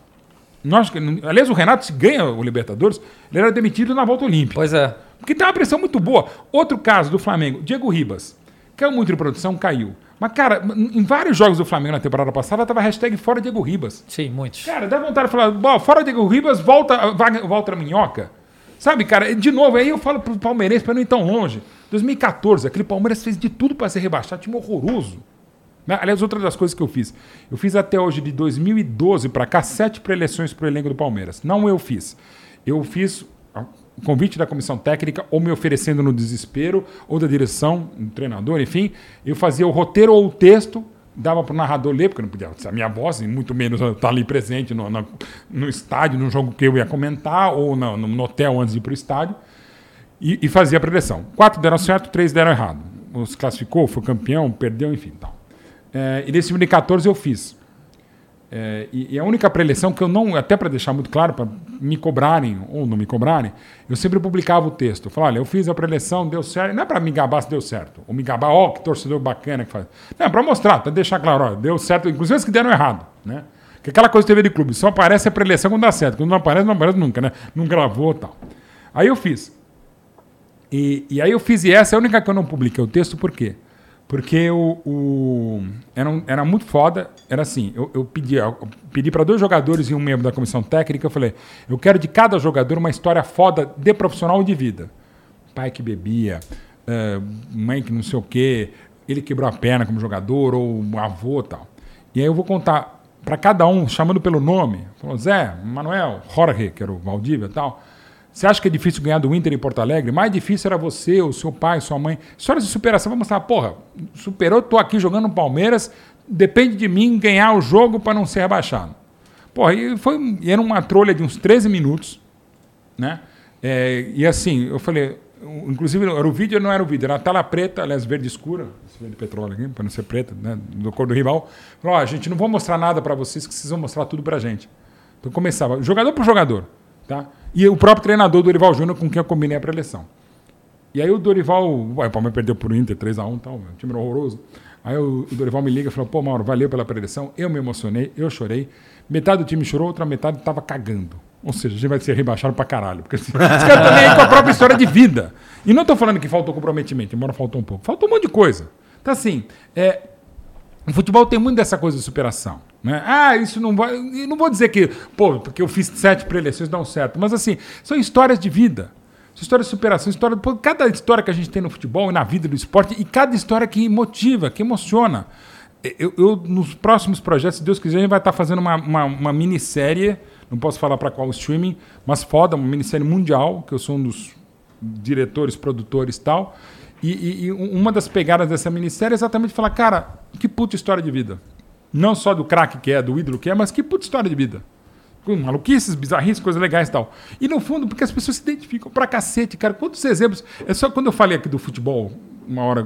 Aliás, o Renato, se ganha o Libertadores, ele era demitido na volta olímpica. Pois é. Porque tem uma pressão muito boa. Outro caso do Flamengo, Diego Ribas. Caiu muito de produção, caiu. Mas, cara, em vários jogos do Flamengo na temporada passada, tava a hashtag fora Diego Ribas. Sim, muitos. Cara, dá vontade de falar, fora Diego Ribas, volta a Minhoca. Sabe, cara, de novo, aí eu falo pro palmeirense para não ir tão longe. 2014, aquele Palmeiras fez de tudo para ser rebaixado, time horroroso. Aliás, outra das coisas que eu fiz até hoje, de 2012 para cá, 7 pré-eleições pro elenco do Palmeiras. Não eu fiz. Eu fiz convite da comissão técnica, ou me oferecendo no desespero, ou da direção, do treinador, enfim. Eu fazia o roteiro ou o texto, dava para o narrador ler, porque não podia ser a minha voz, e muito menos eu estar ali presente no estádio, no jogo que eu ia comentar, ou no hotel antes de ir para o estádio, e fazia a preleção. 4 deram certo, 3 deram errado. Se classificou, foi campeão, perdeu, enfim. Tal. E nesse 2014 eu fiz. E a única preleção que eu não, até para deixar muito claro, para me cobrarem ou não me cobrarem, eu sempre publicava o texto. Eu falava, olha, eu fiz a preleção, deu certo. Não é para me gabar se deu certo. Ou me gabar, que torcedor bacana que faz. Não, é para mostrar, para deixar claro, ó, deu certo, inclusive os que deram errado, né? Porque aquela coisa de TV de clube, só aparece a preleção quando dá certo. Quando não aparece nunca, né? Não gravou e tal. Aí eu fiz. E aí eu fiz, e essa é a única que eu não publiquei o texto, por quê? Porque era muito foda, era assim, eu pedi para 2 jogadores e um membro da comissão técnica, eu falei, eu quero de cada jogador uma história foda de profissional e de vida. Pai que bebia, mãe que não sei o quê, ele quebrou a perna como jogador, ou avô e tal. E aí eu vou contar para cada um, chamando pelo nome, falou, Zé, Manuel, Jorge, que era o Valdívia e tal. Você acha que é difícil ganhar do Inter em Porto Alegre? Mais difícil era você, o seu pai, sua mãe. Histórias de superação, vai mostrar, porra, superou, tô aqui jogando no Palmeiras, depende de mim ganhar o jogo para não ser rebaixado. Porra, e era uma trolha de uns 13 minutos, né? E assim, eu falei, inclusive era o vídeo, não era o vídeo, era a tela preta, aliás, verde escura, verde petróleo aqui, para não ser preta, né? Do cor do rival. Falei, ó, gente, não vou mostrar nada para vocês, que vocês vão mostrar tudo pra gente. Então começava, jogador por jogador, tá? E o próprio treinador, Dorival Júnior, com quem eu combinei a preleção. E aí o Dorival... O Palmeiras perdeu pro Inter 3-1 e tal, o time era horroroso. Aí o Dorival me liga e falou, pô, Mauro, valeu pela preleção, eu me emocionei, eu chorei. Metade do time chorou, outra metade tava cagando. Ou seja, a gente vai ser rebaixado pra caralho. Porque assim, os caras estão nem aí com a própria história de vida. E não tô falando que faltou comprometimento, embora faltou um pouco. Faltou um monte de coisa. Então assim, o futebol tem muito dessa coisa de superação. Né? Isso não vai. Eu não vou dizer que, porque eu fiz 7 preleções dão certo, mas assim, são histórias de vida, são histórias de superação, cada história que a gente tem no futebol e na vida do esporte, e cada história que motiva, que emociona. Eu nos próximos projetos, se Deus quiser, a gente vai estar fazendo uma minissérie, não posso falar para qual streaming, mas foda, uma minissérie mundial, que eu sou um dos diretores, produtores e tal. E uma das pegadas dessa minissérie é exatamente falar, cara, que puta história de vida. Não só do craque que é, do ídolo que é, mas que puta história de vida. Com maluquices, bizarrices, coisas legais e tal. E no fundo, porque as pessoas se identificam pra cacete, cara. Quantos exemplos... É só quando eu falei aqui do futebol, uma hora...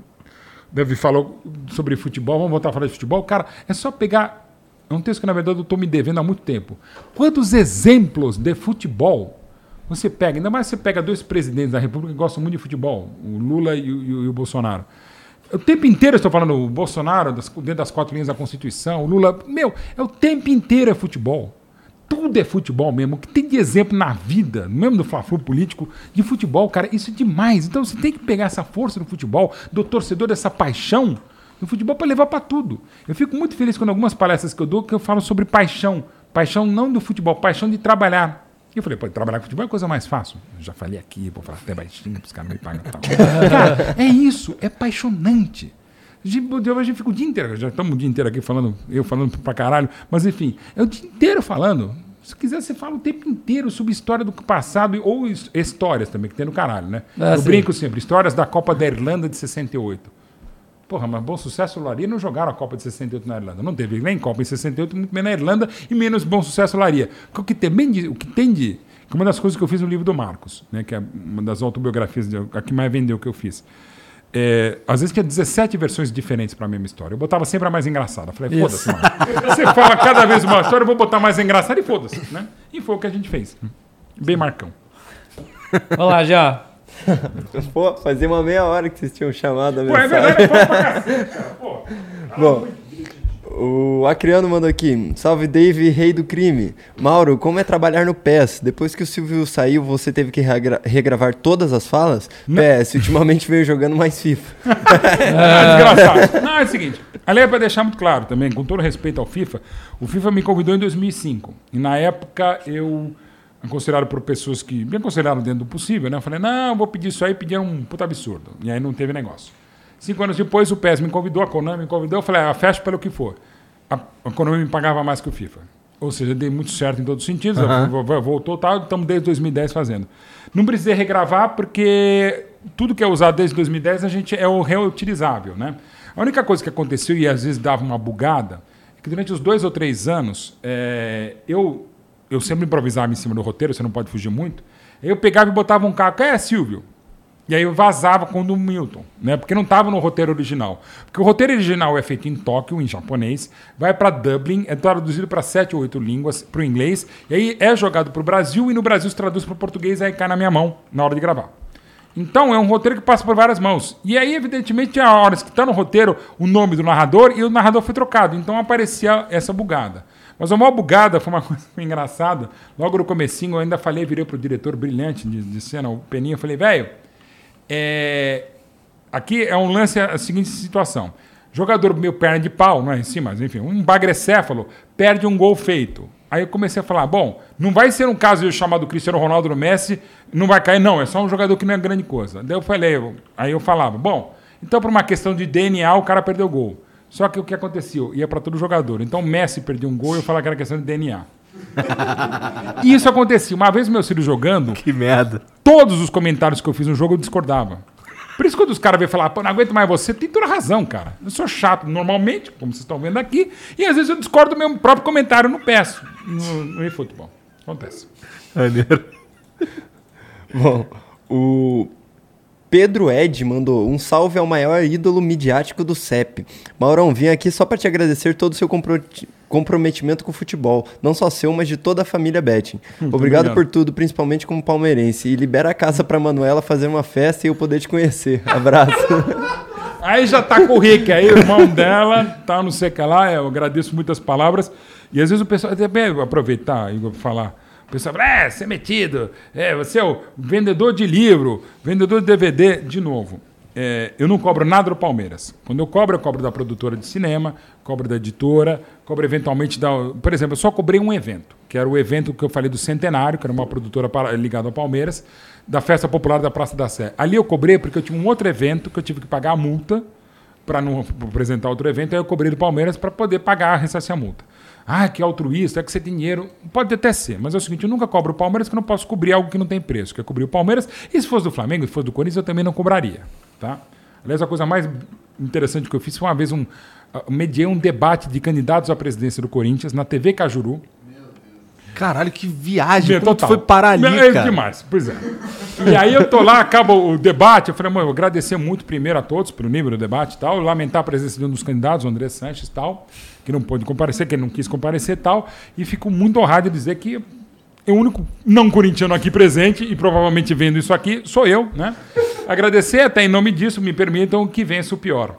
Davi falou sobre futebol, vamos voltar a falar de futebol. Cara, é só pegar... É um texto que, na verdade, eu tô me devendo há muito tempo. Quantos exemplos de futebol você pega? Ainda mais se você pega 2 presidentes da República que gostam muito de futebol. O Lula e o Bolsonaro. O tempo inteiro eu estou falando o Bolsonaro, dentro das 4 linhas da Constituição, o Lula... o tempo inteiro é futebol. Tudo é futebol mesmo. O que tem de exemplo na vida, mesmo do Fla-Flu político, de futebol, cara, isso é demais. Então você tem que pegar essa força do futebol, do torcedor, dessa paixão do futebol para levar para tudo. Eu fico muito feliz quando algumas palestras que eu dou, que eu falo sobre paixão. Paixão não do futebol, paixão de trabalhar. E eu falei, trabalhar com futebol é a coisa mais fácil. Eu já falei aqui, vou falar até baixinho, os caras me pagam e tal. Cara, é isso, é apaixonante. A gente fica o dia inteiro, já estamos o dia inteiro aqui falando, eu falando pra caralho, mas enfim, é o dia inteiro falando. Se quiser, você fala o tempo inteiro sobre história do passado ou histórias também, que tem no caralho, né? Eu brinco sempre, histórias da Copa da Irlanda de 68. Porra, mas Bom Sucesso e Olaria não jogaram a Copa de 68 na Irlanda. Não teve nem Copa em 68, muito menos na Irlanda e menos Bom Sucesso e Olaria. O que tem de... Uma das coisas que eu fiz no livro do Marcos, né, que é uma das autobiografias, a que mais vendeu que eu fiz. Às vezes tinha 17 versões diferentes para a mesma história. Eu botava sempre a mais engraçada. Falei, foda-se, mano. Você fala cada vez uma história, eu vou botar mais engraçada e foda-se. Né? E foi o que a gente fez. Bem Marcão. Olá, já. Pô, fazia uma meia hora que vocês tinham chamado a mensagem. É verdade, pô, pra cacete, cara. Pô. Bom, o Acriano mandou aqui. Salve, Dave, rei do crime. Mauro, como é trabalhar no PES? Depois que o Silvio saiu, você teve que regravar todas as falas? Não. PES, ultimamente veio jogando mais FIFA. Desgraçado. Não, é o seguinte. Ali é pra deixar muito claro também, com todo respeito ao FIFA, o FIFA me convidou em 2005. E na época eu... considerado por pessoas que me aconselharam dentro do possível, né? Eu falei, não, vou pedir isso aí, pediram um puta absurdo. E aí não teve negócio. 5 anos depois, o PES me convidou, a Konami me convidou, eu falei, fecha pelo que for. A Konami me pagava mais que o FIFA. Ou seja, dei muito certo em todos os sentidos. Voltou, tal, estamos desde 2010 fazendo. Não precisei regravar porque tudo que é usado desde 2010 a gente é o reutilizável, né? A única coisa que aconteceu e às vezes dava uma bugada é que durante os 2 ou 3 anos eu sempre improvisava em cima do roteiro, você não pode fugir muito. Aí eu pegava e botava um carro, Silvio? E aí eu vazava com o do Milton, né? Porque não estava no roteiro original. Porque o roteiro original é feito em Tóquio, em japonês, vai para Dublin, é traduzido para 7 ou 8 línguas, para o inglês, e aí é jogado para o Brasil, e no Brasil se traduz para o português, aí cai na minha mão na hora de gravar. Então é um roteiro que passa por várias mãos. E aí, evidentemente, tinha horas que está no roteiro o nome do narrador e o narrador foi trocado. Então aparecia essa bugada. Mas a maior bugada foi uma coisa engraçada. Logo no comecinho eu ainda virei pro diretor brilhante de cena, o Peninha, eu falei, velho, aqui é um lance, a seguinte situação. Jogador meio perna de pau, não é em cima, mas enfim, um bagrecéfalo, perde um gol feito. Aí eu comecei a falar, bom, não vai ser um caso de eu chamar do Cristiano Ronaldo no Messi, não vai cair, não, é só um jogador que não é grande coisa. Daí eu falava, bom, então por uma questão de DNA o cara perdeu o gol. Só que o que aconteceu? Ia para todo jogador. Então o Messi perdeu um gol e eu falava que era questão de DNA. E isso acontecia. Uma vez meu filho jogando... Que merda. Todos os comentários que eu fiz no jogo eu discordava. Por isso quando os caras vêm falar, pô, não aguento mais você, tem toda razão, cara. Eu sou chato normalmente, como vocês estão vendo aqui, e às vezes eu discordo do meu próprio comentário no PES, no eFootball. Acontece. Maneiro. Bom, o Pedro Ed mandou um salve ao maior ídolo midiático do CEP. Maurão, vim aqui só para te agradecer todo o seu comprometimento com o futebol. Não só seu, mas de toda a família Betting. Obrigado por tudo, principalmente como palmeirense. E libera a casa para Manuela fazer uma festa e eu poder te conhecer. Abraço. Aí já tá com o Rick, aí o irmão dela, tá não sei o que lá, eu agradeço muitas palavras. E às vezes o pessoal, até aproveitar e falar... O pessoal fala, você é metido, você é o vendedor de livro, vendedor de DVD. De novo, eu não cobro nada do Palmeiras. Quando eu cobro da produtora de cinema, cobro da editora, cobro eventualmente da... Por exemplo, eu só cobrei um evento, que era o evento que eu falei do Centenário, que era uma produtora ligada ao Palmeiras, da Festa Popular da Praça da Sé. Ali eu cobrei porque eu tinha um outro evento que eu tive que pagar a multa para não apresentar outro evento, aí eu cobrei do Palmeiras para poder ressarcir a multa. Ah, que altruísta, é que você tem dinheiro. Pode até ser, mas é o seguinte, eu nunca cobro o Palmeiras porque eu não posso cobrir algo que não tem preço, que é cobrir o Palmeiras. E se fosse do Flamengo, se fosse do Corinthians, eu também não cobraria. Tá? Aliás, a coisa mais interessante que eu fiz foi uma vez mediei um debate de candidatos à presidência do Corinthians na TV Cajuru. Caralho, que viagem. Como tu foi parar ali, cara? É demais, pois é. E aí eu tô lá, acaba o debate, eu falei, mano, eu agradecer muito primeiro a todos pelo nível do debate e tal, lamentar a presença de um dos candidatos, o André Sanches e tal, que não pôde comparecer, que ele não quis comparecer e tal, e fico muito honrado de dizer que o único não corintiano aqui presente, e provavelmente vendo isso aqui, sou eu, né? Agradecer, até em nome disso, me permitam que vença o pior.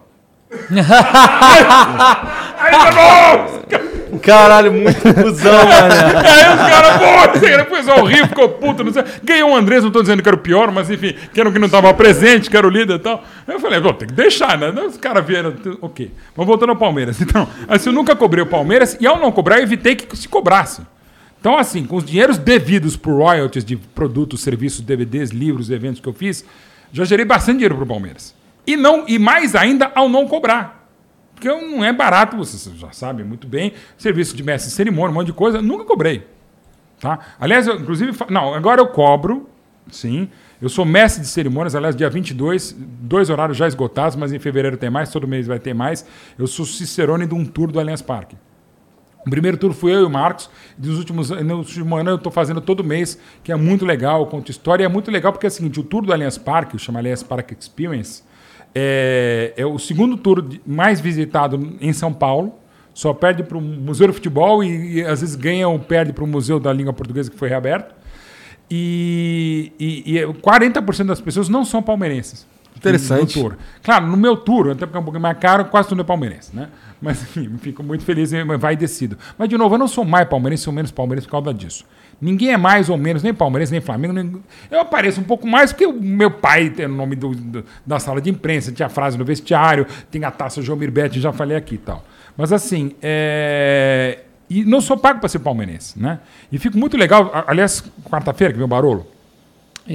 Aí tá bom! Caralho, muito cuzão, mano. Aí os caras, depois horrível, ficou puto, não sei. Ganhou o Andrés, não tô dizendo que era o pior, mas enfim, que era o que não tava presente, que era o líder e tal. Eu falei, tem que deixar, né? Os caras vieram, ok. Mas voltando ao Palmeiras. Então, assim, eu nunca cobrei o Palmeiras, e ao não cobrar, eu evitei que se cobrasse. Então, assim, com os dinheiros devidos por royalties de produtos, serviços, DVDs, livros, eventos que eu fiz, já gerei bastante dinheiro pro Palmeiras. E mais ainda ao não cobrar. Porque não é barato, vocês já sabem muito bem, serviço de mestre de cerimônia, um monte de coisa, nunca cobrei. Tá? Aliás, inclusive, agora eu cobro, sim, eu sou mestre de cerimônias, aliás, dia 22, 2 horários já esgotados, mas em fevereiro tem mais, todo mês vai ter mais. Eu sou cicerone de um tour do Allianz Parque. O primeiro tour fui eu e o Marcos, no último ano eu estou fazendo todo mês, que é muito legal, conto história, e é muito legal porque é o seguinte, o tour do Allianz Parque, o chama Allianz Parque Experience, é o segundo tour mais visitado em São Paulo, só perde para o Museu do Futebol e às vezes ganha ou perde para o Museu da Língua Portuguesa que foi reaberto. E 40% das pessoas não são palmeirenses. Interessante. No tour. Claro, no meu tour, até porque é um pouquinho mais caro, quase tudo é palmeirense, né? Mas enfim, fico muito feliz, vai e decido. Mas de novo, eu não sou mais palmeirense ou menos palmeirense por causa disso. Ninguém é mais ou menos, nem palmeirense, nem Flamengo. Eu apareço um pouco mais porque o meu pai tem o nome da sala de imprensa, tinha a frase no vestiário, tem a taça João Mirbete, já falei aqui e tal. Mas assim, e não sou pago para ser palmeirense, né? E fico muito legal. Aliás, quarta-feira que vem o Barolo. Isso.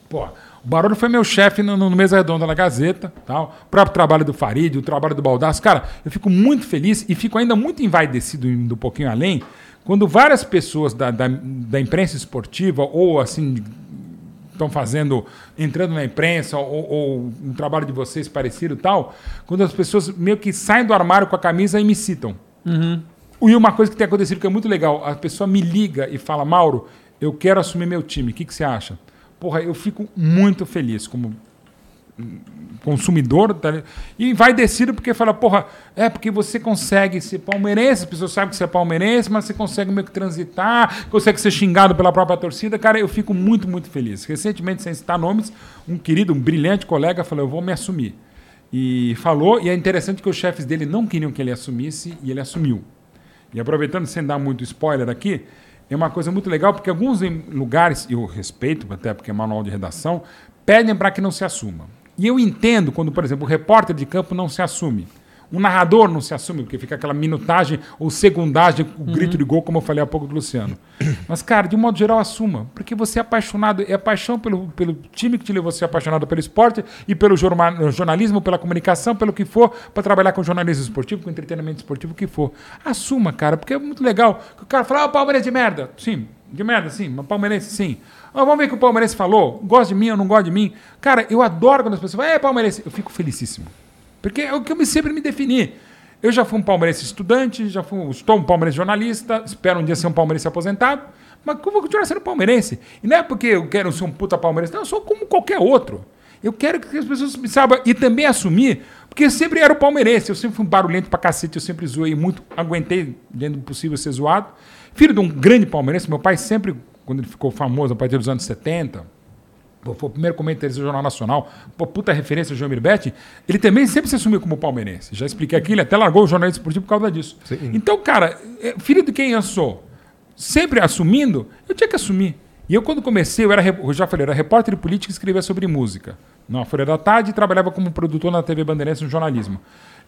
Pô, o Barolo foi meu chefe no Mesa Redonda na Gazeta, tal. O próprio trabalho do Farid, o trabalho do Baldasso. Cara, eu fico muito feliz e fico ainda muito envaidecido, indo um pouquinho além, quando várias pessoas da imprensa esportiva ou assim estão entrando na imprensa ou um trabalho de vocês parecido e tal, quando as pessoas meio que saem do armário com a camisa e me citam. E uma coisa que tem acontecido que é muito legal, a pessoa me liga e fala, Mauro, eu quero assumir meu time, o que você acha? Porra, eu fico muito feliz como consumidor, tá? E vai decido porque fala, porra, porque você consegue ser palmeirense, as pessoas sabem que você é palmeirense, mas você consegue meio que transitar, consegue ser xingado pela própria torcida. Cara, eu fico muito, muito feliz. Recentemente, sem citar nomes, um brilhante colega falou, eu vou me assumir. E falou, e é interessante que os chefes dele não queriam que ele assumisse, e ele assumiu. E aproveitando, sem dar muito spoiler aqui, é uma coisa muito legal, porque alguns lugares, eu respeito, até porque é manual de redação, pedem para que não se assuma. E eu entendo quando, por exemplo, o repórter de campo não se assume. O narrador não se assume, porque fica aquela minutagem ou segundagem, o grito de gol, como eu falei há pouco do Luciano. Mas, cara, de modo geral, assuma. Porque você é apaixonado, é a paixão pelo time que te levou a ser apaixonado pelo esporte e pelo jornalismo, pela comunicação, pelo que for, para trabalhar com jornalismo esportivo, com entretenimento esportivo, o que for. Assuma, cara, porque é muito legal. O cara fala, o Palmeiras de merda. Sim, de merda, sim. Mas palmeirense, sim. Vamos ver o que o palmeirense falou. Gosta de mim ou não gosta de mim? Cara, eu adoro quando as pessoas falam, palmeirense. Eu fico felicíssimo. Porque é o que eu sempre me defini. Eu já fui um palmeirense estudante, estou um palmeirense jornalista, espero um dia ser um palmeirense aposentado, mas eu vou continuar sendo palmeirense. E não é porque eu quero ser um puta palmeirense, não, eu sou como qualquer outro. Eu quero que as pessoas me saibam e também assumir, porque eu sempre era o palmeirense, eu sempre fui barulhento pra cacete, eu sempre zoei muito, aguentei, dentro do possível, ser zoado. Filho de um grande palmeirense, meu pai sempre, quando ele ficou famoso a partir dos anos 70... foi o primeiro comentarista do Jornal Nacional, puta referência ao João Mirbetti, ele também sempre se assumiu como palmeirense. Já expliquei aqui, ele até largou o jornalismo esportivo por causa disso. Sim. Então, cara, filho de quem eu sou, sempre assumindo, eu tinha que assumir. E eu, quando comecei, eu já falei, eu era repórter de política e escrevia sobre música. Na Folha da Tarde e trabalhava como produtor na TV Bandeirantes no jornalismo.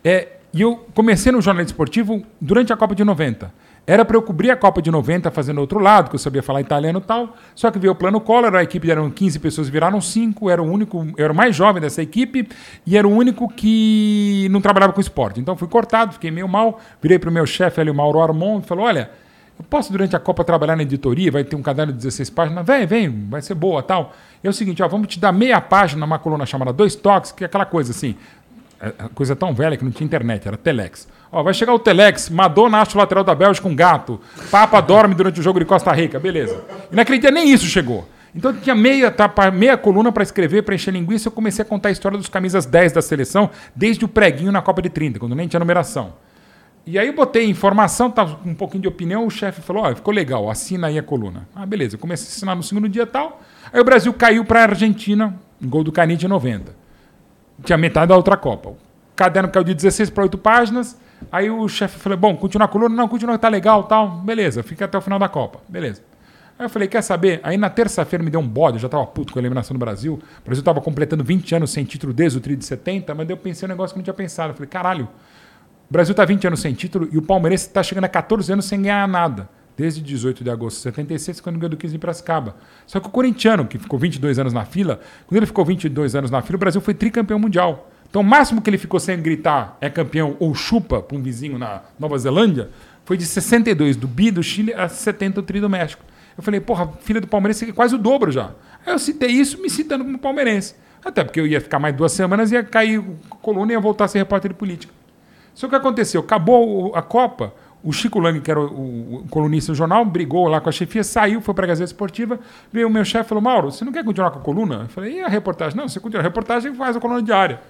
E eu comecei no jornalismo esportivo durante a Copa de 90. Era para eu cobrir a Copa de 90 fazendo outro lado, que eu sabia falar italiano e tal. Só que veio o plano Collor, a equipe eram 15 pessoas, viraram 5. Eu era o mais jovem dessa equipe e era o único que não trabalhava com esporte. Então fui cortado, fiquei meio mal. Virei para o meu chefe ali, o Mauro Armon, e falou, olha, eu posso durante a Copa trabalhar na editoria, vai ter um caderno de 16 páginas. Vem, vai ser boa tal. É o seguinte, vamos te dar meia página numa coluna chamada 2 Toques, que é aquela coisa assim, coisa tão velha que não tinha internet, era Telex. Vai chegar o Telex, Madonna acha o lateral da Bélgica um gato, Papa dorme durante o jogo de Costa Rica, beleza. E naquele dia nem isso chegou. Então tinha meia coluna para escrever, para encher linguiça, eu comecei a contar a história dos camisas 10 da seleção, desde o preguinho na Copa de 30, quando nem tinha numeração. E aí eu botei informação, tava com um pouquinho de opinião, o chefe falou, ficou legal, assina aí a coluna. Beleza, eu comecei a assinar no segundo dia e tal. Aí o Brasil caiu para a Argentina, em gol do Canite em 90. Tinha metade da outra Copa. O caderno caiu de 16 para 8 páginas. Aí o chefe falou, bom, continua a coluna? Não, continua, tá legal, tal. Beleza, fica até o final da Copa. Beleza. Aí eu falei, quer saber? Aí na terça-feira me deu um bode, eu já tava puto com a eliminação do Brasil. O Brasil tava completando 20 anos sem título desde o tri de 70, mas daí eu pensei um negócio que eu não tinha pensado. Eu falei, caralho, o Brasil tá 20 anos sem título e o Palmeirense tá chegando a 14 anos sem ganhar nada. Desde 18 de agosto de 76, quando ganhou do 15 em Piracicaba. Só que o corintiano, que ficou 22 anos na fila, quando ele ficou 22 anos na fila, o Brasil foi tricampeão mundial. Então, o máximo que ele ficou sem gritar é campeão ou chupa para um vizinho na Nova Zelândia foi de 62 do Bi do Chile a 70 o tri do México. Eu falei, porra, filha do Palmeirense é quase o dobro já. Aí eu citei isso me citando como palmeirense. Até porque eu ia ficar mais 2 semanas, ia cair a coluna e ia voltar a ser repórter de política. Só que o que aconteceu? Acabou a Copa, o Chico Lang, que era o colunista do jornal, brigou lá com a chefia, saiu, foi para a Gazeta Esportiva, veio o meu chefe e falou, Mauro, você não quer continuar com a coluna? Eu falei, e a reportagem? Não, você continua a reportagem e faz a coluna diária.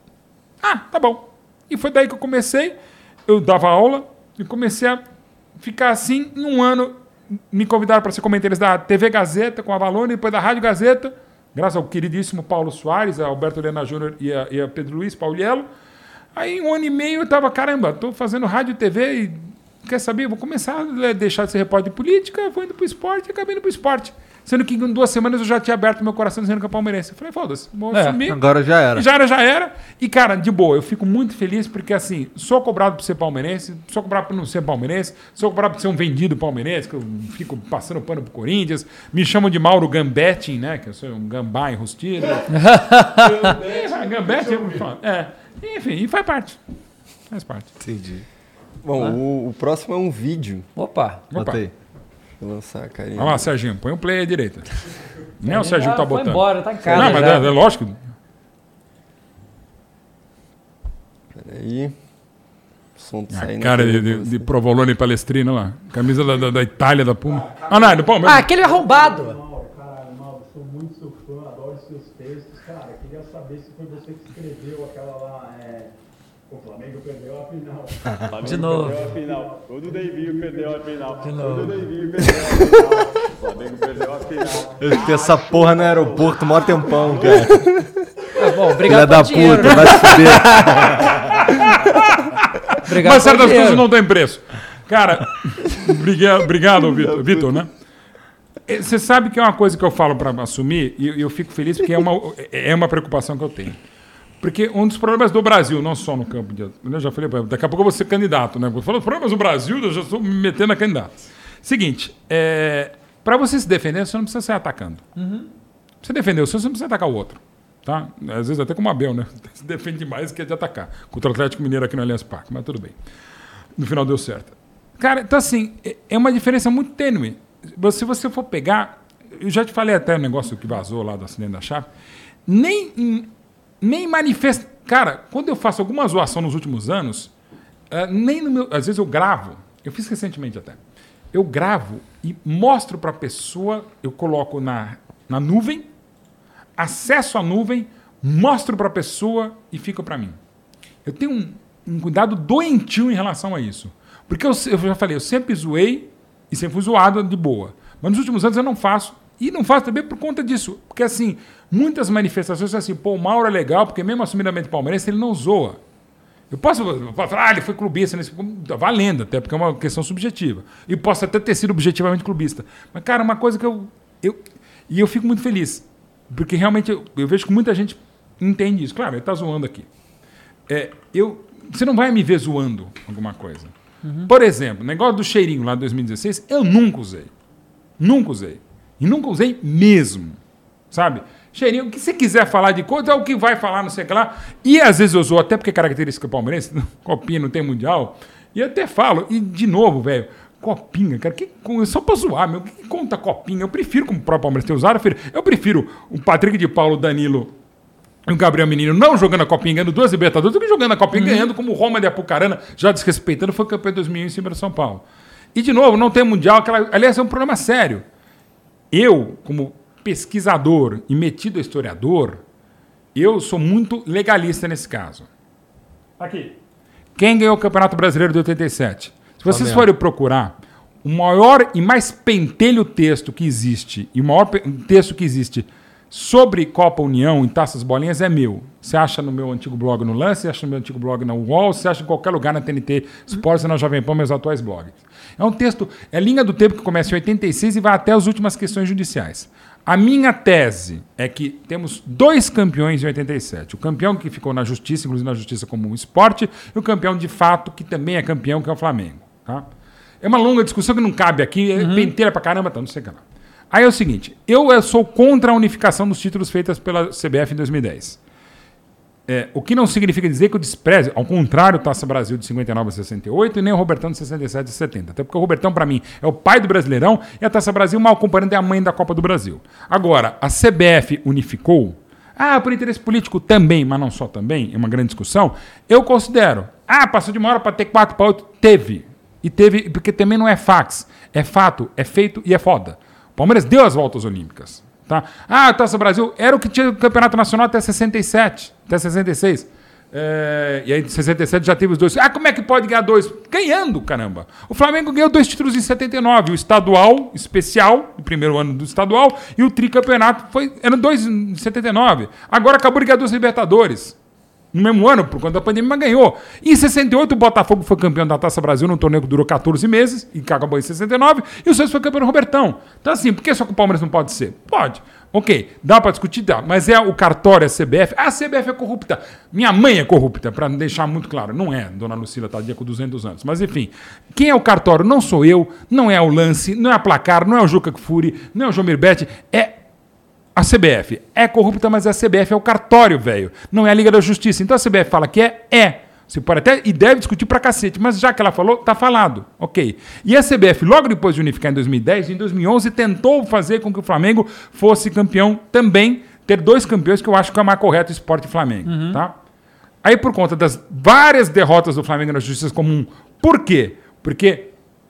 Tá bom. E foi daí que eu comecei, eu dava aula e comecei a ficar assim, em um ano, me convidaram para ser comentarista da TV Gazeta com a Valone, depois da Rádio Gazeta, graças ao queridíssimo Paulo Soares, a Alberto Helena Júnior e a Pedro Luiz Pauliello. Aí, em 1 ano e meio, eu tava, caramba, estou fazendo rádio e TV e, quer saber, vou começar a deixar de ser repórter de política, vou indo pro esporte e acabei indo pro esporte. Sendo que em 2 semanas eu já tinha aberto meu coração dizendo que é palmeirense. Eu falei, foda-se, vou assumir. Agora já era. Já era. E, cara, de boa, eu fico muito feliz porque, assim, sou cobrado por ser palmeirense, sou cobrado por não ser palmeirense, sou cobrado por ser um vendido palmeirense, que eu fico passando pano pro Corinthians. Me chamam de Mauro Gambetti, né? Que eu sou um gambá enrustido. Gambetti, enfim, e faz parte. Faz parte. Entendi. Bom, o próximo é um vídeo. Opa. Botei. Vou lançar, carinha. Olha lá, Serginho, põe o play à direita. Nem é o Serginho que tá botando. Foi embora, tá em casa. Não, mas já. é lógico. Peraí. O som tá A saindo. cara de Provolone Palestrina lá. Camisa da Itália, da Puma. Ah, não, é do Palmeiras. Aquele arrombado. Mauro, sou muito seu fã, adoro seus textos. Cara, queria saber se foi você que escreveu aquela lá, o Flamengo perdeu a final. De novo. Perdeu a final. Todo o Davinho perdeu a final. De novo. Todo o Davinho perdeu a final. O Flamengo perdeu a final. Eu fiquei essa porra no aeroporto mó tempão, cara. Tá bom, Filha obrigado da pelo dinheiro. puta, vai se fuder. Obrigado Mas certas pelo dinheiro. coisas não têm preço. Cara, obrigado, Vitor, né? Você sabe que é uma coisa que eu falo para assumir e eu fico feliz porque é uma preocupação que eu tenho. Porque um dos problemas do Brasil, não só no campo de... Eu já falei, daqui a pouco eu vou ser candidato, né? Eu falo os problemas do Brasil, eu já estou me metendo a candidato. Seguinte, para você se defender, você não precisa sair atacando. Você defender o seu, você não precisa atacar o outro. Tá? Às vezes até como o Abel, né? Se defende demais que é de atacar. Contra o Atlético Mineiro aqui no Allianz Parque, mas tudo bem. No final deu certo. Cara, então assim, é uma diferença muito tênue. Se você for pegar... Eu já te falei até o negócio que vazou lá do acidente da Chape. Nem manifesta... Cara, quando eu faço alguma zoação nos últimos anos, nem no meu... Às vezes eu gravo. Eu fiz recentemente até. Eu gravo e mostro para a pessoa, eu coloco na nuvem, acesso à nuvem, mostro para a pessoa e fica para mim. Eu tenho um cuidado doentio em relação a isso. Porque eu já falei, eu sempre zoei e sempre fui zoado de boa. Mas nos últimos anos eu não faço. E não faço também por conta disso. Porque, assim, muitas manifestações são assim, pô, o Mauro é legal, porque mesmo assumidamente palmeirense, ele não zoa. Eu posso falar, ele foi clubista, tá valendo, até porque é uma questão subjetiva. E posso até ter sido objetivamente clubista. Mas, cara, uma coisa que eu fico muito feliz. Porque realmente eu vejo que muita gente entende isso. Claro, ele está zoando aqui. Você não vai me ver zoando alguma coisa. Por exemplo, o negócio do cheirinho lá de 2016, eu nunca usei. Nunca usei. E nunca usei mesmo. Sabe? Cheirinho, o que você quiser falar de coisa é o que vai falar, não sei o que lá. E às vezes eu uso, até porque é característica palmeirense, copinha não tem mundial. E eu até falo, e de novo, velho, copinha, cara, só pra zoar, meu, que conta copinha? Eu prefiro, como o próprio Palmeiras tem usado, eu prefiro o Patrick de Paulo, o Danilo e o Gabriel Menino não jogando a copinha, ganhando 2 Libertadores, do que jogando a copinha, ganhando como o Roma de Apucarana, já desrespeitando, foi campeão em 2001 em cima do São Paulo. E de novo, não tem mundial, aliás, é um problema sério. Eu, como pesquisador e metido a historiador, eu sou muito legalista nesse caso. Aqui. Quem ganhou o Campeonato Brasileiro de 87? Se vocês forem procurar, o maior e mais pentelho texto que existe, e o maior texto que existe sobre Copa União e Taças Bolinhas é meu. Você acha no meu antigo blog no Lance, você acha no meu antigo blog na UOL, você acha em qualquer lugar na TNT Sports e na Jovem Pan, meus atuais blogs. É um texto, é linha do tempo que começa em 86 e vai até as últimas questões judiciais. A minha tese é que temos 2 campeões em 87. O campeão que ficou na justiça, inclusive na justiça como um esporte, e o campeão de fato, que também é campeão, que é o Flamengo. Tá? É uma longa discussão que não cabe aqui, é penteira pra caramba, tá, não sei o que lá. Aí é o seguinte, eu sou contra a unificação dos títulos feitas pela CBF em 2010. O que não significa dizer que eu desprezo, ao contrário, o Taça Brasil de 59 a 68 e nem o Robertão de 67 a 70. Até porque o Robertão, para mim, é o pai do Brasileirão e a Taça Brasil, mal comparando, é a mãe da Copa do Brasil. Agora, a CBF unificou, por interesse político também, mas não só também, é uma grande discussão, eu considero, passou de uma hora para ter 4 para 8, teve. E teve, porque também não é fax, é fato, é feito e é foda. O Palmeiras deu as voltas olímpicas. Tá? A Taça Brasil era o que tinha o Campeonato Nacional até 67, até 66. E aí, em 67 já teve os 2. Como é que pode ganhar 2? Ganhando, caramba. O Flamengo ganhou 2 títulos em 79. O estadual especial, o primeiro ano do estadual, e o tricampeonato eram 2 em 79. Agora acabou de ganhar 2 Libertadores. No mesmo ano, por conta da pandemia, mas ganhou. Em 68, o Botafogo foi campeão da Taça Brasil num torneio que durou 14 meses, e que acabou em 69, e o Santos foi campeão do Robertão. Então, assim, por que só que o Palmeiras não pode ser? Pode. Ok, dá pra discutir, dá. Mas é o cartório, a CBF. A CBF é corrupta. Minha mãe é corrupta, pra deixar muito claro. Não é, dona Lucila, tadinha, com 200 anos. Mas, enfim, quem é o cartório? Não sou eu, não é o Lance, não é a Placar, não é o Juca Kfouri, não é o João Mirbetti, é a CBF. É corrupta, mas a CBF é o cartório, velho. Não é a Liga da Justiça. Então a CBF fala que é. Você pode até e deve discutir pra cacete, mas já que ela falou, tá falado. Ok. E a CBF, logo depois de unificar em 2010, em 2011, tentou fazer com que o Flamengo fosse campeão também, ter 2 campeões, que eu acho que é o mais correto, Sport e Flamengo. Tá? Aí, por conta das várias derrotas do Flamengo na Justiça Comum, por quê? Porque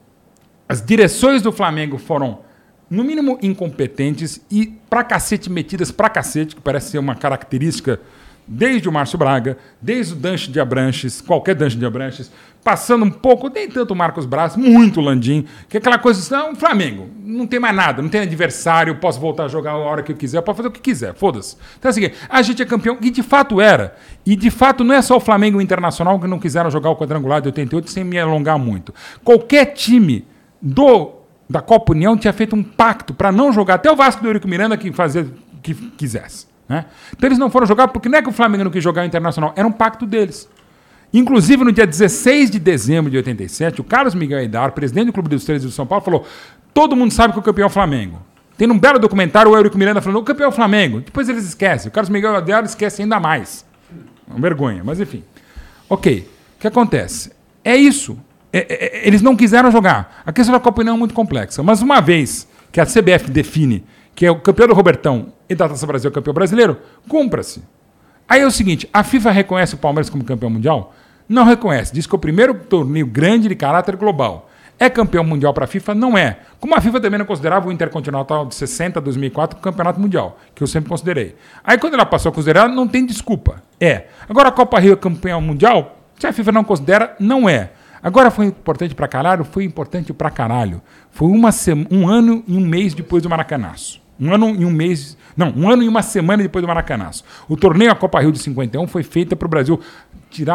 as direções do Flamengo foram, no mínimo, incompetentes e pra cacete metidas pra cacete, que parece ser uma característica desde o Márcio Braga, desde o Danche de Abranches, qualquer Danche de Abranches, passando um pouco, nem tanto o Marcos Braz, muito o Landim, que é aquela coisa assim, não, Flamengo, não tem mais nada, não tem adversário, posso voltar a jogar a hora que eu quiser, posso fazer o que quiser, foda-se. Então é o seguinte, a gente é campeão, e de fato era, e de fato não é só o Flamengo e o Internacional que não quiseram jogar o quadrangular de 88, sem me alongar muito. Qualquer time da Copa União tinha feito um pacto para não jogar, até o Vasco do Eurico Miranda que fazia o que quisesse. Né? Então eles não foram jogar porque não é que o Flamengo não quis jogar o Internacional, era um pacto deles. Inclusive no dia 16 de dezembro de 87, o Carlos Miguel Aidar, presidente do Clube dos 13 de São Paulo, falou: todo mundo sabe que o campeão é o Flamengo. Tem um belo documentário o Eurico Miranda falando: o campeão é o Flamengo. Depois eles esquecem. O Carlos Miguel Aidar esquece ainda mais. Uma vergonha, mas enfim. Ok, o que acontece? É isso. Eles não quiseram jogar. A questão da Copa União é muito complexa. Mas uma vez que a CBF define que é o campeão do Robertão e da Taça Brasil campeão brasileiro, cumpra-se. Aí é o seguinte, a FIFA reconhece o Palmeiras como campeão mundial? Não reconhece. Diz que é o primeiro torneio grande de caráter global. É campeão mundial para a FIFA? Não é. Como a FIFA também não considerava o Intercontinental de 60 a 2004 campeonato mundial, que eu sempre considerei. Aí quando ela passou a considerar, não tem desculpa. É. Agora a Copa Rio é campeão mundial? Se a FIFA não considera, não é. Agora foi importante pra caralho? Foi importante pra caralho. Foi um ano e um mês depois do Maracanaço. Um ano e uma semana depois do Maracanaço. O torneio, a Copa Rio de 51, foi feita para o Brasil tirar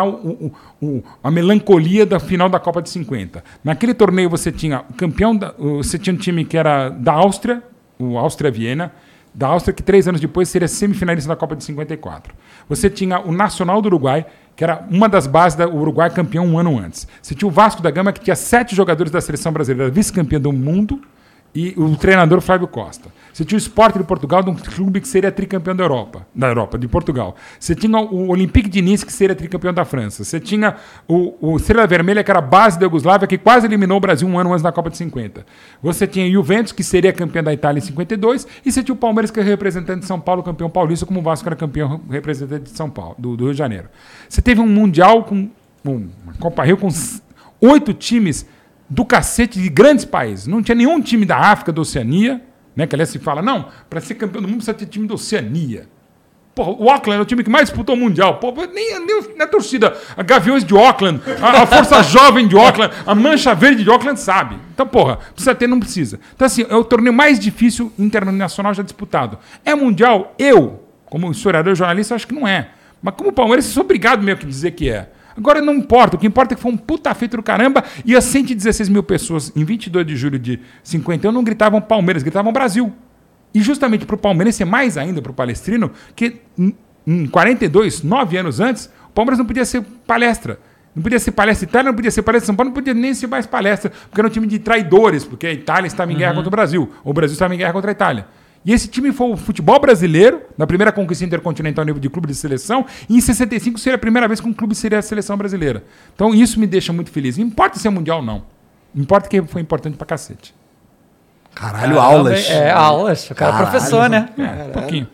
a melancolia da final da Copa de 50. Naquele torneio você tinha o campeão, você tinha um time que era da Áustria, o Áustria Viena, da Áustria, que 3 anos depois seria semifinalista da Copa de 54. Você tinha o Nacional do Uruguai, que era uma das bases do Uruguai, campeão um ano antes. Você tinha o Vasco da Gama, que tinha 7 jogadores da seleção brasileira, vice-campeã do mundo, e o treinador Flávio Costa. Você tinha o Sport de Portugal, de um clube que seria tricampeão da Europa, de Portugal. Você tinha o Olympique de Nice, que seria tricampeão da França. Você tinha o Estrela Vermelha, que era a base da Iugoslávia, que quase eliminou o Brasil um ano antes da Copa de 50. Você tinha o Juventus, que seria campeão da Itália em 52, e você tinha o Palmeiras, que era representante de São Paulo, campeão paulista, como o Vasco era campeão representante de São Paulo, do Rio de Janeiro. Você teve um Mundial com uma Copa Rio com 8 times do cacete de grandes países. Não tinha nenhum time da África, da Oceania, né? Que aliás se fala, não, para ser campeão do mundo precisa ter time da Oceania. Porra, o Auckland é o time que mais disputou o Mundial. Pô, nem a torcida, a Gaviões de Auckland, a Força Jovem de Auckland, a Mancha Verde de Auckland sabe. Então, porra, precisa ter, não precisa. Então, assim, é o torneio mais difícil internacional já disputado. É Mundial? Eu, como historiador e jornalista, acho que não é. Mas como Palmeiras, eu sou obrigado meio que dizer que é. Agora não importa, o que importa é que foi um puta feito do caramba e as 116 mil pessoas em 22 de julho de 51 não gritavam Palmeiras, gritavam Brasil. E justamente para o palmeirense, mais ainda para o palestrino, que em 42, 9 anos antes, o Palmeiras não podia ser palestra. Não podia ser palestra Itália, não podia ser palestra São Paulo, não podia nem ser mais palestra, porque era um time de traidores, porque a Itália estava em guerra contra o Brasil, ou o Brasil estava em guerra contra a Itália. E esse time foi o futebol brasileiro, na primeira conquista intercontinental a nível de clube de seleção, e em 65 seria a primeira vez que um clube seria a seleção brasileira. Então isso me deixa muito feliz. Não importa se é mundial ou não. Importa que foi importante pra cacete. Caralho, aulas. Aulas. O cara é professor, né? Um pouquinho.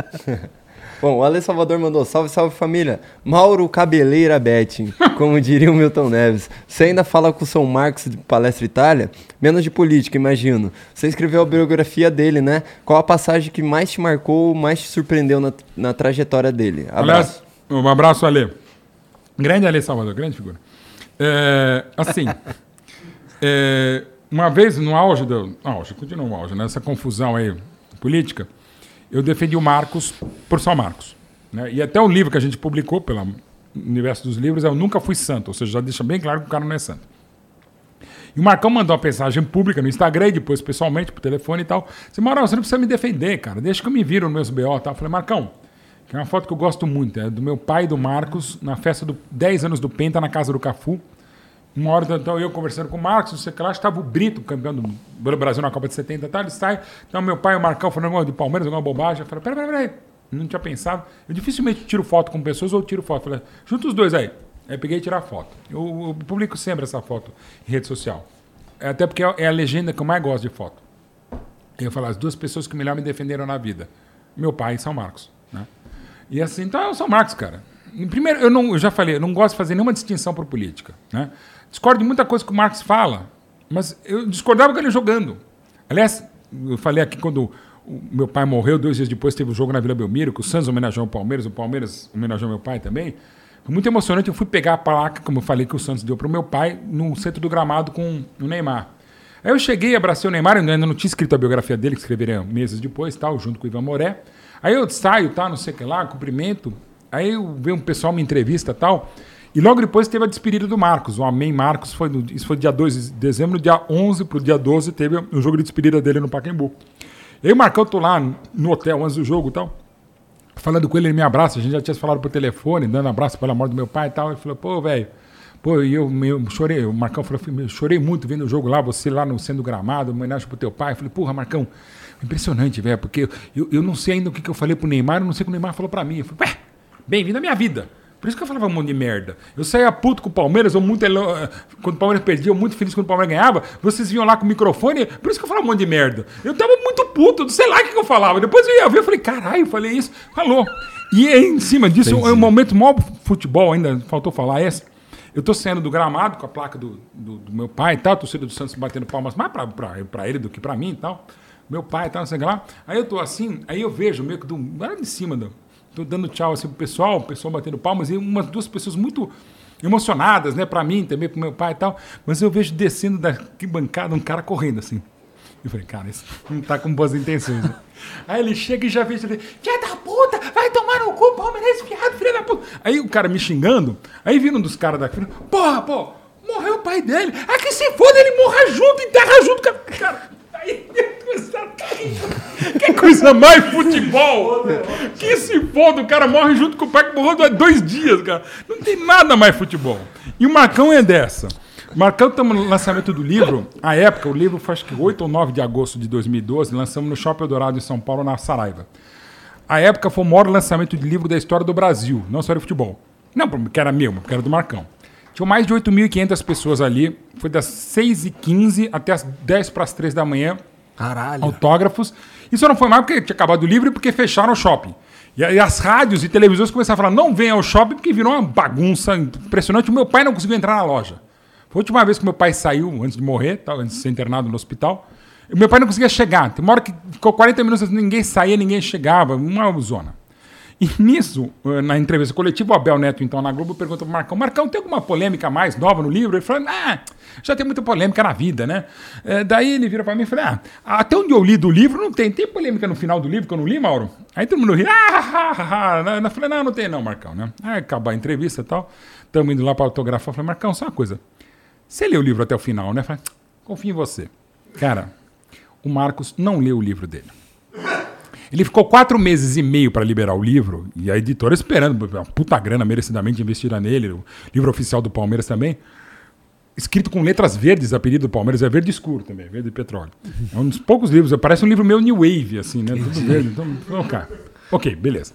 Bom, o Ale Salvador mandou: salve, salve família. Mauro Cabeleira Betting, como diria o Milton Neves. Você ainda fala com o São Marcos de Palestra Itália? Menos de política, imagino. Você escreveu a biografia dele, né? Qual a passagem que mais te marcou, mais te surpreendeu na trajetória dele? Abraço. Um abraço, Ale. Grande Ale Salvador, grande figura. Uma vez no auge, continua no auge, nessa confusão aí política, eu defendi o Marcos por São Marcos. né? E até o livro que a gente publicou pelo Universo dos Livros é o Nunca Fui Santo, ou seja, já deixa bem claro que o cara não é santo. E o Marcão mandou uma mensagem pública no Instagram e depois pessoalmente, por telefone e tal. Disse, Mauro, você não precisa me defender, cara. Deixa que eu me viro nos meus BO e tal. Eu falei, Marcão, que é uma foto que eu gosto muito. É do meu pai e do Marcos, na festa do 10 anos do Penta, na casa do Cafu. Uma hora, então, eu conversando com o Marcos, não sei o que lá, estava o Brito, campeão do Brasil na Copa de 70 e tal. Ele sai, então meu pai e o Marcão falando negócio de Palmeiras, alguma bobagem. Eu falei, peraí. Não tinha pensado. Eu dificilmente tiro foto com pessoas ou tiro foto. Eu falei, junta os dois aí. Aí peguei e tirar foto. Eu publico sempre essa foto em rede social. Até porque é a legenda que eu mais gosto de foto. Eu falo, as duas pessoas que melhor me defenderam na vida. Meu pai e São Marcos. Né? E assim, então é o São Marcos, cara. Primeiro, eu já falei, eu não gosto de fazer nenhuma distinção por política. Né? Discordo de muita coisa que o Marcos fala, mas eu discordava com ele jogando. Aliás, eu falei aqui quando o meu pai morreu, 2 dias depois teve o jogo na Vila Belmiro, que o Santos homenageou o Palmeiras homenageou meu pai também. Foi muito emocionante, eu fui pegar a placa, como eu falei que o Santos deu para o meu pai, no centro do gramado com o Neymar. Aí eu cheguei, abracei o Neymar, eu ainda não tinha escrito a biografia dele, que escreveria meses depois, tal, junto com o Ivan Moré. Aí eu saio, tá, não sei o que lá, cumprimento. Aí eu vejo um pessoal me entrevista e tal. E logo depois teve a despedida do Marcos. O Amém Marcos, isso foi dia 2 de dezembro, dia 11 pro dia 12 teve o jogo de despedida dele no Pacaembu. E aí o Marcão, tô lá no hotel antes do jogo e tal, falando com ele, ele me abraça, a gente já tinha falado por telefone, dando abraço pela morte do meu pai e tal. Ele falou, pô, velho, e eu chorei, o Marcão falou, eu chorei muito vendo o jogo lá, você lá no centro do gramado, homenagem pro teu pai. Eu falei, porra, Marcão, impressionante, velho, porque eu não sei ainda o que eu falei pro Neymar, eu não sei o que o Neymar falou pra mim. Eu falei, bem-vindo à minha vida. Por isso que eu falava um monte de merda. Eu saía puto com o Palmeiras, quando o Palmeiras perdia, eu muito feliz quando o Palmeiras ganhava. Vocês vinham lá com o microfone, por isso que eu falava um monte de merda. Eu tava muito puto, não sei lá o que eu falava. Depois eu ia ver, eu falei, caralho, eu falei isso. Falou. E em cima disso, é um momento maior futebol ainda, faltou falar esse. Eu tô saindo do gramado com a placa do meu pai e tal, torcida do Santos batendo palmas mais pra ele do que pra mim e tal. Meu pai e tal, não sei o que lá. Aí eu tô assim, aí eu vejo meio que lá de cima tô dando tchau assim pro pessoal, o pessoal batendo palmas, e umas 2 pessoas muito emocionadas, né, pra mim, também pro meu pai e tal, mas eu vejo descendo da bancada um cara correndo assim. Eu falei, cara, isso não tá com boas intenções, né? Aí ele chega e já vê, filha da puta, vai tomar no cu, Palmeiras, fiado, filha da puta. Aí o cara me xingando, aí viram um dos caras daqui, porra, morreu o pai dele, que se foda, ele morra junto, enterra junto, cara. Aí que coisa mais futebol! Que se foda, o cara morre junto com o pai que morreu há 2 dias, cara. Não tem nada mais futebol. E o Marcão é dessa. O Marcão, estamos no lançamento do livro. À época, o livro foi acho que 8 ou 9 de agosto de 2012. Lançamos no Shopping Eldorado em São Paulo, na Saraiva. À época, foi o maior lançamento de livro da história do Brasil. Não só de futebol. Não, porque era meu, porque era do Marcão. Tinham mais de 8.500 pessoas ali. Foi das 6h15 até as 10 para as 3 da manhã. Caralho. Autógrafos. Isso não foi mais porque tinha acabado o livro e porque fecharam o shopping. E aí as rádios e televisões começaram a falar, não venham ao shopping, porque virou uma bagunça impressionante. O meu pai não conseguiu entrar na loja. Foi a última vez que meu pai saiu, antes de morrer, antes de ser internado no hospital. E meu pai não conseguia chegar. Tem uma hora que ficou 40 minutos, ninguém saía, ninguém chegava. Uma zona. E nisso, na entrevista coletiva, o Abel Neto, então, na Globo, perguntou pro Marcão, Marcão, tem alguma polêmica mais nova no livro? Ele falou, já tem muita polêmica na vida, né? Daí ele vira pra mim e falou, até onde eu li do livro, não tem. Tem polêmica no final do livro que eu não li, Mauro? Aí todo mundo ri, Eu falei, não tem não, Marcão, né? Aí acabar a entrevista e tal, estamos indo lá pra autografar. Eu falei, Marcão, só uma coisa, você leu o livro até o final, né? Eu falei, confio em você. Cara, o Marcos não leu o livro dele. Ele ficou 4 meses e meio para liberar o livro, e a editora esperando, uma puta grana merecidamente investida nele, o livro oficial do Palmeiras também, escrito com letras verdes, apelido do Palmeiras é verde escuro também, verde petróleo. É um dos poucos livros, parece um livro meio New Wave, assim, né? Tudo verde. Então, cara, ok, beleza.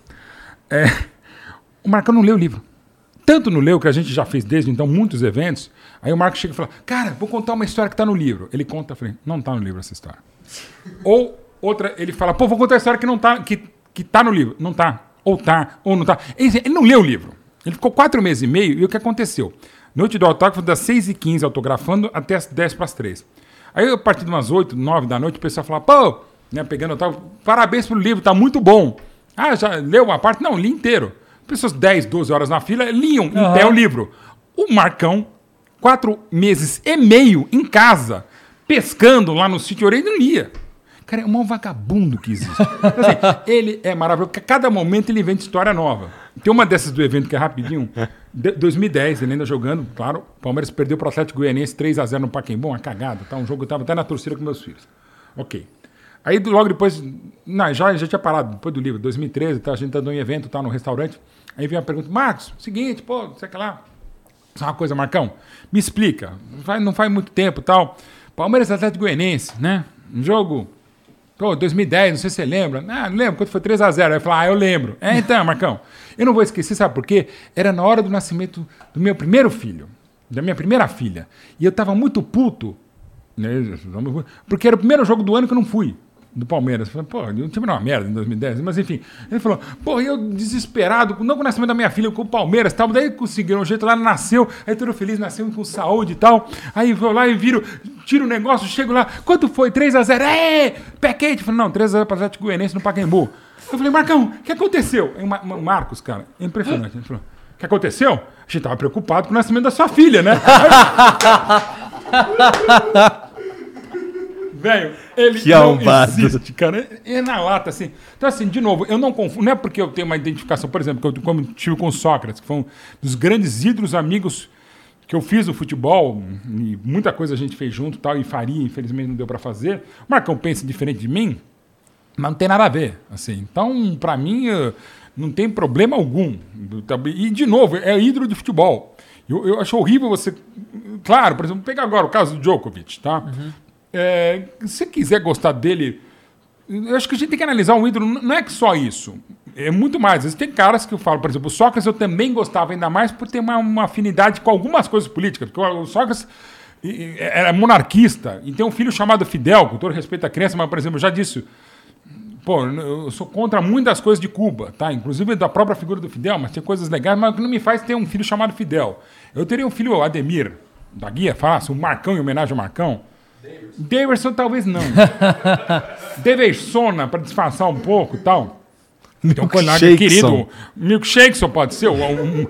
O Marcão não leu o livro. Tanto não leu que a gente já fez desde então muitos eventos, aí o Marcos chega e fala, cara, vou contar uma história que tá no livro. Ele conta, eu falei, não tá no livro essa história. Ou outra, ele fala, vou contar a história que não tá, que tá no livro. Não tá. Ou não tá. Ele não leu o livro. Ele ficou 4 meses e meio, e o que aconteceu? Noite do autógrafo, das 6h15 autografando até as 10 para as 3. Aí, a partir de umas 8, 9 da noite, o pessoal fala, né, pegando autógrafo, parabéns pelo livro, tá muito bom. Já leu a parte? Não, li inteiro. Pessoas 10, 12 horas na fila, liam em pé o livro. O Marcão, 4 meses e meio em casa, pescando lá no sítio Orelha, não lia. Cara, é o maior vagabundo que existe. Então, assim, ele é maravilhoso, porque a cada momento ele inventa história nova. Tem uma dessas do evento que é rapidinho. 2010, ele ainda jogando, claro, o Palmeiras perdeu pro Atlético Goianiense 3-0 no Pacaembu, uma cagada, tá? Um jogo que eu tava até na torcida com meus filhos. Ok. Aí logo depois, não, já tinha parado, depois do livro, 2013, tá, a gente tá dando um evento, tá, no restaurante. Aí vem a pergunta, Marcos, seguinte, pô, sei que lá. Só uma coisa, Marcão, me explica. Não faz muito tempo, tal. Palmeiras Atlético Goianiense, né? Um jogo, pô, 2010, não sei se você lembra. Não lembro, quando foi 3-0. Aí eu falei, eu lembro. Então, Marcão, eu não vou esquecer, sabe por quê? Era na hora do nascimento do meu primeiro filho, da minha primeira filha. E eu tava muito puto, né, porque era o primeiro jogo do ano que eu não fui. Do Palmeiras. Eu falei, pô, o time era uma merda em 2010, mas enfim. Ele falou, pô, eu desesperado, não com o nascimento da minha filha, com o Palmeiras e tal, daí conseguiram um jeito lá, nasceu, aí todo feliz, nasceu com saúde e tal, aí vou lá e tiro o negócio, chego lá, quanto foi? 3-0, pé quente. Eu falei, não, 3-0 para o Atlético Goianiense no Pacaembu. Eu falei, Marcão, o que aconteceu? Aí o Marcos, cara, é impressionante, ele falou, o que aconteceu? A gente tava preocupado com o nascimento da sua filha, né? Velho, ele que não arrombado. existe, cara. É na lata, assim. Então, assim, de novo, eu não confundo. Não é porque eu tenho uma identificação, por exemplo, que eu tive com o Sócrates, que foi um dos grandes ídolos amigos que eu fiz no futebol, e muita coisa a gente fez junto tal, e faria, infelizmente não deu pra fazer. O Marcão pensa diferente de mim, mas não tem nada a ver, assim. Então, pra mim, não tem problema algum. E, de novo, é ídolo de futebol. Eu acho horrível você... Claro, por exemplo, pegar agora o caso do Djokovic, tá? Se você quiser gostar dele, eu acho que a gente tem que analisar um ídolo, não é que só isso, é muito mais. Às vezes tem caras que eu falo, por exemplo, o Sócrates eu também gostava ainda mais por ter uma afinidade com algumas coisas políticas, porque o Sócrates era monarquista e tem um filho chamado Fidel, com todo respeito à criança, mas, por exemplo, eu já disse, pô, eu sou contra muitas coisas de Cuba, tá? Inclusive da própria figura do Fidel, mas tem coisas legais, mas o que não me faz ter um filho chamado Fidel. Eu teria um filho Ademir, da Guia, fácil, um Marcão em homenagem ao Marcão. Daverson talvez não. Daversona, para disfarçar um pouco e tal. Tem um colega querido. Milkshake só pode ser.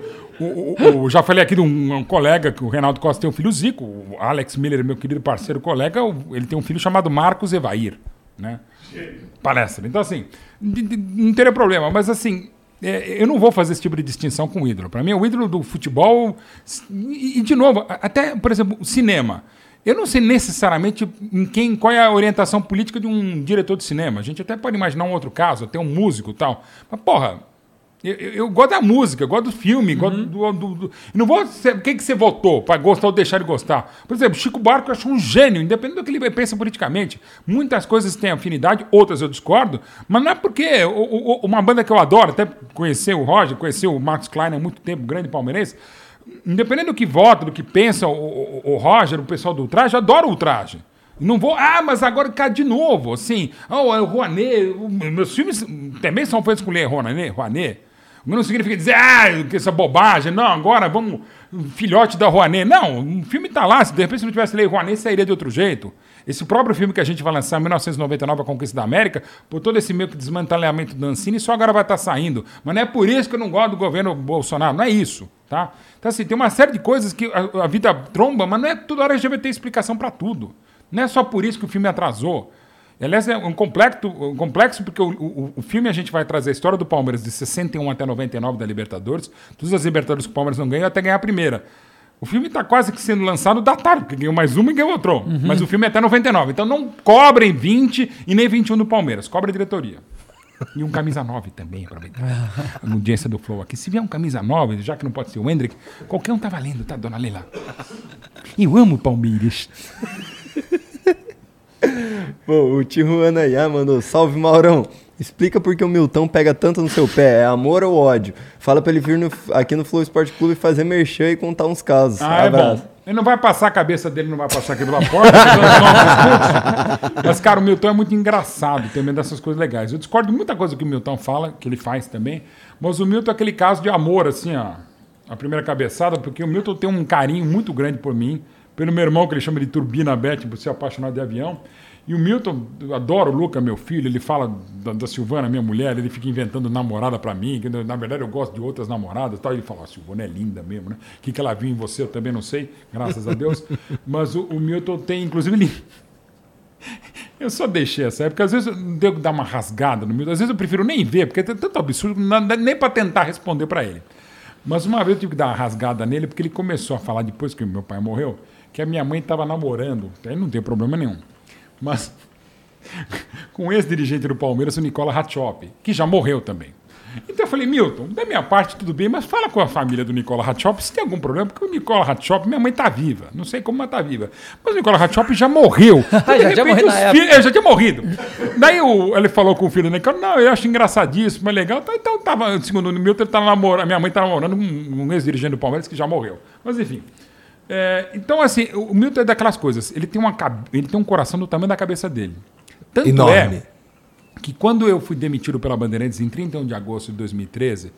Já falei aqui de um colega, que o Reinaldo Costa tem um filho Zico. O Alex Miller, meu querido parceiro colega, ele tem um filho chamado Marcos Evair. Né? Palestra. Então, assim, não teria problema. Mas, assim, eu não vou fazer esse tipo de distinção com o ídolo. Para mim, o ídolo do futebol... E, de novo, até, por exemplo, o cinema. Eu não sei necessariamente qual é a orientação política de um diretor de cinema. A gente até pode imaginar um outro caso, até um músico e tal. Mas, porra, eu gosto da música, eu gosto do filme, gosto do... Não vou... O que você votou para gostar ou deixar de gostar? Por exemplo, Chico Buarque eu acho um gênio, independente do que ele pensa politicamente. Muitas coisas têm afinidade, outras eu discordo, mas não é porque uma banda que eu adoro, até conhecer o Roger, conhecer o Marcos Klein há muito tempo, grande palmeirense, independente do que vota, do que pensa o Roger, o pessoal do Ultraje, eu adoro o Ultraje. Não vou... mas agora cai de novo, assim. O Rouanet... Meus filmes também são feitos com Rouanet. Não significa dizer, que essa bobagem. Não, agora vamos... Filhote da Rouanet. Não, o filme tá lá. Se de repente não tivesse Lei Rouanet, sairia de outro jeito. Esse próprio filme que a gente vai lançar, 1999, A Conquista da América, por todo esse meio que desmantelamento do Ancine, só agora vai estar saindo. Mas não é por isso que eu não gosto do governo Bolsonaro. Não é isso, tá? Então, assim, tem uma série de coisas que a vida tromba, mas não é toda hora a gente vai ter explicação para tudo. Não é só por isso que o filme atrasou. Aliás, é um complexo porque o filme a gente vai trazer a história do Palmeiras de 61 até 99 da Libertadores. Todas as Libertadores que o Palmeiras não ganhou até ganhar a primeira. O filme está quase que sendo lançado datado, porque ganhou mais uma e ganhou outro. Mas o filme é até 99. Então não cobrem 20 e nem 21 do Palmeiras. Cobra a diretoria. E um camisa 9 também, aproveitar. A audiência do Flow aqui. Se vier um camisa 9, já que não pode ser o Hendrick, qualquer um tá valendo, tá, dona Leila? Eu amo o Palmeiras. Bom, o tio Anayá mandou, salve Maurão, explica por que o Milton pega tanto no seu pé, é amor ou ódio? Fala pra ele vir aqui no Flow Esporte Clube fazer merchan e contar uns casos. É bom. Ele não vai passar a cabeça dele, não vai passar aqui pela porta. Mas, cara, o Milton é muito engraçado, tem medo dessas coisas legais. Eu discordo de muita coisa que o Milton fala, que ele faz também, mas o Milton é aquele caso de amor, assim, ó, a primeira cabeçada, porque o Milton tem um carinho muito grande por mim, pelo meu irmão, que ele chama de Turbina Beth, por ser apaixonado de avião. E o Milton, eu adoro o Luca, meu filho, ele fala da Silvana, minha mulher, ele fica inventando namorada pra mim, que na verdade eu gosto de outras namoradas, tal. Ele fala, a Silvana é linda mesmo, né? O que ela viu em você, eu também não sei, graças a Deus. Mas o Milton tem, inclusive, Eu só deixei essa época, às vezes eu devo dar uma rasgada no Milton, às vezes eu prefiro nem ver, porque é tanto absurdo, não dá nem para tentar responder para ele. Mas uma vez eu tive que dar uma rasgada nele, porque ele começou a falar, depois que meu pai morreu, que a minha mãe estava namorando, aí não tem problema nenhum, mas com o ex-dirigente do Palmeiras, o Nicola Ratchop, que já morreu também. Então eu falei, Milton, da minha parte tudo bem, mas fala com a família do Nicola Ratchop se tem algum problema, porque o Nicola Ratchop, minha mãe tá viva, não sei como, mas tá viva. Mas o Nicola Ratchop já morreu. Já tinha morrido na época. Eu já tinha morrido. Daí ele falou com o filho do Nicola, não, eu acho engraçadíssimo, é legal. Então tava, segundo o Milton, ele tava namorando, minha mãe tava namorando um ex-dirigente do Palmeiras que já morreu. Mas enfim. Então, assim, o Milton é daquelas coisas, ele tem um coração do tamanho da cabeça dele. Tanto enorme. Que quando eu fui demitido pela Bandeirantes em 31 de agosto de 2013,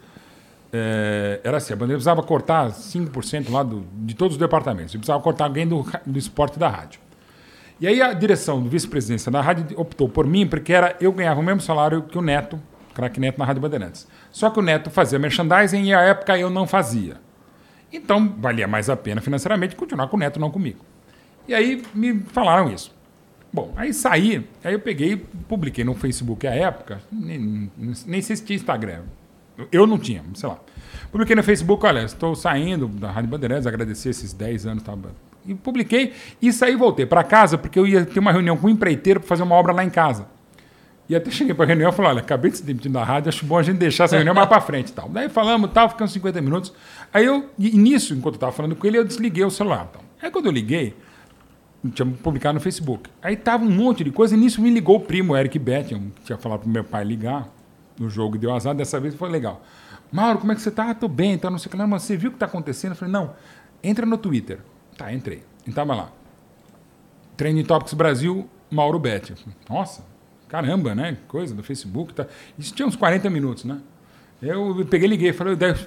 era assim, a Bandeirantes precisava cortar 5% lá de todos os departamentos. E precisava cortar alguém do esporte da rádio. E aí a direção do vice-presidência da rádio optou por mim, porque eu ganhava o mesmo salário que o Neto, craque Neto na Rádio Bandeirantes. Só que o Neto fazia merchandising e à época eu não fazia. Então valia mais a pena financeiramente continuar com o Neto, não comigo. E aí me falaram isso. Bom, aí eu peguei, publiquei no Facebook à época, nem sei se tinha Instagram, eu não tinha, sei lá. Publiquei no Facebook, olha, estou saindo da Rádio Bandeirantes, agradecer esses 10 anos, tá? E publiquei, e saí e voltei para casa, porque eu ia ter uma reunião com um empreiteiro para fazer uma obra lá em casa. E até cheguei para a reunião e falei, olha, acabei de se demitir da rádio, acho bom a gente deixar essa reunião mais para frente e tal. Daí falamos, tal, ficamos 50 minutos. Aí e nisso, enquanto eu estava falando com ele, eu desliguei o celular. Tal. Aí quando eu liguei, tinha publicado no Facebook. Aí tava um monte de coisa, e nisso me ligou o primo, Eric Bettian, que tinha falado pro meu pai ligar no jogo, deu azar, dessa vez foi legal. Mauro, como é que você tá? Tô bem, tá, não sei o que lá, mas você viu o que tá acontecendo? Eu falei, não, entra no Twitter. Tá, entrei. E tava lá. Trending Topics Brasil, Mauro Bettian. Nossa, caramba, né? Coisa do Facebook. Tá. Isso tinha uns 40 minutos, né? Eu peguei e liguei,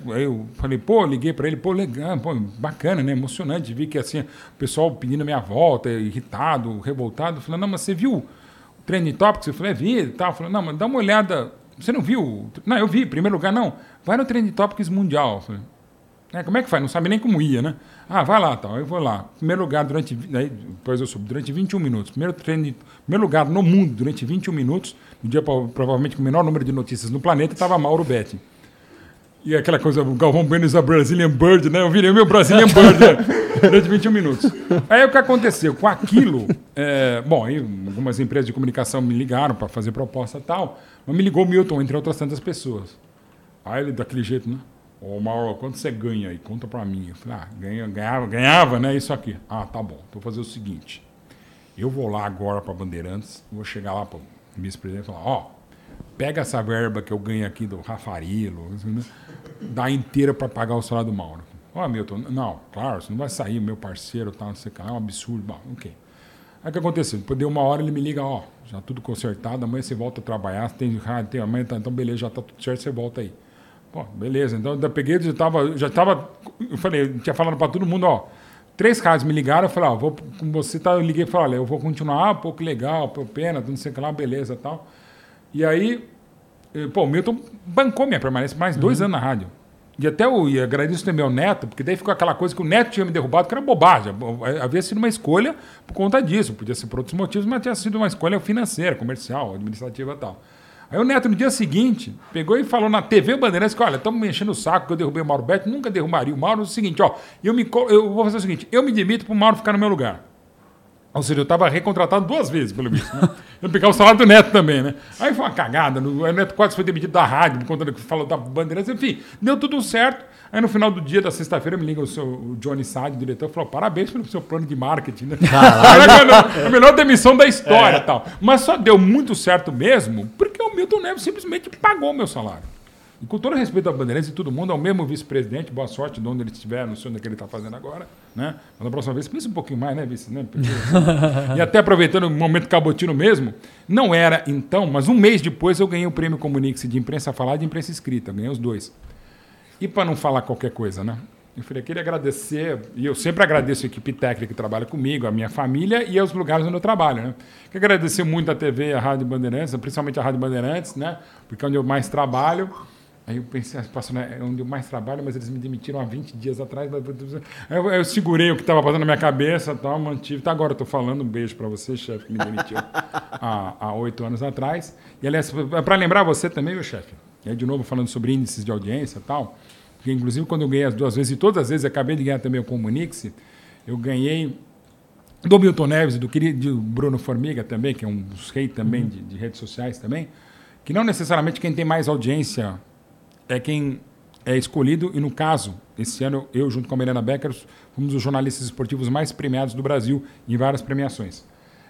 liguei para ele, legal, bacana, né? Emocionante, vi que assim, o pessoal pedindo a minha volta, irritado, revoltado, falando, não, mas você viu o Trending Topics? Eu falei, vi e tal. Eu falei, não, mas dá uma olhada, você não viu? Não, eu vi, em primeiro lugar, não, vai no Trending Topics Mundial. Eu falei, como é que faz? Não sabe nem como ia, né? Ah, vai lá, tal, eu vou lá. Primeiro lugar depois eu subo, durante 21 minutos. Primeiro lugar no mundo, durante 21 minutos, no dia provavelmente com o menor número de notícias no planeta, estava Mauro Bettian. E aquela coisa, o Galvão Bueno is a Brazilian Bird, né? Eu virei o meu Brazilian Bird durante 21 minutos. Aí o que aconteceu? Com aquilo, aí algumas empresas de comunicação me ligaram para fazer proposta e tal, mas me ligou o Milton, entre outras tantas pessoas. Aí ele, daquele jeito, né? Ô, Mauro, quanto você ganha aí? Conta para mim. Eu falei, ganhava, né? Isso aqui. Ah, tá bom. Então vou fazer o seguinte. Eu vou lá agora para Bandeirantes, vou chegar lá para o vice-presidente e falar, pega essa verba que eu ganho aqui do Rafarilo, dá inteira para pagar o salário do Mauro. Milton, não, claro, você não vai sair, meu parceiro, tá, não sei o que, é um absurdo. Bom, ok. Aí o que aconteceu? Depois de uma hora ele me liga, já tudo consertado, amanhã você volta a trabalhar, tem rádio, tem amanhã, então beleza, já tá tudo certo, você volta aí. Pô, beleza, então eu peguei, já tava, eu falei, eu tinha falado para todo mundo, 3 rádios me ligaram, eu falei, vou com você, tá, eu liguei e falei, olha, eu vou continuar, pô, que legal, pô, pena, não sei o que lá, beleza, tal. E aí, o Milton bancou minha permanência mais 2 anos na rádio. E até eu agradeço também ao Neto, porque daí ficou aquela coisa que o Neto tinha me derrubado, que era bobagem. Havia sido uma escolha por conta disso. Podia ser por outros motivos, mas tinha sido uma escolha financeira, comercial, administrativa e tal. Aí o Neto, no dia seguinte, pegou e falou na TV Bandeirantes que, olha, estamos me enchendo o saco que eu derrubei o Mauro Bettian, nunca derrubaria o Mauro. É o seguinte, eu vou fazer o seguinte, eu me demito para o Mauro ficar no meu lugar. Ou seja, eu estava recontratado 2 vezes, pelo visto. Né? Eu pegar o salário do Neto também, né? Aí foi uma cagada. O Neto quase foi demitido da rádio, por conta do que falou da Bandeirantes. Enfim, deu tudo certo. Aí no final do dia da sexta-feira me liga o Johnny Sade, o diretor, falou, parabéns pelo seu plano de marketing. Né? A melhor demissão da história e tal. Mas só deu muito certo mesmo porque o Milton Neves simplesmente pagou o meu salário. E com todo respeito à Bandeirantes e todo mundo, é o mesmo vice-presidente, boa sorte de onde ele estiver, não sei onde é que ele está fazendo agora, né? Mas na próxima vez, pensa um pouquinho mais, né, vice? Né? Porque, e até aproveitando o momento cabotino mesmo, não era então, mas um mês depois eu ganhei o prêmio Comunique-se de imprensa falada e de imprensa escrita, ganhei os 2. E para não falar qualquer coisa, né? Eu falei, queria agradecer, e eu sempre agradeço a equipe técnica que trabalha comigo, a minha família e aos lugares onde eu trabalho, né? Quero agradecer muito a TV e a Rádio Bandeirantes, principalmente a Rádio Bandeirantes, né? Porque é onde eu mais trabalho. Aí eu pensei, é onde eu mais trabalho, mas eles me demitiram há 20 dias atrás. Eu segurei o que estava passando na minha cabeça e tal, mantive. Até agora eu estou falando, um beijo para você, chefe, que me demitiu há 8 anos atrás. E, aliás, para lembrar você também, meu chefe, e aí, de novo, falando sobre índices de audiência e tal, porque, inclusive, quando eu ganhei as 2 vezes, e todas as vezes, eu acabei de ganhar também o Comunix, eu ganhei do Milton Neves e do querido Bruno Formiga também, que é um dos reis também de redes sociais também, que não necessariamente quem tem mais audiência é quem é escolhido, e no caso, esse ano, eu junto com a Mariana Becker, fomos os jornalistas esportivos mais premiados do Brasil em várias premiações.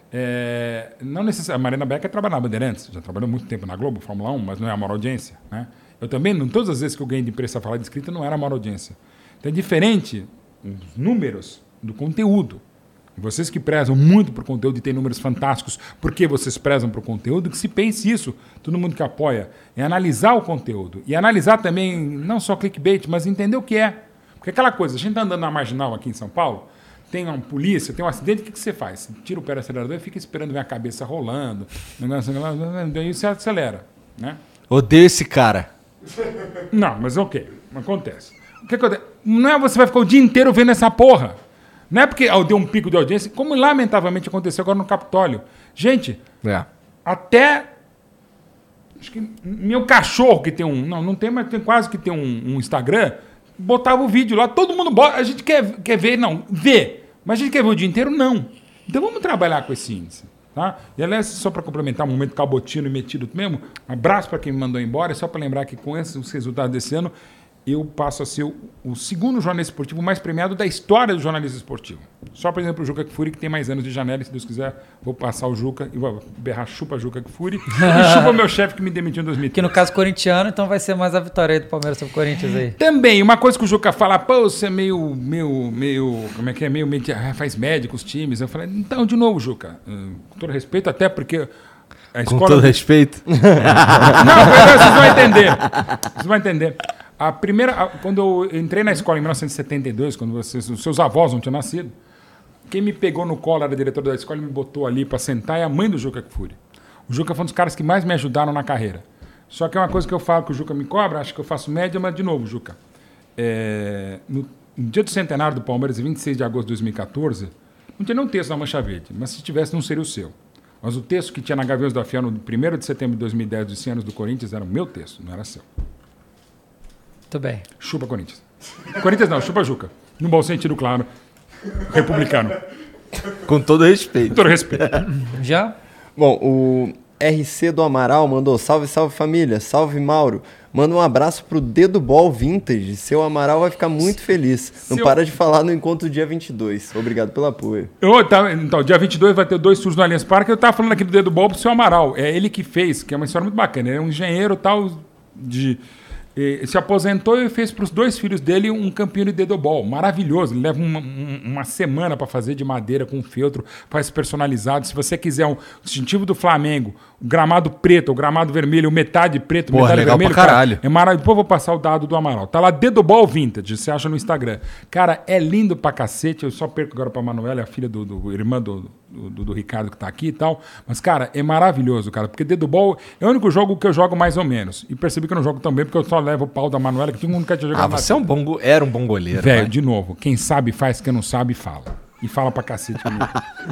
Não necessariamente, a Mariana Becker trabalha na Bandeirantes, já trabalhou muito tempo na Globo, Fórmula 1, mas não é a maior audiência, né? Eu também, todas as vezes que eu ganhei de imprensa falar de escrita, não era a maior audiência. Então é diferente os números do conteúdo. E vocês que prezam muito por conteúdo e têm números fantásticos, porque vocês prezam por conteúdo, que se pense isso, todo mundo que apoia, é analisar o conteúdo. E analisar também, não só clickbait, mas entender o que é. Porque aquela coisa, a gente está andando na Marginal aqui em São Paulo, tem uma polícia, tem um acidente, o que você faz? Tira o pé do acelerador e fica esperando ver a cabeça rolando, daí você acelera, né? Odeio esse cara. Não, mas ok, acontece. O que acontece? Não é você vai ficar o dia inteiro vendo essa porra. Não é porque deu um pico de audiência, como lamentavelmente aconteceu agora no Capitólio. Gente, até acho que meu cachorro que tem não tem, mas tem quase que tem um Instagram, botava o vídeo lá, todo mundo bota, a gente quer ver, mas a gente quer ver o dia inteiro, não. Então vamos trabalhar com esse índice. Tá? E aliás, só para complementar um momento cabotino e metido mesmo, um abraço para quem me mandou embora, só para lembrar que com esses resultados desse ano, eu passo a ser o segundo jornalista esportivo mais premiado da história do jornalismo esportivo. Só, por exemplo, o Juca Kfouri, que tem mais anos de janela, e se Deus quiser, vou passar o Juca e vou berrar chupa Juca Kfouri e chupa o meu chefe que me demitiu em 2003. Que no caso corintiano, então vai ser mais a vitória aí do Palmeiras sobre o Corinthians aí. Também, uma coisa que o Juca fala, pô, você é meio, como é que é, faz média com os times. Eu falei, então, de novo, Juca, com todo respeito, até porque... Com todo respeito? Não, vocês vão entender. Vocês vão entender. Quando eu entrei na escola em 1972, quando os seus avós não tinham nascido, quem me pegou no colo era a diretora da escola e me botou ali para sentar é a mãe do Juca Kfouri. O Juca foi um dos caras que mais me ajudaram na carreira. Só que é uma coisa que eu falo que o Juca me cobra, acho que eu faço média, mas de novo, Juca. No dia do centenário do Palmeiras, 26 de agosto de 2014, não tinha nenhum texto na Mancha Verde, mas se tivesse não seria o seu. Mas o texto que tinha na Gaviões da Fiel no 1º de setembro de 2010 dos 100 anos do Corinthians era o meu texto, não era seu. Muito bem. Chupa Corinthians. Corinthians não, chupa Juca. No bom sentido, claro. Republicano. Com todo respeito. Com todo respeito. Já? Bom, o RC do Amaral mandou salve, salve família, salve Mauro. Manda um abraço pro Dedo Ball Vintage. Seu Amaral vai ficar muito feliz. Não para de falar no encontro dia 22. Obrigado pelo apoio. Então, dia 22 vai ter 2 tours no Allianz Parque. Eu tava falando aqui do Dedo Ball pro seu Amaral. É ele que fez, que é uma história muito bacana. Ele é um engenheiro tal se aposentou e fez para os 2 filhos dele um campinho de dedobol. Maravilhoso. Ele leva uma semana para fazer de madeira com feltro, faz personalizado. Se você quiser um distintivo do Flamengo, o gramado preto, o gramado vermelho, metade preto, metade legal vermelho. Pra caralho. Cara, é maravilhoso. Depois eu vou passar o dado do Amaral. Tá lá, Dedobol Vintage, você acha no Instagram. Cara, é lindo pra cacete. Eu só perco agora pra Manuela, a filha irmã do Ricardo que tá aqui e tal. Mas, cara, é maravilhoso, cara. Porque Dedobol é o único jogo que eu jogo mais ou menos. E percebi que eu não jogo tão bem, porque eu só levo o pau da Manuela, que todo mundo quer te jogar. Você era um bom goleiro. Velho, de novo, quem sabe faz, quem não sabe fala. E fala pra cacete comigo.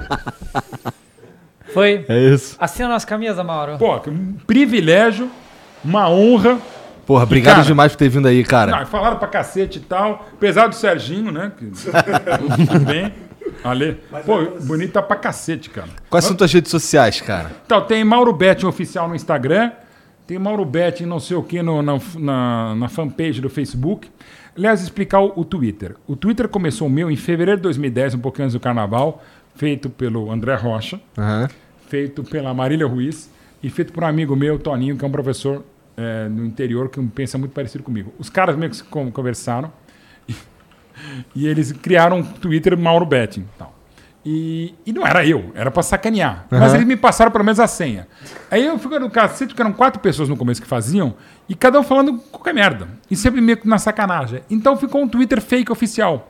Foi? É isso. Assina a nossa camisa, Mauro. Pô, que um privilégio, uma honra. Porra, obrigado demais por ter vindo aí, cara. Não, falaram pra cacete e tal. Apesar do Serginho, né? Tudo bem. Ale. Pô, bonito tá pra cacete, cara. Quais são tuas redes sociais, cara? Então, tem Mauro Betting oficial no Instagram. Tem Mauro Betting não sei o que na fanpage do Facebook. Aliás, explicar o Twitter. O Twitter começou o meu em fevereiro de 2010, um pouquinho antes do Carnaval. Feito pelo André Rocha. Feito pela Marília Ruiz. E feito por um amigo meu, Toninho, que é um professor no interior, que pensa muito parecido comigo. Os caras meio que conversaram. E eles criaram um Twitter Mauro Betting. E não era eu, era pra sacanear. Mas eles me passaram pelo menos a senha. Aí eu fico no cacete, porque eram 4 pessoas no começo que faziam, e cada um falando qualquer merda. E sempre meio que na sacanagem. Então ficou um Twitter fake oficial.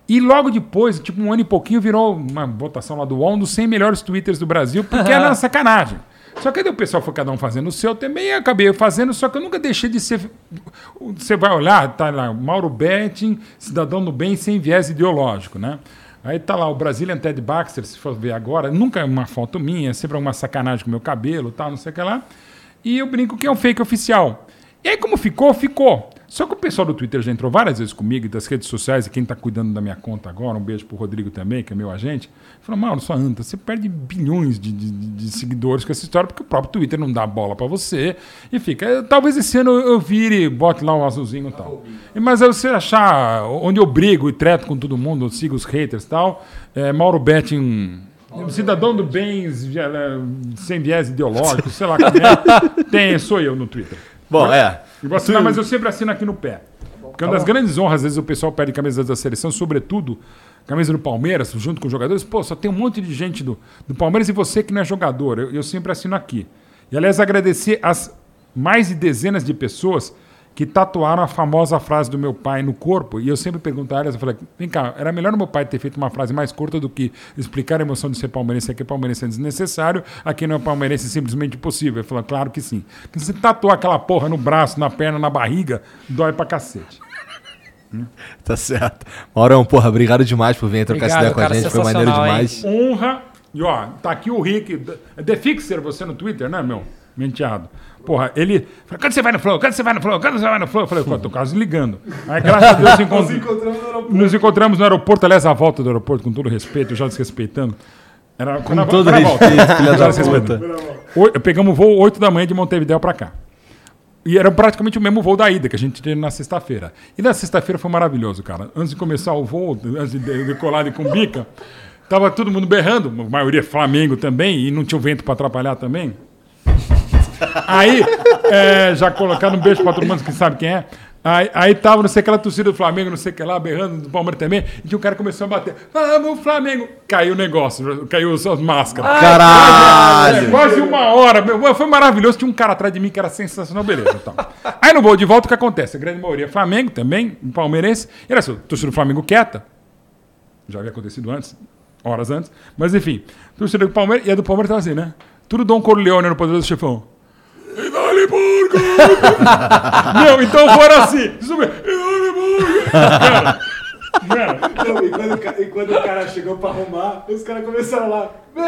E logo depois, tipo um ano e pouquinho, virou uma votação lá do UOL, um dos 100 melhores twitters do Brasil, porque era uma sacanagem. Só que aí o pessoal foi cada um fazendo o seu, também eu acabei fazendo, só que eu nunca deixei de ser... Você vai olhar, tá lá, Mauro Betting, cidadão do bem sem viés ideológico, né? Aí tá lá o Brazilian Ted Baxter, se for ver agora, nunca é uma foto minha, é sempre uma sacanagem com o meu cabelo, tal, não sei o que lá. E eu brinco que é um fake oficial. E aí como ficou, ficou. Só que o pessoal do Twitter já entrou várias vezes comigo, e das redes sociais, e quem está cuidando da minha conta agora, um beijo pro Rodrigo também, que é meu agente, falou, Mauro, sua anta, você perde bilhões de seguidores com essa história, porque o próprio Twitter não dá bola para você, e fica, talvez esse ano eu vire, bote lá um azulzinho e tal. Mas aí você achar onde eu brigo e treto com todo mundo, eu sigo os haters e tal, Mauro Betting... cidadão do bem, sem viés ideológico, sei lá como é, sou eu no Twitter. Bom, Eu vou assinar, mas eu sempre assino aqui no pé. Porque uma das grandes honras, às vezes o pessoal pede camisas da seleção, sobretudo camisa do Palmeiras, junto com os jogadores. Pô, só tem um monte de gente do Palmeiras e você que não é jogador. Eu sempre assino aqui. E, aliás, agradecer as mais de dezenas de pessoas que tatuaram a famosa frase do meu pai no corpo. E eu sempre pergunto a elas, eu falei, vem cá, era melhor o meu pai ter feito uma frase mais curta do que explicar a emoção de ser palmeirense, aqui palmeirense é desnecessário, aqui não é palmeirense, é simplesmente impossível. Eu falei, claro que sim. Porque se você tatuar aquela porra no braço, na perna, na barriga, dói pra cacete. Tá certo. Maurão, porra, obrigado demais por vir trocar essa ideia com a gente, foi maneiro demais. Honra. E ó, tá aqui o Rick, é The Fixer você no Twitter, né, meu? Menteado. Porra, ele... Fala, quando você vai no Flow? Quando você vai no Flow? Quando você vai no Flow? Eu falei, pô, tô quase ligando. Aí, graças a Deus, nos encontramos no aeroporto. Aliás, a volta do aeroporto, com todo respeito, já desrespeitando. Era, com todo respeito, filha da puta. Pegamos o voo 8 da manhã de Montevidéu pra cá. E era praticamente o mesmo voo da ida, que a gente teve na sexta-feira. E na sexta-feira foi maravilhoso, cara. Antes de começar o voo, antes de decolar de Cumbica, tava todo mundo berrando, a maioria Flamengo também, e não tinha o vento pra atrapalhar também. Aí, já colocaram um beijo pra todo mundo que sabe quem é. Aí tava, não sei aquela torcida do Flamengo, não sei o que lá, berrando, do Palmeiras também, e que o cara começou a bater. Vamos, Flamengo! Caiu o negócio, caiu as máscaras. Caralho! Quase uma hora, meu, foi maravilhoso. Tinha um cara atrás de mim que era sensacional, beleza. Então. Aí no voo de volta, o que acontece? A grande maioria Flamengo também, palmeirense. E era assim, torcida do Flamengo quieta. Já havia acontecido antes, horas antes. Mas enfim, torcida do Palmeiras, e a do Palmeiras tava assim, né? Tudo Dom Corleone no Poderoso Chefão. E dá-lhe porco! Meu, então foram assim. E dá-lhe porco! Cara, Não, e quando o cara chegou pra arrumar, os caras começaram lá.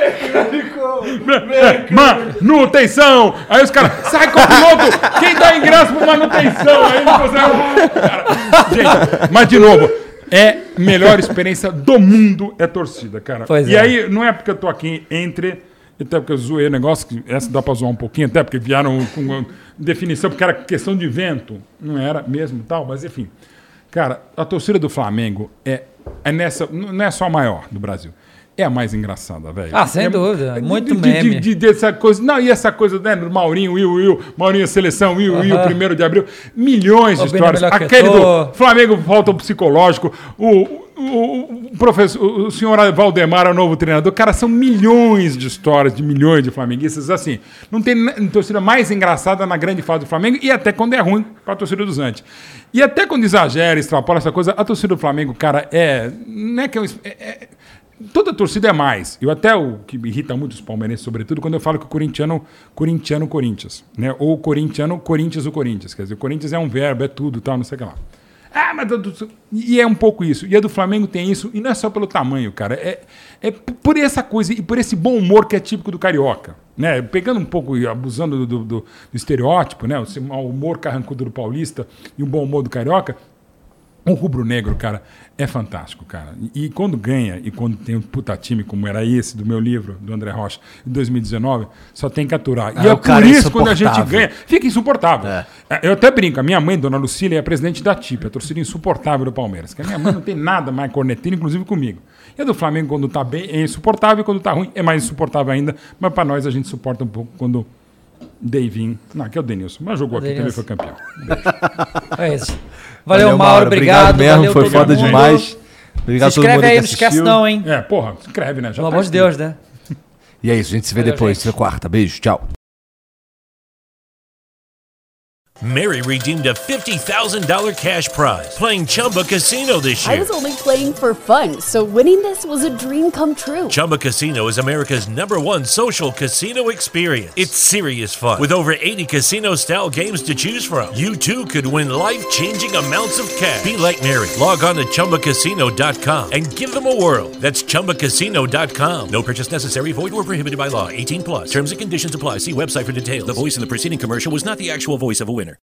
Manutenção! Aí os caras, sai com o piloto! Quem dá ingresso pro manutenção? Aí não consegue. Cara, gente, mas de novo, é a melhor experiência do mundo é torcida, cara. Pois e é. aí, não é porque eu tô aqui até porque eu zoei o negócio, que essa dá pra zoar um pouquinho, até porque vieram com uma definição, porque era questão de vento. Não era mesmo e tal, mas enfim. Cara, a torcida do Flamengo não é só a maior do Brasil. É a mais engraçada, velho. Ah, sem dúvida. Muito meme. Dessa coisa, não, e essa coisa, né, do Maurinho, Maurinho Seleção, 1º de abril. Milhões de histórias. Aquele do Flamengo volta ao psicológico. O senhor Valdemar é o novo treinador. Cara, são milhões de histórias de milhões de flamenguistas. Assim, não tem torcida mais engraçada na grande fase do Flamengo e até quando é ruim para a torcida dos Antes. E até quando exagera, extrapola essa coisa, a torcida do Flamengo, cara, não é que toda torcida é mais. Eu até o que me irrita muito os palmeirenses, sobretudo, quando eu falo que o Corinthians, né? Ou o Corinthians, o Corinthians. Quer dizer, o Corinthians é um verbo, é tudo, tal, não sei o que lá. Mas e é um pouco isso. E a do Flamengo tem isso, e não é só pelo tamanho, cara. É por essa coisa e por esse bom humor que é típico do carioca. Né? Pegando um pouco e abusando do estereótipo, né? O mau humor carrancudo do paulista e o bom humor do carioca. O rubro-negro, cara, é fantástico, cara. E quando ganha, e quando tem um puta time como era esse do meu livro, do André Rocha, de 2019, só tem que aturar. E é por isso, quando a gente ganha, fica insuportável. Eu até brinco, a minha mãe, Dona Lucília, é a presidente da TIP, a torcida insuportável do Palmeiras. Que a minha mãe não tem nada mais corneteira, inclusive comigo. E a do Flamengo, quando tá bem, é insuportável, e quando tá ruim, é mais insuportável ainda. Mas pra nós, a gente suporta um pouco quando Davinho, que é o Denilson, mas jogou aqui também, foi campeão. É isso. Valeu, Mauro, obrigado mesmo, valeu, foi foda mundo. demais. Obrigado se a todo mundo inscreve aí, que não esquece assistiu. não, hein? Se inscreve, né? Já Pelo amor de Deus, né? E é isso, a gente se vê Valeu, depois, gente. se vê quarta. Beijo, tchau. Mary redeemed a $50,000 cash prize playing Chumba Casino this I year. was only playing for fun, so winning this was a dream come true. Chumba Casino is America's #1 social casino experience. It's serious fun. With over 80 casino-style games to choose from, you too could win life-changing amounts of cash. Be like Mary. Log on to ChumbaCasino.com and give them a whirl. That's ChumbaCasino.com. No purchase necessary. Void or prohibited by law. 18+. Terms and conditions apply. See website for details. The voice in the preceding commercial was not the actual voice of a winner.